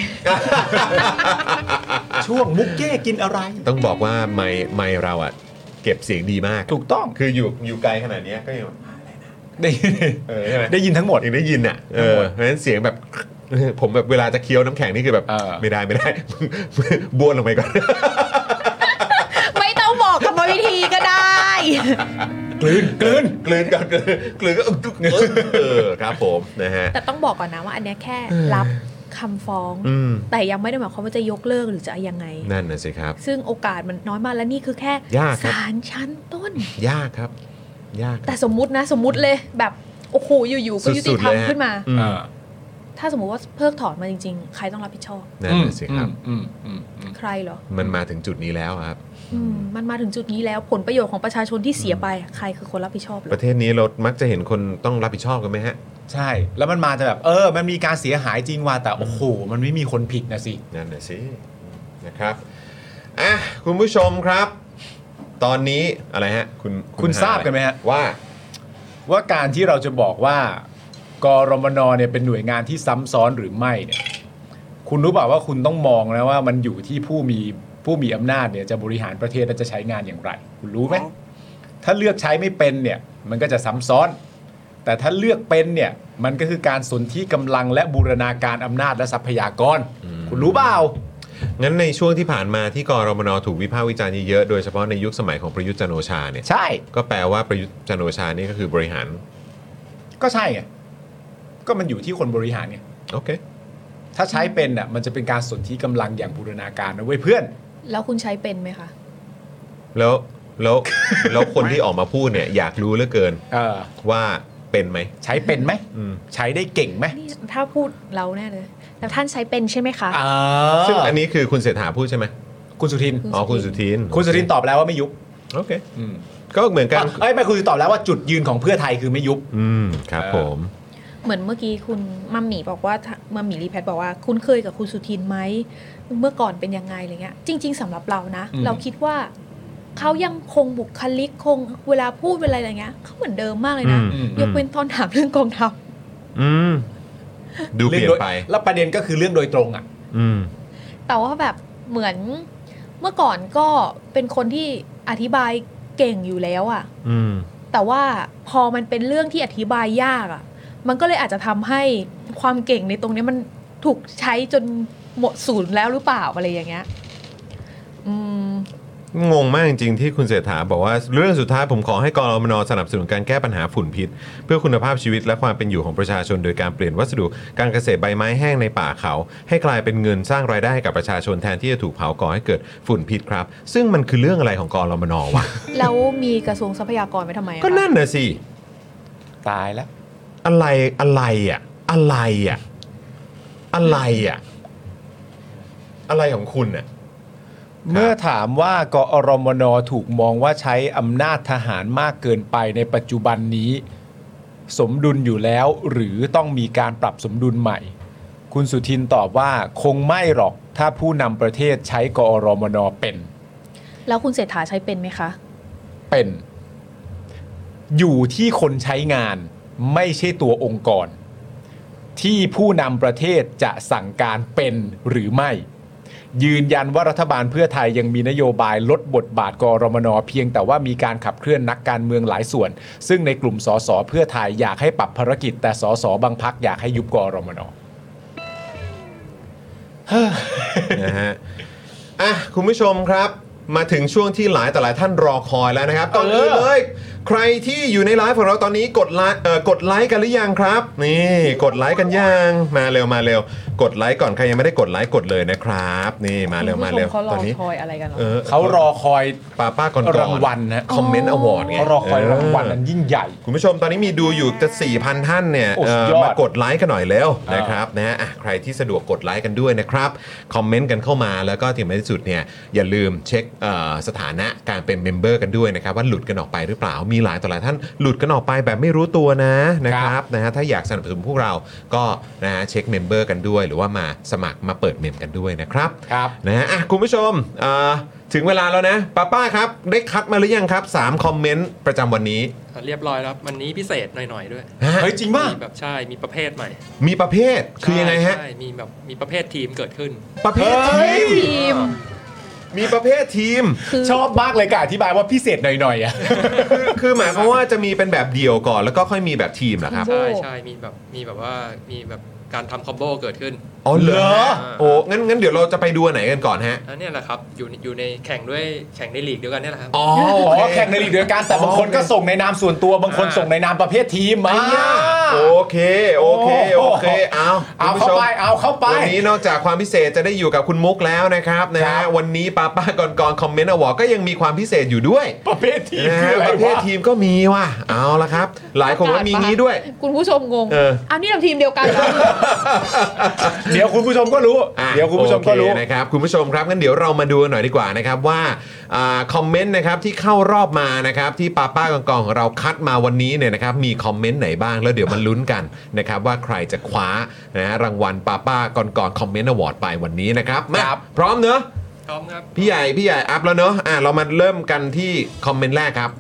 ช่วงมุกเก้กินอะไรต้องบอกว่าไมค์ไมค์เราอ่ะเก็บเสียงดีมากถูกต้องคืออยู่อยู่ไกลขนาดนี้ก็ยังได้เออใช่ไหมได้ยินทั้งหมดยังได้ยินอ่ะเออเพราะฉะนั้นเสียงแบบผมแบบเวลาจะเคี้ยวน้ำแข็งนี่คือแบบไม่ได้ไม่ได้บ้วนลงไปก่อนไม่ต้องบอกกรรมวิธีก็ได้กลืนกลืนกลืนกันกลืนก็เออครับผมนะฮะแต่ต้องบอกก่อนนะว่าอันนี้แค่รับคำฟ้องแต่ยังไม่ได้หมายความว่าจะยกเลิกหรือจะยังไงนั่นน่ะสิครับซึ่งโอกาสมันน้อยมากและนี่คือแค่ศาลชั้นต้นยากครับยากแต่สมมุตินะสมมุติเลยแบบโอ้โหอยู่ๆก็ยุติธรรมขึ้นมาถ้าสมมติว่าเพิกถอนมาจริงๆใครต้องรับผิดชอบนั่นแหละสิครับใครเหรอมันมาถึงจุดนี้แล้วครับมันมาถึงจุดนี้แล้วผลประโยชน์ของประชาชนที่เสียไปใครคือคนรับผิดชอบประเทศนี้เรามักจะเห็นคนต้องรับผิดชอบกันไหมฮะใช่แล้วมันมาจะแบบเออมันมีการเสียหายจริงว่าแต่โอ้โหมันไม่มีคนผิดนะสินั่นน่ะสินะครับอ่ะคุณผู้ชมครับตอนนี้อะไรฮะคุณคุณทราบกันไหมฮะว่าว่าการที่เราจะบอกว่ากรมนเนี่ยเป็นหน่วยงานที่ซ้ำซ้อนหรือไม่เนี่ยคุณรู้เปล่าว่าคุณต้องมองนะว่ามันอยู่ที่ผู้มีผู้มีอำนาจเนี่ยจะบริหารประเทศและจะใช้งานอย่างไรคุณรู้ไหมถ้าเลือกใช้ไม่เป็นเนี่ยมันก็จะซ้ำซ้อนแต่ถ้าเลือกเป็นเนี่ยมันก็คือการสนธิกำลังและบูรณาการอำนาจและทรัพยากรคุณรู้เปล่างั้นในช่วงที่ผ่านมาที่กรมนถูกวิพากษ์วิจารณ์เยอะโดยเฉพาะในยุคสมัยของประยุทธ์จันทร์โอชาเนี่ยใช่ก็แปลว่าประยุทธ์จันทร์โอชานี่ก็คือบริหารก็ใช่ไงก็มันอยู่ที่คนบริหารไงโอเคถ้าใช้เป็นอ่ะมันจะเป็นการสนธิกำลังอย่างบูรณาการนะเว้ยเพื่อนแล้วคุณใช้เป็นไหมคะแล้วแล้วแล้วคนที่ออกมาพูดเนี่ยอยากรู้เหลือเกินว่าเป็นไหมใช้เป็นไหมอืมใช้ได้เก่งไหมนี่ถ้าพูดเราแน่เลยแล้วท่านใช้เป็นใช่ไหมคะอ่าซึ่งอันนี้คือคุณเศรษฐาพูดใช่ไหมคุณสุทินอ๋อคุณสุทินคุณสุทินตอบแล้วว่าไม่ยุบโอเคอืมก็เหมือนกันเอ้ยไม่คุณสุทินตอบแล้วว่าจุดยืนของเพื่อไทยคือไม่ยุบอืมครับผมเหมือนเมื่อกี้คุณมัมหมี่บอกว่ามัมหมี่รีแพทบอกว่าคุ้นเคยกับคุณสุทินไหมเมื่อก่อนเป็นยังไงอะไรเงี้ยจริง ๆสำหรับเรานะอืมเราคิดว่าเขายังคงบุคลิกคงเวลาพูดเวลาอะไรเงี้ยเขาเหมือนเดิมมากเลยนะอืมยกเว้นตอนถามเรื่องกองทัพอืมดูเปลี่ยนไปแล้วประเด็นก็คือเรื่องโดยตรงอ่ะอืมแต่ว่าแบบเหมือนเมื่อก่อนก็เป็นคนที่อธิบายเก่งอยู่แล้วอะอืมแต่ว่าพอมันเป็นเรื่องที่อธิบายยากอะมันก็เลยอาจจะทำให้ความเก่งในตรงนี้มันถูกใช้จนหมดศูนย์แล้วหรือเปล่าอะไรอย่างเงี้ยอืมงงมากจริงๆที่คุณเศรษฐาบอกว่าเรื่องสุดท้ายผมขอให้กรมนสนับสนุนการแก้ปัญหาฝุ่นพิษ เพื่อคุณภาพชีวิตและความเป็นอยู่ของประชาชนโดยการเปลี่ยนวัสดุการเกษตรใบไม้แห้งในป่าเขา ให้กลายเป็นเงินสร้างรายได้ให้กับประชาชนแทนที่จะถูกเผาก่อให้เกิดฝุ่นพิษครับ ซึ่งมันคือเรื่องอะไรของกรมนวะแล้วมีกระทรวงทรัพยากรไว้ทำไมอะคะก็นั่นน่ะสิตายแล้วอะไรอะไรอ่ะอะไรอ่ะอะไรอ่ะอะไรของคุณอ่ะเมื่อถามว่ากอรมนถูกมองว่าใช้อำนาจทหารมากเกินไปในปัจจุบันนี้ สมดุลอยู่แล้วหรือต้องมีการปรับสมดุลใหม่ คุณสุทินตอบว่าคงไม่หรอกถ้าผู้นำประเทศใช้กอรมนเป็นแล้วคุณเศรษฐาใช้เป็นไหมคะเป็น อยู่ที่คนใช้งานไม่ใช่ตัวองค์กร ที่ผู้นำประเทศจะสั่งการเป็นหรือไม่ ยืนยันว่ารัฐบาลเพื่อไทยยังมีนโยบายลดบทบาทกรมนเพียงแต่ว่ามีการขับเคลื่อนนักการเมืองหลายส่วน ซึ่งในกลุ่มสสเพื่อไทยอยากให้ปรับภารกิจแต่สสบางพรรคอยากให้ยุบกรมนนะฮะอ่ะคุณผู้ชมครับมาถึงช่วงที่หลายแต่หลายท่านรอคอยแล้วนะครับก่อนอื่นเลยใครที่อยู่ในไลฟ์ของเราตอนนี้กดไลค์เอ่อกดไลค์กันหรือยังครับนี่กดไลค์กันยังมาเร็วมาเร็วกดไลค์ก่อนใครยังไม่ได้กดไลค์กดเลยนะครับนี่มาเร็วมาเร็วเขารตออนนี้คอยอะไรกันหรอเออเขารอคอยป้าป้าก่อนๆรางวัลนะคอมเมนต์อวอร์ดไงเขารอคอยรางวัลนั้นยิ่งใหญ่คุณผู้ชมตอนนี้มีดูอยู่จะ สี่พัน ท่านเนี่ยโอ้เอ่สุอดยอดมากดไลค์กันหน่อยเร็วอ่านนะครับนะฮะอ่ะใครที่สะดวกกดไลค์กันด้วยนะครับคอมเมนต์กันเข้ามาแล้วก็ที่สำคัญที่สุดเนี่ยอย่าลืมเช็คเอ่อสถานะการเป็นเมมเบอร์กันด้วยนะครับว่าหลุดกันออกไปหรือเปล่ามีหลายต่อหลายท่านหลุดกันออกไปแบบไม่รู้ตัวนะนะครับนะฮะถ้าอยากสนับสนุนพวกเราก็นะฮะเช็คเมมเบอร์กันด้วยหรือว่ามาสมัครมาเปิดเมมกันด้วยนะครับครับนะฮะอ่ะคุณผู้ชมเอ่อถึงเวลาแล้วนะป้าป้าครับได้คัดมาหรือยังครับสามคอมเมนต์ประจำวันนี้เรียบร้อยแล้ววันนี้พิเศษหน่อยๆด้วยฮะเฮ้ยจริงป่ะมีแบบใช่มีประเภทใหม่มีประเภทคือยังไงฮะใช่มีแบบมีประเภททีมเกิดขึ้นประเภทเฮ้ทียมทีมมีประเภททีมคือชอบมากเลยการอธิบายว่าพิเศษหน่อยๆอ่ะคือคือหมายความว่าจะมีเป็นแบบเดี่ยวก่อนแล้วก็ค่อยมีแบบทีมเหรอครับโอ้ใช่ใช่มีแบบมีแบบว่ามีแบบการทำคอมโบเกิดขึ้นอ๋อเหรอเหรอโอ้งั้นงั้นเดี๋ยวเราจะไปดูอันไหนกันก่อนฮะอันเนี้ยแหละครับอยู่ในอยู่ในแข่งด้วยแข่งในลีกเดียวกันเนี่ยแหละครับอ๋ออ๋โออเคแข่งในลีกเดียวกันแต่บางคนก็ส่งในนามส่วนตัวบางคนอ่าส่งในนามประเภททีมมาโอเคโอเคโอเคเอาเอาคุณเข้าผู้ชมไปเอาเข้าไปวันนี้นอกจากความพิเศษจะได้อยู่กับคุณมุกแล้วนะครับนะครัฮะบวันนี้ป้าป้าก่อนก่อนคอมเมนต์อวอร์ดก็ยังมีความพิเศษอยู่ด้วยประเภททีมนะคือฮะอะไรประเภทวะทีมก็มีว่ะเอาละครับ หลายคนก็มีงี้ด้วยคุณผู้ชมงงเอออ้าวนี่เราทีมเดียวกันเหรอเดี๋ยวคุณผู้ชมก็รู้อ่ะเดี๋ยวคุณผู้ชมก็รู้โอเคนะครับคุณผู้ชมครับงั้นเดี๋ยวเรามาดูกันหน่อยดีกว่านะครับว่าอ่าคอมเมนต์นะครับที่เข้ารอบมานะครับที่ป้าป้ากองกองของเราคัดมาวันนี้เนี่ยนะครับมีคอมเมนต์ไหนบ้างแล้วเดี๋ยวมาลุ้นกันนะครับว่าใครจะคว้านะฮะรางวัลป้าป้ากอนกอนคอมเมนต์อวอร์ดไปวันนี้นะครับมาครับพร้อมเนอะพร้อมครับพี่ใหญ่พี่ใหญ่อัพแล้วเนอะอ่ะเรามาเริ่มกันที่คอมเมนต์แรกครับ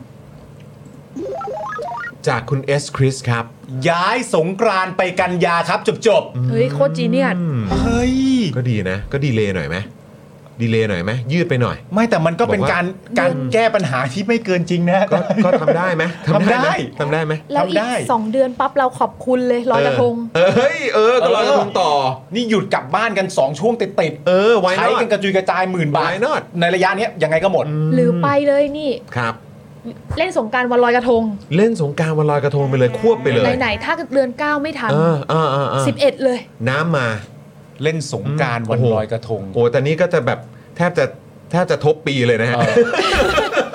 จากคุณเอสคริสครับย้ายสงกรานต์ไปกันยาครับจบจบเฮ้ยโคตรจีเนียสเฮ้ยก็ดีนะ ก็ดีเลย์หน่อยไหมดีเลย์หน่อยไหมยืดไปหน่อยไม่แต่มันก็เป็นบอกว่าการการแก้ปัญหาที่ไม่เกินจริงนะก็ก็ทำได้ไหมทำได้หมทำได้ไหมแล้วอีทำได้กสองเดือนปั๊บเราขอบคุณเลยลอยกระทงเออเฮ้ยเออก็ลอยกระทงต่อนี่หยุดกลับบ้านกันสองช่วงติดเออไว้ๆใช้กันกระจุยกระจายหมื่นบาท Why not ในระยะเนี้ยยังไงก็หมดหรือไปเลยนี่ครับเล่นสงกรารวันลอยกระทงเล่นสงกรารวันลอยกระทงไปเลยควบไปเลยไหนๆถ้าเดือนเก้าไม่ทันเออเออเออเออสิบเอ็ดเลยน้ำมาเล่นสงกรารวันโอ้โหลอยกระทงโอ้แต่นี้ก็จะแบบแทบจะแทบจะทบปีเลยนะฮะเออถ้า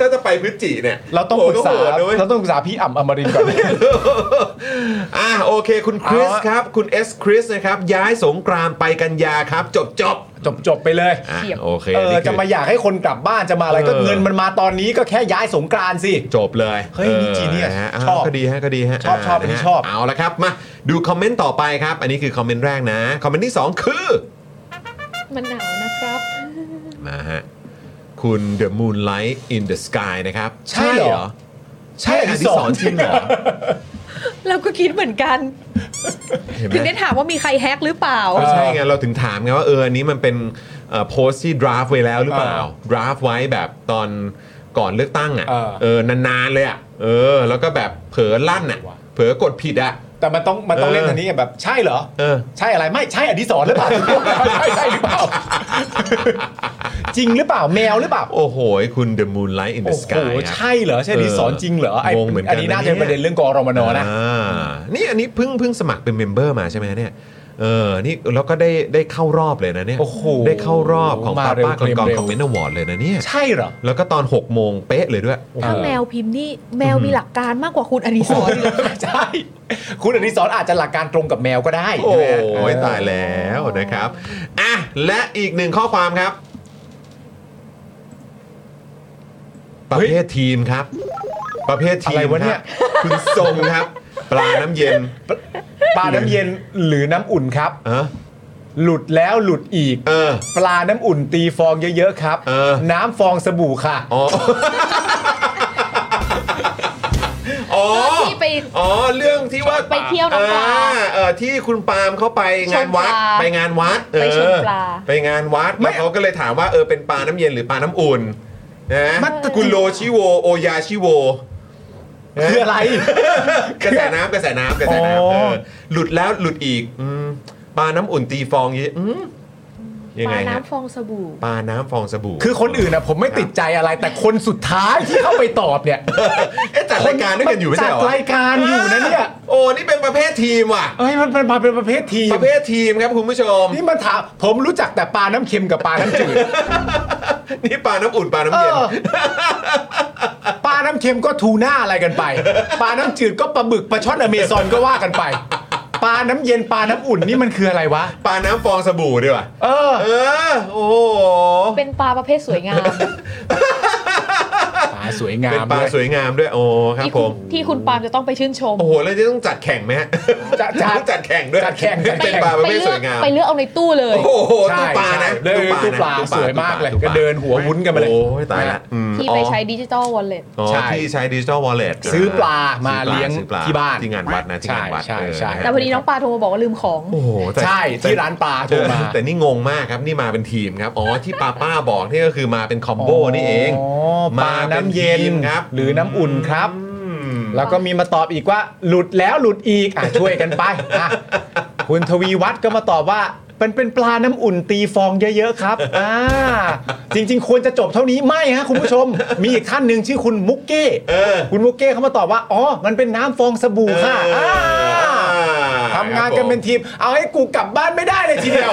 าจะไปพฤศจิเนี่ยเราต้องปรึกษาโโหโหดนะเว้ยเราต้องปรึกษาพี่อ่ำอมรินทร์ก่อนอ่ะโอเคคุณคริสเอาอะครับคุณเอสคริสนะครับย้ายสงกรานต์ไปกันยาครับจบจบจบจบไปเลยอ่ะเฉียบโอเคเออนี่คือจะมาอยากให้คนกลับบ้านจะมาอะไรก็เออเงินมันมาตอนนี้ก็แค่ย้ายสงกรานต์สิจบเลยเฮ้ยนี่ genius ะฮะชอบก็ดีฮะก็ดีฮะชอบชอบอันนี้ะฮะชอบเอาละครับมาดูคอมเมนต์ต่อไปครับ อันนี้คือคอมเมนต์แรกนะคอมเมนต์ที่สองคือมันหนาวนะครับนะฮะคุณ The Moonlight in the Sky นะครับใช่เหรอใช่อดิศรจริงเหรอเราก็คิดเหมือนกันเห็นไหมถึงได้ถามว่ามีใครแฮกหรือเปล่าก็ใช่ไงเราถึงถามไงว่าเอออันนี้มันเป็นโพสต์ที่ดราฟไว้แล้วหรือเปล่าเออดราฟไว้แบบตอนก่อนเลือกตั้งอ่ะเออเออนานๆเลยอ่ะเออแล้วก็แบบเผลอลั่นอ่ะเผลอกดผิดอ่ะแต่มันต้องมันต้องเออเล่นทางนี้แบบใช่เหรอเออใช่อะไรไม่ใช่อดิศรหรือเปล่า ใช่ใช่หรือเปล่า จริงหรือเปล่าแมวหรือเปล่าโอ้โหคุณ The Moonlight in the โอ้โห Sky ครับใช่เหรอใช่อดิศรจริงเหรอไอ้งงเหมือนกันอันนี้น่าจะเป็นประเด็นเรื่องกรมนนะอ่านี่อันนี้เพิ่งเพิ่งสมัครเป็นเมมเบอร์มาใช่ไหมเนี่ยเออนี่แล้วก็ได้ได้เข้ารอบเลยนะเนี่ยโอ้โหได้เข้ารอบของมาป้าเร็วป้าก่อนก่อนเร็วคอมเมนต์อวอร์ดเลยนะเนี่ยใช่เหรอแล้วก็ตอนหกโมงเป๊ะเลยด้วยถ้าแมวพิมพ์นี่แมวมีหลักการมากกว่าคุณอนิสรอีกเหรอคะใช่ คุณอดิศรอาจจะหลักการตรงกับแมวก็ได้โอ้ใช่ไหมยตายแล้วนะครับอ่ะและอีกหนึ่งข้อความครับ ประเภททีมครับ ประเภททีมอะไรวะเนี่ยครับคุณทรงครับ ปลาน้ำเย็นปลาน้ำเย็นหรือน้ำอุ่นครับเออหลุดแล้วหลุดอีกเออปลาน้ำอุ่นตีฟองเยอะๆครับเออน้ำฟองสบู่ค่ะอ๋อ อ๋อที่ไปอ๋อ เรื่องที่ว่าไปเที่ยวน้ำปลาอ่เออที่คุณปาล์มเขาไปงานวัดชมปลาไปงานวัดไปชมเออปลาไปงานวัดแล้วเขาก็เลยถามว่าเออเป็นปลาน้ำเย็นหรือปลาน้ำอุ่นนะมันคุณโลชิโวโอยาชิโวคืออะไรกระแสน้ำกระแสน้ำกระแสน้ำอ๋อเออหลุดแล้วหลุดอีกอืมปลาน้ำอุ่นตีฟองเยอะอืมยังปไงลาฮะน้ำฟองสบู่ปลาน้ำฟองสบู่คือคนอื่นนะผมไม่ติดใจอะไร แต่คนสุดท้ายที่เข้าไปตอบเนี่ยเอ๊ะจัดรายการด้วยกันอยู่ไม่ใช่เหรอจัดรายการอยู่นะเนี่ยโอ้นี่เป็นประเภททีมว่ะเอ้ยมันเป็นมาเป็นประเภททีมประเภททีมครับคุณผู้ชมนี่มันถามผมรู้จักแต่ปลาน้ำเค็มกับปลาน้ำจืดนี่ปลาน้ำอุ่นปลาน้ำเอเย็นอปลาน้ำเค็มก็ทูน่าอะไรกันไป ปลาน้ำจืดก็ปลาบึกปลาช่อนอเมซอนก็ว่ากันไป ปลาน้ำเย็นปลาน้ำอุ่นนี่มันคืออะไรวะปลาน้ำฟองสบู่ดีกว่าเออเออ โอ้โหเป็นปลาประเภทสวยงามปลาสวยงาเป็นมปลาด้วยสวยงามด้วยโอ้ครับที่ผคุณมที่คุณปาล์มจะต้องไปชื่นชมโอ้โหแล้วจะต้องจัดแข่งไหมฮะจัดจัดต้องจัดแข่งด้วยจัดแข่งจัดแข่งเป็นปลาประไปเภทเลืสอวยกงามไปเลือกเอาในตู้เลยโอ้โหใช่ตู้ปลานะใช่เลยตู้ปลานะสวยมากเลยตู้ปก็เดินหัววุ้นกันมาเลยโอ้ยตายละอืมที่ไปใช้ดิจิตอลวอลเล็ตอ๋อใช่ที่ใช้ดิจิ t a ลวอลเล็ตซื้อปลามาเลี้ยงซื้อปลที่บ้านที่งานวัดนะที่งานวัดใช่ใช่เะแต่พอดีน้องปลาโทรมาบอกว่าลืมของโอ้โหแต่ใช่ที่ร้านปลาโทรมาแต่นี่งงมากครับนี่มาเป็นทีมครับอ๋อที่ป้าป้าบอกนี่ก็คือมาเป็นคอมโบนี่เองอ๋อปลาน้ำเย็นมาเป็นทีมครับหรือน้ำอุ่นครับอืมแล้วก็มีมาตอบอีกว่า หลุดแล้วหลุดอีกอ่ะช่วยกันไปอ่ะคุณทวีวัฒน์ก็มาตอบว่าเป็นเป็นปลาน้ำอุ่นตีฟองเยอะๆครับอ่าจริง ๆ ควรจะจบเท่านี้ไม่ฮะคุณผู้ชม มีอีกท่านหนึ่งชื่อคุณมุกเก้เออคุณมุกเก้เขามาตอบว่าอ๋อมันเป็นน้ำฟองสบู่ค่ะอ่าทำงานกันเป็นทีม เอาให้กูกลับบ้านไม่ได้เลยทีเดียว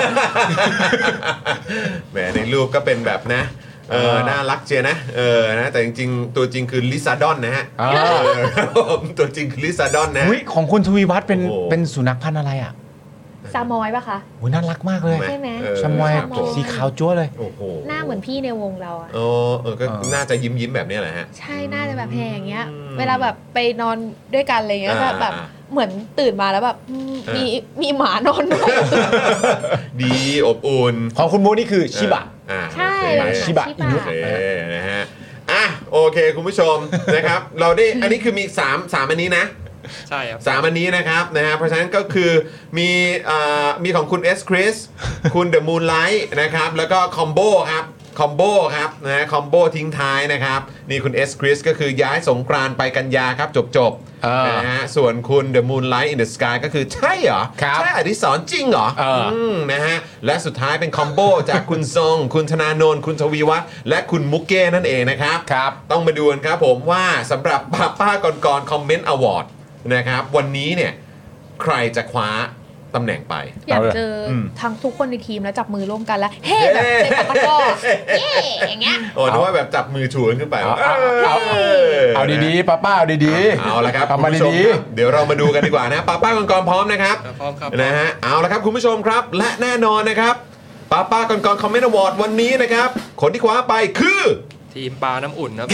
แหมในรูปก็เป็นแบบนะเออเออน่ารักเชียวนะเออนะแต่จริงๆตัวจริงคือลิซาดอนนะฮะอ่าเออครับผมตัวจริงคือลิซาดอนนะอุ๊ยของคุณทวีวัฒน์เป็นโอ้โหเป็นสุนัขพันธุ์อะไรอ่ะซามอยปะคะโอ้ยน่ารักมากเลยใช่ไหมเออชมวยครับผมสีขาวจั๊วเลยโอ้โหหน้าเหมือนพี่ในวงเราอะโอ้เออก็เออน่าจะยิ้มยิ้มๆแบบเนี้ยแหละฮะใช่น่าจะแบบแพงอย่างเงี้ยอืมเวลาแบบไปนอนด้วยกันอะไรเงี้ยอ่าก็แบบเหมือนตื่นมาแล้วแบบอืมอ่ามีมีมีหมานอนด้วยดีอบอุ่นของคุณโมนี่คือชิบะอ่าใช่โอเคเลยชิบะชิอินุโอเคนะฮะอ่ะโอเคคุณผู้ชม นะครับ เราได้อันนี้คือมีสามสามอันนี้นะใช่ครับสามอันนี้นะครับนะฮะเพราะฉะนั้นก็คือมีอ่ามีของคุณเอสคริสคุณเดอะมูนไลท์นะครับแล้วก็คอมโบครับคอมโบครับนะฮะคอมโบทิ้งท้ายนะครับนี่คุณเอสคริสก็คือย้ายสงกรานต์ไปกันยาครับจบจบๆอ่านนะฮะส่วนคุณ The Moonlight in the Sky ก็คือใช่เหรอครับใช่อดิศรจริงเหรอเอออืมนะฮะและสุดท้ายเป็นคอมโบจากคุณทรง คุณธนาโนนคุณทวีวัฒน์และคุณมุกเก้นั่นเองนะครับครับต้องมาดูกันครับผมว่าสำหรับป้าป้าก่อนก่อนคอมเมนต์อวอร์ดนะครับวันนี้เนี่ยใครจะคว้าตำแหน่งไปอยากเจออมทั้งทุกคนในทีมแล้วจับมือร่วมกันแล้วเฮ้แบบเตะปะตะกร้อเย้อย่างเงี้ยโอ้นึกว่าแบบจับมือชวนขึ้นไปเอาเอาเอา เอาดีๆป้าป้าเอาดีๆเอาละครับเอาคุณมาผู้ชมดีครับเดี๋ยวเรามาดูกันดีกว่านะป้าป้าก่อนๆพร้อมนะครับพร้อมครับนะฮะเอาละครับคุณผู้ชมครับและแน่นอนนะครับป้าป้าก่อนๆคอมเมนต์อวอร์ดวันนี้นะครับคนที่คว้าไปคือทีมปลาน้ำอุ่นครับ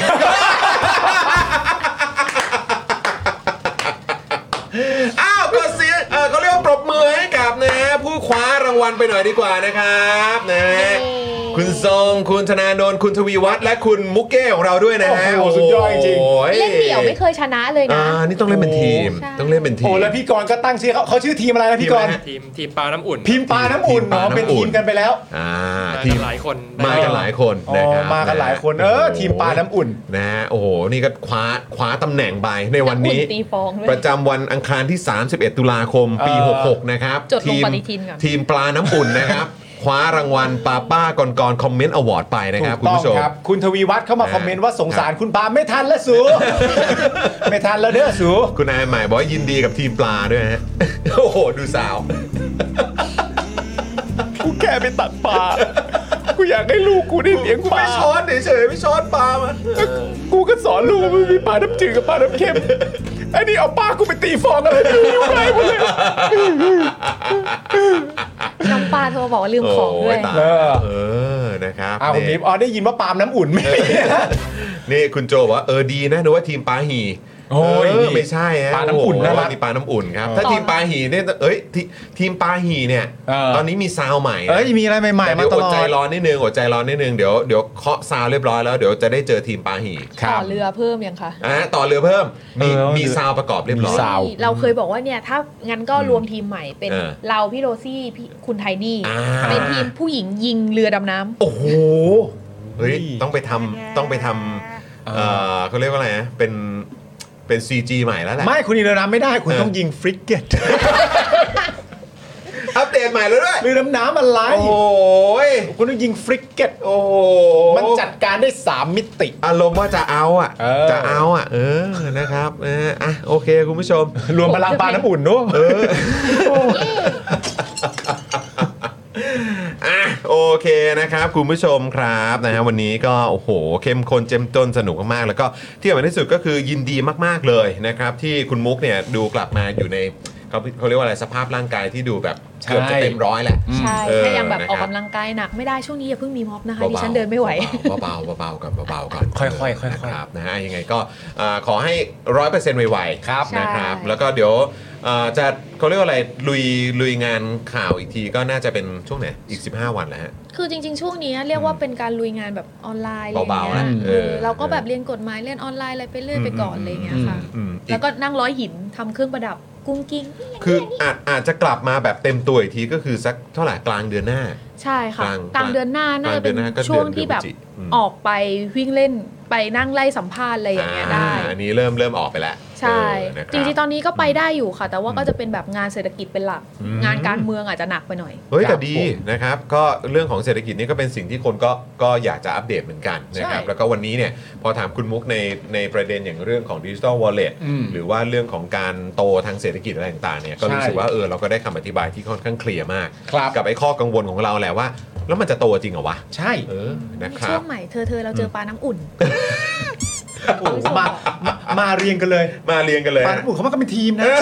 อ้าวก็เสียงเออเขาเรียกว่าปรบมือให้กับนะฮะผู้คว้ารางวัลไปหน่อยดีกว่านะครับนะฮะคุณทรงคุณธนาโนนคุณทวีวัฒน์และคุณมุกเก้ของเราด้วยนะฮะโอ้โหสุดยอดจริงโอ้ยเล่นเดี่ยวไม่เคยชนะเลยอ่านะนี่ต้องเล่นเป็นทีมใช่ต้องเล่นเป็นๆทีโอ้มแล้วพี่กรณ์ก็ตั้งชื่อเขาเขาชื่อทีมอะไรนะพี่กรณ์ทีมทีมปลาน้ำอุ่นพิมพ์ปลาน้ำอุ่นทีมปลาเนาะน้ำอุ่นเป็นทีมกันไปแล้วอ่ามาทีกัมนหลายคนมากันหลายคนอ๋อนะครับมากันหลายคนเออทีมปลาน้ำอุ่นนะฮะโอ้โหนี่ก็คว้าคว้าตำแหน่งไปในวันนี้ำอุ่ตีฟองด้วยประจำวันอังคารที่ สามสิบเอ็ด ตุลาคม ปีเออหกหก นะครับจดลงทีมปฏิทินก่อนทีมปลาน้ำอุ่นนะครับ คว้ารางวัลป้าป้าก่อนก่อนคอมเมนต์อวอร์ดไปนะครับถูคุณกต้องผู้ชมครับ คุณทวีวัฒน์เข้ามาอ่าคอมเมนต์ว่าสงสารคุณปาไม่ทันแล้วสู ไม่ทันแล้วเด้อสูคุณนายใหม่บอกว่ายินดีกับทีมปลาด้วยฮะ โอ้โห ดูสาวกูแค่ไปตักปลากูอยากให้ลูกกูได้เลี้ยงปลาไม่ช้อนเฉยๆไม่ช้อนปลามากูก็สอนลูกว่ามันมีปลาน้ำจืดกับปลาน้ำเค็มไอ้นี่เอาปลากูไปตีฟองอะไรอยู่ไรหมดเลยน้องปลาโทรบอกว่าลืมของด้วยโยตายเออเออนะครับอ้าวคุณนี่นิฟอ๋อได้ยินว่าปาล์มน้ำอุ่นไหมนี่คุณโจบอกว่าเออดีนะนึกว่าทีมปลาหีโอ้ยเออไม่ใช่ฮะปลาน้ำอุ่นโโหน่ารักนี่ปลาน้ำอุ่นครับเออถ้าทีมปลาหีเนี่ยเอ้ยทีทีมปลาหีเนี่ยเออตอนนี้มีซาวใหม่นะเอ้ยมีอะไรใหม่แต่ๆมาเดี๋ยวตอดลอใจดรอนิดนึงอดใจรอนิดนึงเดี๋ยวเดี๋ยวเคาะซาวเรียบร้อยแล้วเดี๋ยวจะได้เจอทีมปลาหีต่อเรือเพิ่มยังคะอ่ะต่อเรือเพิ่มมีเออมีซาวประกอบเรียบร้อยมีซาวเราเคยบอกว่าเนี่ยถ้างั้นก็รวมทีมใหม่เป็นเออเราพี่โรซี่พี่คุณไทนี่อ่าเป็นทีมผู้หญิงยิงเรือดำน้ำโอ้โหเฮ้ยต้องไปทำต้องไปทำเอ่อเขาเรียกว่าอะไรนะเป็นเป็น ซี จี ใหม่แล้วแหละไม่คุณยิงเรือน้ำไม่ได้คุณเออต้องยิงฟริกเกตอัปเดตใหม่แล้วด้วยเรือดำน้ำอะไรโอ้โหยคุณต้องยิงฟริกเกตโอ้โหมันจัดการได้สามมิติอารมณ์ว่าจะเอาอ่ะเออจะเอาอ่ะ เออนะครับเอออ่ะโอเคคุณผู้ชมรวมพลังปลาน้ำอุ่นด้วยเอออ่ะโอเคนะครับคุณผู้ชมครับนะฮะวันนี้ก็โอ้โหเข้มข้นเจ้มจนสนุกมากๆแล้วก็ที่สำคัญที่สุดก็คือยินดีมากๆเลยนะครับที่คุณมุกเนี่ยดูกลับมาอยู่ในเขาเขาเรียกว่าอะไรสภาพร่างกายที่ดูแบบเกือบจะเต็มร้อยแหละใช่เออถ้ายังแบบนะครับออกกำลังกายหนักไม่ได้ช่วงนี้อย่าเพิ่งมีม็อบนะคะเบาๆดิฉันเดินไม่ไหวเบาๆเบาๆก่อนเบาๆก่อนค่อยๆค่อยๆนะครับนะฮะยังไงก็เอ่อขอให้ร้อยเปอร์เซ็นต์ไวๆครับนะครับใช่แล้วก็เดี๋ยวเอ่อจะเขาเรียกว่าอะไรลุยลุยงานข่าวอีกทีก็น่าจะเป็นช่วงไหนอีกสิบห้าวันแล้วฮะคือจริง ๆ ช่วงนี้เรียกว่าเป็นการลุยงานแบบออนไลน์อะไรเบาๆเงี้ยนะเอเอออเราก็แบบเรียนกฎหมายเรียนออนไลน์อะไรไปเรื่อยไปก่อนอะไรเงี้ยค่ะอืมอีแล้กวก็นั่งร้อยหินทำเครื่องประดับกุ้งกิ้งคืออาจอาจจะกลับมาแบบเต็มตัวอีกทีก็คือสักเท่าไหร่กลางเดือนหน้าใช่ค่ะกลางกลางเดือนหน้าน่าจะเป็นกลางเดือนหน้าก็เดือนช่วงที่แบบพฤศจิกอืมออกไปวิ่งเล่นไปนั่งไล่สัมภาษณ์อะไรอย่างเงี้ยได้อ่าอันนี้เริ่มเริ่มออกไปแล้วใช่เออนะคจบริงๆตอนนี้ก็ไปได้อยู่ค่ะ แต่ว่าก็จะเป็นแบบงานเศรษฐกิจเป็นหลักอืมงานการเมืองอาจจะหนักไปหน่อยเฮ้ยครัแต่บดีผมนะครับก็เรื่องของเศรษฐกิจนี่ก็เป็นสิ่งที่คนก็ก็อยากจะอัปเดตเหมือนกันนะครับใช่แล้วก็วันนี้เนี่ยพอถามคุณมุกในในประเด็นอย่างเรื่องของดิจิ t a ลวอลเล็ตอืมหรือว่าเรื่องของการโตทางเศรษฐกิจอะไรต่างๆเนี่ยก็รู้สึกว่าเออเราก็ได้คำอธิบายที่ค่อนข้างเคลียร์มากครับกับไอ้ข้อกังวลของเราแหละว่า แล้วมันจะโตจริงเหรอวะใช่เออนะครัช่วบงใหม่เธอเธอเราเจอปลาน้ำอุ่นโอ้โหมามามาเรียงกันเลยมาเรียงกันเลยปลาน้ำอุ่นเขามากันเป็นทีมนะ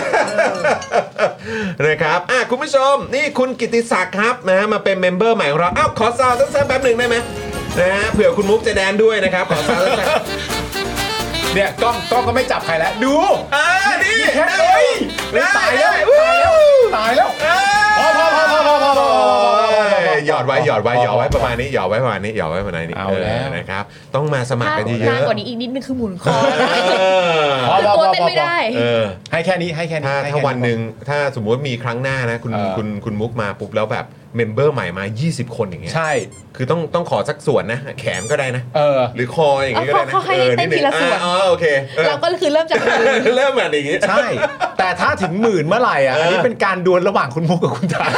นะครับอ่ะคุณผู้ชมนี่คุณกิติศักดิ์ครับนะมาเป็นเมมเบอร์ใหม่ของเราอ้าวขอซาวสั้นๆแป๊บหนึ่งได้ไหมนะฮะเผื่อคุณมุกจะแดนด้วยนะครับขอซาวสั้นๆเนี่ยกล้องกล้องก็ไม่จับใครแล้ว ดูอ่านี่แค่เอ้ยเฮ้ยตายแล้วตายแล้วตายแล้วพอพอพอพอพอพอพอหยอดไว้หยอดไว้หยอดไว้ประมาณนี้หยอดไว้ประมาณนี้หยอดไว้ประมาณนี้เอาแล้วนะครับต้องมาสมัครถ้ากันเยนานอะกว่านี้อีกนิดนึงคือหมุนคอๆเออพอพอตัวพอเต้นไม่ได้เออให้แค่นี้ให้แค่นี้ถ้าให้ถ้าแค่วันหนึ่งถ้าสมมุติมีครั้งหน้านะคุณเออคุณคุณมุกมาปุ๊บแล้วแบบเมมเบอร์ใหม่มายี่สิบคนอย่างเงี้ยใช่คือต้องต้องขอสักส่วนนะแขนก็ได้นะเออหรือคออย่างงี้ก็ได้นะเขาให้เต้นทีละส่วนอ๋อโอเคออเราก็คือเริ่มจากมือเริ่มแบบอย่างงี้ใช่ แต่ถ้าถึงหมื่นเมื่อไหร่อ่ะอันนี้เป็นการดวลระหว่างคุณมุกกับคุณถา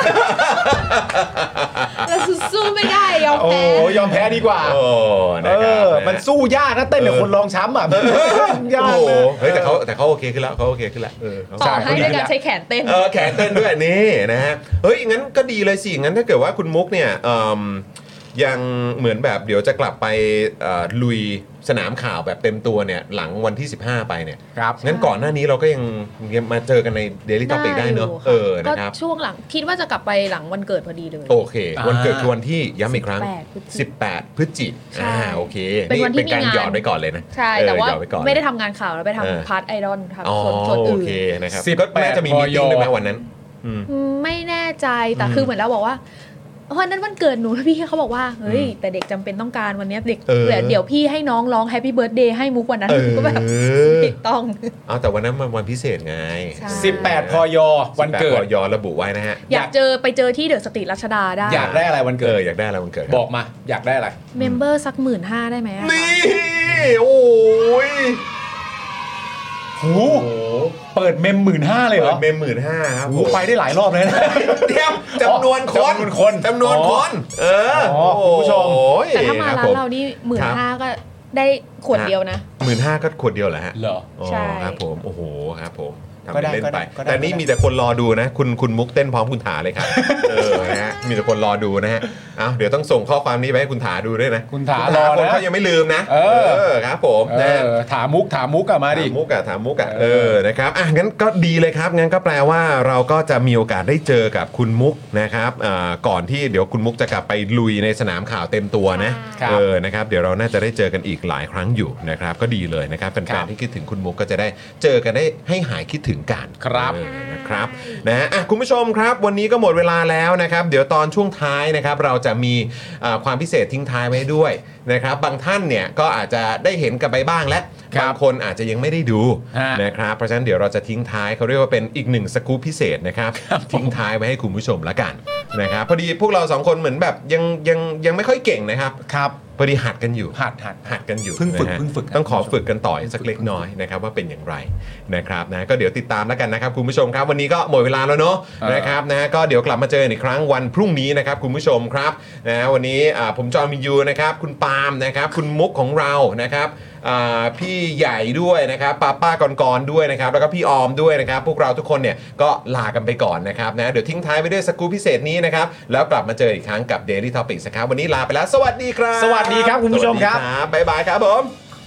เราสู้ไม่ได้ยอมโอ้แพ้ยอมแพ้ดีกว่าโอ้เอนะครับอมันสู้ยากนะเต้นกับคนรองแชมป์อ่ะยากโอ้โหนะเฮ้ยแต่เขาแต่เขาโอเคขึ้นแล้วเขาโอเคขึ้นแล้วเออเขาต่อให้ด้วยการใช้แขนเต้นเออแขนเต้นด้วยนี่นะฮะเฮ้ยงั้นก็ดีเลยสิงั้นถ้าเกิดว่าคุณมุกเนี่ยเอิ่มยังเหมือนแบบเดี๋ยวจะกลับไปเอ่อลุยสนามข่าวแบบเต็มตัวเนี่ยหลังวันที่สิบห้าไปเนี่ยครับงั้นก่อนหน้านี้เราก็ยังยังมาเจอกันใน Daily Topic ได้เนอะยู่เออก็นะครับช่วงหลังคิดว่าจะกลับไปหลังวันเกิดพอดีเลยโอเค วันเกิดคือวันที่ย้ำอีกครั้งสิบแปดพฤศจิกสิบแปดพฤศจิใช่อ่าโอเคเป็นวันที่เป็นการมีงานหยอดไว้ก่อนเลยนะใช่เออแต่ว่าหยอดไว้ก่อนไม่ได้ทำงานข่าวแล้วไปเออทำพาร์ทไอดอลอ๋อทำส่วนส่วนโออื่นเคนะครับสิบแปดก็น่าจะมีมีติ้งด้วยไหมวันนั้นอืมไม่แน่ใจแต่คือเหมือนเราบอกว่าวันนั้นวันเกิดหนูแล้วพี่เขาบอกว่าเฮ้ยแต่เด็กจำเป็นต้องการวันนี้เด็กเออเดี๋ยวพี่ให้น้องร้องแฮปปี้เบิร์ธเดย์ให้มุกวันนั้นเออก็แบบถูกต้องเอาแต่วันนั้นมันวันพิเศษไงใช่สิบแปดพยวันเกิดสิบแปด ยอระบุไว้นะฮะอยากเจอไปเจอที่เดอะสตรีทรัชดาได้อยากได้อะไรวันเอเกิอดอยากได้อะไรวันเกิดบอกมาอยากได้อะไรเมมเบอร์สักหมื่นห้าได้ไหมอะนี่โอ้ยโหเปิดเมมหมื่นห้าเลยเหรเปิอดเมมหมื่นห้าครับโหไปได้หลายรอบเลยนะเดียวจำนวนคนจำนวนคนจำนวนคน เอออ๋อคุณผู้ชมโอ้ยแต่ถ้ามาร้านเรานี่หมื่นห้าก็ได้ขวดเดียวนะหมื่นห้าก็ขวดเดียวเหรอฮะเหรออ๋อใช่ครับผมโอ้โหครับผมทำก็ได้เป็นเล่นไปก็ได้ก็ได้แต่นี่มีแต่คนรอดูนะ คุณคุณมุกเต้นพร้อมคุณถาเลยครับ เออนะฮะมีแต่คนรอดูนะฮะเอาเดี๋ยวต้องส่งข้อความนี้ไปให้คุณถาดูด้วยนะคุณถารอคนนะเขายังไม่ลืมนะเออครับผมเอนะอถามมุกถามมุกกลับมาดิถามมุกอะถามมุกอะเอเอออนะครับอ่ะงั้นก็ดีเลยครับงั้นก็แปลว่าเราก็จะมีโอกาสได้เจอกับคุณมุกนะครับอ่าก่อนที่เดี๋ยวคุณมุกจะกลับไปลุยในสนามข่าวเต็มตัวนะครับ เออนะครับเดี๋ยวเราน่าจะได้เจอกันอีกหลายครั้งอยู่นะครับก็ดีเลยนะครับแฟนๆที่คิดถึงคุณมุกก็จะได้เจอกันได้ให้หายคิดถึงกันครับเออนะครับนะฮะอ่ะคุณผู้ชมครับวันนี้ก็หมดเวลาแล้วนะครับเดี๋ยวตอนช่วงท้ายนะครับเราจะมีอ่าความพิเศษทิ้งท้ายไว้ด้วยนะครับบางท่านเนี่ยก็อาจจะได้เห็นกันไปบ้างและบางคนอาจจะยังไม่ได้ดูฮะนะครับเพราะฉะนั้นเดี๋ยวเราจะทิ้งท้ายเขาเรียกว่าเป็นอีกหนึ่งสกู๊ปพิเศษนะครับทิ้งท้ายไว้ให้คุณผู้ชมละกันนะครับพอดีพวกเราสองคนเหมือนแบบยังยังยังไม่ค่อยเก่งนะครับครับพอดีหัดกันอยู่หัดหัดหัดกันอยู่เพิ่งฝึกนะฮะเพิ่งฝึกต้องขอฝึกกันต่ออีกสักเล็กน้อยนะครับว่าเป็นอย่างไรนะครับนะก็เดี๋ยวติดตามแล้วกันนะครับคุณผู้ชมครับวันนี้ก็หมดเวลาแล้วเนาะอ่านนะครับนะก็เดี๋ยวกลับมาเจอกันอีกครั้งวันพรุ่งนี้นะครับคุณผู้ชมครับนะวันนี้อ่าผมจอห์นวินยูนะครับคุณปาล์มนะครับคุณมุกของเรานะครับอ่าพี่ใหญ่ด้วยนะครับป้าป้ากรกรด้วยนะครับแล้วก็พี่ออมด้วยนะครับพวกเราทุกคนเนี่ยก็ลากันไปก่อนนะครับนะเดี๋ยวทิ้งท้ายไปด้วยสกู๊ปพิเศษนี้นะครับแล้วกลับมาเจออีกครั้งกับ Daily Topics นะครับวันนี้ลาไปแล้วสวัสดีครับสวัสดีครับคุณผู้ชมครับสวัสดีครับบ๊ายบายครับผม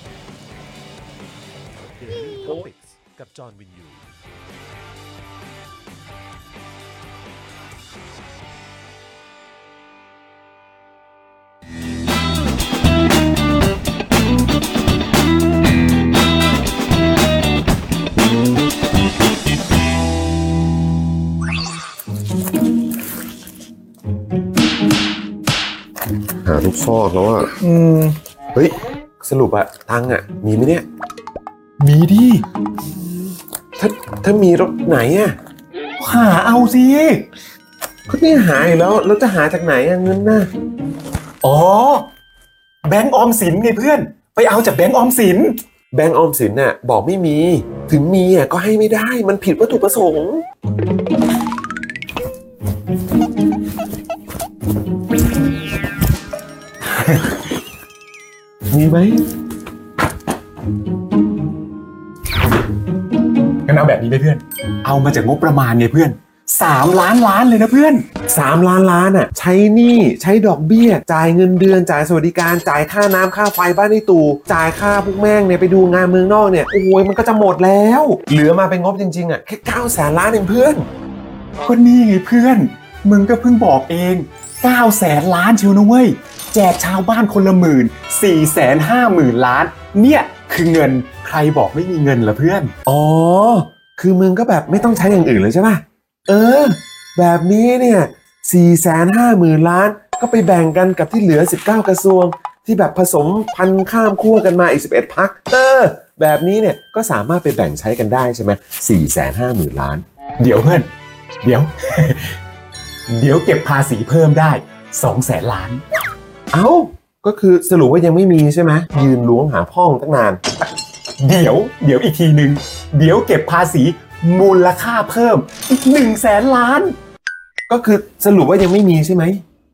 กับจอห์นวินยูหาทุกซอกแล้วอ่ะเฮ้ยสรุปอะตังค์อะมีไหมเนี่ยมีดิถ้าถ้ามีรถไหนอะหาเอาสิก็เนี่ยหาอยู่แล้วแล้วจะหาจากไหนอะเงินน่ะอ๋อแบงก์ออมสินไงเพื่อน ไปเอาจากแบงก์ออมสินแบงก์ออมสินน่ะบอกไม่มีถึงมีอะก็ให้ไม่ได้มันผิดวัตถุประสงค์มีไหมงั้นเอาแบบนี้ไหมเพื่อน เอามาจากงบประมาณไงเพื่อนสามล้านล้านเลยนะเพื่อนสามล้านล้านอ่ะใช้หนี้ใช้ดอกเบี้ยจ่ายเงินเดือนจ่ายสวัสดิการจ่ายค่าน้ำค่าไฟบ้านในตู่จ่ายค่าพวกแม่งเนี่ยไปดูงานเมืองนอกเนี่ยโอ้ยมันก็จะหมดแล้วเหลือมาเป็นงบจริงๆอ่ะแค่เก้าแสนล้านเองเพื่อนก็นี่ไงเพื่อน มึงก็เพิ่งบอกเองเก้าแสนล้านเชียวนะเว้ยแจกชาวบ้านคนละหมื่น สี่แสนห้าหมื่นล้าน เนี่ยคือเงินใครบอกไม่มีเงินล่ะเพื่อนอ๋อคือมึงก็แบบไม่ต้องใช้อย่างอื่นเลยใช่ป่ะเออแบบนี้เนี่ย สี่แสนห้าหมื่นล้านก็ไปแบ่งกันกับที่เหลือสิบเก้ากระทรวงที่แบบผสมพันธุ์ข้ามขั้วกันมาอีกสิบเอ็ดพรรคเออแบบนี้เนี่ยก็สามารถไปแบ่งใช้กันได้ใช่ไหม สี่แสนห้าหมื่นล้านเดี๋ยวเพื่อน เดี๋ยวเดี๋ยวเก็บภาษีเพิ่มได้สองแสนล้านเอ้าก็คือสรุปว่ายังไม่มีใช่ไหมยืนล้วงหาพ่องตั้งนานเดี๋ยวเดี๋ยวอีกทีนึงเดี๋ยวเก็บภาษีมูลค่าเพิ่มอีกหนึ่งแสนล้านก็คือสรุปว่ายังไม่มีใช่ไหม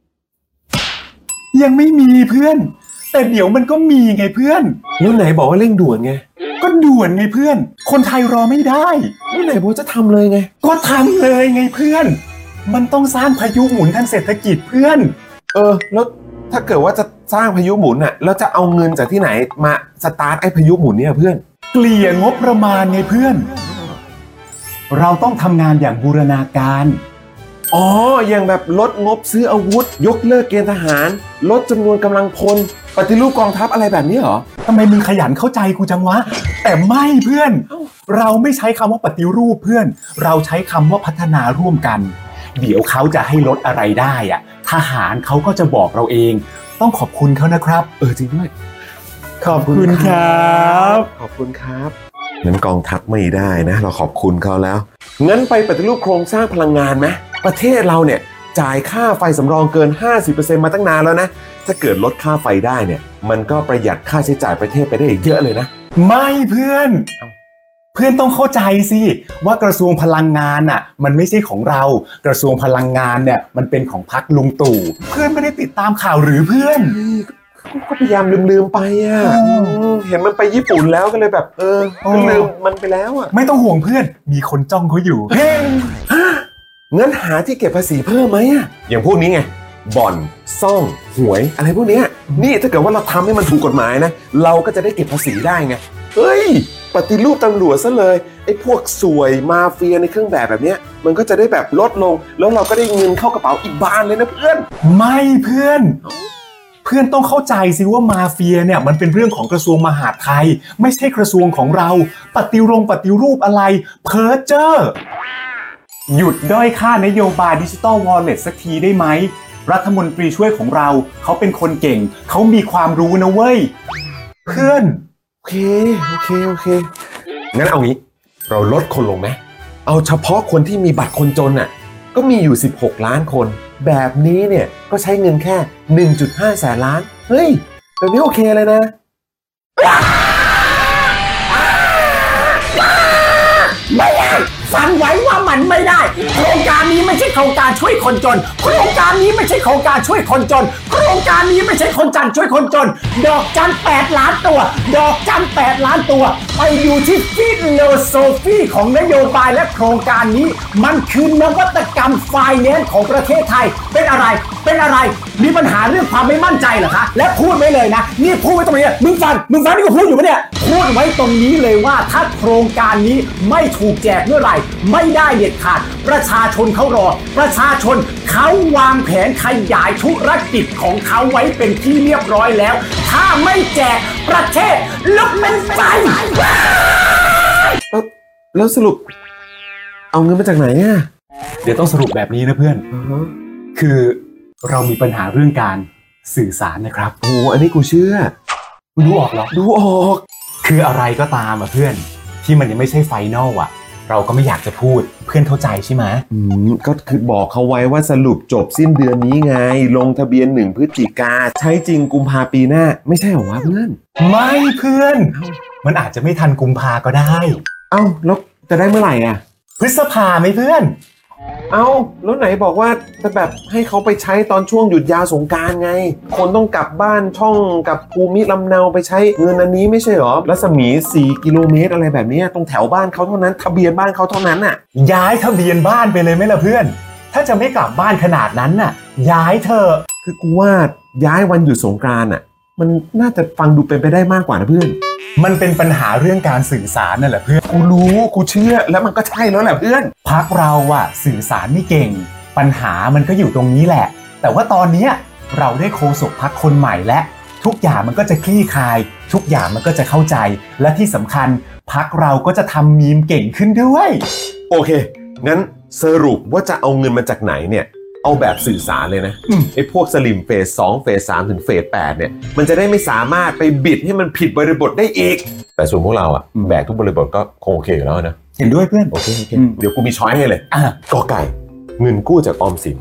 ยังไม่มีเพื่อนแต่เดี๋ยวมันก็มีไงเพื่อนแล้วไหนบอกว่าเร่งด่วนไงก็ด่วนไงเพื่อนคนไทยรอไม่ได้แล้วไหนบอกจะทำเลยไงก็ทำเลยไงเพื่อนมันต้องสร้างพายุหมุนทางเศรษฐกิจเพื่อนเออแล้วถ้าเกิดว่าจะสร้างพายุหมุนน่ะแล้วจะเอาเงินจากที่ไหนมาสตาร์ทไอ้พายุหมุนเนี่ยเพื่อนเกลี่ยงบประมาณไงเพื่อนเราต้องทำงานอย่างบูรณาการอ๋ออย่างแบบลดงบซื้ออาวุธยกเลิกเกณฑ์ทหารลดจำนวนกำลังพลปฏิรูปกองทัพอะไรแบบนี้เหรอทำไมมึงขยันเข้าใจกูจังวะแต่ไม่เพื่อนเราไม่ใช้คำว่าปฏิรูปเพื่อนเราใช้คำว่าพัฒนาร่วมกันเดี๋ยวเขาจะให้ลดอะไรได้อะทหารเขาก็จะบอกเราเองต้องขอบคุณเขานะครับเออจริงด้วยขอบคุณครับขอบคุณครับงั้นกองทัพไม่ได้นะเราขอบคุณเขาแล้วงั้นไปปฏิรูปโครงสร้างพลังงานไหมประเทศเราเนี่ยจ่ายค่าไฟสำรองเกิน ห้าสิบเปอร์เซ็นต์ มาตั้งนานแล้วนะถ้าเกิดลดค่าไฟได้เนี่ยมันก็ประหยัดค่าใช้จ่ายประเทศไปได้อีกเยอะเลยนะไม่เพื่อนเพื่อนต้องเข้าใจสิว่ากระทรวงพลังงานอ่ะมันไม่ใช่ของเรากระทรวงพลังงานเนี่ยมันเป็นของพรรคลุงตู่เพื่อนไม่ได้ติดตามข่าวหรือเพื่อนก็พยายามลืมๆไปอ่ะเห็นมันไปญี่ปุ่นแล้วก็เลยแบบเออลืมมันไปแล้วอ่ะไม่ต้องห่วงเพื่อนมีคนจ้องเขาอยู่เฮ้งั้นหาที่เก็บภาษีเพิ่มไหมอ่ะอย่างพวกนี้ไงบ่อนซ่องหวยอะไรพวกนี้นี่ถ้าเกิดว่าเราทำให้มันถูกกฎหมายนะเราก็จะได้เก็บภาษีได้ไงเฮ้ยปฏิรูปตำรวจซะเลยไอ้พวกสวยมาเฟียในเครื่องแบบแบบนี้มันก็จะได้แบบลดลงแล้วเราก็ได้เงินเข้ากระเป๋าอีกบานเลยนะเพื่อนไม่เพื่อนเพื่อนต้องเข้าใจสิว่ามาเฟียเนี่ยมันเป็นเรื่องของกระทรวงมหาดไทยไม่ใช่กระทรวงของเราปฏิรงปฏิรูปอะไรเพ้อเจ้อหยุดด้อยค่านโยบายดิจิตอลวอลเล็ตสักทีได้ไหมรัฐมนตรีช่วยของเราเขาเป็นคนเก่งเขามีความรู้นะเว้ยเพื่อนโอเคโอเคโอเคงั้นเอางี้เราลดคนลงไหมเอาเฉพาะคนที่มีบัตรคนจนน่ะก็มีอยู่สิบหกล้านคนแบบนี้เนี่ยก็ใช้เงินแค่ หนึ่งจุดห้า แสนล้านเฮ้ยแบบนี้โอเคเลยนะไม่ได้ฟังไว้ว่ามันไม่ได้โครงการนี้ไม่ใช่โครงการช่วยคนจนโครงการนี้ไม่ใช่โครงการช่วยคนจนโครงการนี้ไม่ใช่คนจันช่วยคนจนดอกจันแปดล้านตัวดอกจันแปดล้านตัวไปดูที่ฟิโลโซฟีของนโยบายและโครงการนี้มันคือนวัตกรรมไฟแนนซ์ของประเทศไทยเป็นอะไรเป็นอะไรมีปัญหาเรื่องความไม่มั่นใจเหรอคะและพูดไว้เลยนะนี่พูดไว้ตรงนี้มึงฟังมึงฟังนี่ก็พูดอยู่ปะเนี่ยพูดไว้ตรงนี้เลยว่าถ้าโครงการนี้ไม่ถูกแจกเมื่อไหร่ไม่ได้เด็ดขาดประชาชนเขารอประชาชนเขาวางแผนขยายธุรกิจของเขาไว้เป็นที่เรียบร้อยแล้วถ้าไม่แจกประเทศลุกเป็นไฟแล้วสรุปเอาเงินมาจากไหนอ่ะเดี๋ยวต้องสรุปแบบนี้นะเพื่อน uh-huh. คือเรามีปัญหาเรื่องการสื่อสารนะครับโอ้อันนี้กูเชื่อกูดูออกเหรอดูออกคืออะไรก็ตามอ่ะเพื่อนที่มันยังไม่ใช่ไฟนอลอ่ะเราก็ไม่อยากจะพูดเพื่อนเข้าใจใช่ไหมอืมก็คือบอกเขาไว้ว่าสรุปจบสิ้นเดือนนี้ไงลงทะเบียนหนึ่งพฤศจิกาใช้จริงกุมภาปีหน้าไม่ใช่เหรอวะเพื่อนไม่เพื่อนมันอาจจะไม่ทันกุมภาก็ได้เอ้าแล้วจะได้เมื่อไหร่อ่ะพฤษภาไหมเพื่อนเอ้าแล้วไหนบอกว่าจะแบบให้เขาไปใช้ตอนช่วงหยุดยาวสงกรานต์ไงคนต้องกลับบ้านช่องกับภูมิลำเนาไปใช้เงินอันนี้ไม่ใช่หรอรัศมีสี่กิโลเมตรอะไรแบบนี้ตรงแถวบ้านเขาเท่านั้นทะเบียนบ้านเขาเท่านั้นน่ะย้ายทะเบียนบ้านไปเลยไหมล่ะเพื่อนถ้าจะไม่กลับบ้านขนาดนั้นน่ะย้ายเถอะคือกูว่าย้ายวันหยุดสงกรานต์น่ะมันน่าจะฟังดูเป็นไปได้มากกว่านะเพื่อนมันเป็นปัญหาเรื่องการสื่อสารนั่นแหละเพื่อนกูรู้กูเชื่อแล้วมันก็ใช่แล้วแหละเพื่อนพรรคเราอะสื่อสารไม่เก่งปัญหามันก็อยู่ตรงนี้แหละแต่ว่าตอนนี้เราได้โฆษกพรรคคนใหม่และทุกอย่างมันก็จะคลี่คลายทุกอย่างมันก็จะเข้าใจและที่สำคัญพรรคเราก็จะทำมีมเก่งขึ้นด้วยโอเคงั้นสรุปว่าจะเอาเงินมาจากไหนเนี่ยเอาแบบสื่อสารเลยนะไอ้พวกสลิมเฟสสองเฟสสามถึงเฟสแปดเนี่ยมันจะได้ไม่สามารถไปบิดให้มันผิดบริบทได้อีกแต่ส่วนพวกเราอ่ะแบกทุกบริบทก็คงโอเคอยู่แล้วนะเห็นด้วยเพื่อนโอเคโอเคเดี๋ยวกูมีช้อยให้เลยกอไก่เงินกู้จากออมสิน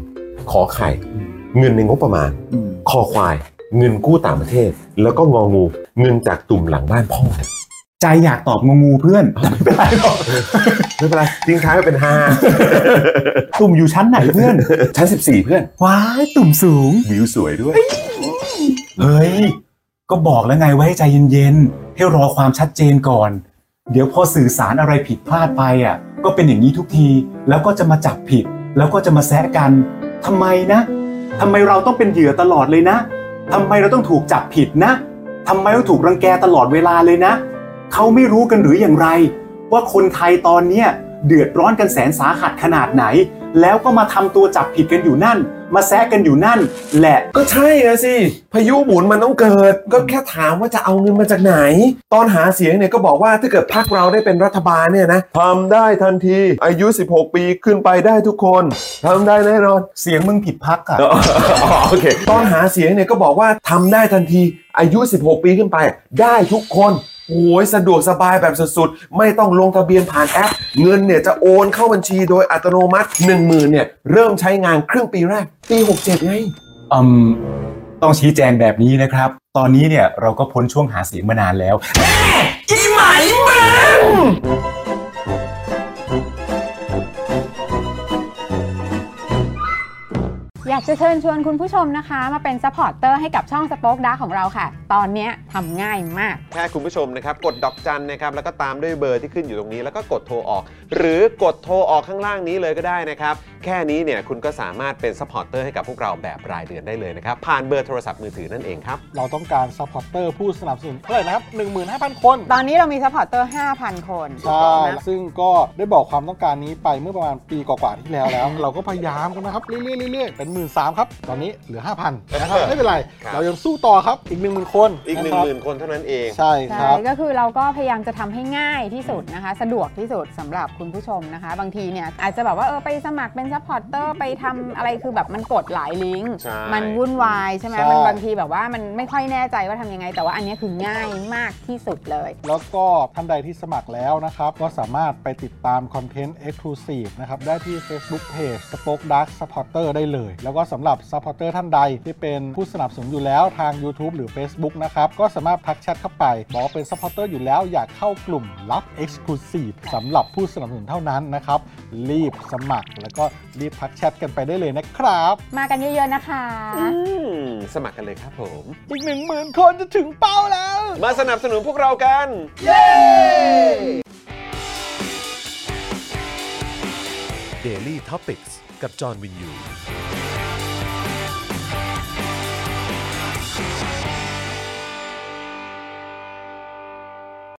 ขอไข่เงินในงบประมาณคอควายเงินกู้ต่างประเทศแล้วก็งองูเงินจากตุ่มหลังบ้านพ่อใจอยากตอบงงูเพื่อนไม่เป็นไรหรอกไม่เป็นไรทิ้งท้ายไปเป็นห้าตุ่มอยู่ชั้นไหนเพื่อนชั้นสิบสี่เพื่อนว้ายตุ่มสูงวิวสวยด้วยเฮ้ยก็บอกแล้วไงว่าให้ใจเย็นๆให้รอความชัดเจนก่อนเดี๋ยวพอสื่อสารอะไรผิดพลาดไปอ่ะก็เป็นอย่างนี้ทุกทีแล้วก็จะมาจับผิดแล้วก็จะมาแซะกันทำไมนะทำไมเราต้องเป็นเหยื่อตลอดเลยนะทำไมเราต้องถูกจับผิดนะทำไมต้องถูกรังแกตลอดเวลาเลยนะเขาไม่รู้กันหรืออย่างไรว่าคนไทยตอนเนี้ยเดือดร้อนกันแสนสาหัสขนาดไหนแล้วก็มาทำตัวจับผิดกันอยู่นั่นมาแซะกันอยู่นั่นแหละก็ใช่อะสิพายุหมุนมันต้องเกิดก็แค่ถามว่าจะเอาเงินมาจากไหนตอนหาเสียงเนี่ยก็บอกว่าถ้าเกิดพรรคเราได้เป็นรัฐบาลเนี่ยนะทำได้ทันทีอายุสิบหกปีขึ้นไปได้ทุกคนทำได้แน่นอนเสียงมึงผิดพรรคอะโอเคตอนหาเสียงเนี่ยก็บอกว่าทำได้ทันทีอายุสิบหกปีขึ้นไปได้ทุกคนโอ้ยสะดวกสบายแบบสุดๆไม่ต้องลงทะเบียนผ่านแอปเงินเนี่ยจะโอนเข้าบัญชีโดยอัตโนมัติ หนึ่งหมื่น เนี่ยเริ่มใช้งานครึ่งปีแรกปีหกสิบเจ็ดไงอืมต้องชี้แจงแบบนี้นะครับตอนนี้เนี่ยเราก็พ้นช่วงหาเสียงมานานแล้วอีไหมมึงอยากจะเชิญชวนคุณผู้ชมนะคะมาเป็นซัพพอร์ตเตอร์ให้กับช่องสป็อคดาร์กของเราค่ะตอนนี้ทำง่ายมากแค่คุณผู้ชมนะครับกดดอกจันนะครับแล้วก็ตามด้วยเบอร์ที่ขึ้นอยู่ตรงนี้แล้วก็กดโทรออกหรือกดโทรออกข้างล่างนี้เลยก็ได้นะครับแค่นี้เนี่ยคุณก็สามารถเป็นซัพพอร์ตเตอร์ให้กับพวกเราแบบรายเดือนได้เลยนะครับผ่านเบอร์โทรศัพท์มือถือนั่นเองครับเราต้องการซัพพอร์ตเตอร์ผู้สนับสนุนเท่าไหร่นะครับ หนึ่งหมื่นห้าพัน คนตอนนี้เรามีซัพพอร์ตเตอร์ ห้าพัน คนใช่ซึ่งก็ได้บอกความต้องการนี้ไปเมื่อประมาณปีกว่าๆที่แล้วแล้ว เราก็พยายามกันนะครับเรื่อยๆๆเป็น หนึ่งหมื่นสามพัน ครับตอนนี้เหลือ ห้าพัน นะครับไม่เป็นไรเรายังสู้ต่อครับอีก หนึ่งหมื่น คนอีก หนึ่งหมื่น คนเท่านั้นเองใช่ครับก็คือเราก็พยายามจะทำให้ง่ายที่สุดนะคะสะดวกที่สุดสำหรับคุณผู้ชมนะคะบางทีเนี่ยอาจจะแบบว่าเออไปสมัครเป็นซัพพอร์ตเตอร์ไปทำอะไรคือแบบมันกดหลายลิงก์มันวุ่นวายใช่ไหมมันบางทีแบบว่ามันไม่ค่อยแน่ใจว่าทำยังไงแต่ว่าอันนี้คือง่ายมากที่สุดเลยแล้วก็ท่านใดที่สมัครแล้วนะครับก็สามารถไปติดตามคอนเทนต์ Exclusive นะครับได้ที่ Facebook Page Spoke Dark Supporter ได้เลยแล้วก็สำหรับ Supporter ท่านใดที่เป็นผู้สนับสนุนอยู่แล้วทาง YouTube หรือ Facebook นะครับก็สามารถทักแชทเข้าไปบอกว่าเป็น Supporter อยู่แล้วอยากเข้ากลุ่มลับ Exclusive สำหรับผู้สนับสนุนเท่านั้นนะครับรีบสมัครแล้วก็รีบทักแชทกันไปได้เลยนะครับมากันเยอะๆนะคะสมัครกันเลยครับผมอีก หนึ่งหมื่น คนจะถึงเป้าแล้วมาสนับสนุนพวกเรากันเย้ Daily Topics กับจอห์นวินยู